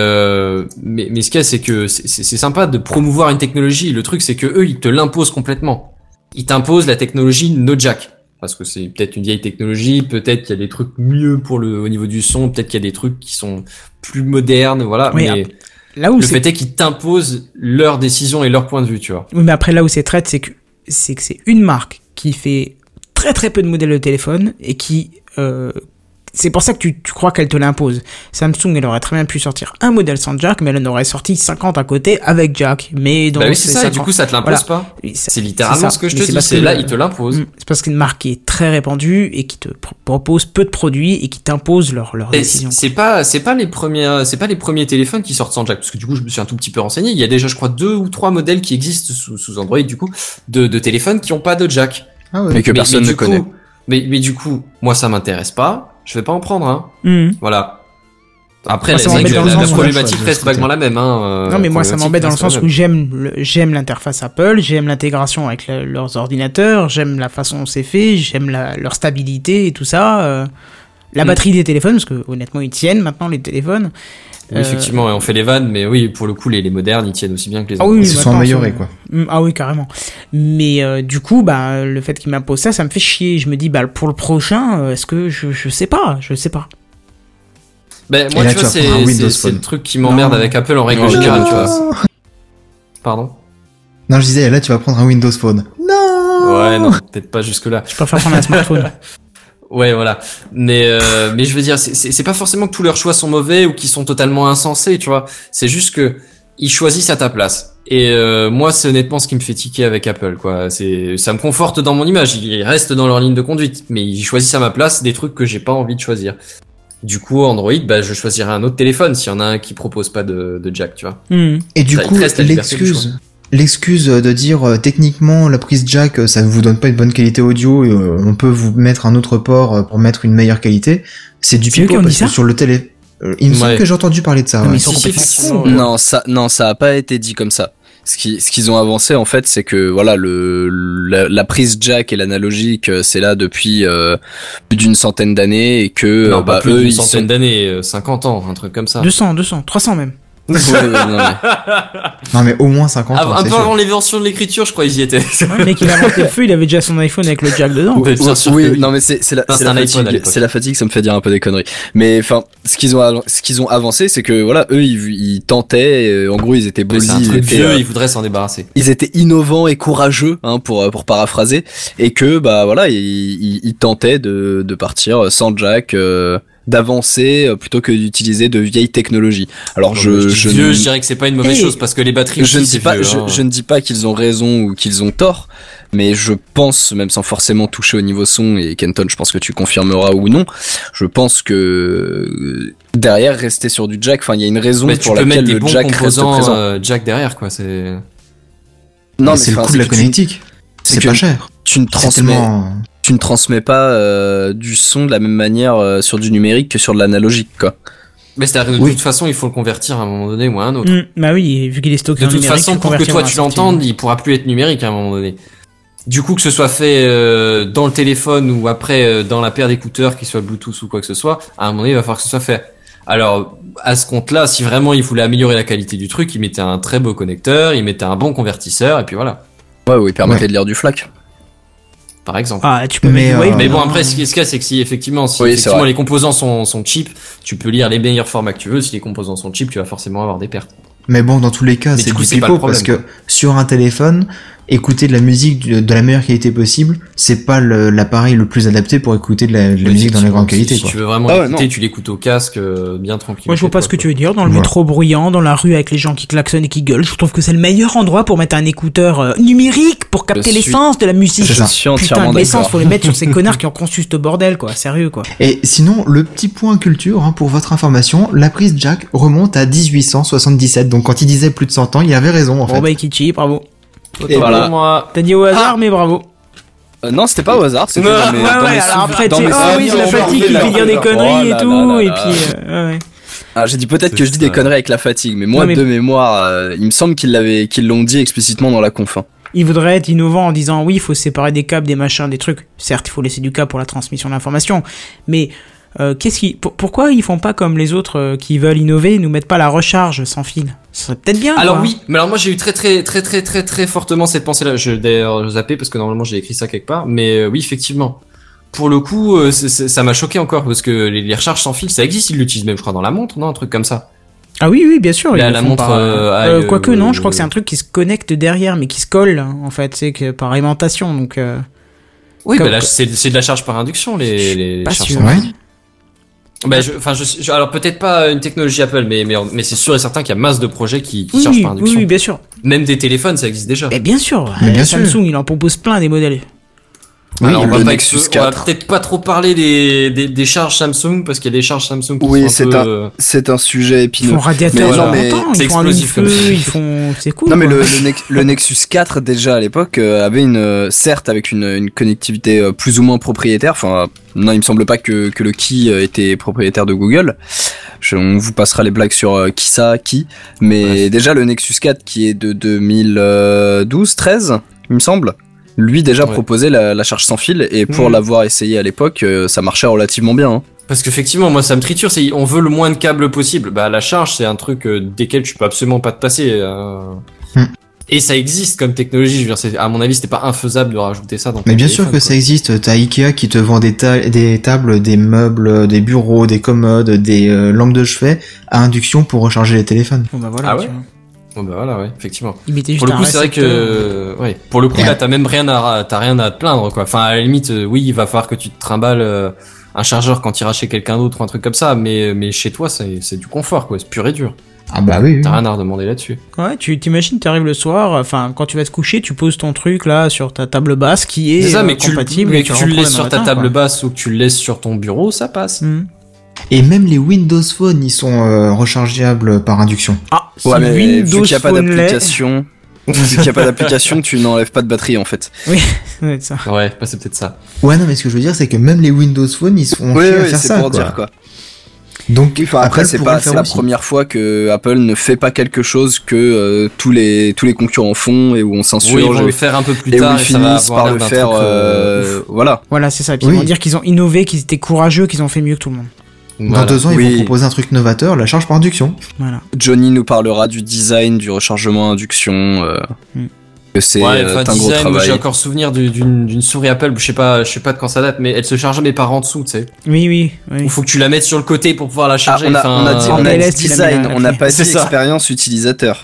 [SPEAKER 3] ce qu'il y a, c'est que c'est sympa de promouvoir une technologie. Le truc, c'est que eux, ils te l'imposent complètement. Ils t'imposent la technologie no jack. Parce que c'est peut-être une vieille technologie, peut-être qu'il y a des trucs mieux au niveau du son, peut-être qu'il y a des trucs qui sont plus modernes, voilà.
[SPEAKER 4] Oui,
[SPEAKER 3] mais
[SPEAKER 4] là où
[SPEAKER 3] le fait est qu'ils t'imposent leurs décisions et leur point de vue, tu vois.
[SPEAKER 4] Oui, mais après, là où c'est traite, c'est que c'est une marque qui fait très très peu de modèles de téléphone et qui... c'est pour ça que tu crois qu'elle te l'impose. Samsung, elle aurait très bien pu sortir un modèle sans jack, mais elle en aurait sorti 50 à côté avec jack. Mais donc,
[SPEAKER 3] oui, c'est ça, et du coup, ça te l'impose pas.
[SPEAKER 4] Oui,
[SPEAKER 3] c'est littéralement ce que je te dis,
[SPEAKER 4] c'est
[SPEAKER 3] là, il te l'impose.
[SPEAKER 4] C'est parce qu'une marque qui est très répandue et qui te propose peu de produits et qui t'impose leur décision.
[SPEAKER 3] C'est pas les premiers téléphones qui sortent sans jack, parce que du coup, je me suis un tout petit peu renseigné. Il y a déjà, je crois, 2 ou 3 modèles qui existent sous Android, du coup, de téléphones qui ont pas de jack.
[SPEAKER 2] Ah ouais.
[SPEAKER 5] Mais que personne ne connaît.
[SPEAKER 3] Mais du coup, moi, ça m'intéresse pas. Je vais pas en prendre, hein. Voilà. Après,
[SPEAKER 4] moi,
[SPEAKER 3] la problématique reste vaguement la même, hein.
[SPEAKER 4] Non, mais moi, ça m'embête dans le sens où j'aime l'interface Apple, j'aime l'intégration avec leurs ordinateurs, j'aime la façon dont c'est fait, j'aime leur stabilité et tout ça. La batterie des téléphones, parce que honnêtement, ils tiennent maintenant les téléphones.
[SPEAKER 3] Oui, effectivement, on fait les vannes, mais oui, pour le coup, les modernes, ils tiennent aussi bien que les autres.
[SPEAKER 2] Ils se sont améliorés, quoi.
[SPEAKER 4] Ah oui, carrément. Mais du coup, le fait qu'il m'impose ça me fait chier. Je me dis, pour le prochain, est-ce que je sais pas.
[SPEAKER 3] Ben, moi,
[SPEAKER 2] là,
[SPEAKER 3] tu vois, c'est le truc qui m'emmerde avec Apple en règle générale, tu vois. Pardon?
[SPEAKER 2] Non, je disais, là, tu vas prendre un Windows Phone. Non!
[SPEAKER 3] Ouais, non, peut-être pas jusque-là.
[SPEAKER 4] Je préfère prendre un smartphone.
[SPEAKER 3] Ouais, voilà. Mais je veux dire, c'est pas forcément que tous leurs choix sont mauvais ou qu'ils sont totalement insensés, tu vois. C'est juste que ils choisissent à ta place. Et moi, c'est honnêtement ce qui me fait tiquer avec Apple, quoi. Ça me conforte dans mon image. Ils restent dans leur ligne de conduite, mais ils choisissent à ma place des trucs que j'ai pas envie de choisir. Du coup, Android, je choisirai un autre téléphone s'il y en a un qui propose pas de jack, tu vois.
[SPEAKER 2] Et du coup, l'excuse de dire techniquement la prise jack ça vous donne pas une bonne qualité audio et on peut vous mettre un autre port pour mettre une meilleure qualité, c'est du pipeau parce que sur le télé il me semble que j'ai entendu parler de ça.
[SPEAKER 4] Mais ils sont complètement cons.
[SPEAKER 5] Non, ça a pas été dit comme ça. Ce qu'ils ont avancé en fait, c'est que voilà la prise jack et l'analogique, c'est là depuis plus d'une centaine d'années et que
[SPEAKER 3] non, plus d'une centaine d'années, 50 ans, un truc comme ça.
[SPEAKER 4] 200, 300 même.
[SPEAKER 2] Non mais au moins 50 ans.
[SPEAKER 3] Un peu avant l'invention de l'écriture, je crois ils y étaient.
[SPEAKER 4] Le mec il a inventé le feu, il avait déjà son iPhone avec le jack dedans.
[SPEAKER 5] Non mais c'est la fatigue, ça me fait dire un peu des conneries. Mais enfin, ce qu'ils ont avancé, c'est que voilà, eux ils tentaient, en gros ils étaient ballsy,
[SPEAKER 3] ils voudraient s'en débarrasser.
[SPEAKER 5] Ils étaient innovants et courageux, hein, pour paraphraser, et que voilà, ils tentaient de partir sans jack. D'avancer plutôt que d'utiliser de vieilles technologies. Alors
[SPEAKER 3] je dirais que c'est pas une mauvaise chose parce que les batteries aussi,
[SPEAKER 5] je ne dis pas qu'ils ont raison ou qu'ils ont tort, mais je pense, même sans forcément toucher au niveau son, et Kenton, je pense que tu confirmeras ou non, je pense que derrière rester sur du jack, enfin il y a une raison pour laquelle le jack reste présent.
[SPEAKER 3] Jack derrière quoi, c'est.
[SPEAKER 2] Non mais c'est le coût de la connectique. C'est pas cher.
[SPEAKER 5] Tu ne transmets pas du son de la même manière sur du numérique que sur de l'analogique, quoi.
[SPEAKER 3] Mais c'est-à-dire que de toute façon, il faut le convertir à un moment donné ou à un autre.
[SPEAKER 4] Bah oui, vu qu'il est stocké en numérique.
[SPEAKER 3] De toute façon, pour que toi tu l'entendes, il pourra plus être numérique à un moment donné. Du coup, que ce soit fait dans le téléphone ou après dans la paire d'écouteurs, qu'il soit Bluetooth ou quoi que ce soit, à un moment donné, il va falloir que ce soit fait. Alors, à ce compte-là, si vraiment il voulait améliorer la qualité du truc, il mettait un très beau connecteur, il mettait un bon convertisseur, et puis voilà.
[SPEAKER 5] Ouais, il permettait de lire du FLAC.
[SPEAKER 3] Par exemple.
[SPEAKER 4] Ah, tu peux mettre Wave.
[SPEAKER 3] Mais bon, après, ce qu'il y a, c'est que si effectivement les composants sont cheap, tu peux lire les meilleurs formats que tu veux. Si les composants sont cheap, tu vas forcément avoir des pertes.
[SPEAKER 2] Mais bon, dans tous les cas, c'est du pipeau parce que sur un téléphone, écouter de la musique de la meilleure qualité possible, c'est pas l'appareil le plus adapté pour écouter de la musique dans la grande qualité.
[SPEAKER 3] Si tu veux vraiment écouter, tu l'écoutes au casque, bien tranquille.
[SPEAKER 4] Moi, je vois pas ce que tu veux dire. Dans le métro bruyant, dans la rue avec les gens qui klaxonnent et qui gueulent, je trouve que c'est le meilleur endroit pour mettre un écouteur numérique pour capter l'essence de la musique.
[SPEAKER 5] Je suis entièrement
[SPEAKER 4] d'accord. L'essence, faut les mettre sur ces connards qui ont conçu ce bordel, quoi. Sérieux, quoi.
[SPEAKER 2] Et sinon, le petit point culture, pour votre information, la prise jack remonte à 1877. Donc quand il disait plus de 100 ans, il avait raison, en fait.
[SPEAKER 4] Oh bah, Kichi, bravo.
[SPEAKER 5] Et voilà.
[SPEAKER 4] T'as dit au hasard, mais bravo.
[SPEAKER 5] Non, c'était pas au hasard, c'était
[SPEAKER 4] alors après, tu sais, oui, c'est la fatigue qui fait dire des conneries et tout, et puis, ouais.
[SPEAKER 5] Ah, j'ai dit peut-être que je dis des conneries avec la fatigue, mais moi, de mémoire, il me semble qu'ils l'ont dit explicitement dans la conf. Hein.
[SPEAKER 4] Ils voudraient être innovants en disant oui, il faut séparer des câbles, des machins, des trucs. Certes, il faut laisser du câble pour la transmission d'informations, mais pourquoi ils font pas comme les autres qui veulent innover, ils nous mettent pas la recharge sans fil? Ce serait peut-être bien.
[SPEAKER 3] Alors
[SPEAKER 4] quoi.
[SPEAKER 3] oui, mais alors moi j'ai eu très fortement cette pensée-là. Je d'ailleurs zappé parce que normalement j'ai écrit ça quelque part, mais oui effectivement. Pour le coup, ça m'a choqué encore parce que les recharges sans fil, ça existe, ils l'utilisent même je crois dans la montre, non, un truc comme ça.
[SPEAKER 4] Ah oui, bien sûr.
[SPEAKER 3] La montre.
[SPEAKER 4] Quoique non, je crois que c'est un truc qui se connecte derrière, mais qui se colle en fait, c'est que par aimantation, donc.
[SPEAKER 3] Oui, bah là c'est de la charge par induction les
[SPEAKER 4] pas
[SPEAKER 3] charges
[SPEAKER 4] sûr.
[SPEAKER 3] sans fil. Bah alors peut-être pas une technologie Apple, mais c'est sûr et certain qu'il y a masse de projets qui chargent par induction.
[SPEAKER 4] Oui, bien sûr.
[SPEAKER 3] Même des téléphones, ça existe déjà.
[SPEAKER 4] Mais bien sûr.
[SPEAKER 2] Samsung,
[SPEAKER 4] sûr. Il en propose plein des modèles.
[SPEAKER 2] Oui,
[SPEAKER 3] alors, on va
[SPEAKER 5] peut-être
[SPEAKER 3] pas trop parler des charges Samsung parce qu'il y a des charges Samsung qui sont
[SPEAKER 5] c'est un sujet épineux.
[SPEAKER 4] Ils font radiateur,
[SPEAKER 3] c'est
[SPEAKER 4] ils font un
[SPEAKER 3] explosif comme
[SPEAKER 4] feu, ils font, c'est cool.
[SPEAKER 5] Non mais
[SPEAKER 4] quoi.
[SPEAKER 5] le Nexus 4 déjà à l'époque avait certes avec une connectivité plus ou moins propriétaire. Enfin non, il me semble pas que le Key était propriétaire de Google. On vous passera les blagues sur qui, mais déjà le Nexus 4 qui est de 2012-13, il me semble. Lui déjà proposait la charge sans fil et pour l'avoir essayé à l'époque, ça marchait relativement bien. Hein.
[SPEAKER 3] Parce qu'effectivement, moi ça me triture, on veut le moins de câbles possible. Bah la charge c'est un truc desquels tu peux absolument pas te passer. Et ça existe comme technologie, je veux dire, à mon avis c'était pas infaisable de rajouter ça dans ton
[SPEAKER 2] Mais bien
[SPEAKER 3] téléphone,
[SPEAKER 2] sûr que
[SPEAKER 3] quoi.
[SPEAKER 2] ça existe, t'as Ikea qui te vend des tables, des meubles, des bureaux, des commodes, des lampes de chevet à induction pour recharger les téléphones.
[SPEAKER 4] Bon, bah voilà,
[SPEAKER 3] Ah ouais.
[SPEAKER 4] tu vois.
[SPEAKER 3] Bon bah voilà, ouais, effectivement.
[SPEAKER 4] Il mettait juste
[SPEAKER 3] Pour le coup,
[SPEAKER 4] un
[SPEAKER 3] c'est vrai que, pour le coup, là, t'as rien à te plaindre, quoi. Enfin, à la limite, oui, il va falloir que tu te trimbales un chargeur quand tu iras chez quelqu'un d'autre ou un truc comme ça, mais chez toi, c'est du confort, quoi. C'est pur et dur.
[SPEAKER 2] Ah bah oui.
[SPEAKER 3] T'as rien à redemander là-dessus.
[SPEAKER 4] Ouais, tu t'imagines, t'arrives le soir, enfin, quand tu vas te coucher, tu poses ton truc là sur ta table basse qui est
[SPEAKER 3] ça, mais
[SPEAKER 4] compatible.
[SPEAKER 3] mais
[SPEAKER 4] et
[SPEAKER 3] que tu le
[SPEAKER 4] reprends
[SPEAKER 3] laisses sur ta
[SPEAKER 4] matin,
[SPEAKER 3] table
[SPEAKER 4] quoi.
[SPEAKER 3] basse ou que tu le laisses sur ton bureau, ça passe.
[SPEAKER 2] Et même les Windows Phone, ils sont rechargeables par induction.
[SPEAKER 4] Ah, si
[SPEAKER 5] Ouais, mais
[SPEAKER 4] Windows
[SPEAKER 5] vu qu'il n'y a pas
[SPEAKER 4] Phone l'est-
[SPEAKER 5] d'application, tu n'enlèves pas de batterie en fait.
[SPEAKER 4] Oui, c'est ça.
[SPEAKER 3] Ouais, bah, c'est peut-être ça.
[SPEAKER 2] Ouais, non, mais ce que je veux dire, c'est que même les Windows Phone, ils se font
[SPEAKER 5] Oui,
[SPEAKER 2] chier à faire
[SPEAKER 5] c'est
[SPEAKER 2] ça,
[SPEAKER 5] pour
[SPEAKER 2] quoi.
[SPEAKER 5] dire quoi.
[SPEAKER 2] Donc,
[SPEAKER 5] Enfin, après,
[SPEAKER 2] Apple
[SPEAKER 5] c'est
[SPEAKER 2] pourrait
[SPEAKER 5] pas
[SPEAKER 2] le faire
[SPEAKER 5] la
[SPEAKER 2] aussi.
[SPEAKER 5] première fois que Apple ne fait pas quelque chose que tous les concurrents font et où on
[SPEAKER 3] Oui, ils
[SPEAKER 5] s'insurge
[SPEAKER 3] vont le faire un peu plus
[SPEAKER 5] et où
[SPEAKER 3] tard
[SPEAKER 5] ils
[SPEAKER 3] et ça va
[SPEAKER 5] finissent
[SPEAKER 3] avoir
[SPEAKER 5] par
[SPEAKER 3] l'air
[SPEAKER 5] le
[SPEAKER 3] d'un
[SPEAKER 5] faire.
[SPEAKER 3] truc,
[SPEAKER 5] Voilà.
[SPEAKER 4] Voilà, c'est ça. Et puis
[SPEAKER 2] Oui.
[SPEAKER 4] ils vont dire qu'ils ont innové, qu'ils étaient courageux, qu'ils ont fait mieux que tout le monde.
[SPEAKER 3] voilà.
[SPEAKER 2] Dans 2 ans, ils
[SPEAKER 5] Oui.
[SPEAKER 2] vont proposer un truc novateur, la charge par induction.
[SPEAKER 4] Voilà.
[SPEAKER 5] Johnny nous parlera du design du rechargement à induction. Que c'est
[SPEAKER 3] Ouais, enfin,
[SPEAKER 5] un gros
[SPEAKER 3] design, moi,
[SPEAKER 5] travail.
[SPEAKER 3] j'ai encore souvenir d'une souris Apple, je sais pas de quand ça date, mais elle se charge mais par en dessous, tu sais.
[SPEAKER 4] Oui.
[SPEAKER 3] Il faut que tu la mettes sur le côté pour pouvoir la
[SPEAKER 5] Ah,
[SPEAKER 3] charger.
[SPEAKER 5] on a dit
[SPEAKER 4] on laisse, il a mis
[SPEAKER 5] design,
[SPEAKER 4] la
[SPEAKER 5] on n'a
[SPEAKER 4] clé.
[SPEAKER 5] pas dit
[SPEAKER 3] C'est ça.
[SPEAKER 5] expérience utilisateur.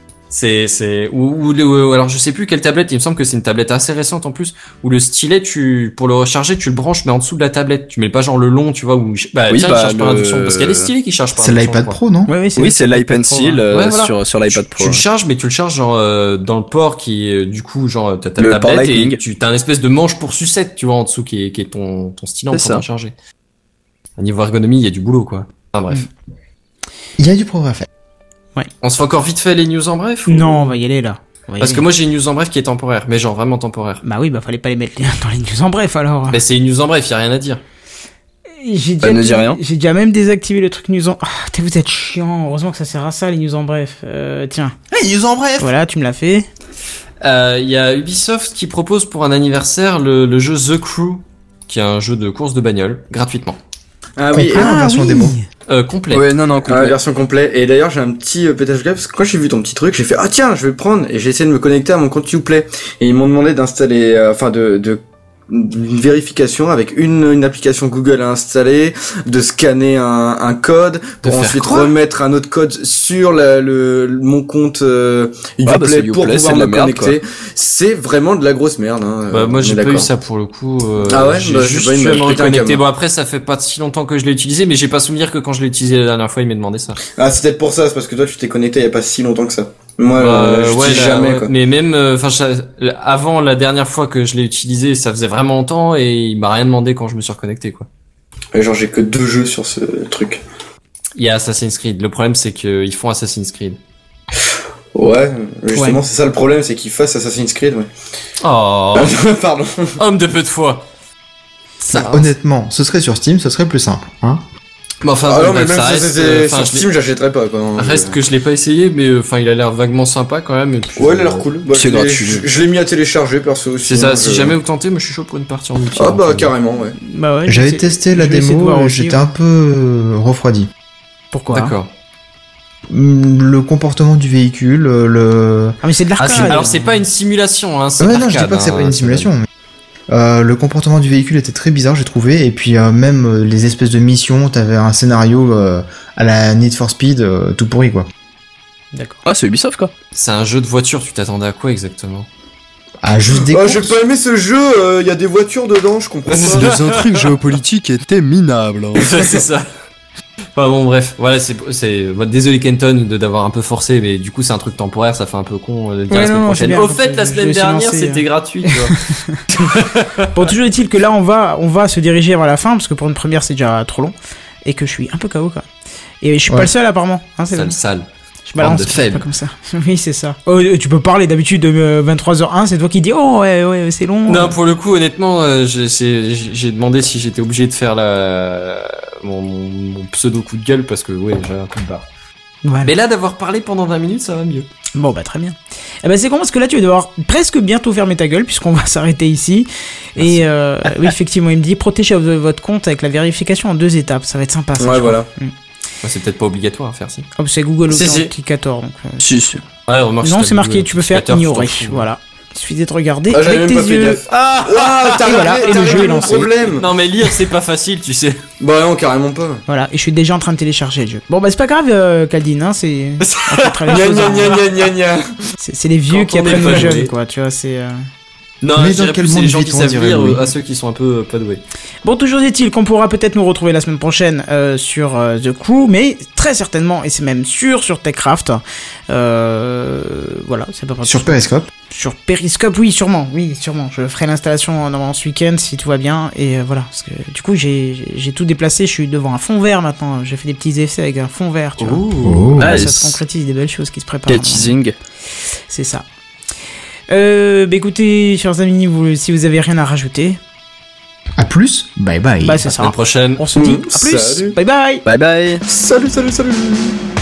[SPEAKER 3] Alors je sais plus quelle tablette, il me semble que c'est une tablette assez récente en plus, où le stylet, pour le recharger, tu le branches mais en dessous de la tablette, tu mets pas genre le long, tu vois, où,
[SPEAKER 5] Oui,
[SPEAKER 3] tiens, il charge par
[SPEAKER 5] le-
[SPEAKER 3] induction, parce qu'il y a des stylets qui chargent par
[SPEAKER 2] C'est
[SPEAKER 3] induction.
[SPEAKER 2] l'iPad
[SPEAKER 3] je crois.
[SPEAKER 2] Pro, non?
[SPEAKER 4] Oui,
[SPEAKER 5] Oui, c'est l'iPencil
[SPEAKER 3] Ouais, voilà.
[SPEAKER 5] sur l'iPad Pro.
[SPEAKER 3] Tu le charges, mais tu le charges genre dans le port qui est du coup genre t'as ta
[SPEAKER 5] Le port
[SPEAKER 3] tablette et
[SPEAKER 5] Lightning.
[SPEAKER 3] tu t'as un espèce de manche pour sucette, tu vois, en dessous qui est ton stylet en
[SPEAKER 5] C'est
[SPEAKER 3] train de
[SPEAKER 5] ça.
[SPEAKER 3] charger. À niveau ergonomie, il y a du boulot quoi. Enfin bref.
[SPEAKER 2] Il y a du progrès à faire.
[SPEAKER 3] On se fait encore vite fait les news en bref ou-
[SPEAKER 4] Non, on va y aller là. On va y
[SPEAKER 3] Parce
[SPEAKER 4] aller.
[SPEAKER 3] que moi j'ai une news en bref qui est temporaire, mais genre vraiment temporaire.
[SPEAKER 4] Bah oui, fallait pas les mettre dans les news en bref alors.
[SPEAKER 3] Mais c'est une news en bref, y a rien à dire.
[SPEAKER 4] J'ai
[SPEAKER 5] Bah, ne dis rien.
[SPEAKER 4] J'ai déjà même désactivé le truc news en. Ah, vous êtes chiant. Heureusement que ça sert à ça les news en bref. Tiens.
[SPEAKER 2] Hey, news en bref!
[SPEAKER 4] Voilà, tu me l'as fait.
[SPEAKER 3] Il y a Ubisoft qui propose pour un anniversaire le jeu The Crew, qui est un jeu de course de bagnole, gratuitement.
[SPEAKER 6] Ah oui,
[SPEAKER 2] Complet en version démo.
[SPEAKER 3] Complet.
[SPEAKER 5] Ouais, non, complet.
[SPEAKER 6] version complète. Et d'ailleurs, j'ai un petit pétage de câble parce que quand j'ai vu ton petit truc, j'ai fait ah tiens, je vais le prendre et j'ai essayé de me connecter à mon compte Uplay et ils m'ont demandé d'installer, une vérification avec une application Google à installer, de scanner un code pour
[SPEAKER 3] faire
[SPEAKER 6] ensuite
[SPEAKER 3] quoi
[SPEAKER 6] remettre un autre code sur mon compte Uplay
[SPEAKER 5] bah, c'est
[SPEAKER 6] pour
[SPEAKER 5] Uplay, c'est
[SPEAKER 6] pouvoir
[SPEAKER 5] de la
[SPEAKER 6] me
[SPEAKER 5] merde,
[SPEAKER 6] connecter. C'est vraiment de la grosse merde. Hein,
[SPEAKER 3] Bah, moi
[SPEAKER 6] on
[SPEAKER 3] j'ai
[SPEAKER 6] est
[SPEAKER 3] pas eu
[SPEAKER 6] d'accord.
[SPEAKER 3] ça pour le coup.
[SPEAKER 6] Ah ouais,
[SPEAKER 3] j'ai
[SPEAKER 6] bah,
[SPEAKER 3] juste
[SPEAKER 6] j'ai pas eu, il m'a
[SPEAKER 3] me
[SPEAKER 6] pété un
[SPEAKER 3] reconnecter.
[SPEAKER 6] câble.
[SPEAKER 3] Bon après ça fait pas si longtemps que je l'ai utilisé, mais j'ai pas souvenir que quand je l'ai utilisé la dernière fois il m'a demandé ça.
[SPEAKER 6] Ah c'est peut-être pour ça, c'est parce que toi tu t'es connecté il y a pas si longtemps que ça. Moi je
[SPEAKER 3] ouais,
[SPEAKER 6] dis
[SPEAKER 3] là,
[SPEAKER 6] jamais
[SPEAKER 3] ouais.
[SPEAKER 6] quoi.
[SPEAKER 3] Mais même, avant la dernière fois que je l'ai utilisé, ça faisait vraiment longtemps et il m'a rien demandé quand je me suis reconnecté quoi.
[SPEAKER 6] Et genre j'ai que 2 jeux sur ce truc.
[SPEAKER 3] Il y a Assassin's Creed. Le problème c'est qu'ils font Assassin's Creed.
[SPEAKER 6] Ouais, justement c'est ça le problème, c'est qu'ils fassent Assassin's Creed. Ouais.
[SPEAKER 3] Oh,
[SPEAKER 6] Pardon.
[SPEAKER 3] homme de peu de foi.
[SPEAKER 2] Bah, honnêtement, ce serait sur Steam, ce serait plus simple, hein.
[SPEAKER 3] Mais enfin,
[SPEAKER 6] Ah
[SPEAKER 3] bon,
[SPEAKER 6] non, mais
[SPEAKER 3] bref,
[SPEAKER 6] même
[SPEAKER 3] ça
[SPEAKER 6] si
[SPEAKER 3] reste,
[SPEAKER 6] c'était
[SPEAKER 3] enfin,
[SPEAKER 6] sur
[SPEAKER 3] je l'ai-
[SPEAKER 6] Steam, j'achèterais pas, quoi.
[SPEAKER 3] reste que je l'ai pas essayé, mais enfin, il a l'air vaguement sympa quand même. Et puis,
[SPEAKER 6] Ouais, il a l'air cool. Bah,
[SPEAKER 5] C'est
[SPEAKER 6] je l'ai-
[SPEAKER 5] gratuit.
[SPEAKER 6] Je l'ai mis à télécharger, perso aussi.
[SPEAKER 3] C'est ça,
[SPEAKER 6] hein,
[SPEAKER 3] si jamais vous tentez, moi je suis chaud pour une partie en multi.
[SPEAKER 6] Ah bah,
[SPEAKER 3] donc,
[SPEAKER 6] carrément, ouais.
[SPEAKER 4] Bah ouais,
[SPEAKER 2] J'avais
[SPEAKER 4] je vais
[SPEAKER 2] testé la
[SPEAKER 4] je vais essayer de voir
[SPEAKER 2] démo,
[SPEAKER 4] aussi,
[SPEAKER 2] j'étais
[SPEAKER 4] ouais.
[SPEAKER 2] un peu refroidi.
[SPEAKER 4] Pourquoi
[SPEAKER 3] D'accord.
[SPEAKER 2] Le comportement du véhicule, le...
[SPEAKER 4] Ah mais c'est de
[SPEAKER 3] Ah,
[SPEAKER 4] l'arcade.
[SPEAKER 3] alors c'est pas une simulation, hein. C'est
[SPEAKER 2] Ouais,
[SPEAKER 3] de
[SPEAKER 2] non, je dis
[SPEAKER 3] l'arcade,
[SPEAKER 2] pas que c'est
[SPEAKER 3] hein,
[SPEAKER 2] pas une simulation. Mais... le comportement du véhicule était très bizarre, j'ai trouvé. Et puis même les espèces de missions, t'avais un scénario à la Need for Speed, tout pourri quoi.
[SPEAKER 4] D'accord.
[SPEAKER 5] Ah, c'est Ubisoft quoi.
[SPEAKER 3] C'est un jeu de voiture, tu t'attendais à quoi exactement?
[SPEAKER 2] Ah, juste des
[SPEAKER 6] Ah,
[SPEAKER 2] courses.
[SPEAKER 6] j'ai pas aimé ce jeu, il y a des voitures dedans, je comprends pas.
[SPEAKER 5] Les intrigues géopolitiques étaient minables.
[SPEAKER 3] Ouais, c'est ça. Enfin bon, bref, voilà, bon, désolé Kenton d'avoir un peu forcé, mais du coup c'est un truc temporaire, ça fait un peu con de le dire
[SPEAKER 4] Ouais,
[SPEAKER 3] la semaine
[SPEAKER 4] non,
[SPEAKER 3] prochaine.
[SPEAKER 4] c'est bien,
[SPEAKER 3] Au fait, la
[SPEAKER 4] je vais
[SPEAKER 3] semaine
[SPEAKER 4] essayer de
[SPEAKER 3] dernière,
[SPEAKER 4] lancer,
[SPEAKER 3] c'était
[SPEAKER 4] hein.
[SPEAKER 3] gratuit, tu vois.
[SPEAKER 4] Bon, toujours est-il que là, on va se diriger vers la fin, parce que pour une première, c'est déjà trop long, et que je suis un peu KO, quoi. Et je suis pas
[SPEAKER 2] Ouais.
[SPEAKER 4] le seul, apparemment. Hein, c'est bon.
[SPEAKER 3] Sale.
[SPEAKER 4] Je balance,
[SPEAKER 3] bande de
[SPEAKER 4] c'est
[SPEAKER 3] faibles.
[SPEAKER 4] pas comme ça. Oui, c'est ça. Oh, tu peux parler d'habitude de 23h01, c'est toi qui dis, oh, ouais, c'est long.
[SPEAKER 3] Non, pour le coup, honnêtement, j'ai demandé si j'étais obligé de faire mon pseudo coup de gueule parce que, ouais, j'avais un coup de barre.
[SPEAKER 4] Ouais.
[SPEAKER 3] Mais là, d'avoir parlé pendant 20 minutes, ça va mieux.
[SPEAKER 4] Bon, bah, très bien. Eh ben, c'est con parce que là, tu vas devoir presque bientôt fermer ta gueule, puisqu'on va s'arrêter ici.
[SPEAKER 3] Merci.
[SPEAKER 4] Et, oui, effectivement, il me dit, protégez votre compte avec la vérification en 2 étapes. Ça va être sympa, ça.
[SPEAKER 6] Ouais,
[SPEAKER 4] je crois.
[SPEAKER 6] voilà.
[SPEAKER 3] Bah, c'est peut-être pas obligatoire à faire, si.
[SPEAKER 4] Oh, c'est Google
[SPEAKER 3] Si, si.
[SPEAKER 4] Authenticator, donc.
[SPEAKER 5] Si, si.
[SPEAKER 3] Ouais, remarque, si
[SPEAKER 4] Non,
[SPEAKER 3] t'as
[SPEAKER 4] c'est marqué,
[SPEAKER 3] Google
[SPEAKER 4] tu peux faire
[SPEAKER 3] Authenticator,
[SPEAKER 4] ignorer.
[SPEAKER 3] je t'en fous.
[SPEAKER 4] Voilà. Il suffisait de regarder
[SPEAKER 6] Ah, j'avais
[SPEAKER 4] avec
[SPEAKER 6] même
[SPEAKER 4] tes
[SPEAKER 6] pas fait
[SPEAKER 4] yeux.
[SPEAKER 6] gaffe. Ah, t'as
[SPEAKER 4] Et voilà,
[SPEAKER 6] réglé-
[SPEAKER 4] et
[SPEAKER 6] t'as
[SPEAKER 4] le jeu
[SPEAKER 6] réglé
[SPEAKER 4] est
[SPEAKER 6] mon
[SPEAKER 4] lancé.
[SPEAKER 6] problème.
[SPEAKER 3] Non, mais lire, c'est pas facile, tu sais.
[SPEAKER 6] Bah non, carrément pas.
[SPEAKER 4] Voilà, et je suis déjà en train de télécharger le jeu. Bon, bah, c'est pas grave, Caldine, hein, c'est. on fait très les
[SPEAKER 6] Gna
[SPEAKER 4] choses,
[SPEAKER 6] gna
[SPEAKER 4] hein.
[SPEAKER 6] gna gna gna gna.
[SPEAKER 4] C'est les vieux
[SPEAKER 3] Quand
[SPEAKER 4] qui
[SPEAKER 3] on est
[SPEAKER 4] apprennent
[SPEAKER 3] pas
[SPEAKER 4] les jeunes,
[SPEAKER 3] doué.
[SPEAKER 4] quoi, tu vois, c'est.
[SPEAKER 3] Non,
[SPEAKER 2] Mais
[SPEAKER 3] je
[SPEAKER 2] dans
[SPEAKER 3] dirais
[SPEAKER 2] quel
[SPEAKER 3] plus, c'est les
[SPEAKER 2] monde
[SPEAKER 3] gens qui
[SPEAKER 2] vit-on,
[SPEAKER 3] savent
[SPEAKER 2] dirait
[SPEAKER 3] lire
[SPEAKER 2] Louis
[SPEAKER 3] à ceux qui sont un peu pas doués.
[SPEAKER 4] Bon, toujours est-il qu'on pourra peut-être nous retrouver la semaine prochaine sur The Crew, mais très certainement, et c'est même sûr, sur TechCraft. Voilà, c'est pas près.
[SPEAKER 2] Sur Periscope.
[SPEAKER 4] Sur Periscope, oui, sûrement. Je ferai l'installation dans ce week-end si tout va bien, et voilà. Parce que du coup, j'ai tout déplacé, je suis devant un fond vert maintenant. J'ai fait des petits essais avec un fond vert, tu vois.
[SPEAKER 2] Oh.
[SPEAKER 4] Là,
[SPEAKER 5] Nice.
[SPEAKER 4] ça se concrétise, des belles choses qui se préparent.
[SPEAKER 5] Quel teasing.
[SPEAKER 4] C'est ça. Bah écoutez, chers amis, si vous avez rien à rajouter,
[SPEAKER 2] À plus. Bye bye.
[SPEAKER 4] bah c'est
[SPEAKER 3] La
[SPEAKER 4] ça.
[SPEAKER 3] semaine prochaine.
[SPEAKER 4] On se dit à plus.
[SPEAKER 6] Salut.
[SPEAKER 4] Bye bye.
[SPEAKER 5] Bye bye.
[SPEAKER 6] Salut.